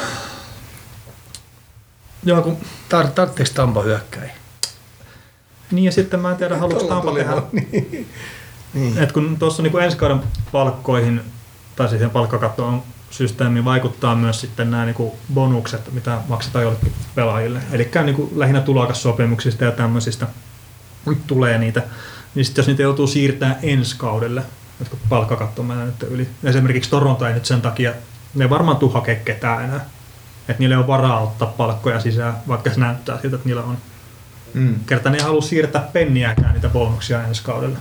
kun... Tarvitseeko Tampa hyökkäjiä? Niin ja sitten mä en tiedä, haluatko Tampa tehdä... Niin. Et kun tuossa niin ensi kauden palkkoihin tai siihen palkkakattoon systeemiin vaikuttaa myös sitten nämä niinku bonukset, mitä maksetaan jollekin pelaajille. Eli niinku lähinnä tulokassopimuksista ja tämmöisistä tulee niitä. Niin sitten jos niitä joutuu siirtämään ensi kaudelle, jotka palkkakatto menee nyt yli. Esimerkiksi Toronto ei nyt sen takia, ne ei varmaan tule hakea ketään enää. Että niillä ei ole varaa ottaa palkkoja sisään, vaikka se näyttää siltä, että niillä on. Kerta ne ei halua siirtää penniäkään niitä bonuksia ensi kaudelle.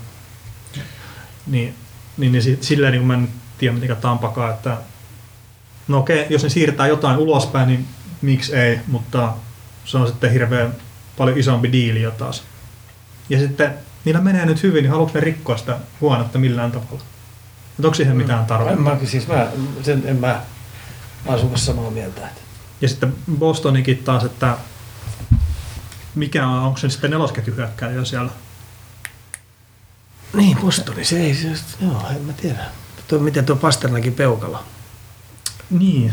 Niin silleen niin mä en tiedä miten Tampakaan, että no okei, jos ne siirtää jotain ulospäin, niin miksi ei, mutta se on sitten hirveän paljon isompi diili jo taas. Ja sitten niillä menee nyt hyvin, niin haluatko ne rikkoa sitä huonetta millään tavalla? Mutta onko siihen mitään tarvetta? Mä asun samaa mieltä. Ja sitten Bostonikin taas, että mikä onko se sitten nelosketjuhyökkääjä siellä? Niin, Bostoni, se ei, joo, en mä tiedä. Miten tuo Pasternakin peukalo? Niin.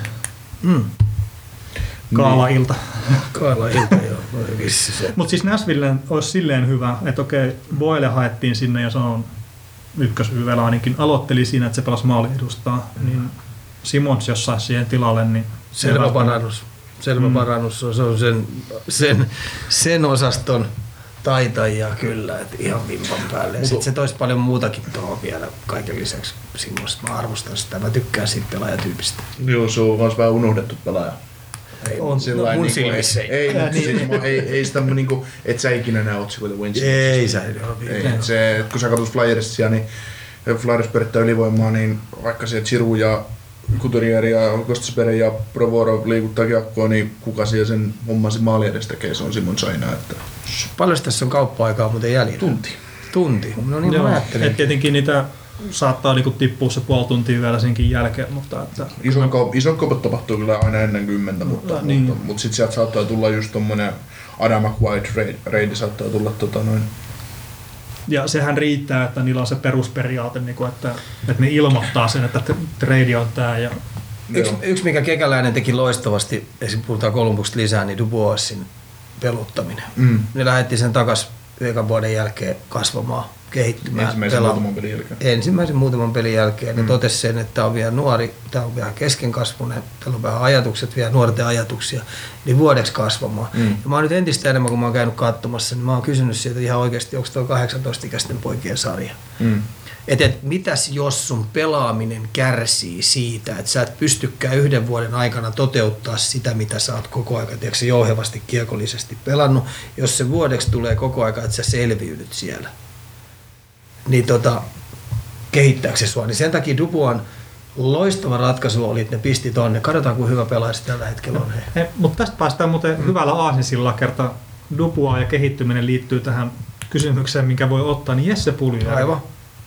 Kaala-ilta. Kaala-ilta, joo. Mutta siis Nashville olisi silleen hyvä, että okei, Boyle haettiin sinne ja se on ykköshyvällä ainakin aloitteli siinä, että se pelasi maali edustaa, niin Simons jos saisi siihen tilalle, niin selvä parannus. Selvä parannus. Se on sen osaston taitajia kyllä, että ihan vimpan päälle. Ja sitten se toisi paljon muutakin tuohon vielä kaiken lisäksi Simonsta. Mä arvostan sitä, mä tykkään siitä pelaajatyypistä. Joo, se on myös vähän unohdettu pelaaja. Ei, on mun silmissä ei sitä niinku, et sä ikinä näe otsikoita Winston. Ei sä se, kun sä katsot Flyersia, niin Flyers perittää ylivoimaa, niin vaikka sieltä Giroux ja Couturier ja Kostisberg ja Provorov liikuttaa kiekkoa, niin kuka siellä sen hommansa maali edes tekee, se on Simon Saina. Että paljon tässä on kauppa-aikaa muuten jäljellä? Tunti. No niin mä ajattelin. Et tietenkin niitä saattaa niinku tippua se puoli tuntia vielä senkin jälkeen, mutta että Isot kaupat tapahtuu kyllä aina ennen 10, mutta sitten sieltä saattaa tulla just tommonen Adam McWhite reidi saattaa tulla Ja sehän riittää, että niillä on se perusperiaate, että ne ilmoittaa sen, että trade on tää. Ja Yksi mikä Kekäläinen teki loistavasti, esimerkiksi puhutaan Columbuksesta lisää, niin Duboisin peluttaminen. Ne lähetti sen takas ekan vuoden jälkeen kasvamaan, kehittymään. Ensimmäisen muutaman pelin jälkeen. Ne totesi sen, että tämä on vielä nuori, tämä on vielä keskenkasvuinen, täällä on vähän ajatukset, vielä nuorten ajatuksia, niin vuodeksi kasvamaan. Ja mä oon nyt entistä enemmän, kun mä oon käynyt katsomassa, niin mä oon kysynyt sieltä ihan oikeasti, onko tuo 18-ikäisten poikien sarja. Et mitäs jos sun pelaaminen kärsii siitä, että sä et pystykään yhden vuoden aikana toteuttaa sitä, mitä sä oot koko ajan jouhevasti kiekollisesti pelannut, jos se vuodeksi tulee koko ajan, että sä selviydyt siellä, niin kehittääkö se sua? Niin sen takia Dubois loistava ratkaisu oli, että ne pisti tonne. Katsotaan, kuin hyvä pelaaja tällä hetkellä on. Mutta tästä päästään muuten hyvällä aasinsilla kerta. Dubois ja kehittyminen liittyy tähän kysymykseen, minkä voi ottaa, niin Jesse Puljujärvi. Aivan.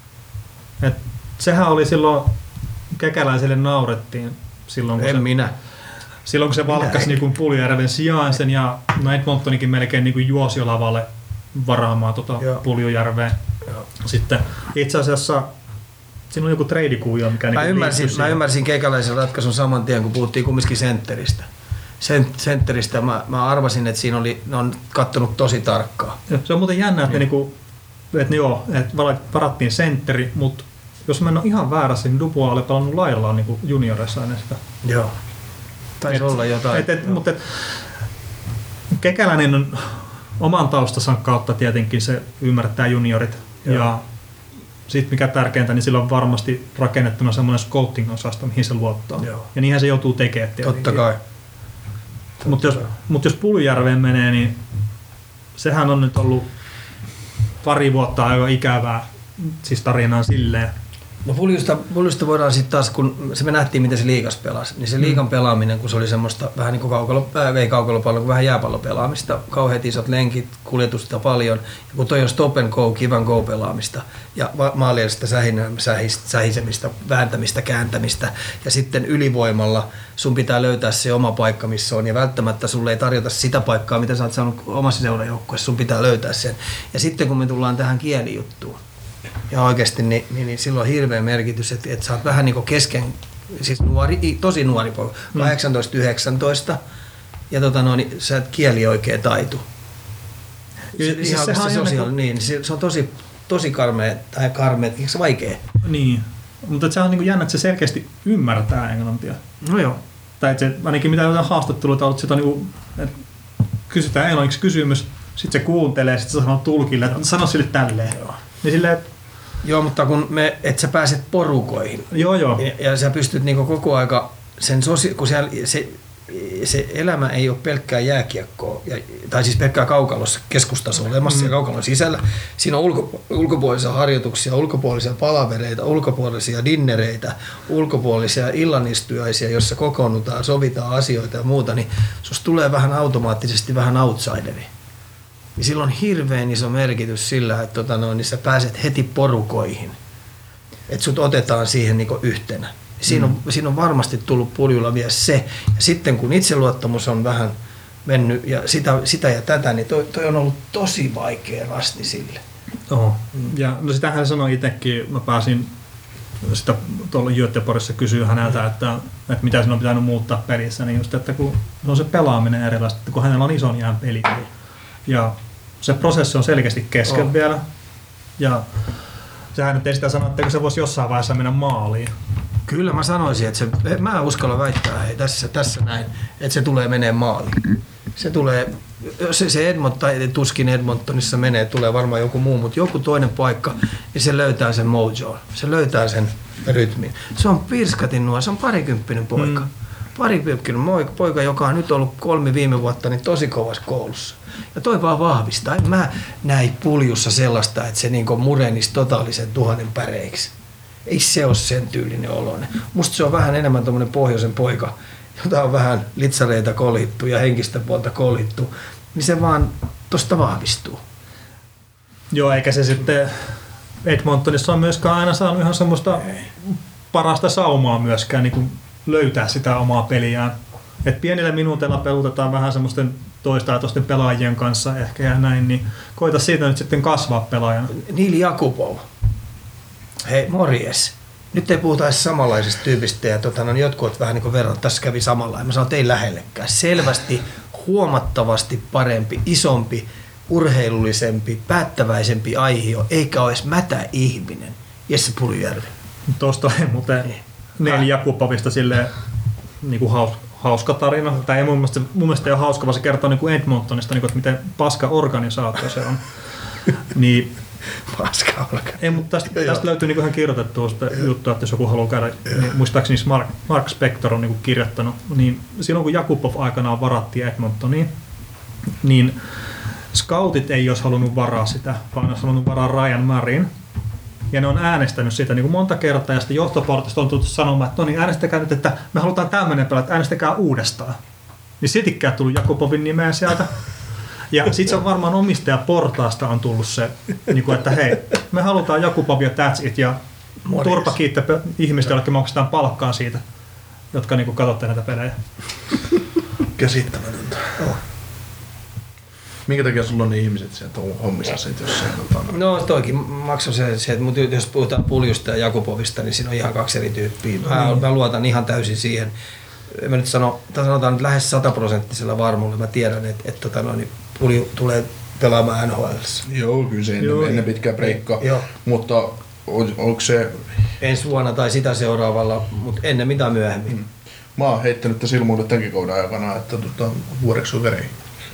Sehän oli silloin, Kekäläiselle naurettiin silloin, kun se valkkasi niin Puljujärven sijaan sen, ja Edmontonikin melkein niin juosi jo lavalle varaamaan Puljujärveä. Sitten itse asiassa siinä on joku treidikuvio, mikä mä ymmärsin Kekäläisen ratkaisun saman tien, kun puhuttiin kumminkin sentteristä. Sentteristä mä arvasin, että siinä ne on kattonut tosi tarkkaan. Se on muuten jännä, että että varattiin sentteri, mutta jos mä en ole ihan väärässä, niin Dubois oli pelannut laidalla niin junioreissa ennen sitä. Joo. Taisi olla jotain. Mutta Kekäläinen on oman taustansa kautta tietenkin se ymmärtää juniorit. Joo. Ja sitten mikä tärkeintä, niin sillä on varmasti rakennettuna semmoinen scouting-osasto, mihin se luottaa. Joo. Ja niinhän se joutuu tekemään tietenkin. Totta kai. Mutta jos Puljujärveen menee, niin sehän on nyt ollut pari vuotta aika ikävää siis tarinaa silleen. No Puljusta voidaan sitten taas, kun me nähtiin miten se liigas pelasi, niin se liigan pelaaminen, kun se oli semmoista vähän niin kuin ei kaukalopallo, kuin vähän jääpallopelaamista, kauheat isot lenkit, kuljetusta paljon, ja kun toi on stop and go, give and go pelaamista, ja maalielista sähisemistä, vääntämistä, kääntämistä, ja sitten ylivoimalla sun pitää löytää se oma paikka, missä on, ja välttämättä sulle ei tarjota sitä paikkaa, mitä sä oot saanut omassa seurajoukkueessa, sun pitää löytää sen. Ja sitten kun me tullaan tähän kielijuttuun, ja oikeasti niin silloin on hirveä merkitys, että sä oot vähän niin kuin kesken, siis tosi nuori poika, 18-19, ja niin sä et kieli oikein taitu. Se on tosi karmea, tai se vaikea. Niin. Mutta se on niin jännä, että se selkeästi ymmärtää englantia. No joo. Tai että se, ainakin mitä jotain haastatteluita on ollut, että niin kysytään englanniksi kysymys, sitten se kuuntelee, sitten se sanoo tulkille, että sano sille tälleen. Niin silleen, joo, mutta et sä pääset porukoihin. Joo. Ja sä pystyt niinku koko aika, kun se elämä ei ole pelkkää jääkiekkoa, tai siis pelkkää kaukalossa keskustasolla olemassa ja kaukalon sisällä. Siinä on ulkopuolisia harjoituksia, ulkopuolisia palavereita, ulkopuolisia dinnereitä, ulkopuolisia illanistujaisia, jossa kokoonnutaan, sovitaan asioita ja muuta, niin susta tulee vähän automaattisesti vähän outsideri. Ja sillä on hirveän iso merkitys sillä, että niin sä pääset heti porukoihin. Että sut otetaan siihen niinku yhtenä. Siinä on varmasti tullut Puljulla vielä se. Ja sitten kun itseluottamus on vähän mennyt ja sitä ja tätä, niin toi on ollut tosi vaikea rasti sille. Oho. Ja no sitähän sanoi itsekin, mä pääsin sitä tuolla Göteborgissa kysyä häneltä, että mitä siinä on pitänyt muuttaa pelissä, niin just, että kun on se pelaaminen erilaista, että kun hänellä on ison jään peli. Ja se prosessi on selkeästi kesken vielä. Ja sehän nyt ei sitä sano, että se voisi jossain vaiheessa mennä maaliin. Kyllä mä sanoisin, että mä uskallan väittää tässä näin, että se tulee menee maaliin. Se tulee, se tuskin Edmontonissa menee, tulee varmaan joku muu, mutta joku toinen paikka, niin se löytää sen mojoon, se löytää sen rytmin. Se on pirskatin nuo, se on parikymppinen poika. Parikymppinen poika, joka on nyt ollut 3 viime vuotta niin tosi kovassa koulussa. Ja toi vaan vahvistaa. En mä näin Puljussa sellaista, että se niinku murenisi totaalisen 1000 päreiksi. Ei se ole sen tyylinen oloinen. Musta se on vähän enemmän tommonen pohjoisen poika, jota on vähän litsareita kolhittu ja henkistä puolta kolhittu. Niin se vaan tosta vahvistuu. Joo, eikä se sitten Edmontonissa on myöskään aina saanut ihan semmoista parasta saumaa myöskään niin kuin löytää sitä omaa peliään. Et pienillä minuuteilla pelutetaan vähän semmoisten toisten pelaajien kanssa ehkä ja näin, niin koita siitä nyt sitten kasvaa pelaajana. Niili Jakubov. Hei, morjes. Nyt ei puhuta edes samanlaisesta tyypistä ja jotkut vähän niin kuin verran. Tässä kävi samalla. Mä sanon, että ei lähellekään. Selvästi huomattavasti parempi, isompi, urheilullisempi, päättäväisempi aihio, eikä ole edes mätä ihminen. Jesse Puljujärvi. Tuosta ei muuten Neil Jakubovista silleen niin kuin hauska tarina. Tai ei mun mielestä ei ole hauska, vaan se kertoo niin kuin Edmontonista, niin kuin, että miten paska organisaatio se on. Niin, paska organisaatio. Ei, mutta tästä löytyy niin ihan kirjoitettua sitä juttua, että jos joku haluaa käydä, niin muistaakseni Mark Spector on niin kuin kirjoittanut, niin silloin kun Jakubov aikanaan varattiin Edmontoniin, niin scoutit ei olisi halunnut varaa sitä, vaan olisi halunnut varaa Ryan Maryn. Ja ne on äänestänyt sitä niin kuin monta kertaa, ja sitten johtoportista on tullut sanomaan, että no niin, äänestäkää nyt, että me halutaan tämmöinen pelaa, että äänestäkää uudestaan. Niin sitikään tullut Jakubovin nimeä sieltä. Ja sitten se on varmaan omistajaportaasta on tullut se, niin kuin, että hei, me halutaan Jakubov ja that's it, ja turpa kiittää ihmistä, joillekin maksetaan palkkaa siitä, jotka niin kuin katsotte näitä pelejä. Käsittämätöntä. Minkä takia sulla on ne ihmiset sieltä hommissa sit, jos se No toikin maksoi se, mutta jos puhutaan Puljusta ja Jakubovista, niin siinä on ihan 2 eri tyyppiä. Mä luotan ihan täysin siihen. Mä nyt sanotaan nyt lähes 100% varmuudella. Mä tiedän, että Pulju tulee pelaamaan NHL:ssä. Joo, kyllä se ennen pitkää breikkaa. Mutta onko se ensi vuonna tai sitä seuraavalla, mutta ennen mitä myöhemmin. Mä oon heittänyt tässä ilmoille tämänkin kauden aikana, että vuodeksi on vereihin.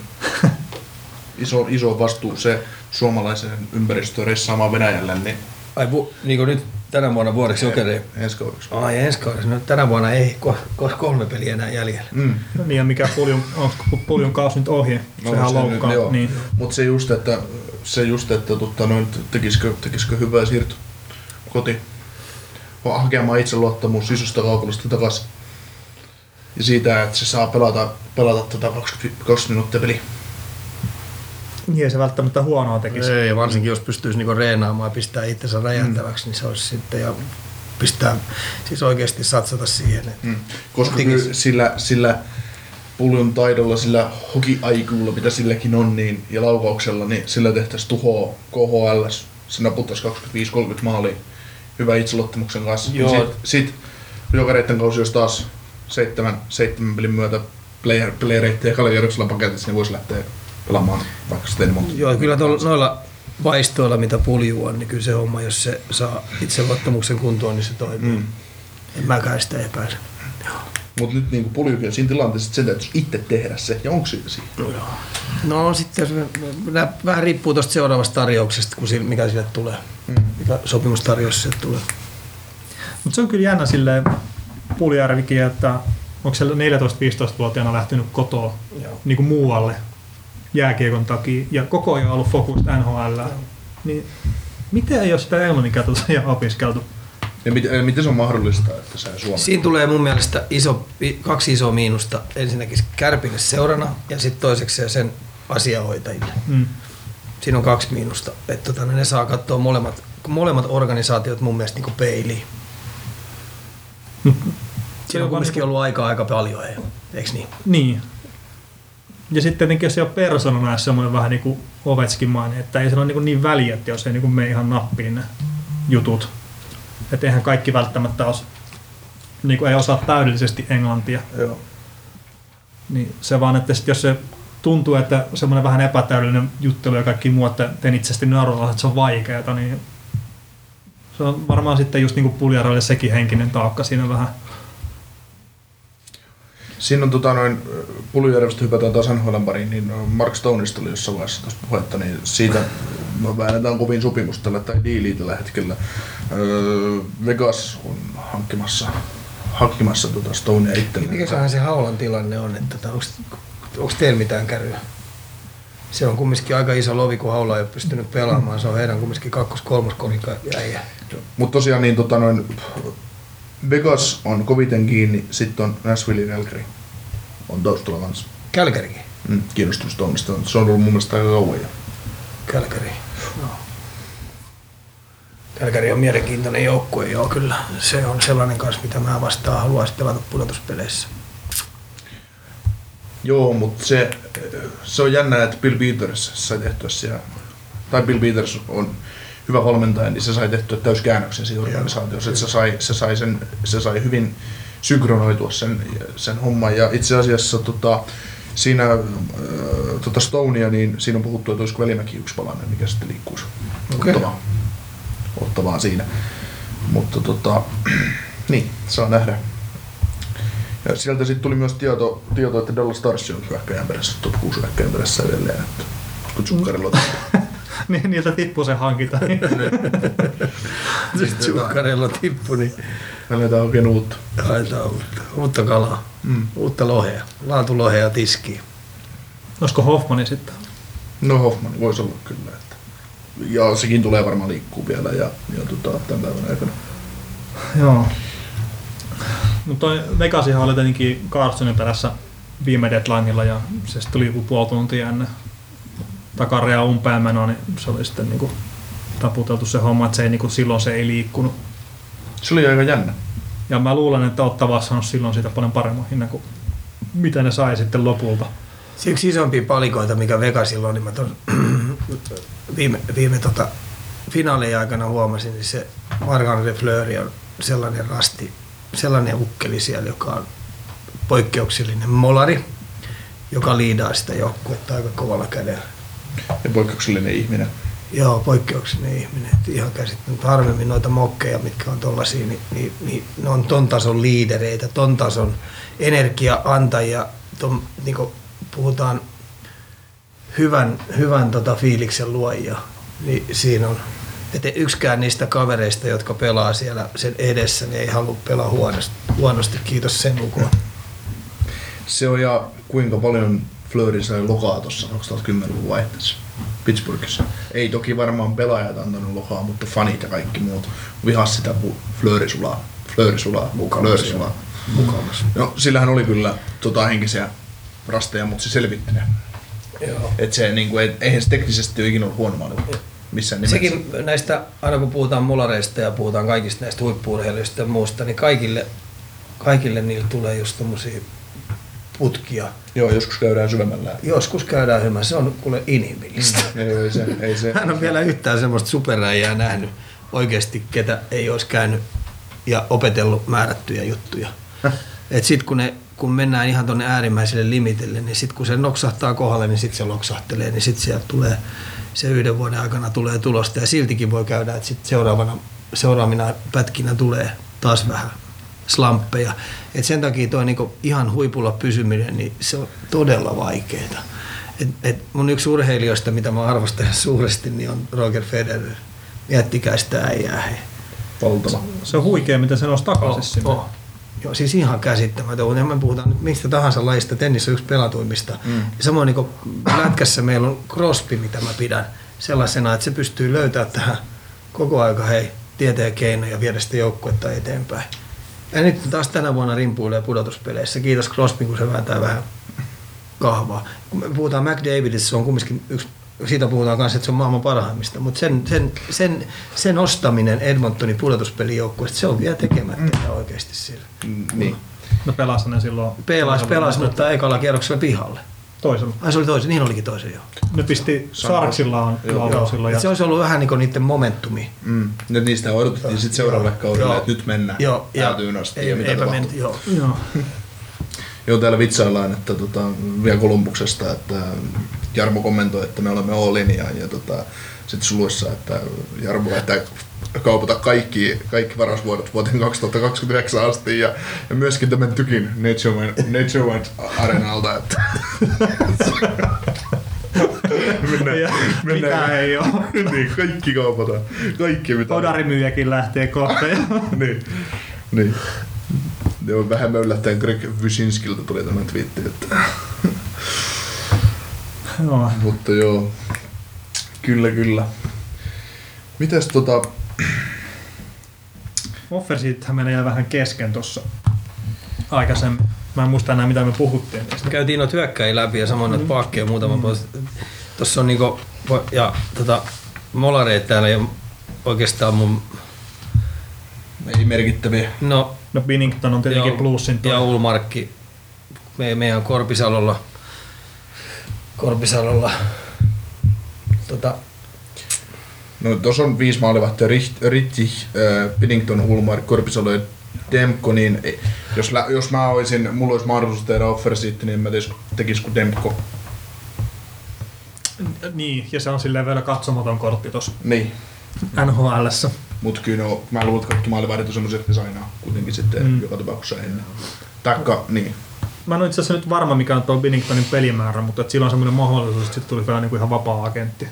Iso vastuu se suomalaisen ympäristöön reissaamaan Venäjälle. Niin niin kuin nyt tänä vuonna vuodeksi Jokeriin? Ensi kaudeksi. Ensi kaudeksi. No, tänä vuonna ei 3 peliä enää jäljellä. No niin, ja mikä Puljun kausi nyt ohi? Sehän loukkaa. Niin. Mutta se just, että tekisikö hyvää siirto koti hakemaan itseluottamus isosta kaukalosta takaisin. Ja siitä, että se saa pelata 20 minuuttia peliä. Niin ei se välttämättä huonoa tekisi. Ei, varsinkin jos pystyisi niinku reenaamaan ja pistää itsensä räjähtäväksi, niin se olisi sitten ja pistää, siis oikeasti satsata siihen. Koska sillä Puljun taidolla, sillä hoki-aikulla, mitä silläkin on, niin, ja laukauksella, niin sillä tehtäisiin tuhoa KHL. Se naputtaisi 25-30 maalia hyvän itseluottamuksen kanssa. Sitten Jokereiden kausi olisi taas 7 pelin myötä playereiden ja kaljakierroksella paketissa, niin voisi lähteä pelaamaan vaikka sitten monta. Joo, kyllä noilla vaistoilla, mitä pulju on, niin kyllä se homma, jos se saa itseluottamuksen kuntoon, niin se toimii. En mäkään sitä epäile. Mutta nyt niin puljukin siinä tilanteessa, että sen täytyisi itse tehdä se, ja onko siitä siinä? No sitten vähän riippuu tuosta seuraavasta tarjouksesta, mikä sille tulee, mikä sopimustarjous sille tulee. Mutta se on kyllä jännä silleen Puljärvikin, että onko se 14-15-vuotiaana lähtenyt kotoa niin kuin muualle jääkiekon takia ja koko ajan ollut fokus NHL. Niin miten ei ole sitä englanninkieltä tosiaan opiskeltu? Ja miten se on mahdollista, että sä Suomessa? Siinä tulee mun mielestä kaksi isoa miinusta. Ensinnäkin Kärpille seurana ja sitten toiseksi sen asiahoitajille. Siinä on 2 miinusta. Että ne saa katsoa molemmat organisaatiot mun mielestä niin peiliin. Siinä on kumminkin ollut aika paljon, eikö niin? Niin. Ja sitten tietenkin jos ei ole persoonana näissä semmoinen vähän niin kuin Ovechkin-mainen, että ei se ole niin väliä, että jos ei niin mene ihan nappiin ne jutut. Että eihän kaikki välttämättä niin kuin ei osaa täydellisesti englantia. Joo. Niin se vaan, että jos se tuntuu, että semmoinen vähän epätäydellinen juttelu ja kaikki muu, että teen itseästi narulla, että se on vaikeaa, niin se on varmaan sitten just niin kuin Puljärvelle sekin henkinen taakka siinä vähän. Siinä on Puljujärvestä hypätään taas NHL:n pariin, niin Mark Stoneista oli jossain vaiheessa tuosta puhetta, niin siitä väännetään kovin sopimus tällä tai diiliä tällä hetkellä. Vegas on hankkimassa Stonea itselleen. Mikäköhän se Haulan tilanne on, että onko teillä mitään kärryä? Se on kumminkin aika iso lovi, kun Haula ei ole pystynyt pelaamaan. Se on heidän kumminkin 2-3 kolikka jäijä. Mutta tosiaan niin, Vegas on koviten kiinni, sitten on Nashville ja Calgary on taustalla kanssa. Calgarykin? Kiinnostus Stonesta. Se on ollut mun mielestä aika kauan jo. Calgary. No. Calgary on mielenkiintoinen joukkue, joo kyllä. Se on sellainen kanssa, mitä mä vastaan haluaisin pelata pudotuspeleissä. Joo, mutta se on jännä, että Bill Peters sai tehtyä siellä, tai Bill Peters on hyvä valmentaja, niin se sai tehtyä täyskäännöksen siitä organisaatiossa, että se sai hyvin synkronoitua sen homman, ja itse asiassa siinä Stonea, niin siinä on puhuttu, että olisiko Välimäki yksi palanen, mikä sitten liikkuisi ottavaan siinä, mutta niin, saa nähdä. Ja sieltä sitten tuli myös tieto, että Dallas Stars on hyökkäjän perässä, top 6 hyökkäjän perässä edelleen. Tsukkarilla niin, niiltä tippuu se hankinta. Sitten Tsukkarilla tippui, niin lähdetään oikein uutta. Haetaan uutta kalaa, uutta lohea. Laatu lohea tiskiin. Olisiko Hoffmani sitten? No Hoffman voisi olla kyllä. Ja sekin tulee varmaan liikkuu vielä ja tämän päivän aikana. Joo. Mutta toi Vegasihan oli tietenkin Carlsonin perässä viime deadlinella ja se tuli joku puoli tuntia ennen takareja umpeen menoa, niin se oli sitten niinku taputeltu se homma, että se ei, niinku, silloin se ei liikkunut. Se oli aika jännä. Ja mä luulen, että Ottava on saanut silloin siitä paljon paremman hinnan kuin mitä ne sai sitten lopulta. Se yksi isompia palikoita, mikä Vegasilla on, niin mä viime finaalien aikana huomasin, niin se Marc-Andre Fleury on sellainen rasti, sellainen ukkeli siellä, joka on poikkeuksellinen molari, joka liidaa sitä joukkuetta aika kovalla kädellä. Ja poikkeuksellinen ihminen. Joo, poikkeuksellinen ihminen. Ihan käsittänyt harvemmin noita mokkeja, mitkä on tollaisia, niin ne on ton tason liidereitä, ton tason energia-antajia. Niin kuin puhutaan hyvän fiiliksen luojia, niin siinä on. Että yksikään niistä kavereista, jotka pelaa siellä sen edessä, niin ei halua pelaa huonosti. Kiitos sen mukaan. Se on, ja kuinka paljon Fleury sai lokaa tuossa 2010-luvun vaihteessa Pittsburghissa. Ei toki varmaan pelaajat antanut lokaa, mutta fanit ja kaikki muut vihas sitä Fleury sulaa. Mukamas. No, sillähän oli kyllä henkisiä rasteja, mutta se selvitti ne. Joo. Et se, niinku, eihän se teknisesti ole ikinä ollut huono maali missään nimessä. Sekin näistä, aina kun puhutaan molareista ja puhutaan kaikista näistä huippu-urheiluista ja muusta, niin kaikille niillä tulee just tommosia putkia. Joo, joskus käydään syvemmällä. Joskus käydään hyvä, se on kuule inhimillistä. Ei se. Hän on vielä yhtään semmoista superäijää nähnyt oikeasti, ketä ei olisi käynyt ja opetellut määrättyjä juttuja. Et sit kun ne kun mennään ihan tuonne äärimmäiselle limitille, niin sitten kun se noksahtaa kohdalle, niin sitten se loksahtelee, niin sitten sieltä tulee se 1 vuoden aikana tulee tulosta ja siltikin voi käydä, että sitten seuraavina pätkinä tulee taas vähän slamppeja. Et sen takia toi niinku ihan huipulla pysyminen, niin se on todella vaikeaa. Mun yksi urheilijoista, mitä mä arvostan suuresti, niin on Roger Federer. Miettikää sitä äijää. Hei. Valtava. Se on huikea, miten se nousi takaisin sinne. Joo, siis ihan käsittämätön. Ja me puhutaan nyt mistä tahansa lajista. Tennis on yksi pelatuimmista. Samoin niin lätkässä meillä on Crosby, mitä mä pidän sellaisena, että se pystyy löytämään tähän koko aika tieteen keinoja ja viedä sitä joukkuetta eteenpäin. Ja nyt taas tänä vuonna rimpuilee pudotuspeleissä. Kiitos Crosby, kun se vääntää vähän kahvaa. Kun me puhutaan McDavidista, se on kumminkin yksi, siitä puhutaan myös, että se on maailman parhaimmista, mutta sen ostaminen Edmontonin pudotuspelijoukkueesta, se on vielä tekemättä oikeasti sillä. Niin. No pelasi ne silloin. Pelasi, mutta ekalla kierroksella pihalle. Toisella. Ai se oli toisen, niin olikin toisen joo. Ne pisti Sarksillaan silloin. Se olisi ollut vähän niin kuin niiden momentumi. Nyt niistä odotettiin sitten seuraavalle kaudelle, että nyt mennään täytyyn asti. Eipä menty, joo. Joo, täällä vitsaillaan, että vielä Kolumbuksesta, että Jarmo kommentoi, että me olemme all in ja sitten suluissa, että Jarmo lähtee kaupata kaikki varasvuodot vuoteen 2029 asti ja myöskin tämän tykin Nature Arenalta, että Mitä ei ole. Niin, kaikki kaupataan. Kaikki mitä. Odarimyyjäkin lähtee kohteen. niin. Joo, vähän me yllättäen Greg Wyszynskilta tuli tämä twiitti, että joo. Mutta joo, kyllä. Mitäs Offersithän meillä jäi vähän kesken tuossa aikaisemmin. Mä en muista enää mitä me puhuttiin. Me käytiin noita hyökkäjiä läpi ja samoin noita pakkeja muutama pois. Tuossa on niinku, ja molareita täällä ei ole oikeastaan mun... Ei merkittäviä. No Binnington on tietenkin plussin. Ja Ulmarkki meidän Korpisalolla. No tuossa on 5 maalivahtia, Rittich, Binnington, Ulmark, Korpisalo ja Demko, niin jos mulla olisi mahdollisuus tehdä offersiitti, niin mä tekisin kuin Demko. Niin, ja se on silleen vielä katsomaton kortti tossa niin. NHL:ssä. Mut kyllä mä luulen, että kaikki maalivahdit on semmoiset, että ne sainaa kuitenkin sitten joka tapauksessa ennen. Taikka, niin. Mä en ole itse asiassa nyt varma, mikä on tuo Binningtonin pelimäärä, mutta että sillä on semmoinen mahdollisuus, että sitten tuli vielä niinku ihan vapaa-agentti.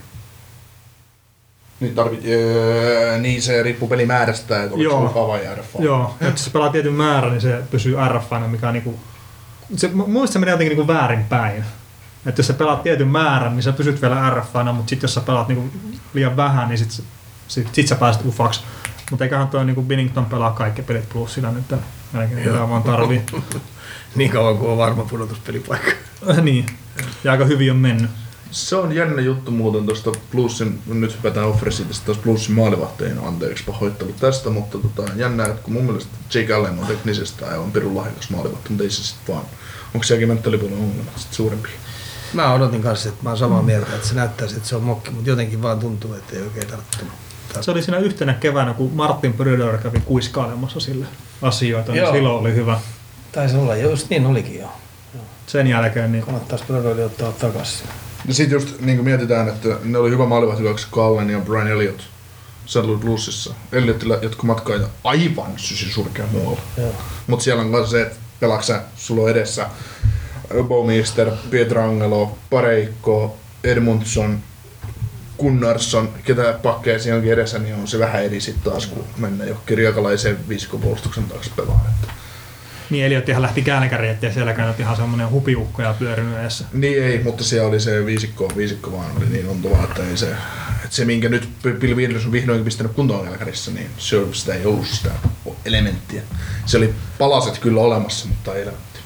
Niin se riippuu pelimäärästä, että oliko se lupa vai RFA. Joo, että jos pelaa tietyn määrän, niin se pysyy RFA:na, mikä on niinku... Muista se menee jotenkin niinku väärinpäin. Että jos sä pelaat tietyn määrän, niin sä pysyt vielä RFA:na, mutta sitten jos sä pelaat niinku liian vähän, niin sit sä pääset ufaksi. Mutta eiköhän toi niinku Binnington pelaa kaikki pelit plussilla nyt, ainakin mitä vaan tarvii. Niin kauan kuin on varma pudotuspelipaikka. Niin, ja aika hyvin on mennyt. Se on jännä juttu muuten tuosta plussin, nyt hypätään Offersiitistä taas plussin maalivahteen, anteeksi pahoittelut tästä, mutta jännä, että kun mun mielestä Jake Allen on teknisestä aivan pirun lahjakas maalivahti, mutta ei se sitten vaan. Onko sielläkin mentallipuolen ongelmat sitten suurempia? Mä odotin kanssa, että mä oon samaa mieltä, että se näyttäisi, että se on mokki, mutta jotenkin vaan tuntuu, että ei oikein tarttunut. Se oli siinä yhtenä keväänä, kun Martin Bröder kävi kuiskailemassa sille asioita, niin silloin oli hyvä. Taisi olla, just niin olikin jo. Sen jälkeen niin... Kannattaisi Bröder ottaa takaisin. Ja sit just niin kuin mietitään, että ne oli hyvä maalivahti Allen ja Brian Elliott St. Louis Bluesissa. Elliottilla jotkut matkaa ja aivan surkea muualla. Mut siellä on myös se, että pelaksä, sulla on edessä Bouwmeester, Pietrangelo, Pareikko, Edmundson, Gunnarsson, ketä pakkeja siinä onkin edessä, niin on se vähän eri sit taas, kun mennään johonkin riekalaiseen viisikkopuolustuksen taakse pelaamaan. Niin, Eliottihan lähti käännekäriin, ettei sielläkään ole ihan semmoinen hupiukko ja pyörinyt edessä. Niin ei, mutta siellä oli se viisikko vaan oli niin ontuvaa, että ei se... Että se, minkä nyt Bill Wheelers on vihdoinkin pistänyt kuntoon jälkärissä, niin sitä ei ollut sitä elementtiä. Se oli palaset kyllä olemassa, mutta ei elementti.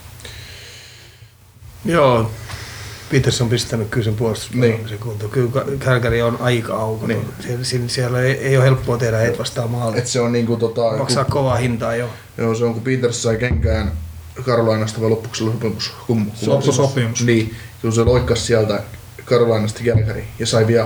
Joo, Peters on pistänyt kyllä sen puolustuspelaamisen kuntoon. Kyllä Calgary on aika aukoton. Niin. Siellä ei ole helppoa tehdä heitä vastaan maalia. Se on niinku maksaa kovaa hintaa jo. Joo, se on kun Peters sai kenkään Carolinasta vai loppuksella sopimus. Niin, kun se loikkasi sieltä Carolinasta Calgary ja sai vielä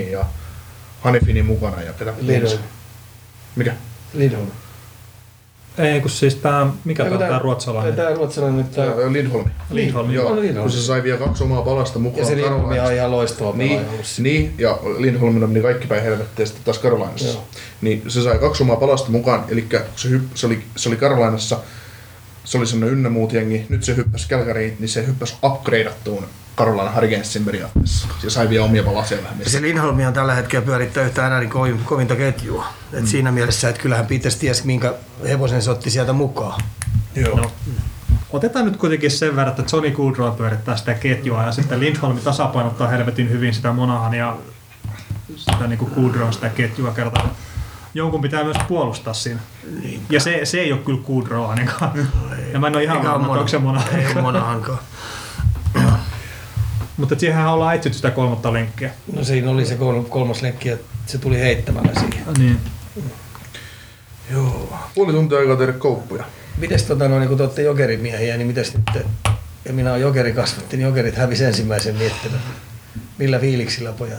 Hanifinin mukana ja Lidl. Mikä? Lidl. Ei, kun siis mikä tää ruotsalainen? Tää ruotsalainen nyt Lindholm. Joo, kun se sai vielä 2 omaa palasta mukaan. Ja se Lindholm on ihan loistava pelaaja. Niin, ja Lindholm meni kaikki päin helvettiä sitten taas Carolinassa. Niin se sai 2 omaa palasta mukaan, eli se oli Carolinassa, se oli semmoinen ynnä muut jengi, nyt se hyppäsi Calgaryin, niin se hyppäsi upgradeattuun Carolina Hurricanesin periaatteessa. Ja sai vielä omia palasia vähän. Se Lindholm on tällä hetkellä pyörittää yhtä NRin kovinta ketjua. Et siinä mielessä, että kyllähän Peters ties minkä hevosen se otti sieltä mukaan. Joo. No. Otetaan nyt kuitenkin sen verran, että Johnny Gaudreau pyörittää sitä ketjua ja sitten Lindholm tasapainottaa helvetin hyvin sitä Monahan ja sitä niinku Gaudreau sitä ketjua kertaa. Jonkun pitää myös puolustaa siinä. Niinpä. Ja se ei ole kyllä Gaudreau ainakaan. Ja mä en ole ihan varma, onko se Monahan. Ei Monahankaan. Mutta siihenhän ollaan etsitty sitä 3. lenkkiä. No siinä oli se 3. lenkki ja se tuli heittämällä siihen. Niin. Joo. Puoli tuntia aikaa tehdä kouppuja. Mites kun te olette jokerimiehiä, niin mites nyt, ja minä olen jokerikasvatti, niin jokerit hävisi ensimmäisen miettelyn. Millä fiiliksillä pojat?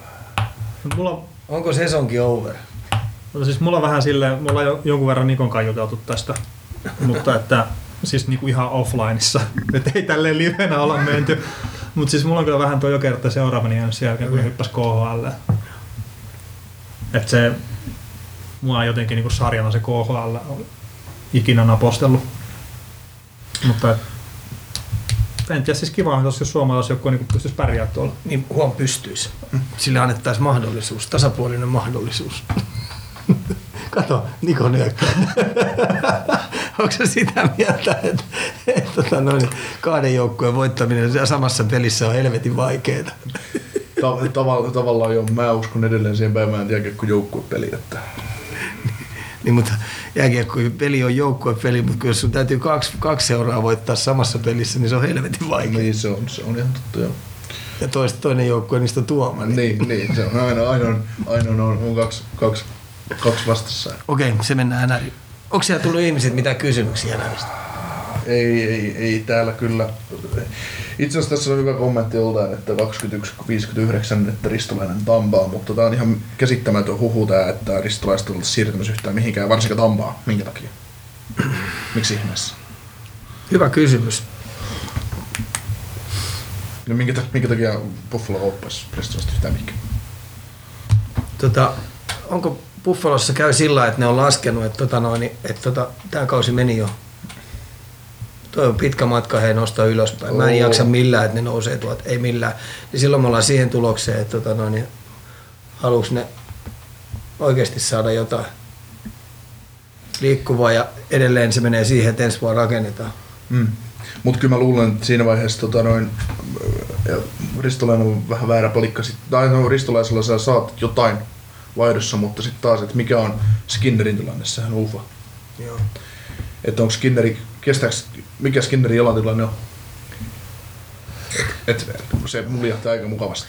Onko sesonkin over? No siis mulla on vähän silleen, mulla on jonkun verran Nikon kanssa juteltu tästä, mutta että siis niinku ihan offlineissa, että ei tälleen livenä olla menty. Mutta siis mulla on kyllä vähän tuo jokerta seuraavani ensi jälkeen, kun hyppäsi KHL. Että se mua jotenkin niinku sarjana se KHL on ikinä napostellut. Mutta en tiedä, siis kiva, jos suomalaisjoukkue niin pystyisi pärjää tuolla. Niin pystyisi. Sille annettaisiin mahdollisuus, tasapuolinen mahdollisuus. Kato, Niko nyökkää. Onko se sitä mieltä, että kahden joukkueen voittaminen samassa pelissä on helvetin vaikeaa? Tavallaan joo, mä uskon edelleen siihen päivään, että jääkiekko-joukkuepeli. Että... niin, mutta jääkiekko-peli on joukkuepeli, mutta jos sun täytyy kaksi seuraa voittaa samassa pelissä, niin se on helvetin vaikeaa. Niin, se on ihan totta, joo. Ja toinen joukkue niistä tuomari. Niin, se on ainoa on kaksi vastassa. Okei, se mennään NRiin. Onko siellä tullut ihmiset mitään kysymyksiä NRistä? Ei täällä kyllä. Itse asiassa tässä on hyvä kommentti joltain, että 21.59, että Ristolainen Tampaa, mutta tää on ihan käsittämätön huhu tää, että Ristolaista oltaisiin siirtymässä yhtään mihinkään, varsinkin Tampaa. Minkä takia? Miksi ihmeessä? Hyvä kysymys. No minkä takia Buffalo hoppaisi Ristolaista yhtään mihinkään? Onko Buffalossa käy sillä, että ne on laskenut, että tämä kausi meni jo. Tuo on pitkä matka he nostaa ylöspäin. Mä en jaksa millään, että ne nousee tuolta, ei millään. Ja silloin me ollaan siihen tulokseen, että haluuks ne oikeasti saada jotain liikkuvaa ja edelleen se menee siihen, että ensi vuonna rakennetaan. Mutta kyllä mä luulen, että siinä vaiheessa Ristolainen on vähän väärä palikka. Ristolaisella sä saat jotain vaihdossa, mutta sitten taas, että mikä on Skinnerin tilanne, sehän on ufa. Joo. Että onko Skinneri, mikä Skinnerin jalantilanne on? Se muljahtaa aika mukavasti.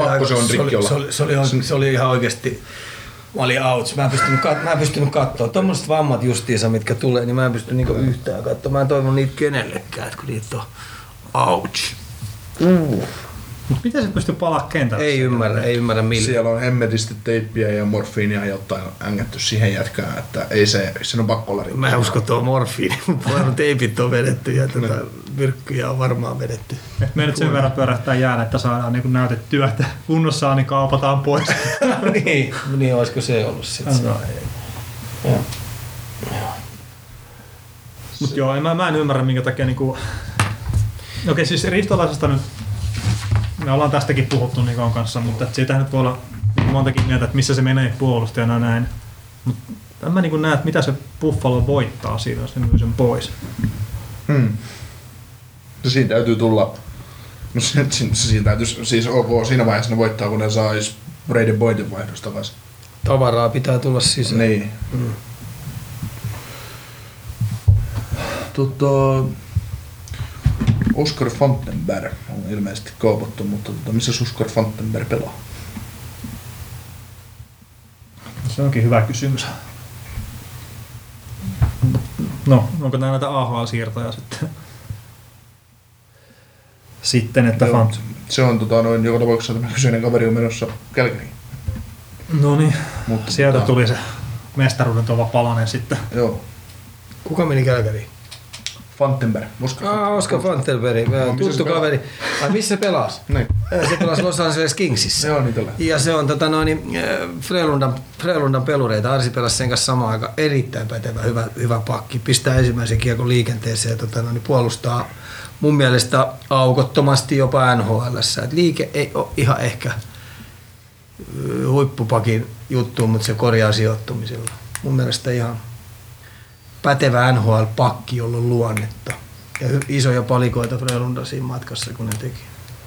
Se oli ihan oikeasti, mä olin outs. Mä en pystynyt katsoa. Tuommoiset vammat justiinsa, mitkä tulee, niin mä en pysty niinku yhtään katsoa. Mä en toivon niitä kenellekään, että kun niitä on ouch. Mutta miten se pystyy palaa kentälle? Ei ymmärrä millään. Siellä on hemmetisti teippiä ja morfiinia ja jotain ängätty siihen jätkään, että ei se on pakko olla rikki. Mä en usko tuo morfiini, mutta teipit on vedetty ja myrkkyjä on varmaan vedetty. Me nyt sen verran pyörähtää jäällä, että saadaan niin näytettyä, että kunnossa niin kaupataan pois. niin olisiko se ollut sitten. Mutta joo, mä en ymmärrä minkä takia niinku... Okei, siis Ristolaisesta nyt me ollaan tästäkin puhuttu Nikon kanssa, mutta siitähän nyt voi olla montakin mieltä, että missä se menee puolustajana näin. Mutta en mä niin näe, että mitä se Buffalo voittaa siitä, jos se myy sen pois. No siinä täytyy tulla, no siinä täytyy, siis siinä vaiheessa ne voittaa, kun ne sais Brady Boydin vaihdosta takaisin. Tavaraa pitää tulla sisään. Niin. Oscar Fantenberg on ilmeisesti kaupattu, mutta missä Oscar Fantenberg pelaa? Se onkin hyvä kysymys. No, onko nämä näitä AHL-siirtoja sitten että Fant... Se on joka tapauksessa tämä kyseinen kaveri on menossa Calgaryin. No niin, sieltä tuli se mestaruuden tuova palanen sitten. Joo. Kuka meni Kälkäriin? Fantenberg. Oscar Fantenberg, tuttu kaveri. Ai missä se pelasi? Niin. Se pelasi Los Angeles Kingsissä. Joo, niin tällä. Ja se on Frelundan pelureita. Arsi pelasi sen kanssa samaan aikaan. Erittäin pätevä, hyvä pakki. Pistää ensimmäisen kiekon liikenteeseen ja puolustaa mun mielestä aukottomasti jopa NHL:ssä. Et liike ei ole ihan ehkä huippupakin juttu, mutta se korjaa sijoittumisella. Mun mielestä ihan pätevä NHL-pakki, jolla on luonnetta. Ja isoja palikoita Frölunda siinä matkassa, kun ne teki.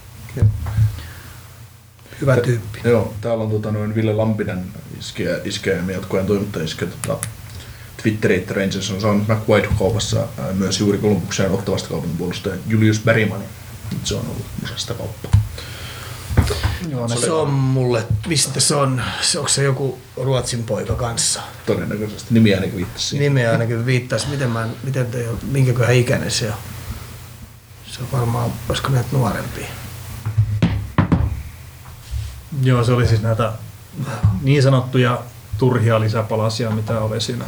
Hyvä tyyppi. Joo, täällä on Ville Lampinen iskeä ja jatkojen toimittaja iskeä Twitteri, että Rangers on saanut McWhite-kaupassa myös juuri Kolumbukseen ottavasta kaupan puolustaja Julius Bergman. Nyt se on ollut musasta kauppaa. Joo, se on mulle, mistä se on? Onko se joku Ruotsin poika kanssa? Todennäköisesti. Nimi ainakin viittasi. Nimeä ainakin viittasi. Minkäköhän ikäinen se on? Se on varmaan, olisiko näitä nuorempia? Joo, se oli siis näitä niin sanottuja turhia lisäpalasia, mitä oli siinä.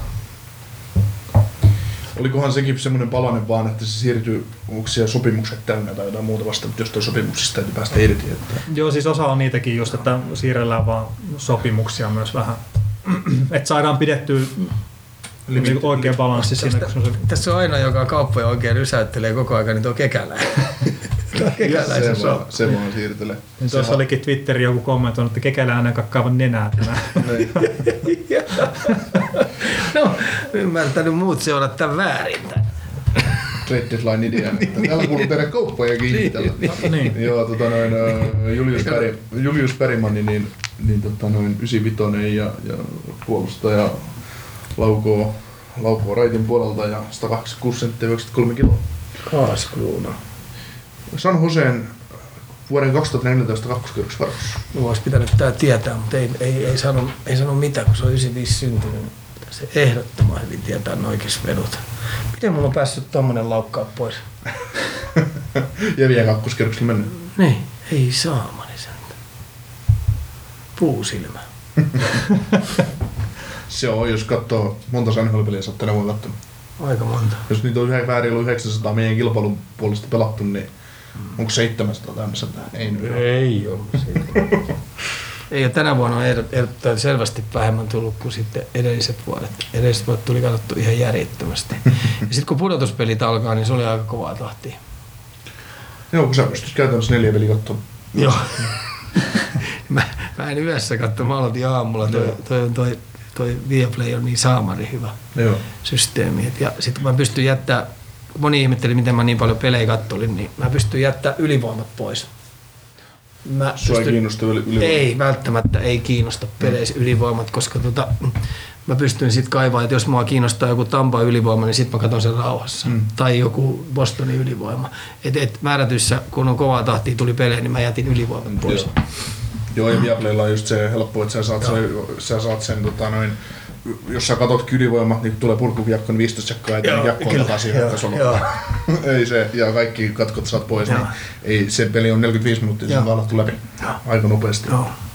Olikohan sekin semmoinen palanen vaan, että se siirtyy, onko siellä sopimukset täynnä tai jotain muuta vasta, mutta jostain sopimuksista täytyy päästä irti. Että... Joo, siis osa on niitäkin just, että siirrellään vaan sopimuksia myös vähän, että saadaan pidettyä oikea balanssi siinä. Tässä on aina, joka kauppoja oikein rysäyttelee koko ajan, niin tuo Kekäläinen. Se vaan siirtelee. Niin tuossa olikin Twitterin joku kommentoinut, että Kekäläinen kakkaavan nenää tänään. No, ymmärtänyt muut seurat tämän väärin. Trade deadline idea. Täällä kuuluu tehdä kauppoja kiinni tällä. Joo, Julius Bergman, niin 95 ja puolustaja laukoo raitin puolelta ja 126 senttiä 93 kiloa. Kaaskruuna. San Joseen vuoden 2014 kakkoskerroks varaus. No olisi pitänyt tää tietää, mutta ei sano mitään, kun se on 95 syntynyt. Se ehdottoman hyvin tietää noikis vedot. Miten mulla on päässyt tommonen laukkaa pois? Ja vielä kakkoskerroksella mennä. Niin, ei saamani sentä. Puusilmä. Se on, jos katsoo monta NHL-peliä, sä oot tänä vuonna kattonut. Aika monta. Jos niitä on väärin ollut 900 meidän kilpailun puolesta pelattu, niin onko 700 tämmöistä? Ei ollut siitä. Ei, ja tänä vuonna on selvästi vähemmän tullut kuin sitten edelliset vuodet. Edelliset vuodet tuli katsottu ihan järjettömästi. Ja sitten kun pudotuspelit alkaa, niin se oli aika kovaa tahtia. Joo, kun sä pystyt käytännössä 4 peliä katsomaan. Joo. mä en yössä katso, mä aloitin aamulla. Toi Viaplay on niin saamari hyvä systeemi. Ja sitten mä pystyn jättää, moni ihmetteli, miten mä niin paljon pelejä kattelin, niin mä pystyn jättää ylivoimat pois. Sua ei kiinnosta ylivoimat? Ei, välttämättä ei kiinnosta peleissä ylivoimat, koska mä pystyn sitten kaivaa, että jos mua kiinnostaa joku Tampa ylivoima, niin sitten mä katson sen rauhassa. Tai joku Bostonin ylivoima. Et määrätyissä, kun on kovaa tahtia tuli pelejä, niin mä jätin ylivoimat pois. Joo, ja Viaplaylla on just se helppo, että sä saat sen jos sä katot ylivoimat, niin tulee purkukiekko, niin 15 sekkaa eteen kiekkoon takaisin. Ei se, ja kaikki katkot saat pois, niin ei, se peli on 45 minuuttia, se on valattu läpi aika nopeasti.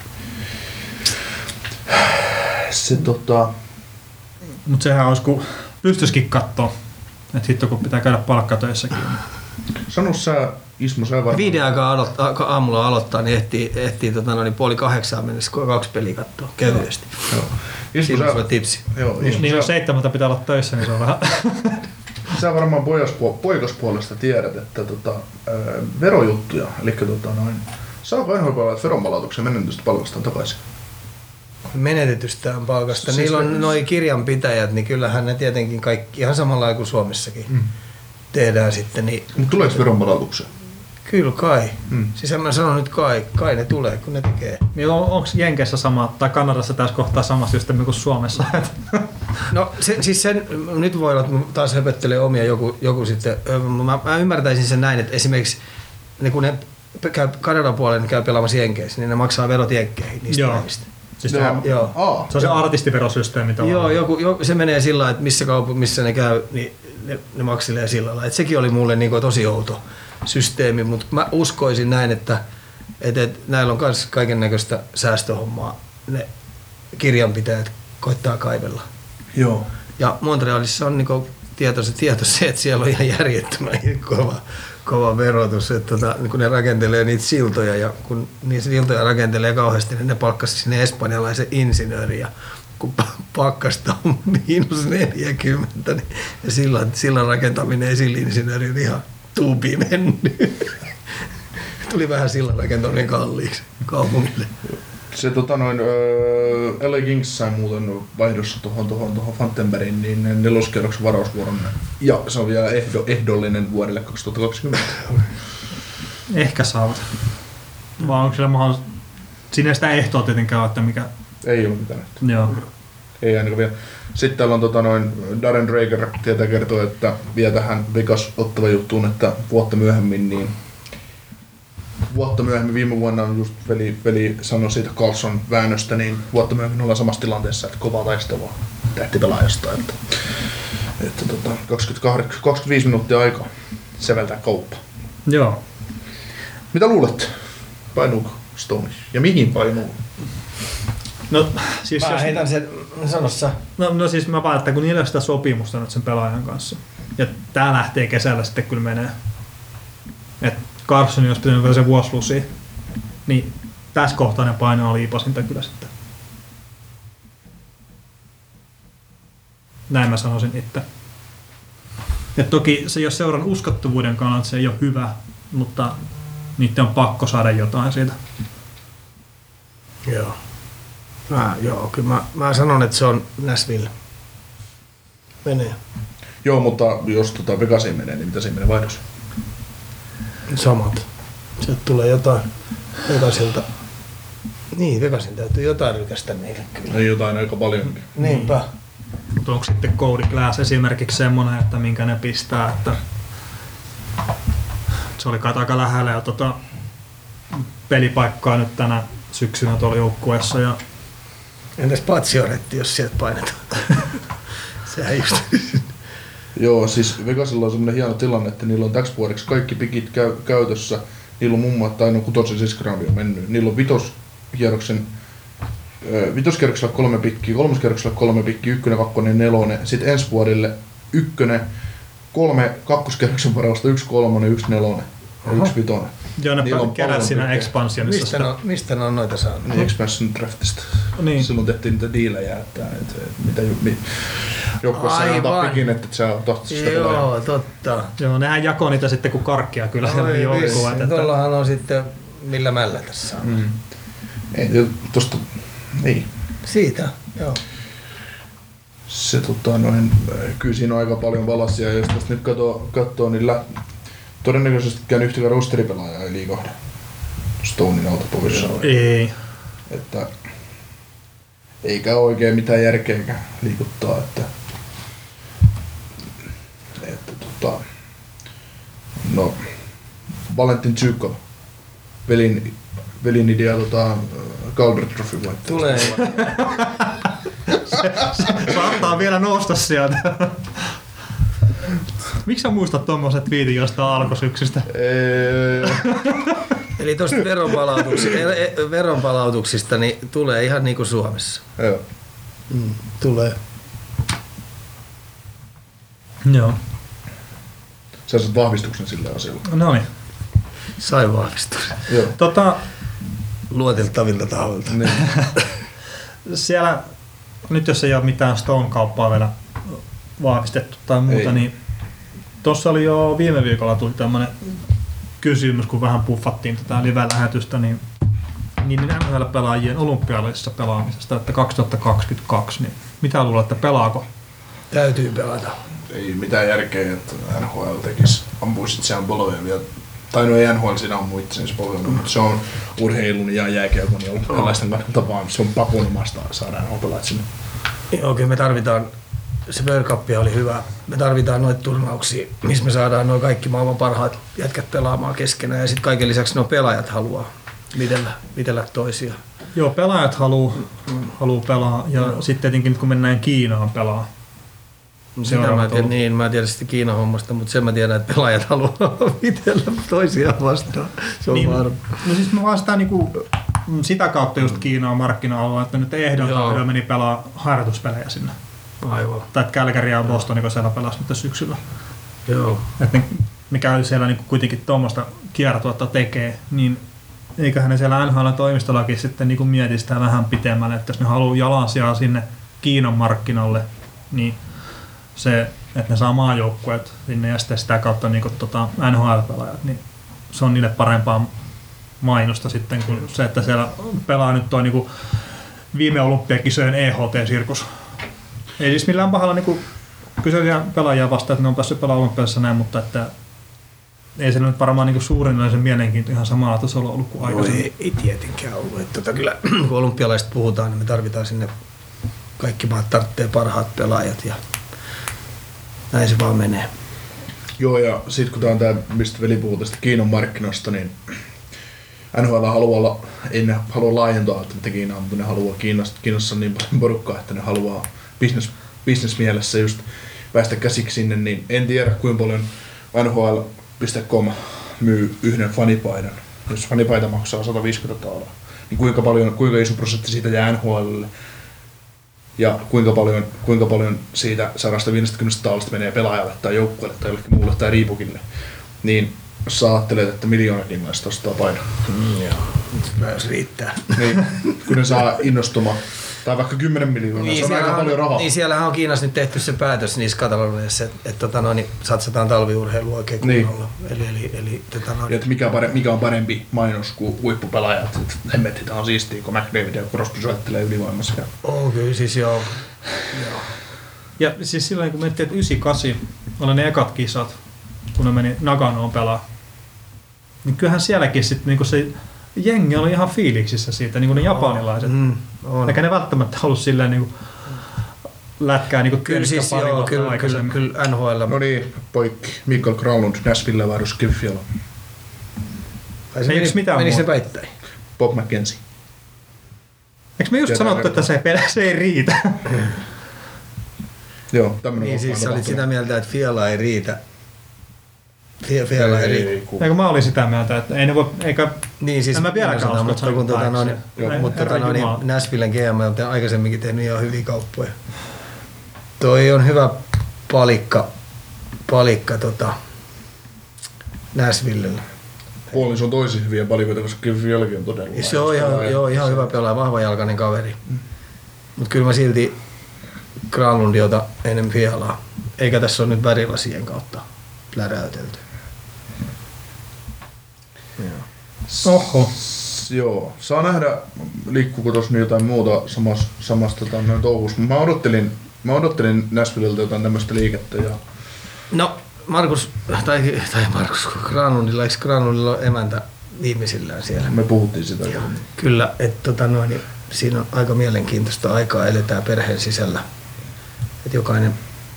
Se Mut sehän olisi, kun pystyisikin kattoo, että hitto kun pitää käydä palkkatöissäkin. Sano sä, Ismo, sä varmaan... 5 aikaa aamulla aloittaa, niin ehtii 7:30 mennessä 2 peliä katsoa kevyesti. Ismo, sä... tipsi. Joo, Ismo, niin jos 7 pitää olla töissä, niin se on vähän... Sä varmaan poikaspuolesta tiedät, että verojuttuja, eli saako NHL veronpalautuksen menetetystä palkastaan takaisin? Menetetystään palkasta. Niillä on noi kirjanpitäjät, niin kyllähän ne tietenkin kaikki, ihan samalla lailla kuin Suomessakin tehdään sitten. Niin... Mutta tuleeko veronpalautuksia? Kyllä kai. Siis mä sanon nyt kai ne tulee, kun ne tekee. Niin onko Jenkeissä sama, tai Kanadassa tässä kohtaa sama systeemi kuin Suomessa? No siis nyt voi olla, että taas höpöttelee omia joku sitten. Mä ymmärtäisin sen näin, että esimerkiksi kun ne käy Kanadan puolelle, ne käy pelaamassa Jenkeissä, niin ne maksaa verot Jenkkeihin niistä päivistä. Siis se on se artistiverosysteemi tavallaan. Joo, se menee sillä lailla, että missä ne käy, niin ne maksilee sillä lailla. Sekin oli mulle niin kuin tosi outo systeemi, mutta mä uskoisin näin, että näillä on myös kaiken näköistä säästöhommaa. Ne kirjanpitäjät koittaa kaivella. Joo. Ja Montrealissa on niin tieto se, että siellä on ihan järjettömän kova verotus, että kun ne rakentelee niitä siltoja ja kun niitä siltoja rakentelee kauheasti, niin ne palkkasi sinne espanjalaisen insinöörin ja kun pakkasta on -40, niin ja sillan rakentaminen ei sillä insinöörin ihan tuupiin mennyt. Tuli vähän sillan rakentaminen kalliiksi kaupungille. Se LA Kings sai muuten vaihdossa tuohon Fantenbergin niin neloskierroksen varausvuoron. Ja se on vielä ehdollinen vuodelle 2020. Ehkä saavat. Vaan onko siellä mahdollista? Siinä ei sitä ehtoa tietenkään ole, että mikä... Ei ole mitään ehtoa. Joo. Ei ainakaan vielä. Sitten täällä on Darren Dreger tietää kertoo, että vie tähän Vegas ottava juttuun, että vuotta myöhemmin viime vuonna just veli sanoi siitä Carlson väännöstä, niin vuotta myöhemmin ollaan samassa tilanteessa, että kovaa taistelua tähtipelaajasta. Että 25 minuuttia aikaa säveltää kauppaa. Joo. Mitä luulet? Painuuko Stone? Ja mihin painuu? No, siis mä heitän sen sanossa. No siis mä vaan, että kun niillä on sitä sopimusta nyt sen pelaajan kanssa. Ja tää lähtee kesällä sitten kyllä menee. Että Carson olisi pitänyt vielä se vuosilusia. Niin tässä kohtaa ne painaa liipasinta kyllä sitten. Näin mä sanoisin itse. Et toki se, jos seuran uskottavuuden kannalta se ei ole hyvä, mutta niiden on pakko saada jotain siitä. Joo. Kyllä mä sanon, että se on Nashville. Menee. Joo, mutta jos Vegasiin menee, niin mitä siinä menee vaihdossa? Samat. Sieltä tulee jotain siltä. Niin, Vegasin täytyy jotain rykästä meille kyllä. Ei jotain aika paljonkin. Niinpä. Mutta onko sitten Cody Glass esimerkiksi semmoinen, että minkä ne pistää, että se oli aika lähellä ja pelipaikkaa nyt tänä syksynä tuolla joukkueessa. Ja... Entäs Patsioretti, jos sieltä painetaan? Sehän just... Joo, siis Vegasilla on semmoinen hieno tilanne, että niillä on täksi vuodeksi kaikki pikit käytössä. Niillä on muun muassa ainoa kutosen siskraavi on mennyt. Niillä on vitoskierroksella 3 pikkiä, kolmoskierroksella 3 pikkiä, 1, 2, 4. Sitten ensi vuodelle 1, 3 kakkoskierroksen varausta, 1, 3, 1, 4 ja 1, 5. Joo, ne kerät siinä expansionissa. Mistä ne on noita saanut? Niin, expansion draftista. Niin. Silloin tehtiin niitä diilejä, että joukkueessa antaa pikin, että sä tohtisit sitä pelaa. Joo, totta. Joo, nehän jakoi niitä sitten kuin karkkia kyllä. Tuollahan on sitten millä mällä tässä on. Ei, tosta, niin. Siitä, joo. Se kyllä siinä on aika paljon valasia, ja jos tästä nyt katsoo, niin todennäköisesti käyn yhtäkään rosteripelaajaa ei liikahda Stonein alta pois. Ei. Että eikä oikein mitään järkeäkään liikuttaa, että no Valentin Tsykov velin idea Calder Trophy voittaa. Tulee. Saattaa vielä nousta sieltä. Miksi sä muistat tommoset twiitin jostain alkusyksystä? Eli tuosta veronpalautuksista niin tulee ihan niin kuin Suomessa. Joo. Tulee. Joo. Sä saat vahvistuksen sille asialle. No niin. Sain vahvistuksen. Joo. Luotettavilta tahoilta. Niin. Siellä, nyt jos ei ole mitään Stone-kauppaa vielä vahvistettu tai muuta, niin tuossa oli jo viime viikolla tuli tämmönen kysymys, kun vähän puffattiin tätä live-lähetystä, niin NHL-pelaajien olympialaisissa pelaamisesta, että 2022, niin mitä luulet, että pelaako? Täytyy pelata. Ei mitään järkeä, että NHL tekisi, ampuisi itseään polveen vielä. Tai no ei NHL siinä ammu itseänsä polveen, mutta se on urheilun ja jääkiekon ja olympialaisten kannalta vaan, se on pakonomasta saada NHL sinne. Joo, kyllä me tarvitaan, se World Cup oli hyvä, me tarvitaan noita turnauksia, missä me saadaan nuo kaikki maailman parhaat jätkät pelaamaan keskenään ja sitten kaiken lisäksi nuo pelaajat haluaa vitellä toisia. Joo, pelaajat haluaa pelaa ja sitten tietenkin kun mennään Kiinaan pelaa. Mä en tiedä sitten Kiinan hommasta, mutta sen mä tiedän, että pelaajat haluaa vitellä toisiaan vastaan. Se on niin, varma. No siis mä vaan sitä, sitä kautta just Kiinaa markkina-alueella, että nyt ehdolta meni pelaa harjoituspelejä sinne. Aivan. Tai että Calgary ja Boston, kun siellä pelasi nyt syksyllä. Joo. Että mikä siellä niin kuitenkin tuommoista kiertuetta tekee, niin eiköhän ne siellä NHL-toimistollakin sitten niin mieti sitä vähän pitemmälle, että jos ne haluaa jalansijaa sinne Kiinan markkinalle, niin se, että ne saa maajoukkueet sinne ja sitten sitä kautta niin NHL-pelaajat, niin se on niille parempaa mainosta sitten kuin se, että siellä pelaa nyt tuo niin viime olympiakisojen EHT-sirkus. Ei siis millään pahalla niin kyseisiä pelaajia vastaan, että ne on päässyt pelaamaan olympiassa näin, mutta että ei se nyt varmaan niin suurin mielenkiinto ihan samalla tasolla ollut kuin aikaisemmin. Ei tietenkään ollut. Että kyllä kun olympialaisista puhutaan, niin me tarvitaan sinne, kaikki maat tarvitsee parhaat pelaajat ja näin se vaan menee. Joo, ja sitten kun tämä mistä veli puhuu tästä Kiinan markkinoista, niin NHL ei ne halua laajentaa että Kiinaa, mutta ne haluaa Kiinassa on niin paljon porukkaa, että ne haluaa business-mielessä just päästä käsiksi sinne, niin en tiedä kuinka paljon NHL.com myy yhden fanipaidan. Jos fanipaita maksaa $150, niin kuinka iso prosentti siitä jää NHLlle ja kuinka paljon siitä $150 menee pelaajalle tai joukkueelle tai jollekin muulle tai Reebokille, niin jos sä ajattelet, että miljoonakin näistä ostaa paidan. Hyvä, jos riittää. Niin, kun ne saa innostumaan. Tai vaikka 10 miljoonaa, niin, se on aika paljon rahaa. Niin siellähän on Kiinassa nyt tehty se päätös niissä Kataloneissa, että satsataan talviurheiluun oikein kunnolla. Niin. Eli että mikä on parempi mainos kuin huippupelaajat. Hemmetti, on siistiä, kun McDavid ja Crosby soittelee ylivoimassa. On kyllä, siis joo. Ja siis silloin kun miettii, että 98 oli ne ekat kisat, kun ne meni Naganoon pelaa, niin kyllähän sielläkin sitten niinku se jengi oli ihan fiiliksissä siitä, niin kuin ne japanilaiset. Eikä ne välttämättä ollut silleen niin kuin lätkää niin kuin kyllä siis joo, kyllä NHL. No niin, poikki. Mikael Granlund, Nashville vaihdus Skiffialla. Menikö se päittäin? Bob McKenzie. Eikö me just sanottu, että se ei riitä? Joo, tämmönen. Niin siis sä olit sitä mieltä, että Fiala ei riitä. Eikö mä olin sitä mieltä, että ei ne voi, eikä niin siis mä vieläkään usko, mutta kun Nashvillen GM on aikaisemminkin tehnyt ihan hyviä kauppoja. Toi on hyvä palikka Nashvillelle. Puolin se on tosi hyviä palikoita, koska Fialakin on todella. Se on ihan hyvä pelaaja, vahvajalkainen kaveri. Mutta kyllä mä silti Granlundi ota ennen Fialaa. Eikä tässä ole nyt värilasien kautta läräytelty. Oho. Joo, saa nähdä liikkuuko tuossa jotain muuta samasta touhusta. Mä odottelin Nashvilleltä jotain tämmöistä liikettä. Ja no Markus Granlundilla, eikö Granlundilla ole emäntä viimeisillään siellä? Me puhuttiin sitä. Kyllä, että siinä on aika mielenkiintoista aikaa, eletään perheen sisällä. Että jokainen,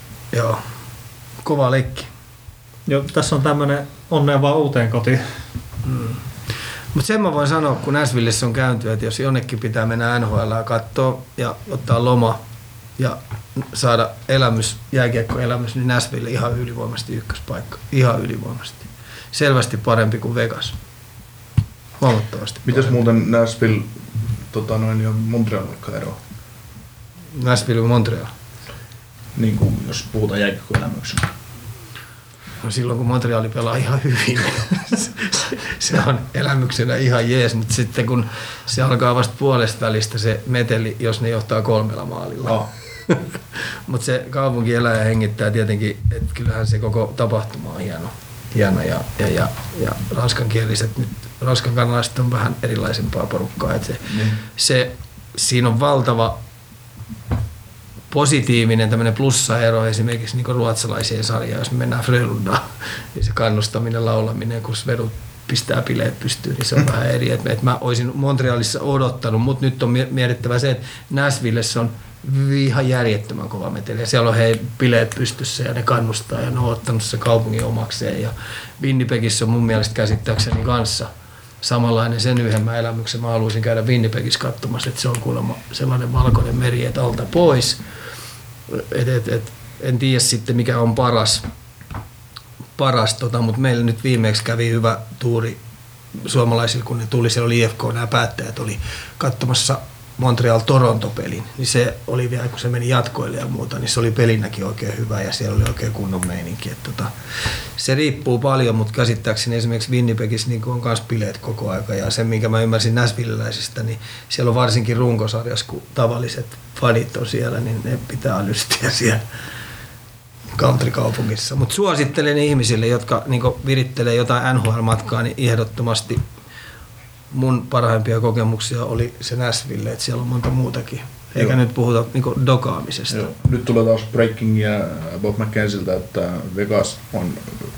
kova leikki. Joo, tässä on tämmönen onnea vaan uuteen kotiin. Mutta sen mä voin sanoa, kun Nashvillessä on käynty, että jos jonnekin pitää mennä NHL:ää katsoa ja ottaa loma ja saada jääkiekkoelämys, niin Nashville ihan ylivoimaisesti ykköspaikka. Ihan ylivoimaisesti. Selvästi parempi kuin Vegas. Huomattavasti. Mitäs muuten Nashville ja Montreal vaikka eroa? Nashville ja Montreal? Niin kuin jos puhutaan jääkiekkoelämyksenä. No silloin kun Montreali pelaa ihan hyvin, se on elämyksenä ihan jees, mutta sitten kun se alkaa vasta puolesta välistä se meteli, jos ne johtaa 3 maalilla. Mutta se kaupunki elää ja hengittää tietenkin, että kyllähän se koko tapahtuma on hieno ja ranskankieliset nyt, ranskan kanalaiset on vähän erilaisempaa porukkaa. Että siinä on valtava positiivinen tämmöinen plussaero esimerkiksi niin ruotsalaiseen sarjaan, jos me mennään Frölundaan, niin se kannustaminen, laulaminen, kun Svedut pistää bileet pystyyn, niin se on vähän eri. Et mä olisin Montrealissa odottanut, mutta nyt on mietittävä se, että Nashvillessä on ihan järjettömän kova meteli. Siellä on bileet pystyssä ja ne kannustaa ja ne on ottanut se kaupungin omakseen. Ja Winnipegissä on mun mielestä käsittääkseni kanssa samanlainen sen yhden elämyksen. Mä haluaisin käydä Winnipegissä katsomassa, että se on kuulemma sellainen valkoinen meri, että alta pois. En tiedä sitten mikä on paras mutta meillä nyt viimeksi kävi hyvä tuuri suomalaisilla, kun ne tuli, siellä oli IFK, nämä päättäjät oli katsomassa Montreal-Toronto-pelin, niin se oli vielä, kun se meni jatkoille ja muuta, niin se oli pelinäkin oikein hyvä ja siellä oli oikein kunnon meininki. Se riippuu paljon, mutta käsittääkseni esimerkiksi Winnipegissä niin on myös bileet koko aika ja se, minkä mä ymmärsin Nashvilleläisistä, niin siellä on varsinkin runkosarjassa, kun tavalliset fanit on siellä, niin ne pitää lystiä siellä countrykaupungissa. Mutta suosittelen ihmisille, jotka niin virittelee jotain NHL-matkaa, niin ehdottomasti mun parhaimpia kokemuksia oli se Nashville, että siellä on monta muutakin. Eikä nyt puhuta niinku dokaamisesta. Joo. Nyt tulee taas breakingia Bob McKenziltä, että Vegas on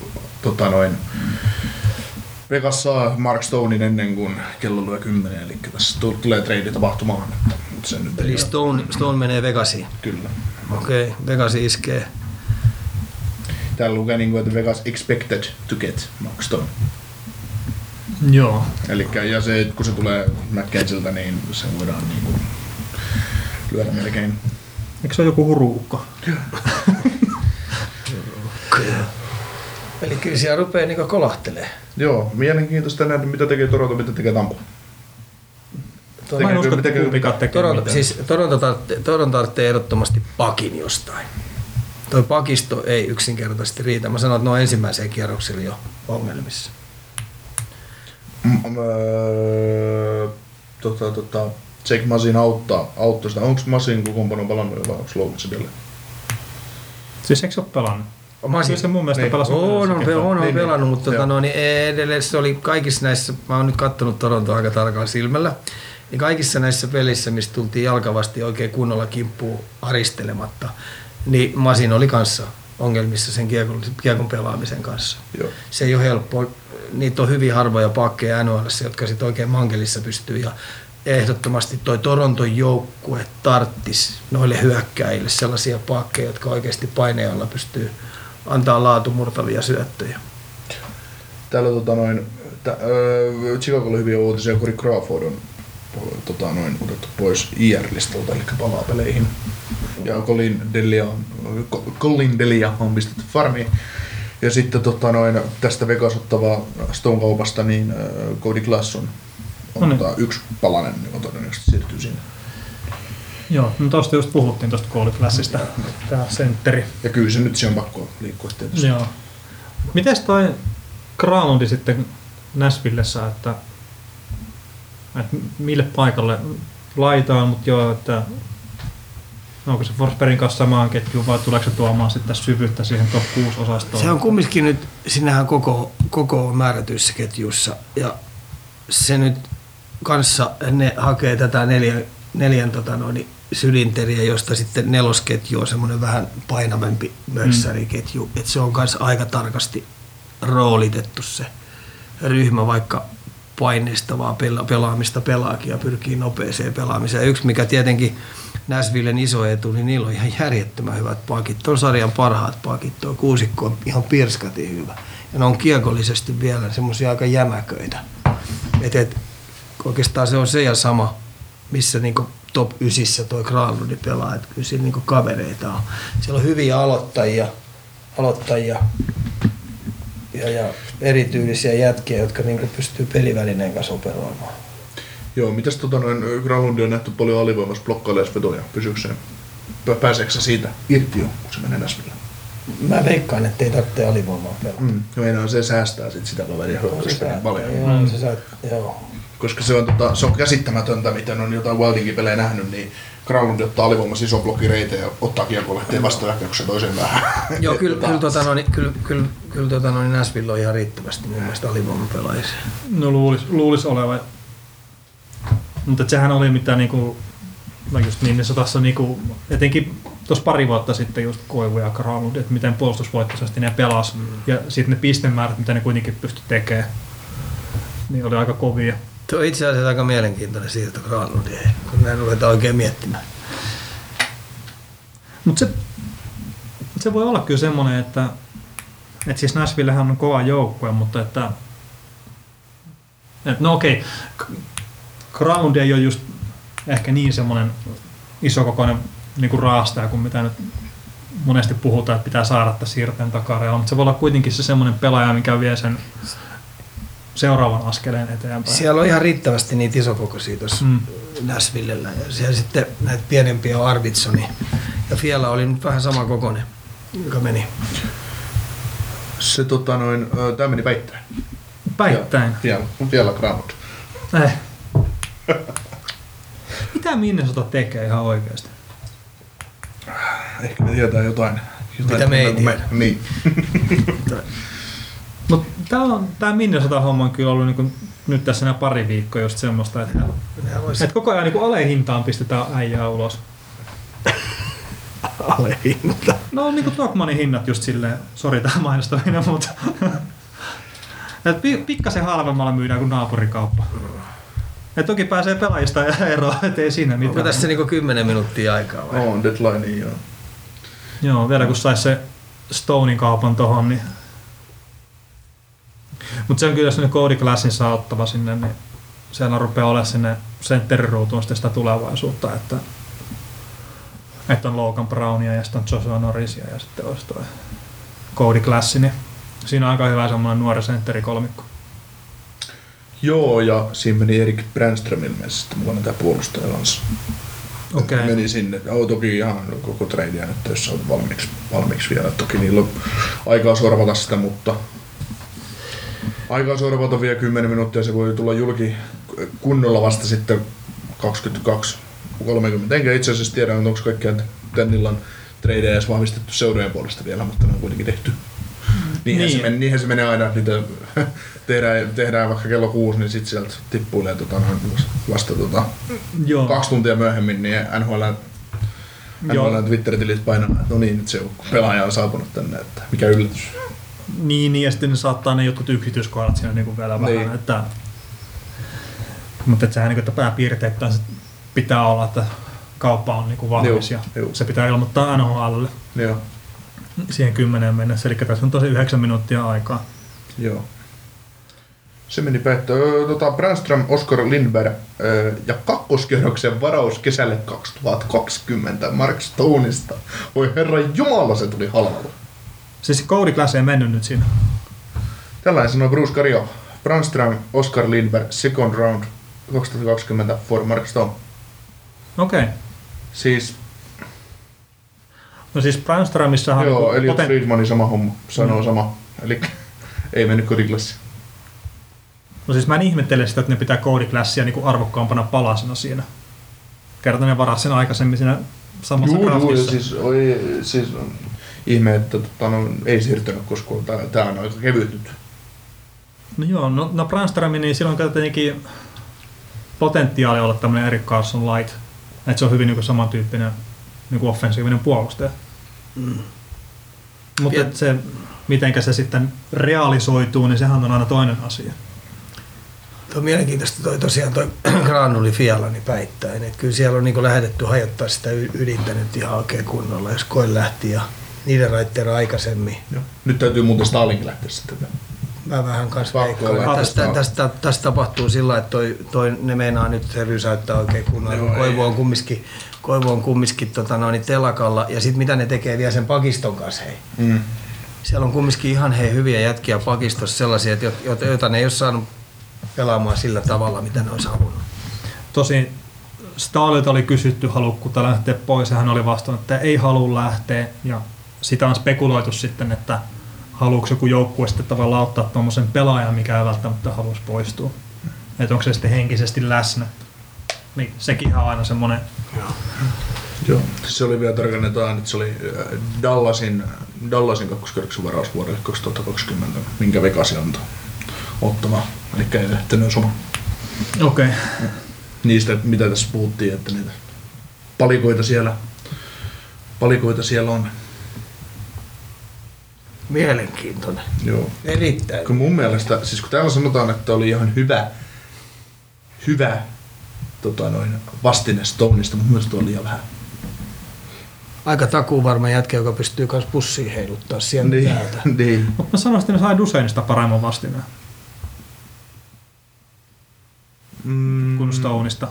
Vegas saa Mark Stonein ennen kuin kello lyö 10, eli tässä tulee trade tapahtumaan. Se nyt eli Stone menee Vegasiin? Kyllä. Okei, Vegas iskee. Täällä lukee, että Vegas expected to get Mark Stone. Joo. Elikkä, ja se, kun se tulee McKenziltä, niin se voidaan niinku lyödä melkein. Eikö se ole joku huruukko? Eli kyllä siellä rupeaa niinku kolahtelee. Joo, mielenkiintoista nähdä, mitä tekee Toronto, mitä tekee Tampa. Mä en usko, että kumpikaan tekee mitään. Siis Toronto tarvitsee ehdottomasti pakin jostain. Toi pakisto ei yksinkertaisesti riitä. Mä sanon, että ne on ensimmäiseen kierroksella jo ongelmissa. Jake Masin auttaa sitä. Onko Masin kokoonpano palannut vai onko luovuttu vielä? Siis eikö se ole pelannut? Masin se mun mielestä pelasi. On pelannut, mutta edelleen se oli kaikissa näissä, mä oon nyt kattonut Torontoa aika tarkalla silmällä, niin kaikissa näissä pelissä, missä tultiin jalkavasti oikein kunnolla kimppuun aristelematta, niin Masin oli kanssa ongelmissa sen kiekon pelaamisen kanssa. Joo. Se ei ole helppoa. Niitä on hyvin harvoja pakkeja NHL:ssä, jotka sitten oikein mankelissa pystyy. Ja ehdottomasti toi Toronton joukkue tarttisi noille hyökkäjille sellaisia pakkeja, jotka oikeasti paineen pystyy antaa laatumurtavia syöttöjä. Täällä Chicagolla on hyviä uutisia. Corey Crawford on otettu pois IR-listalta, eli palaa peleihin. Ja Colin Delia on pistetty farmiin. Ja sitten tästä Vegas ottavaa Stone-kaupasta, niin Cody Glass on yksi palanen, joka todennäköisesti siirtyy sinne. Joo, no tuosta just puhuttiin tuosta Cody Glassista, tää sentteri. Ja kyllä se nyt on pakko liikkua tietysti. Joo. Mites toi Granlundi sitten Nashvillessä, että mille paikalle laitaan, mutta joo, että onko se Forsbergin kanssa samaan ketjuun vai tuleeko se tuomaan sitten syvyyttä siihen top 6 osastoon? Se on kumminkin nyt, sinähän koko määrätyissä ketjussa ja se nyt kanssa ne hakee tätä neljän sylinteriä, josta sitten nelosketju on semmoinen vähän painavempi mörssäriketju, että se on kanssa aika tarkasti roolitettu se ryhmä, vaikka paineistavaa pelaamista pelaakin ja pyrkii nopeeseen pelaamiseen. Ja yksi, mikä tietenkin Nashvillen iso etu, niin niillä on ihan järjettömän hyvät pakit. On sarjan parhaat pakit, tuo kuusikko on ihan pirskatin hyvä. Ja ne on kiekollisesti vielä semmoisia aika jämäköitä. Et oikeastaan se on se ja sama, missä niinku top 9 toi Granlundi pelaa, että kyllä siinä niinku kavereita on. Siellä on hyviä aloittajia ja erityylisiä jätkiä, jotka niinku pystyy pelivälineen kanssa operoimaan. Joo, mitäs Granlundi on nähty paljon alivoimassa blokkaileessa vetoja. Pysyykö se? Pääseekö se siitä irti jo, kun se menee Nashvilleen? Mä veikkaan, ettei tarvitse alivoimaa pelata. Meidän se säästää sit sitä kaveria hyökkäystä niin paljon. Joo. Koska se on käsittämätöntä, miten on jotain Wildingin pelejä nähnyt, niin Granlundi ottaa alivoimassa ison blokkireitä ja ottaa kiekolle, ettei vastahyökkäyksen toiseen vähän. Joo, kyllä Nashville on ihan riittävästi mun mielestä alivoimapelaajia. No luulis oleva. Mutta sehän oli mitä niinku, just niin sotassa niinku, etenkin tuossa pari vuotta sitten just Koivu ja Granlund, että miten puolustusvoittoisesti ne pelas ja sitten ne pistemäärät, mitä ne kuitenkin pystyi tekemään, niin oli aika kovia. Tuo on itse asiassa aika mielenkiintoinen siirto Granlundiin, kun näin ruvetaan oikein miettimään. Mutta se voi olla kyllä semmoinen, että siis Nashvillehän on kova joukkue, mutta että no okei, Granlund ei ole just ehkä niin semmoinen isokokoinen niinku raastaja kuin mitä nyt monesti puhutaan, että pitää saada tässä siirteen takareella, mutta se voi olla kuitenkin se semmoinen pelaaja, mikä vie sen seuraavan askeleen eteenpäin. Siellä on ihan riittävästi niitä isokokoisia tuossa Nashvillellä ja siellä sitten näitä pienempiä on Arvidssoni ja Fiala oli nyt vähän sama kokoinen, joka meni. Se tää meni päittäin. Päittäin? Fiala Granlund. Mitä Minnesota tekee ihan oikeasti? Ehkä ne tietää jotain mitä me ei tiedä. Niin. Mut tää Minnesota-homma on kyllä ollut niinku nyt tässä nää pari viikkoa just semmoista, että koko ajan niinku alehintaan pistetään äijää ulos. Alehinta? No niinku Tokmanin hinnat just silleen, sori tää mainostaminen, mutta pikkasen halvemmalla myydään kuin naapurikauppa. Ja toki pääsee pelaajista eroon, ettei siinä mitään. Onko tässä niinku 10 minuuttia aikaa vai? On deadline, joo. Joo, vielä kun sais se Stonein kaupan tohon, niin... Mut se on kyllä, jos ne Cody Glassin saa ottava sinne, niin siellä rupeaa olemaan sinne sentteriruutuun sitä tulevaisuutta, että on Logan Brownia ja sitten on Joshua Norrisia ja sitten olisi toi Cody Glass, niin siinä on aika hyvä semmoinen nuori sentteri-kolmikko. Joo, ja siinä meni Erik Brännström ilmeisesti mukana tää puolustaja kanssa. Okei. Meni sinne. Toki ihan koko treidiä nyt, jos on valmiiksi vielä. Toki niillä on aikaa sorvata sitä, mutta aikaa sorvata vielä 10 minuuttia. Se voi tulla julki kunnolla vasta sitten 22-30. Enkä itse asiassa tiedä, onko kaikkia tän illan treidejä edes vahvistettu seurojen puolesta vielä, mutta ne on kuitenkin tehty. Niinhän se menee aina, että niitä tehdään vaikka kello 6, niin sit sieltä tippuilee vasta 2 tuntia myöhemmin, niin NHL Twitter-tilit painaa, että no niin, nyt se pelaaja on saapunut tänne, että mikä yllätys. Niin, ja sitten ne saattaa ne jotkut yksityiskohdat siinä niin vielä vähän, niin. Mutta sehän niin, että pääpiirteittäin pitää olla, että kauppa on niin valmis ja se pitää ilmoittaa NHLlle. Joo. Siihen 10 mennessä, eli tässä on tosi 9 minuuttia aikaa. Joo. Se meni päättöön. Brännström, Oskar Lindberg ja kakkoskierroksen varaus kesälle 2020 Mark Stoneista. Voi herra jumala, se tuli halvalla. Siis Cody Glass ei mennyt nyt siinä. Tällainen sanoi Bruce Cario. Brännström, Oskar Lindberg, second round 2020 for Mark Stone. Okei. Siis... No siis Brännströmissähän... Joo, Elliot Friedmanin sama homma, sanoo sama. Eli ei mennyt Cody Glassia. No siis mä en ihmettele sitä, että ne pitää Cody Glassia niin arvokkaampana palasena siinä. Kerta ne varas sen aikaisemmin siinä samassa draftissa. Siis ihme, että ei siirtynyt koskaan. Tää on aika kevyt nyt. No joo, no Brännström, niin silloin tietenkin potentiaali olla tämmönen Erik Karlsson light. Että se on hyvin niin samantyyppinen niin offensiivinen puolustaja. Mutta se, mitenkä se sitten realisoituu, niin sehän on aina toinen asia. Tuo on mielenkiintoista tosiaan toi Granuli Fialani päittäin. Että kyllä siellä on niin lähetetty hajottaa sitä ydintä nyt ihan oikein kunnolla, jos Koil lähti ja niiden raitteera aikaisemmin. Joo. Nyt täytyy muuten Stalinkin lähteä sitten. Mä vähän kanssa veikkaan. Tästä tapahtuu sillä, että ne meinaa nyt se rysäyttää oikein kunnolla. Koivu on kumminkin telakalla ja sitten mitä ne tekee vielä sen pakiston kanssa hei. Siellä on kumminkin ihan hyviä jätkiä pakistossa sellaisia, joita ne ei ole saanut pelaamaan sillä tavalla, mitä ne olisi halunnut. Tosin Stahlilta oli kysytty halukkuutta lähteä pois ja hän oli vastannut, että ei halua lähteä ja sitä on spekuloitu sitten, että haluuko joku joukkue sitten tavallaan ottaa tuommoisen pelaajan, mikä ei välttämättä haluaisi poistua. Että onko se sitten henkisesti läsnä. Niin sekin on aina semmoinen... Joo. Se oli vielä tarkennetaan, että se oli Dallasin kakkoskerroksen varaus vuodelle 2020, minkä Vegasi antoi ottamaan. Eli ei lähtenyt sama. Okei. Niistä, mitä tässä puhuttiin, että niitä palikoita siellä on. Mielenkiintoinen. Joo. Erittäin. Kun mun mielestä, siis kun täällä sanotaan, että oli ihan hyvä vastine Stoneista, mun mielestä oli liian vähän. Aika takuu varma jätkä, joka pystyy myös pussiin heiluttaa sieltä täältä. Niin. Mutta mä sanoisin, että ne sai Duseinista paremman vastineen kuin Stoneista.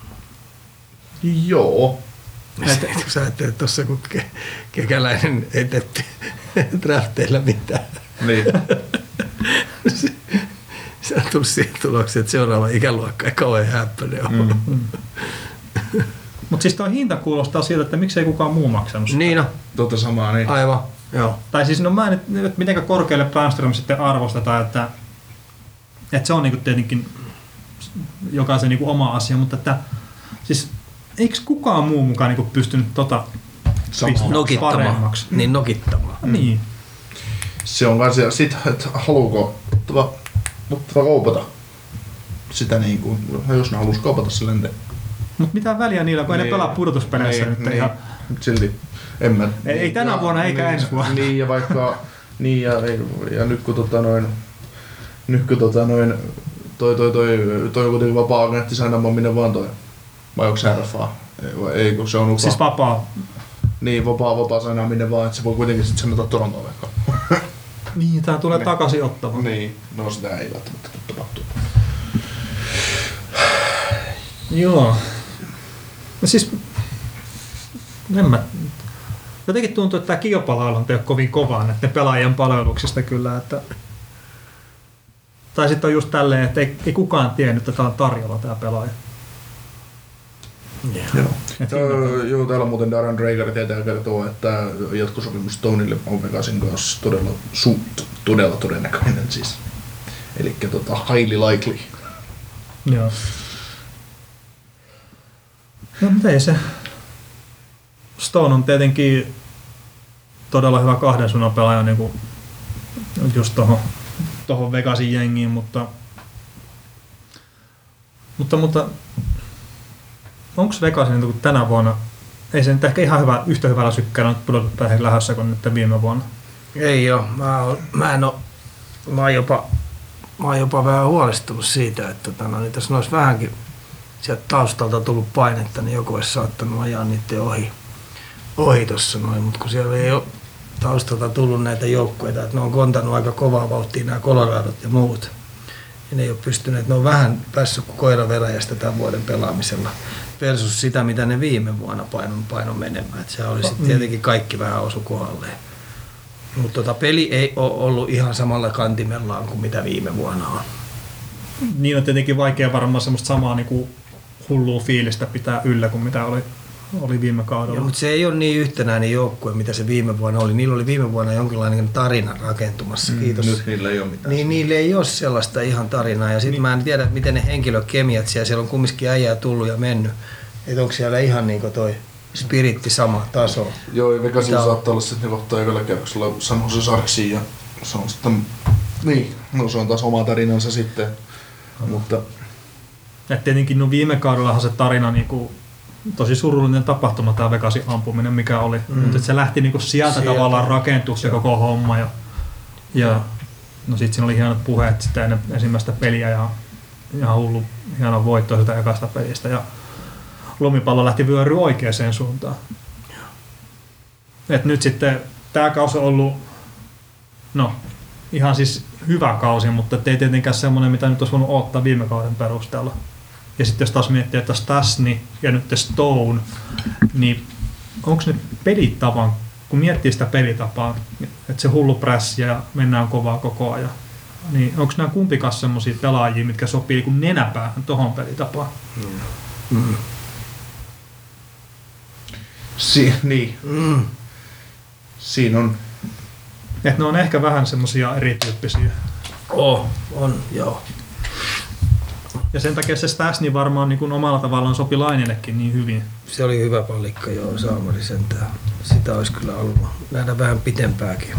Joo. Sä ajattelet tuossa, kun Kekäläinen ei tehty drafteilla mitään. Niin. Se on tullut siihen tulokseen, että seuraava ikäluokka ei kauhean häppöinen ole. Mutta siis tuo hinta kuulostaa siltä, että miksei kukaan muu maksanut sitä. Niin Tota samaa, niin. aivan, joo. Tai siis no mä en nyt mitenkään korkealle Brandström sitten arvostetaan, että se on niinku tietenkin jokaisen niinku oma asia, mutta että siis eikö kukaan muu mukaan niinku pystynyt Nokittamaan. paremmaksi? Niin nokittamaan. Niin. Se on kanssa sitä, että haluuko ottava kaupata sitä niinku, jos ne halus kaupata se lente. Mutta mitä väliä niillä, kun ei ne pelaa pudotuspeleissä nyt ihan. Silti. En mä. Ei tänä vuonna eikä ensi vuonna. Niin ja vaikka niin ja nyt kun toi kuitenkin vapaa-agentti sainamaan minne vaan toi. Vai onko se RFA? Ei kun se on Siis vapaa. Niin vapaa sainaa minne vaan, että se voi kuitenkin sitten sanota Torontoon vaikka. Niin, tää tulee takaisin ottamaan. Niin, no sitä ei välttämättä tapahtuu. Joo. No siis, jotenkin tuntuu, että tämä kilpailu ei ole kovin kovaa näiden pelaajien palveluksista kyllä. Tai sitten on just tälleen, että ei kukaan tiennyt, että tämä on tarjolla tämä pelaaja. Joo, täällä muuten Darren Drager tietää kertoo, että jatkosopimus Stonelle on Vegasin kanssa todella todennäköinen siis. Elikkä highly likely. Joo. No mutta ei se. Stone on tietenkin todella hyvä kahden suunnan pelaaja niin kuin just tohon Vegasin jengiin, mutta onko Vegasin niin tänä vuonna, ei se nyt ehkä ihan yhtä hyvällä sykkeellä nyt pudotuspäihin lähdössä kuin nyt viime vuonna? Ei oo. Mä oon jopa vähän huolestunut siitä, että niin tässä olisi vähänkin sieltä taustalta tullut painetta, niin joku olisi saattanut ajaa niiden ohi tuossa noin, mutta kun siellä ei ole taustalta tullut näitä joukkueita, että ne on kontannut aika kovaa vauhtia nämä Coloradot ja muut. Ja ne ei ole pystyneet, ne on vähän päässyt koira veräjästä tämän vuoden pelaamisella versus sitä, mitä ne viime vuonna paino menemään. Että se oli sitten tietenkin kaikki vähän osu kohdalleen. Mutta peli ei ole ollut ihan samalla kantimellaan kuin mitä viime vuonna on. Niin on tietenkin vaikea varmaan semmoista samaa niin kuin hullua fiilistä pitää yllä kuin mitä oli viime kaudella. Mutta se ei ole niin yhtenäinen joukkue, mitä se viime vuonna oli. Niillä oli viime vuonna jonkinlainen tarina rakentumassa. Kiitos. Nyt niillä ei ole mitään. Niin, niillä ei ole sellaista ihan tarinaa. Ja sitten mä en tiedä, miten ne henkilökemiat siellä on kumminkin äijää tullut ja mennyt. Että onko siellä ihan niinku toi spiritti sama taso. Joo, Vegasilla saattaa olla se, että ne kohtaa ekalla kierroksella sanoo se Sarksiin ja se on sitten, niin, no se on taas oma tarinansa sitten. Mutta et tietenkin viime kaudellahan se tarina niinku tosi surullinen tapahtuma tämä Vegasin ampuminen, mikä oli. Mutta se lähti niinku sieltä tavallaan rakentua se koko homma. Ja no sit siinä oli hienot puheet sitä ennen ensimmäistä peliä ja ihan hullu hieno voitto sitä ekasta pelistä. Ja lumipallo lähti vyöryä oikeaan suuntaan. Et nyt sitten tämä kausi on ollut ihan siis hyvä kausi, mutta ei tietenkään semmoinen, mitä nyt olisi voinut odottaa viime kauden perusteella. Ja sitten jos taas miettii, että Stastny ja nyt Stone, niin onko ne pelitavan, kun miettii sitä pelitapaa, että se hullu prässi ja mennään kovaa koko ajan, niin onko nämä kumpikaan semmoisia pelaajia, mitkä sopii kuin nenäpäähän tohon pelitapaan? Niin. Siinä on. Että ne on ehkä vähän semmoisia erityyppisiä. On, joo. Ja sen takia se Stastny varmaan niin kuin omalla tavallaan sopi Laineellekin niin hyvin. Se oli hyvä palikka, joo, Saamari sentään. Sitä olisi kyllä ollut nähdä vähän pitempääkin.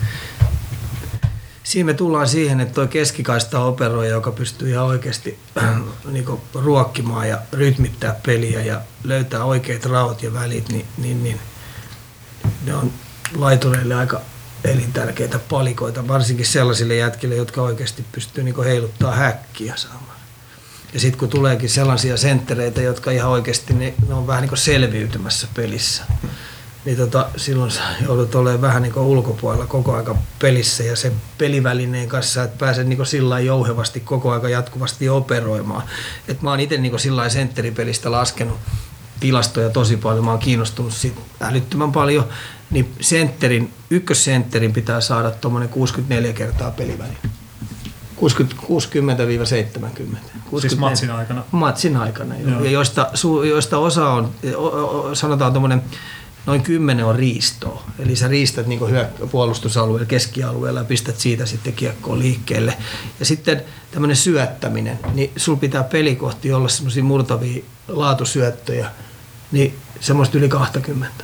Siinä me tullaan siihen, että tuo keskikaista operoija, joka pystyy ihan oikeasti niin ruokkimaan ja rytmittää peliä ja löytää oikeat raot ja välit, niin ne on laitureille aika elintärkeitä palikoita, varsinkin sellaisille jätkille, jotka oikeasti pystyy niin heiluttaa häkkiä saamaan. Ja sitten kun tuleekin sellaisia senttereitä, jotka ihan oikeasti ne on vähän niin selviytymässä pelissä, niin silloin joudut olemaan vähän niin ulkopuolella koko aika pelissä ja sen pelivälineen kanssa, että pääset niin sillä jouhevasti koko aika jatkuvasti operoimaan. Et mä oon itse niin sillä sentteripelistä laskenut tilastoja tosi paljon, mä oon kiinnostunut siitä älyttömän paljon, niin ykkössentterin pitää saada tuommoinen 64 kertaa peliväli. 60-70. Siis matsin aikana? Matsin aikana, joo. Ja joista osa on, sanotaan tuommoinen, noin 10 on riistoa. Eli sä riistät niin puolustusalueella, keskialueella ja pistät siitä sitten kiekkoon liikkeelle. Ja sitten tämmöinen syöttäminen, niin sulla pitää pelikohti olla semmoisia murtavia laatusyöttöjä, niin semmoista yli 20.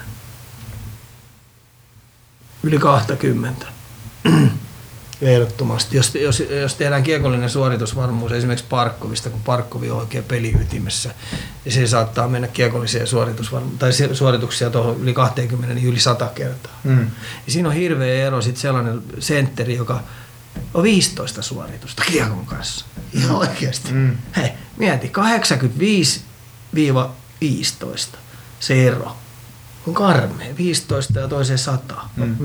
Yli 20. Ehdottomasti. Jos tehdään kiekollinen suoritusvarmuus esimerkiksi Parkkovista, kun Parkkovi on oikein peliytimessä, ja se saattaa mennä kiekolliseen suorituksia tuohon yli 20, niin yli 100 kertaa. Ja siinä on hirveä ero sitten sellainen sentteri, joka on 15 suoritusta kiekon kanssa. Ihan oikeasti. Hei, mieti, 85-15 se ero on karmea. 15 ja toiseen 100.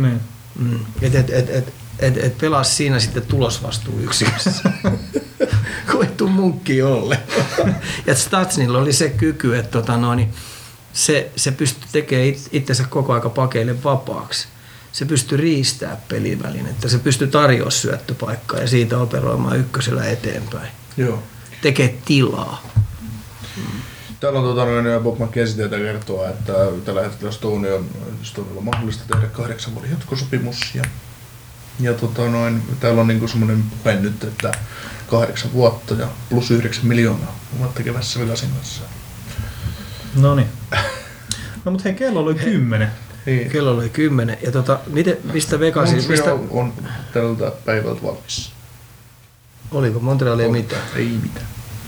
Et pelaa siinä sitten tulosvastuuyksikössä. Koettu munkki olle. Ja Statsnilla oli se kyky, että se pystyi tekemään itsensä koko aika pakeille vapaaksi. Se pystyi riistämään pelivälinettä, se pystyi tarjoamaan syöttöpaikkaa ja siitä operoimaan ykkösellä eteenpäin. Joo. Tekee tilaa. Täällä on Bob McKenzie kertoo, että tällä hetkellä Stonella on mahdollista tehdä 8 vuoden jatkosopimus ja täällä on niinku semmoinen puhe nyt, että 8 vuotta ja plus 9 miljoonaa ovat tekevässä Vegasin kanssa. Noniin. No mut hei, kello oli 10. Kello oli 10. Ja mistä Vegasin... on tältä päivältä valmis. Oliko Montrealia mitään? Ei mitään.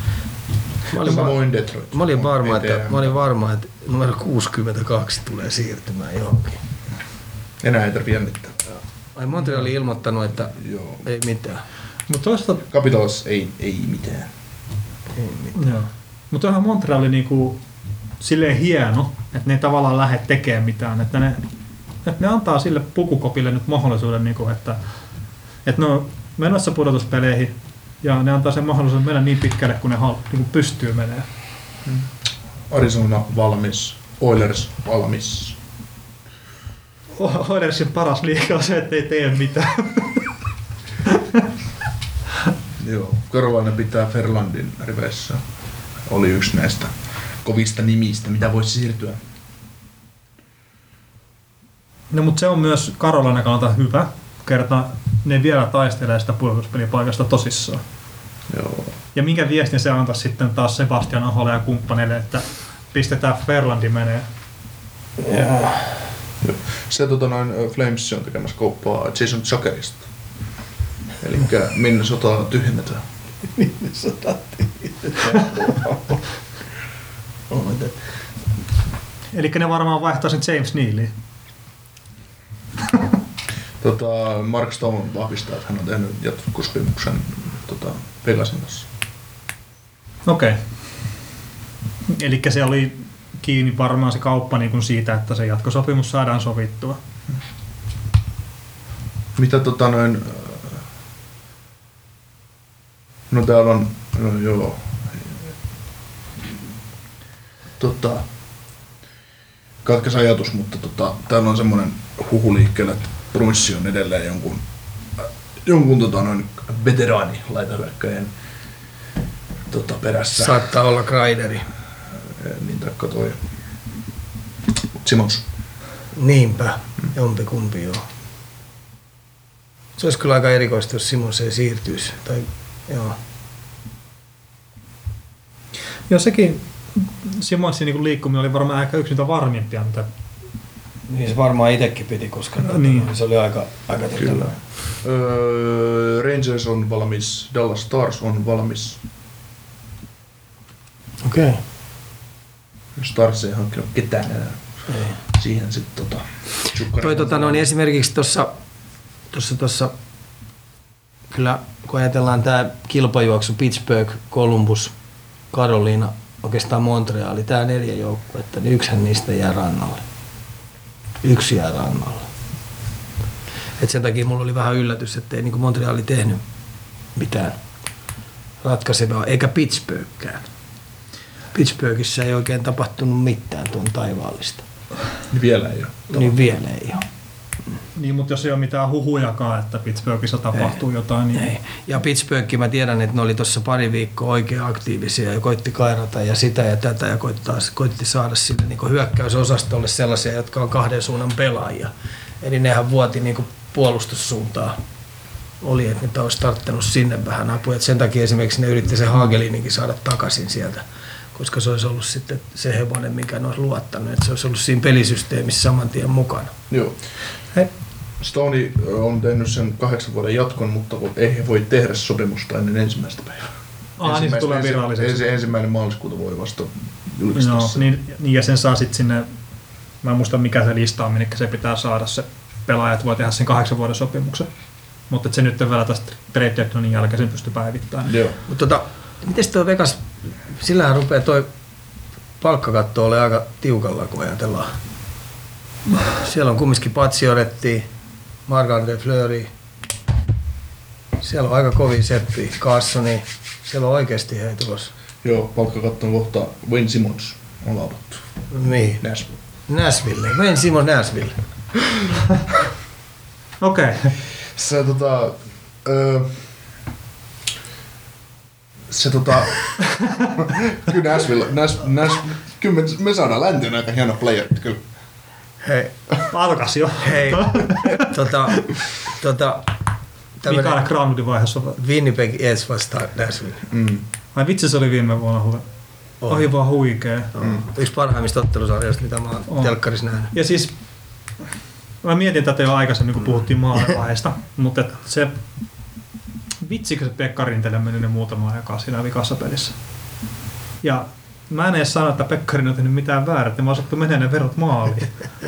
Mä olin varma, että numero 62 tulee siirtymään johonkin. Enää ei tarvitse jännittää. Ai Montreal oli ilmoittanut, että joo. Ei mitään. Mut toista... Capitals ei mitään. Ei mitään. Joo. Mutta onhan Montreal niinku silleen hieno, että ne ei tavallaan lähde tekemään mitään. Että ne antaa sille pukukopille nyt mahdollisuuden, niinku, että ne on menossa pudotuspeleihin ja ne antaa sen mahdollisuuden mennä niin pitkälle, kun ne niinku pystyy menemään. Arizona valmis. Oilers valmis. Oilersin paras liiga on se, että ei tee mitään. Joo, Karolainen pitää Ferlandin riveissä. Oli yksi näistä kovista nimistä, mitä voisi siirtyä. No mutta se on myös Karolainen kannalta hyvä. Kerta ne vielä taistelee sitä puolustuspelipaikasta tosissaan. Joo. Ja minkä viestin se antaa sitten taas Sebastian Aholle ja kumppaneille, että pistetään Ferlandi menee. Joo. Se Flames on tekemässä kauppaa Jason Zuckerista. Elikkä Minnesota tyhjennetään. Minnesota tyhjennetään. Elikkä ne varmaan vaihtaa sen James Nealiin. Mark Stone vahvistaa, että hän on tehnyt jatkosopimuksen Vegasin kanssa. Okei. Elikkä se oli kiinni varmaan se kauppa niin kuin siitä, että se jatkosopimus saadaan sovittua. Mitä no täällä on, no joo. Katkas ajatus, mutta täällä on semmoinen huhu liikkeellä, että Brunssi on edelleen jonkun veteraani laitahyökkäjän perässä. Saattaa olla Kreideri. Niin taikka toi Simons. Niinpä, jompikumpi joo. Se olisi kyllä aika erikoista, jos Simons ei siirtyisi. Tai, joo. Joo, sekin Simonsin niin liikkuminen oli varmaan aika yksi niitä varmimpia, mitä... Niin se varmaan itsekin piti, koska niin. Se oli aika kyllä. Rangers on valmis, Dallas Stars on valmis. Okei. Okay. Stars ei hankkinut ketään enää. Ei. Siihen sitten niin esimerkiksi tuossa kyllä kun ajatellaan tämä kilpajuoksu Pittsburgh, Columbus, Carolina, oikeastaan Montreali, tämä 4 joukkuetta, niin yksihän niistä jää rannalle. Yksi jää rannalle. Et sen takia mulla oli vähän yllätys, että ei niin Montreali tehnyt mitään ratkaisevaa, eikä Pittsburghkään. Pittsburghissa ei oikein tapahtunut mitään tuon taivaallista. Niin vielä ei ole. Niin vielä ei ole. Niin, mutta jos ei ole mitään huhujakaan, että Pittsburghissa tapahtuu jotain, niin... Ei. Ja Pittsburgh, mä tiedän, että ne oli tuossa pari viikkoa oikein aktiivisia ja koitti kairata ja sitä ja tätä ja koitti saada sille niin hyökkäysosastolle sellaisia, jotka on kahden suunnan pelaajia. Eli nehän vuoti niin puolustussuuntaa. Oli, että ne olisi tarttanut sinne vähän apua. Et sen takia esimerkiksi ne yritti sen Hagelininkin saada takaisin sieltä, koska se olisi ollut sitten se hevonen, mikä ne olisi luottanut. Että se olisi ollut siinä pelisysteemissä saman tien mukana. Joo. Stoney on tehnyt sen 8 vuoden jatkon, mutta ei he voi tehdä sopimusta ennen ensimmäistä päivää. Niin se tulee viralliseksi. Ensimmäinen maaliskuuta voi vasta julistaa. No, niin, ja sen saa sitten sinne, mä en muista mikä se lista on, minne se pitää saada se pelaajat voi tehdä sen 8 vuoden sopimuksen. Mutta se nyt vielä tästä trade deadlinein jälkeen sen pystyy päivittämään. Joo. Mutta miten tuo Vegas, sillähän rupeaa toi palkkakatto ole aika tiukalla, kun ajatellaan. Siellä on kumminkin Paciorettia, Marc-Andre Fleury. Siellä on aika kovin seppiä, Carsoni. Siellä on oikeasti hei tulossa. Joo, palkkakatton kohta Wayne Simmons on laudattu. Niin. Nashville. Wayne Simmons Nashville. Okei. Kyllä kyllä me saadaan länteen aika hieno player, kyllä. Hei. Alkas jo. Hei. Mikä Groundin vaiheessa on? Winnipeg Jets vastaan Nashville. Ai vitsi, se oli viime vuonna hyvä. Ohi vaan huikee. Yksi parhaimmista ottelusarjoista, mitä mä oon telkkarissa nähnyt. Ja siis mä mietin tätä jo aikaisemmin, kun puhuttiin maalivaiheesta, mutta se vitsikö se Pekka Rinteelle meni ne muutama aikaa siinä vikassa pelissä. Ja mä en edes sano, että Pekkarin on tehnyt mitään väärää, että mä osattu menee ne verot maaliin.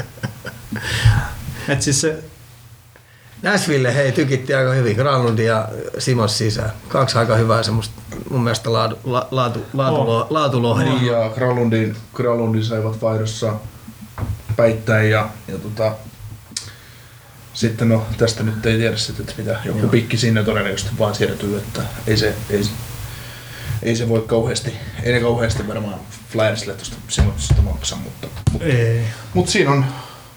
Et siis se... Nashville hei tykitti aika hyvin, Granlundi ja Simons sisään. 2 aika hyvää semmoista mun mielestä laatulohdia. Niin ja Granlundin saivat vaihdossa päittäin ja sitten no tästä nyt ei tiedä sitten, että mitä joku pikki sinne todennäköisesti vaan siirtyy, että ei se voi kauheasti, ei ne kauheasti varmaan Flyersille tuosta Simonsista maksaa, mutta siinä on.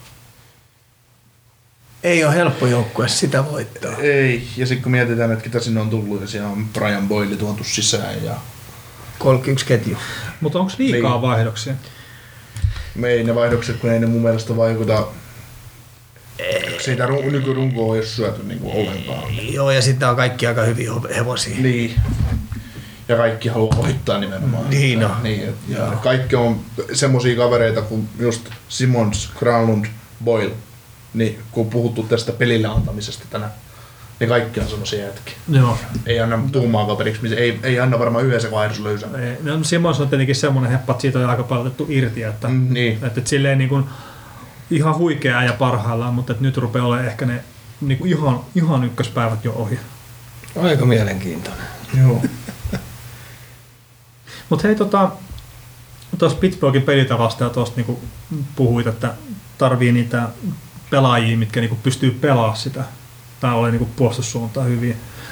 Ei ole helppo joukkue sitä voittaa. Ei, ja sitten kun mietitään, että ketä sinne on tullut, ja siellä on Brian Boyle tuotu sisään. Ja 31 ketju. Mutta onko liikaa vaihdoksia? Ei ne vaihdokset, kun ei ne mun mielestä vaikuta. Siitä nykyrunkoa ei ole syöty niinku ollenkaan. Joo, ja sitten on kaikki aika hyviä hevosia. Niin. Ja kaikki haluaa voittaa nimenomaan. Niin no. Niin, ja kaikki on semmosia kavereita kuin just Simons, Granlund, Boyle. Niin, kun on puhuttu tästä pelille antamisesta tänään, niin kaikki on semmosia jätkiä. Joo. Ei anna tuumaa kaveriksi, ei anna varmaan yhdessä vaihdossa löysää. No Simons on tietenkin semmoinen heppa, että siitä on aika paljon otettu irti, että, niin. että silleen niin kuin ihan huikea ja parhaillaan, mutta että nyt rupeaa olemaan ehkä ne niin kuin ihan ykköspäivät jo ohi. Aika mielenkiintoinen. Joo. Mutta hei, tuossa Pittsburghin pelitavasta ja tuosta niin puhuit, että tarvii niitä pelaajia, mitkä niin pystyy pelaamaan sitä tai ole niin puolustussuuntaan hyviä.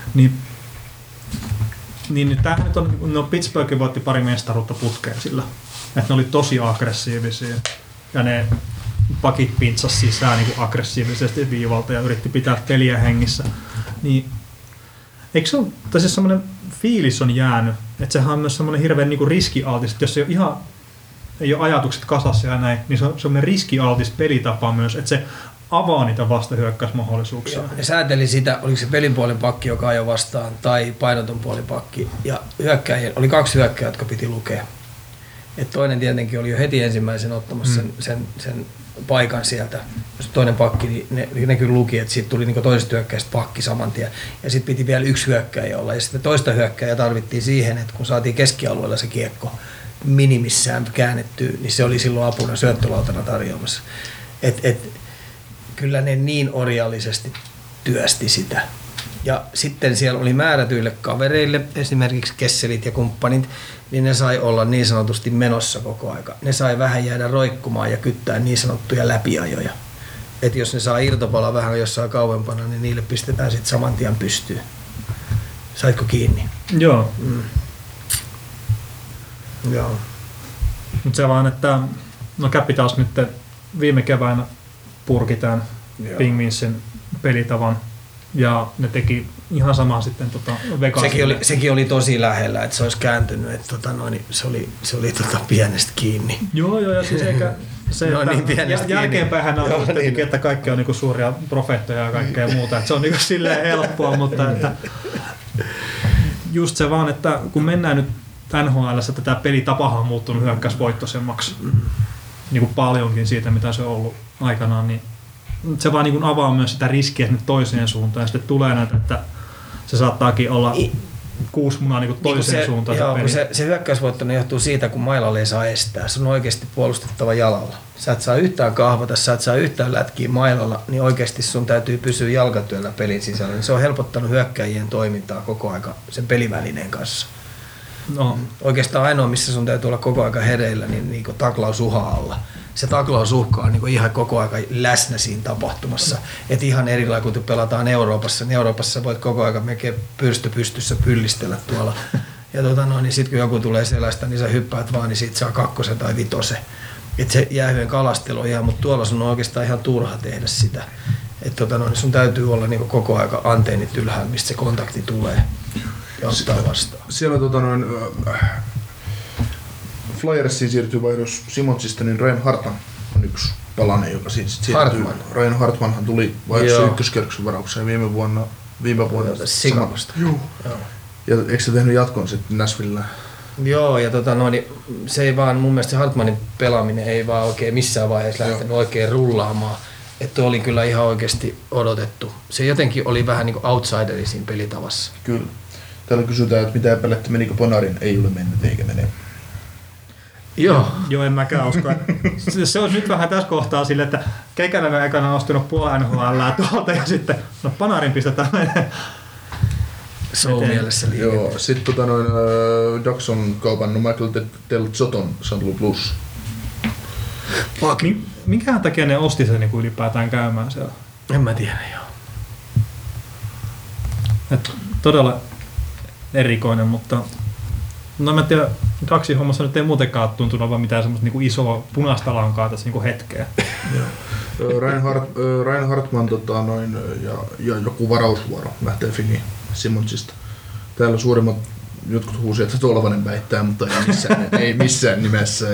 Niin tämähän nyt on, no Pittsburghin voitti pari mestaruutta putkeen sillä, että ne oli tosi aggressiivisia ja ne pakit pintsasi sisään niin aggressiivisesti viivalta ja yritti pitää peliä hengissä. Niin, eikö se ole, tai siis semmoinen fiilis on jäänyt, että sehän on myös semmoinen hirveän niin riskialtis, että jos ei ole ajatukset kasassa ja näin, niin se on semmoinen riskialtis pelitapa myös, että se avaa niitä vastahyökkäysmahdollisuuksia. Ne sääteli sitä, oliko se pelinpuolin pakki, joka ajoi vastaan, tai painoton puolin pakki. Ja oli 2 hyökkääjää, jotka piti lukea. Et toinen tietenkin oli jo heti ensimmäisen ottamassa sen paikan sieltä. Jos toinen pakki, niin ne kyllä luki, että siitä tuli niin toisesta hyökkääjästä pakki saman tien. Ja sitten piti vielä 1 hyökkääjä olla. Ja sitten toista hyökkääjää tarvittiin siihen, että kun saatiin keskialueella se kiekko minimissään käännettyä, niin se oli silloin apuna syöttölautana tarjoamassa. Kyllä ne niin orjallisesti työsti sitä. Ja sitten siellä oli määrätyille kavereille, esimerkiksi Kesselit ja kumppanit, niin ne sai olla niin sanotusti menossa koko aika. Ne sai vähän jäädä roikkumaan ja kyttää niin sanottuja läpiajoja. Että jos ne saa irtopala vähän jossain kauempana, niin niille pistetään sitten saman tien pystyyn. Saitko kiinni? Joo. Joo. Mutta se vaan, että no Capitals nyt viime keväänä purki tämän Penguinsin pelitavan. Ja ne teki ihan samaa sitten Vegasille. Sekin oli tosi lähellä, että se olisi kääntynyt, että se oli pienestä kiinni. Joo, ja siis eikä se, no, että jälkeenpäin on niin, että kaikki on niinku suuria profeettoja ja kaikkea muuta, että se on niinku silleen helppoa, mutta että just se vaan, että kun mennään nyt NHL:ssä, että tämä pelitapahan on muuttunut hyökkäysvoittoisemmaksi niinku paljonkin siitä, mitä se on ollut aikanaan, niin se vaan niin avaa myös sitä riskiä sinne toiseen suuntaan ja sitten tulee näitä, että se saattaakin olla 6 munaa niin toiseen suuntaan. Joo, se hyökkäysvoittoinen johtuu siitä, kun mailalle ei saa estää. Se on oikeasti puolustettava jalalla. Sä et saa yhtään kahvata, sä et saa yhtään lätkiä mailalla, niin oikeasti sun täytyy pysyä jalkatyöllä pelin sisällä. Niin se on helpottanut hyökkäjien toimintaa koko aika sen pelivälineen kanssa. No. Oikeastaan ainoa, missä sun täytyy olla koko aika hereillä, niin taklaus alla. Se taklausuhka on niin ihan koko aika läsnä siinä tapahtumassa. Et ihan erilainen, kun pelataan Euroopassa. Niin Euroopassa voit koko aika melkein pystyssä pyllistellä tuolla. Ja niin sitten kun joku tulee sellaista, niin sä hyppäät vaan, niin siitä saa 2 tai 5. Et se jäähyen kalastelu on ihan, mutta tuolla sun on oikeastaan ihan turha tehdä sitä. Et niin sun täytyy olla niin koko aika antennit ylhäällä, mistä se kontakti tulee ja ottaa vastaan. Siellä Flyersiin siirtyy vaihdos Simonsista, niin Ryan Hartman on yksi palanen, joka siitä siirtyy. Ryan Hartmanhan tuli vaihdossa ykköskierroksen varaukseen viime vuonna Chicagosta. Joo. Ja eikö se tehnyt jatkon sitten Nashvillellä? Joo, ja se ei vaan, mun mielestä se Hartmanin pelaaminen ei vaan oikein missään vaiheessa lähtenyt oikein rullaamaan. Että oli kyllä ihan oikeasti odotettu. Se jotenkin oli vähän niin kuin outsideri siinä pelitavassa. Kyllä. Täällä kysytään, että mitä epäilette, menikö Panarin, ei ole mennyt eikä mene. Joo, en mäkään usko. Se on nyt vähän tässä kohtaa sille, että Keikäläinen aikana on ostunut puolen NHL:ää tuolta ja sitten Panarin pistetään menee. Show-mielessä liikettä. Joo, sitten Jackson kaupannut Michael Del Zotton St. Louis Blues. Minkähän takia ne osti sen niin ylipäätään käymään siellä? En mä tiedä, joo. Todella erikoinen, mutta no mä tiedän, Daxin hommassa nyt ei muutenkaan tuntunut vaan mitään semmoista niinku isoa punaista lankaa tässä niinku hetkeä. Ryan Hartman ja joku varausvuoro lähtee Fini Simonsista. Täällä suurimmat jotkut huusi, että Tolvanen väittää, mutta ei missään nimessä,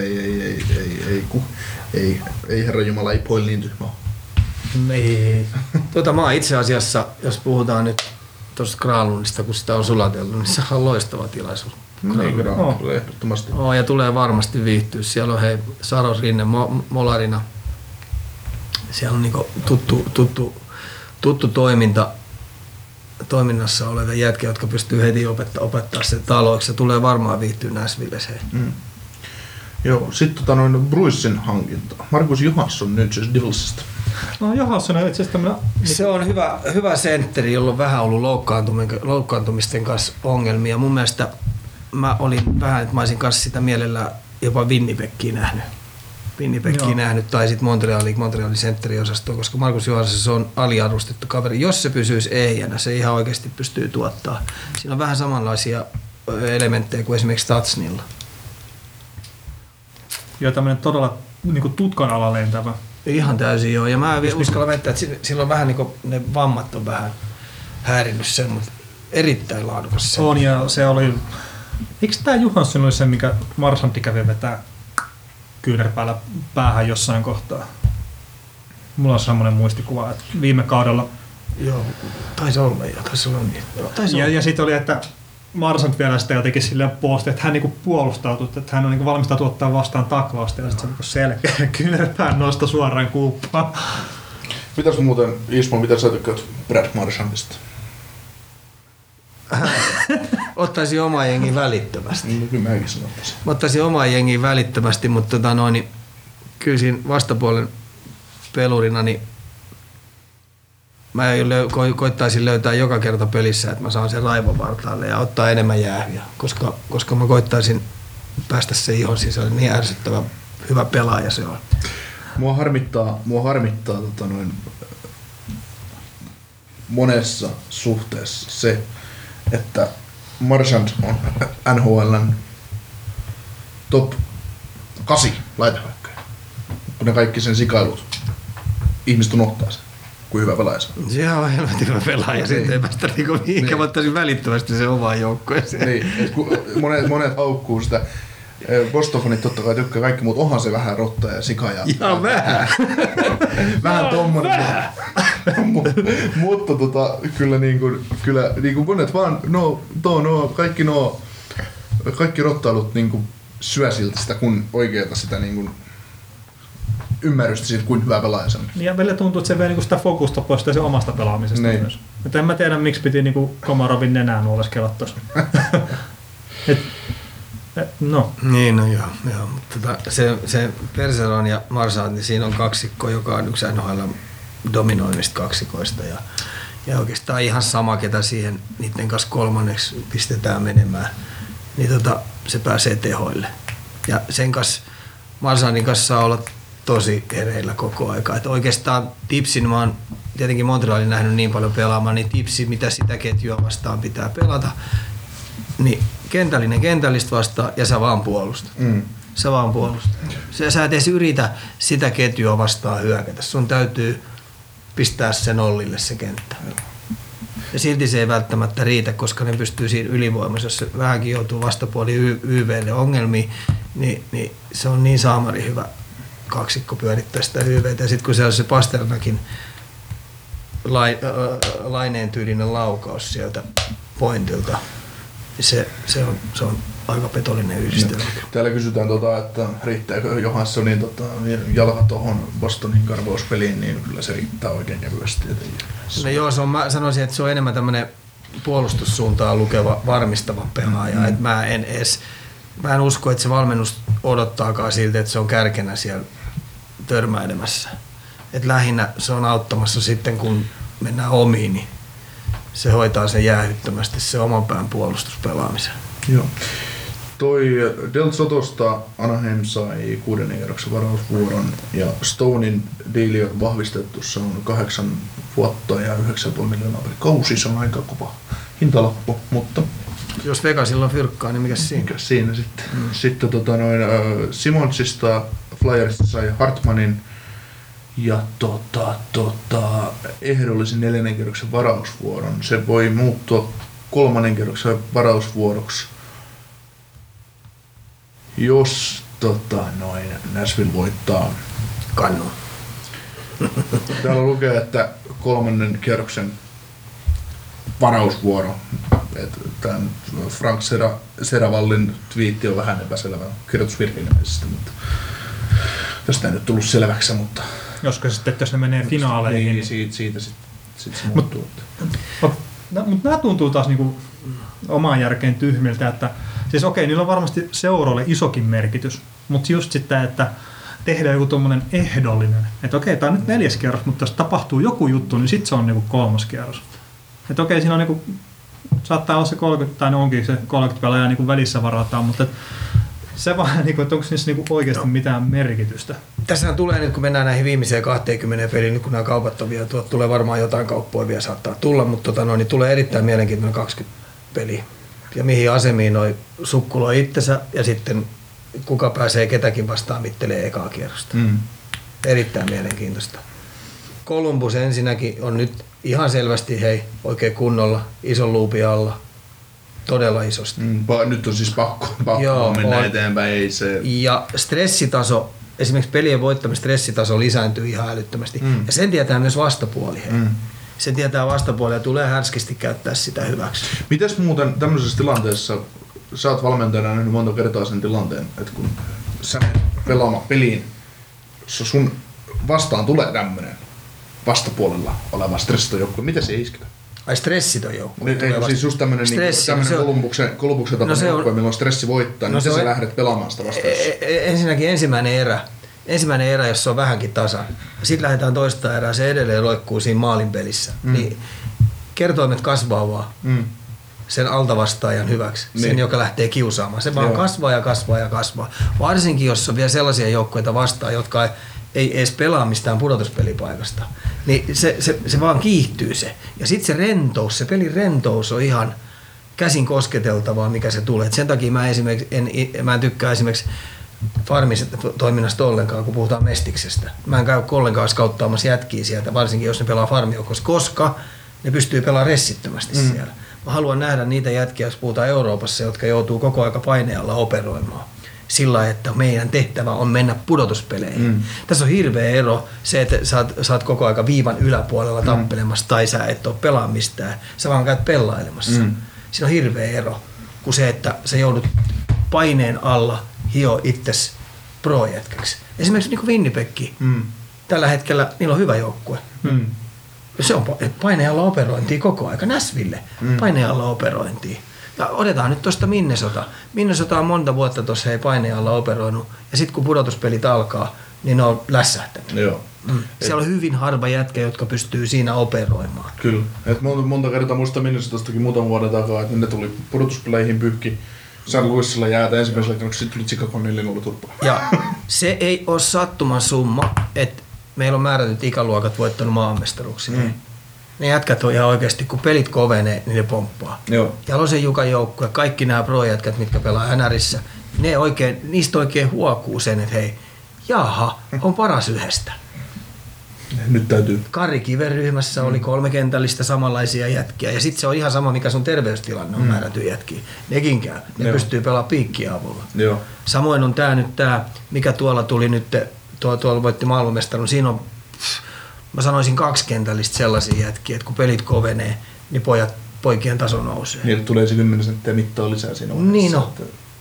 ei herra Jumala, ei Poil niin tyhmä ole. Ei. Mä oon itse asiassa, jos puhutaan nyt tuosta Granlundista, kun sitä on sulateltu, niin se on loistava tilaisuus. Ehdottomasti. Ja tulee varmasti viihtyä. Siellä on Saros Rinne Molarina. Siellä on niinku tuttu toiminnassa olevia jätkiä, jotka pystyy heti opettaa sen taloiksi. Se tulee varmaan viihtyä Nashvillessä. Joo, sitten Bruissin hankinta. Markus Johansson nyt siis Devilsista. No Johansson on itse asiassa se on hyvä sentteri, jolla on vähän ollut loukkaantumisten kanssa ongelmia. Mun mielestä mä olin vähän, että mä olisin kanssa sitä mielellään jopa Winnipegkiä nähnyt. Tai sitten Montrealin sentteriosastoon, koska Markus Johansson se on aliarvostettu kaveri. Jos se pysyisi ehjänä, se ihan oikeasti pystyy tuottaa. Siinä on vähän samanlaisia elementtejä kuin esimerkiksi Tatsnilla. Joo, tämmöinen todella niin kuin tutkan ala lentävä. Ihan täysin joo, ja mä uskallan väittää, että sillä on vähän niin kuin ne vammat on vähän häirinnyt sen, mutta erittäin laadukas sen. On, ja se oli, eikö tää Johansson oli se, mikä Marsantti kävi vetää kyynärpäällä päähän jossain kohtaa? Mulla on semmoinen muistikuva, että viime kaudella. Joo, taisi olla niin. Ja sitten oli, että Marsant vielä sitä jotenkin silleen puolusti, että hän niinku puolustautui, että hän on niinku valmistautu ottaa vastaan taklausta ja sitten se on niinku selkeä kyynärpään nosto suoraan kuuppaan. Mitäs muuten, Ismo, mitä sä tykkäät Brad Marchandista? Ottaisin omaa jengiä välittömästi. No, kyllä mäkin sanottaisin. Ottaisin omaa jengiä välittömästi, mutta kyllä siinä vastapuolen pelurina, niin mä koittaisin löytää joka kerta pelissä, että mä saan sen raivon vartaalle ja ottaa enemmän jäähyä, koska mä koittaisin päästä sen ihon sisälle. Niin ärsyttävä hyvä pelaaja se on. Mua harmittaa monessa suhteessa se, että Marchand on NHL:n top 8 laitahyökkäjä. Kun ne kaikki sen sikailut, ihmiset unohtaa sen. kuin hyvä pelaaja sanoo. Sehän on helvetin hyvä pelaaja, sitten ei päästä niinku mihinkään, mä ottaisin välittömästi sen omaan joukkueeseen. Niin, monet haukkuu sitä. Bostofanit totta kai tykkää kaikki, mutta onhan se vähän rotta ja sika. Ihan vähän. Vähän tommonen. Mutta kyllä monet vaan kaikki rottailut niinku syö siltä sitä kun oikeata sitä niinku ymmärrystä siitä, kuin hyvä pelaaja se on. Ja välillä tuntuu, että se vie niinku sitä fokusta pois sen omasta pelaamisesta niin. myös. Mutta en mä tiedä, miksi piti niinku Komarovin nenää nuoleskella tuossa. No. Niin, no joo. Mutta se Bergeron ja Marchand, niin siinä on kaksikko, joka on yksi NHL dominoinnista kaksikoista. Ja oikeastaan ihan sama, ketä siihen niiden kanssa kolmanneksi pistetään menemään, niin se pääsee tehoille. Ja sen kanssa, Marchandin kanssa saa olla tosi hereillä koko aika. Että oikeastaan Tipsin mä oon tietenkin Montrealin nähnyt niin paljon pelaamaan, niin Tipsi, mitä sitä ketjua vastaan pitää pelata, niin kentällistä vastaan ja sä vaan puolustat. Sä vaan puolustat. Sä et edes yritä sitä ketjua vastaan hyökätä. Sun täytyy pistää se nollille se kenttä. Ja silti se ei välttämättä riitä, koska ne pystyy siinä ylivoimassa, jos se vähänkin joutuu vastapuoli YV:lle ongelmiin, niin se on niin saamari hyvä kaksikko pyörittää sitä YV:tä. Ja sitten kun se on se Pasternakin Laineen tyylinen laukaus sieltä pointilta, niin se on aika petollinen yhdistelmä. Täällä kysytään, että riittääkö Johanssonin jalka tuohon Bostonin karvauspeliin, niin kyllä se riittää oikein kevyesti. No joo, mä sanoisin, että se on enemmän tämmöinen puolustussuuntaan lukeva, varmistava pelaaja. Et mä en usko, että se valmennus odottaakaan siltä, että se on kärkenä siellä törmäilemässä. Et lähinnä se on auttamassa sitten, kun mennään omiin, niin se hoitaa sen jäähyttömästi se oman pään puolustuspelaamisen. Joo. Toi Del Sotosta Anaheim sai 6. kierroksen varausvuoron ja Stonein diili on vahvistettu. Se on 8 vuotta ja 9,5 miljoonaa per kausi. Se on aika kova hintalappu, mutta jos Vegasilla on fyrkkaa, niin mikäs siinä? Mikäs siinä sitten? Sitten Simonsista Flyerista sai Hartmanin ja ehdollisen 4. kierroksen varausvuoron. Se voi muuttua 3. kierroksen varausvuoroksi, jos Nashville voittaa Kannun. Täällä lukee, että 3. kierroksen varausvuoro. Tämän Frank Seravallin twiitti on vähän epäselvä kirjoitusvirhe ilmeisesti, mutta tästä ei nyt tullut selväksi, mutta Josko sitten, jos ne menee finaaleihin. Niin, siitä se muuttuu. Mutta nämä tuntuu taas niinku omaan järkeen tyhmiltä, että siis okei, niillä on varmasti seuroille isokin merkitys, mutta just sitten, että tehdään joku tommonen ehdollinen, että okei, tää on nyt 4. kierros, mutta jos tapahtuu joku juttu, niin sitten se on niinku 3. kierros. Että okei, siinä on niinku, saattaa olla se 30, tai onkin se 30 pelaajaa niinku välissä varataan, mutta se vaan, että onko niissä oikeasti mitään merkitystä. Tässähän tulee nyt, kun mennään näihin viimeiseen 20 peliin, nyt kun nämä kaupat on vielä, tulee varmaan jotain kauppoja vielä saattaa tulla, mutta niin tulee erittäin mielenkiintoinen 20 peliä. Ja mihin asemiin noi sukkuloi itsensä ja sitten kuka pääsee ketäkin vastaan mittelee ekaa kierrosta. Erittäin mielenkiintoista. Columbus ensinnäkin on nyt ihan selvästi oikein kunnolla, ison luupin alla. Todella isosti. Nyt on siis pakko mennä eteenpäin. Ei se. Ja stressitaso, esimerkiksi pelien voittamisen stressitaso lisääntyy ihan älyttömästi. Ja sen tietää myös vastapuoli. Sen tietää vastapuoli ja tulee härskisti käyttää sitä hyväksi. Mites muuten tämmöisessä tilanteessa, sä oot valmentajana nähnyt monta kertaa sen tilanteen, että kun sä menet pelaamaan peliin, jossa sun vastaan tulee tämmöinen vastapuolella oleva stressitojoukkue, miten se isketä? Ai stressiton joukkue. Siis just tämmönen Columbuksen tapainen joukkue, milloin stressi voittaa, niin se lähdet pelaamaan sitä vastaan. Ensinnäkin ensimmäinen erä, jos se on vähänkin tasan. Sitten lähdetään toista erää, se edelleen loikkuu siinä maalin pelissä. Niin kertoimet kasvaa vaan sen altavastaajan hyväksi, sen joka lähtee kiusaamaan. Se vaan kasvaa ja kasvaa ja kasvaa. Varsinkin jos on vielä sellaisia joukkueita vastaan, jotka ei edes pelaa mistään pudotuspelipaikasta, niin se vaan kiihtyy se. Ja sitten se rentous, se pelin rentous on ihan käsin kosketeltavaa, mikä se tulee. Et sen takia mä en tykkää esimerkiksi farmitoiminnasta ollenkaan, kun puhutaan Mestiksestä. Mä en käy ollenkaan skauttaamassa jätkiä sieltä, varsinkin jos ne pelaa farmijoukossa, koska ne pystyy pelaamaan ressittömästi siellä. Mä haluan nähdä niitä jätkiä, jos puhutaan Euroopassa, jotka joutuu koko aika painealla operoimaan. Sillä että meidän tehtävä on mennä pudotuspeleihin. Tässä on hirveä ero se, että sä oot koko aika viivan yläpuolella tappelemassa tai sä et ole pelaa mistään. Sä vaan käyt pelailemassa. Siinä on hirveä ero kuin se, että sä joudut paineen alla hio itses pro-jätkäksi. Esimerkiksi niin kuin Winnipeg. Tällä hetkellä niillä on hyvä joukkue. Se on paineen alla operointia koko aika. Nashville paineen alla operointia. Ja otetaan nyt tuosta Minnesota. Minnesota on monta vuotta tuossa paineen alla operoinut. Ja sitten kun pudotuspelit alkaa, niin ne on lässähtänyt. Joo. Siellä on hyvin harva jätkä, jotka pystyy siinä operoimaan. Kyllä. Et monta kertaa muistan Minnesotastakin muutaman vuoden takaa, että ne tuli pudotuspeleihin pyyhki St. Louisilla jäätä ensimmäisellä kerroksella, sitten tuli Chicago 4-0 turpaa. Ja se ei ole sattuman summa, että meillä on määrätyt ikäluokat voittanut maanmestaruuksia. Ne jätkät on ihan oikeasti, kun pelit kovenee, niin ne pomppaa. Joo. Jalosen Jukan joukkue, kaikki nämä pro-jätkät, mitkä pelaa NRissä, niistä oikein huokuu sen, että hei, jaha, on paras yhdestä. Nyt täytyy. Kari Kiven ryhmässä oli 3 kentällistä samanlaisia jätkiä, ja sitten se on ihan sama, mikä sun terveystilanne on määrätty jätkiä. Nekin käy. Ne pystyy pelaamaan piikkiä avulla. Joo. Samoin on tämä, mikä tuolla tuli nyt, tuolla voitti maailmanmestarun, siinä on, mä sanoisin 2 kentällistä sellaisia jätkiä, että kun pelit kovenee, niin poikien taso nousee. Niin, tulee se 10 senttiä mittaa lisää siinä vaiheessa. Niin on.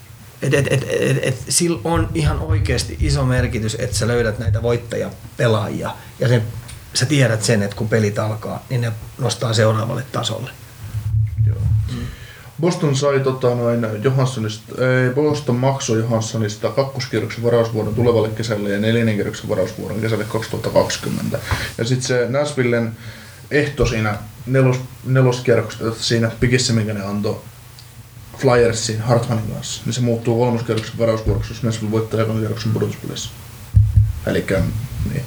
Sillä on ihan oikeasti iso merkitys, että sä löydät näitä voittajapelaajia ja sä tiedät sen, että kun pelit alkaa, niin ne nostaa seuraavalle tasolle. Joo. Boston sai Boston maksoi Johanssonista 2-kierroksen varausvuoron tulevalle kesälle ja 4-kierroksen varausvuoron kesälle 2020. Ja sitten se Nashvillen ehto siinä neloskierroksessa siinä pikissä, minkä ne antoi Flyersin Hartmanin kanssa, niin se muuttuu 3-kierroksen varausvuoroksi, jos Nashville voittaa 2-kierroksen pudotuspeleissä. Elikkä niin.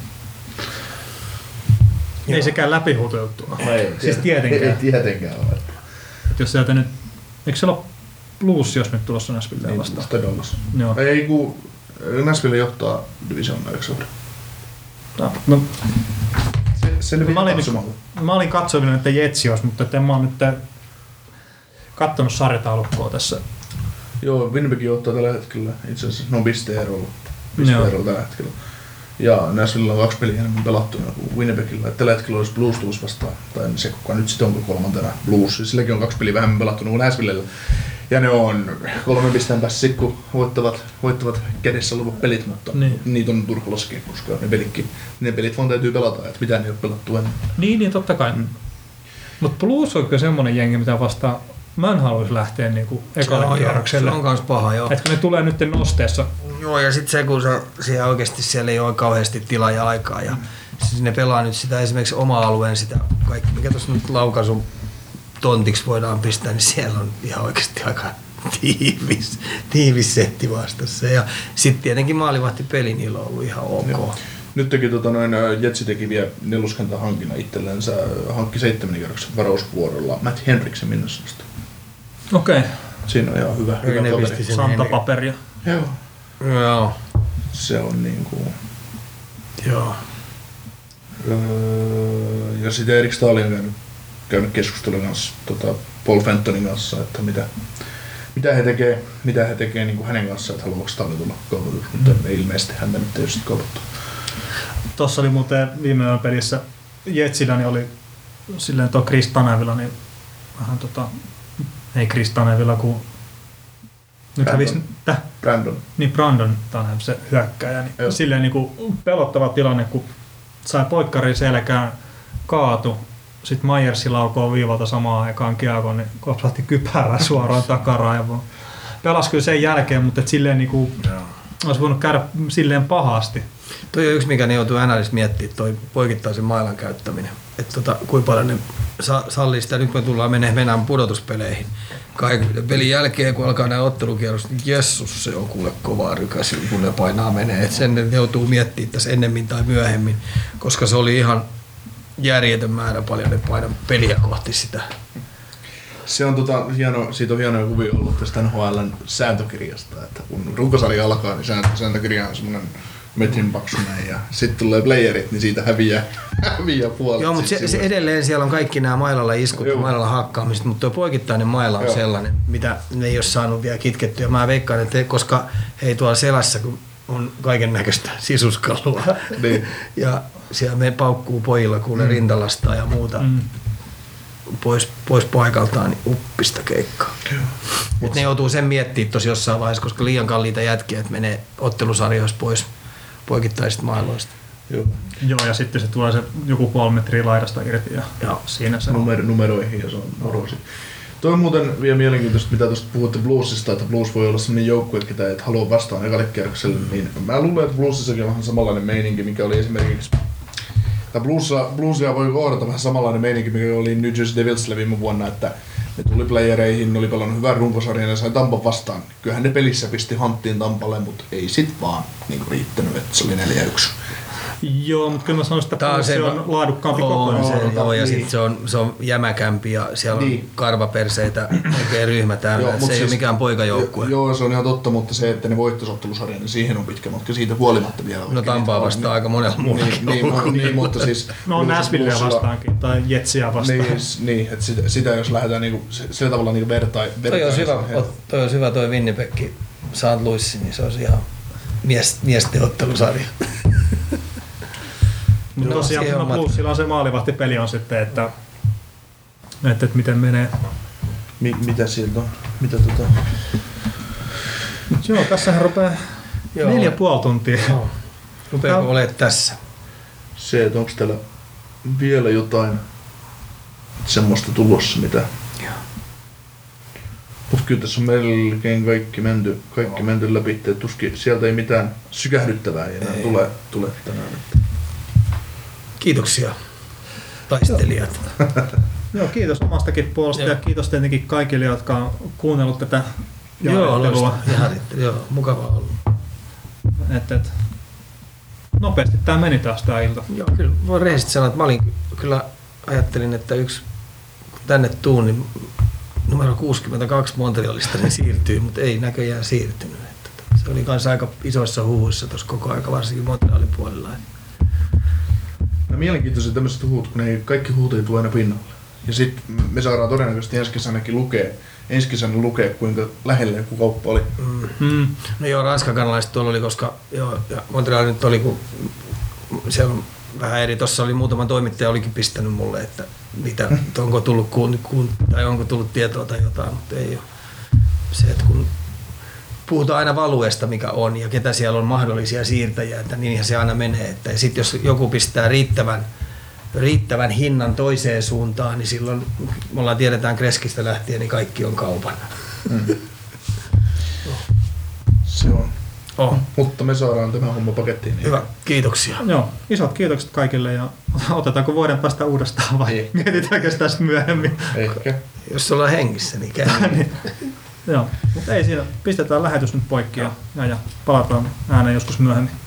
Ei sekään läpihuutojuttua. Ei, siis tietenkään. Ei tietenkään ole. Jos sieltä nyt, eikö se ole Blues, jos nyt tulossa Nashville niin, vastaan? Dallas. Joo. Ei, kun Nashville johtaa divisioonaa 9 No, se mä olin katsovinen, että Jetsi olisi, mutta en mä ole nyt katsonut sarjataulukkoa tässä. Joo, Winnipeg johtaa tällä hetkellä itse asiassa, no pisteerolla tällä hetkellä. Ja Nashville on 2 peliä enemmän pelattuna kuin Winnipegillä. Tällä hetkellä olisi Blues tullut vastaan, tai se kukaan nyt sitten onko 3. Blues. Silläkin on 2 peliä vähemmän pelattuna kuin Nashvillellä. Ja ne on 3 pisteen päässä, kun voittavat kädessä olevat pelit, mutta niitä on turha laskea, koska ne pelit vaan täytyy pelata, että mitä ne ole pelattu ennen. Niin totta kai. Mutta Blues on kyllä semmonen jengi, mitä vastaan mä en haluaisi lähteä niinku ekalle kierrokselle. Se on kans paha, joo. Että ne tulee nyt nosteessa. Joo, ja sitten se, kun siellä oikeasti siellä ei ole kauheasti tilaa ja aikaa. Ja siis ne pelaa nyt sitä esimerkiksi oma alueen sitä kaikki, mikä tuossa nyt laukaisun tontiksi voidaan pistää, niin siellä on ihan oikeasti aika tiivis setti vastassa. Ja sitten tietenkin maalivahtipeli niillä on ollut ihan ok. Joo. Nyt Jetsi teki vielä 4. hankinnan itsellensä, hankki 7 kierroksen varausvuorolla Matt Henriksen Minnesotasta. Okei. Siinä on ihan hyvä kaveri. Santapaperia. Joo. Se on niinku. Joo. Ja sitten Erik Stahl on käynyt keskustelun kanssa Paul Fentonin kanssa, että mitä he tekee niin kuin hänen kanssaan, että haluaako Stahl tulla kaupatuksi, mutta ilmeisesti häntä nyt ei ole sitten kaupattu. Tuossa oli muuten viime yön pelissä Jetsidä, niin oli silleen tuo Chris Tanevilla, niin vähän ei Chris Tanevilla, kun nyt Brandon. Niin Brandon Tanev, se hyökkääjä, niin silleen niinku pelottava tilanne, kun sai poikkarin selkään, kaatu, sitten Myersi laukoo viivalta samaan aikaan kiekon, niin kopsahti kypärää suoraan takaraivoon. Pelasi kyllä sen jälkeen, mutta silleen niinku olisi voinut käydä silleen pahasti. Toi on yksi, mikä ne joutuu NRistä miettimään, toi poikittaisen mailan käyttäminen. Että kuinka paljon ne sallii sitä, nyt me tullaan mennään pudotuspeleihin. 20 pelin jälkeen, kun alkaa nämä ottelukierros, niin jessus, se on kuule kovaa rykäsi, kun ne painaa menee. Et sen ne joutuu miettimään tässä ennemmin tai myöhemmin, koska se oli ihan järjetön määrä paljon ne painaa peliä kohti sitä. Se on siitä on hienoja kuvia ollut tästä NHL:n sääntökirjasta, että kun runkosarja alkaa, niin sääntökirja on semmoinen metrin paksunen ja sitten tulee playerit, niin siitä häviää puolet. Joo, mutta se edelleen siellä on kaikki nämä mailalla iskut ja mailalla hakkaamiset, mutta tuo poikittainen maila on sellainen, mitä ne ei ole saanut vielä kitkettyä. Mä veikkaan, että koska hei tuolla selässä, kun on kaiken näköistä sisuskalua niin. ja siellä me paukkuu pojilla kuule rintalastaa ja muuta pois paikaltaan, niin uppista keikkaa. Mutta ne joutuu sen miettimään tosi jossain vaiheessa, koska liian kalliita jätkiä, että menee ottelusarjoissa pois poikittaisista mailoista. Joo, ja sitten se tulee se joku 3 metriä laidasta irti ja siinä se numeroihin ja se on morosi. Toi on muuten vielä mielenkiintoista, mitä tuosta puhutte bluesista, että blues voi olla sellainen joukkue, ketä et halua vastaan ekalle kierrokselle, niin mä luulen, että bluesissakin on vähän samanlainen meininki, mikä oli esimerkiksi bluesia voi kohdata vähän samanlainen meininki, mikä oli New Jersey Devilsille viime vuonna, että ne tuli playereihin, ne oli pelannut hyvän runkosarjan ja sai Tampan vastaan. Kyllähän ne pelissä pisti hanttiin Tampalle, mutta ei sit vaan niin riittänyt, että se oli 4-1. Joo, mutta kyllä mä sanoisin, että se on laadukkaampi koko ajan. Joo, ja sitten se on jämäkämpi ja siellä on karvaperseitä oikein ryhmä täynnä. Se ei siis, ole mikään poikajoukkue. Joo, se on ihan totta, mutta se, että ne voittaisi ottelusarjan, niin siihen on pitkä matka siitä huolimatta vielä. No Tampaa vastaan aika monella muulla. Niin, mutta siis... No Nashvillea vastaankin, tai Jetsiä vastaan. Niin, että sitä jos lähdetään niinku, sillä tavalla niinku Toi on hyvä toi Winnipeg St. Louis, niin se on ihan miesten ottelusarja. Mutta tosiaan Bluesilla on se maalivahtipeli on sitten, että miten menee. Mitä sieltä on? Joo, tässähän rupeaa 4,5 tuntia. Rupeako olemaan tässä? Se, että onko täällä vielä jotain semmoista tulossa, mitä... Mutta kyllä tässä on melkein kaikki menty läpi, että tuskin sieltä ei mitään sykähdyttävää enää tule tänään. Kiitoksia taistelijat. Joo, kiitos omastakin puolesta ja kiitos tietenkin kaikille, jotka on kuunnellut tätä jaarittelua. Joo, mukavaa ollut. Nopeasti tämä meni taas tämä ilta. Joo, kyllä voin rehellisesti sanoa, että ajattelin, että kun tänne tuun, niin numero 62 Montrealista niin siirtyy, mutta ei näköjään siirtynyt. Se oli kanssa aika isoissa huhuissa tuossa koko aika, varsinkin Montrealin puolella. No mielenkiintoisia tämmöiset huhut, kun kaikki huhut ei tule aina pinnalle. Ja sitten me saadaan todennäköisesti ensi kesänä lukea, kuinka lähellä joku kauppa oli. No joo, ranskakanalaiset tuolla oli, koska ja Montreal nyt oli, kun siellä on vähän eri. Tuossa oli muutama toimittaja olikin pistänyt mulle, että onko tullut tai onko tullut tietoa tai jotain, mutta ei ole. Se, että kun puhutaan aina valuesta, mikä on ja ketä siellä on mahdollisia siirtäjiä, että niinhän se aina menee. Että sitten jos joku pistää riittävän hinnan toiseen suuntaan, niin silloin me tiedetään Kreskistä lähtien, niin kaikki on kaupan. Se on. Mutta me saadaan tämä homma pakettiin. Hyvä, kiitoksia. Joo, isot kiitokset kaikille ja otetaanko vuoden päästä uudestaan vai mietitäänkö sitä sitten myöhemmin? Ehkä. Jos ollaan hengissä, niin käy. Joo, mutta ei siinä. Pistetään lähetys nyt poikki ja palataan ääneen joskus myöhemmin.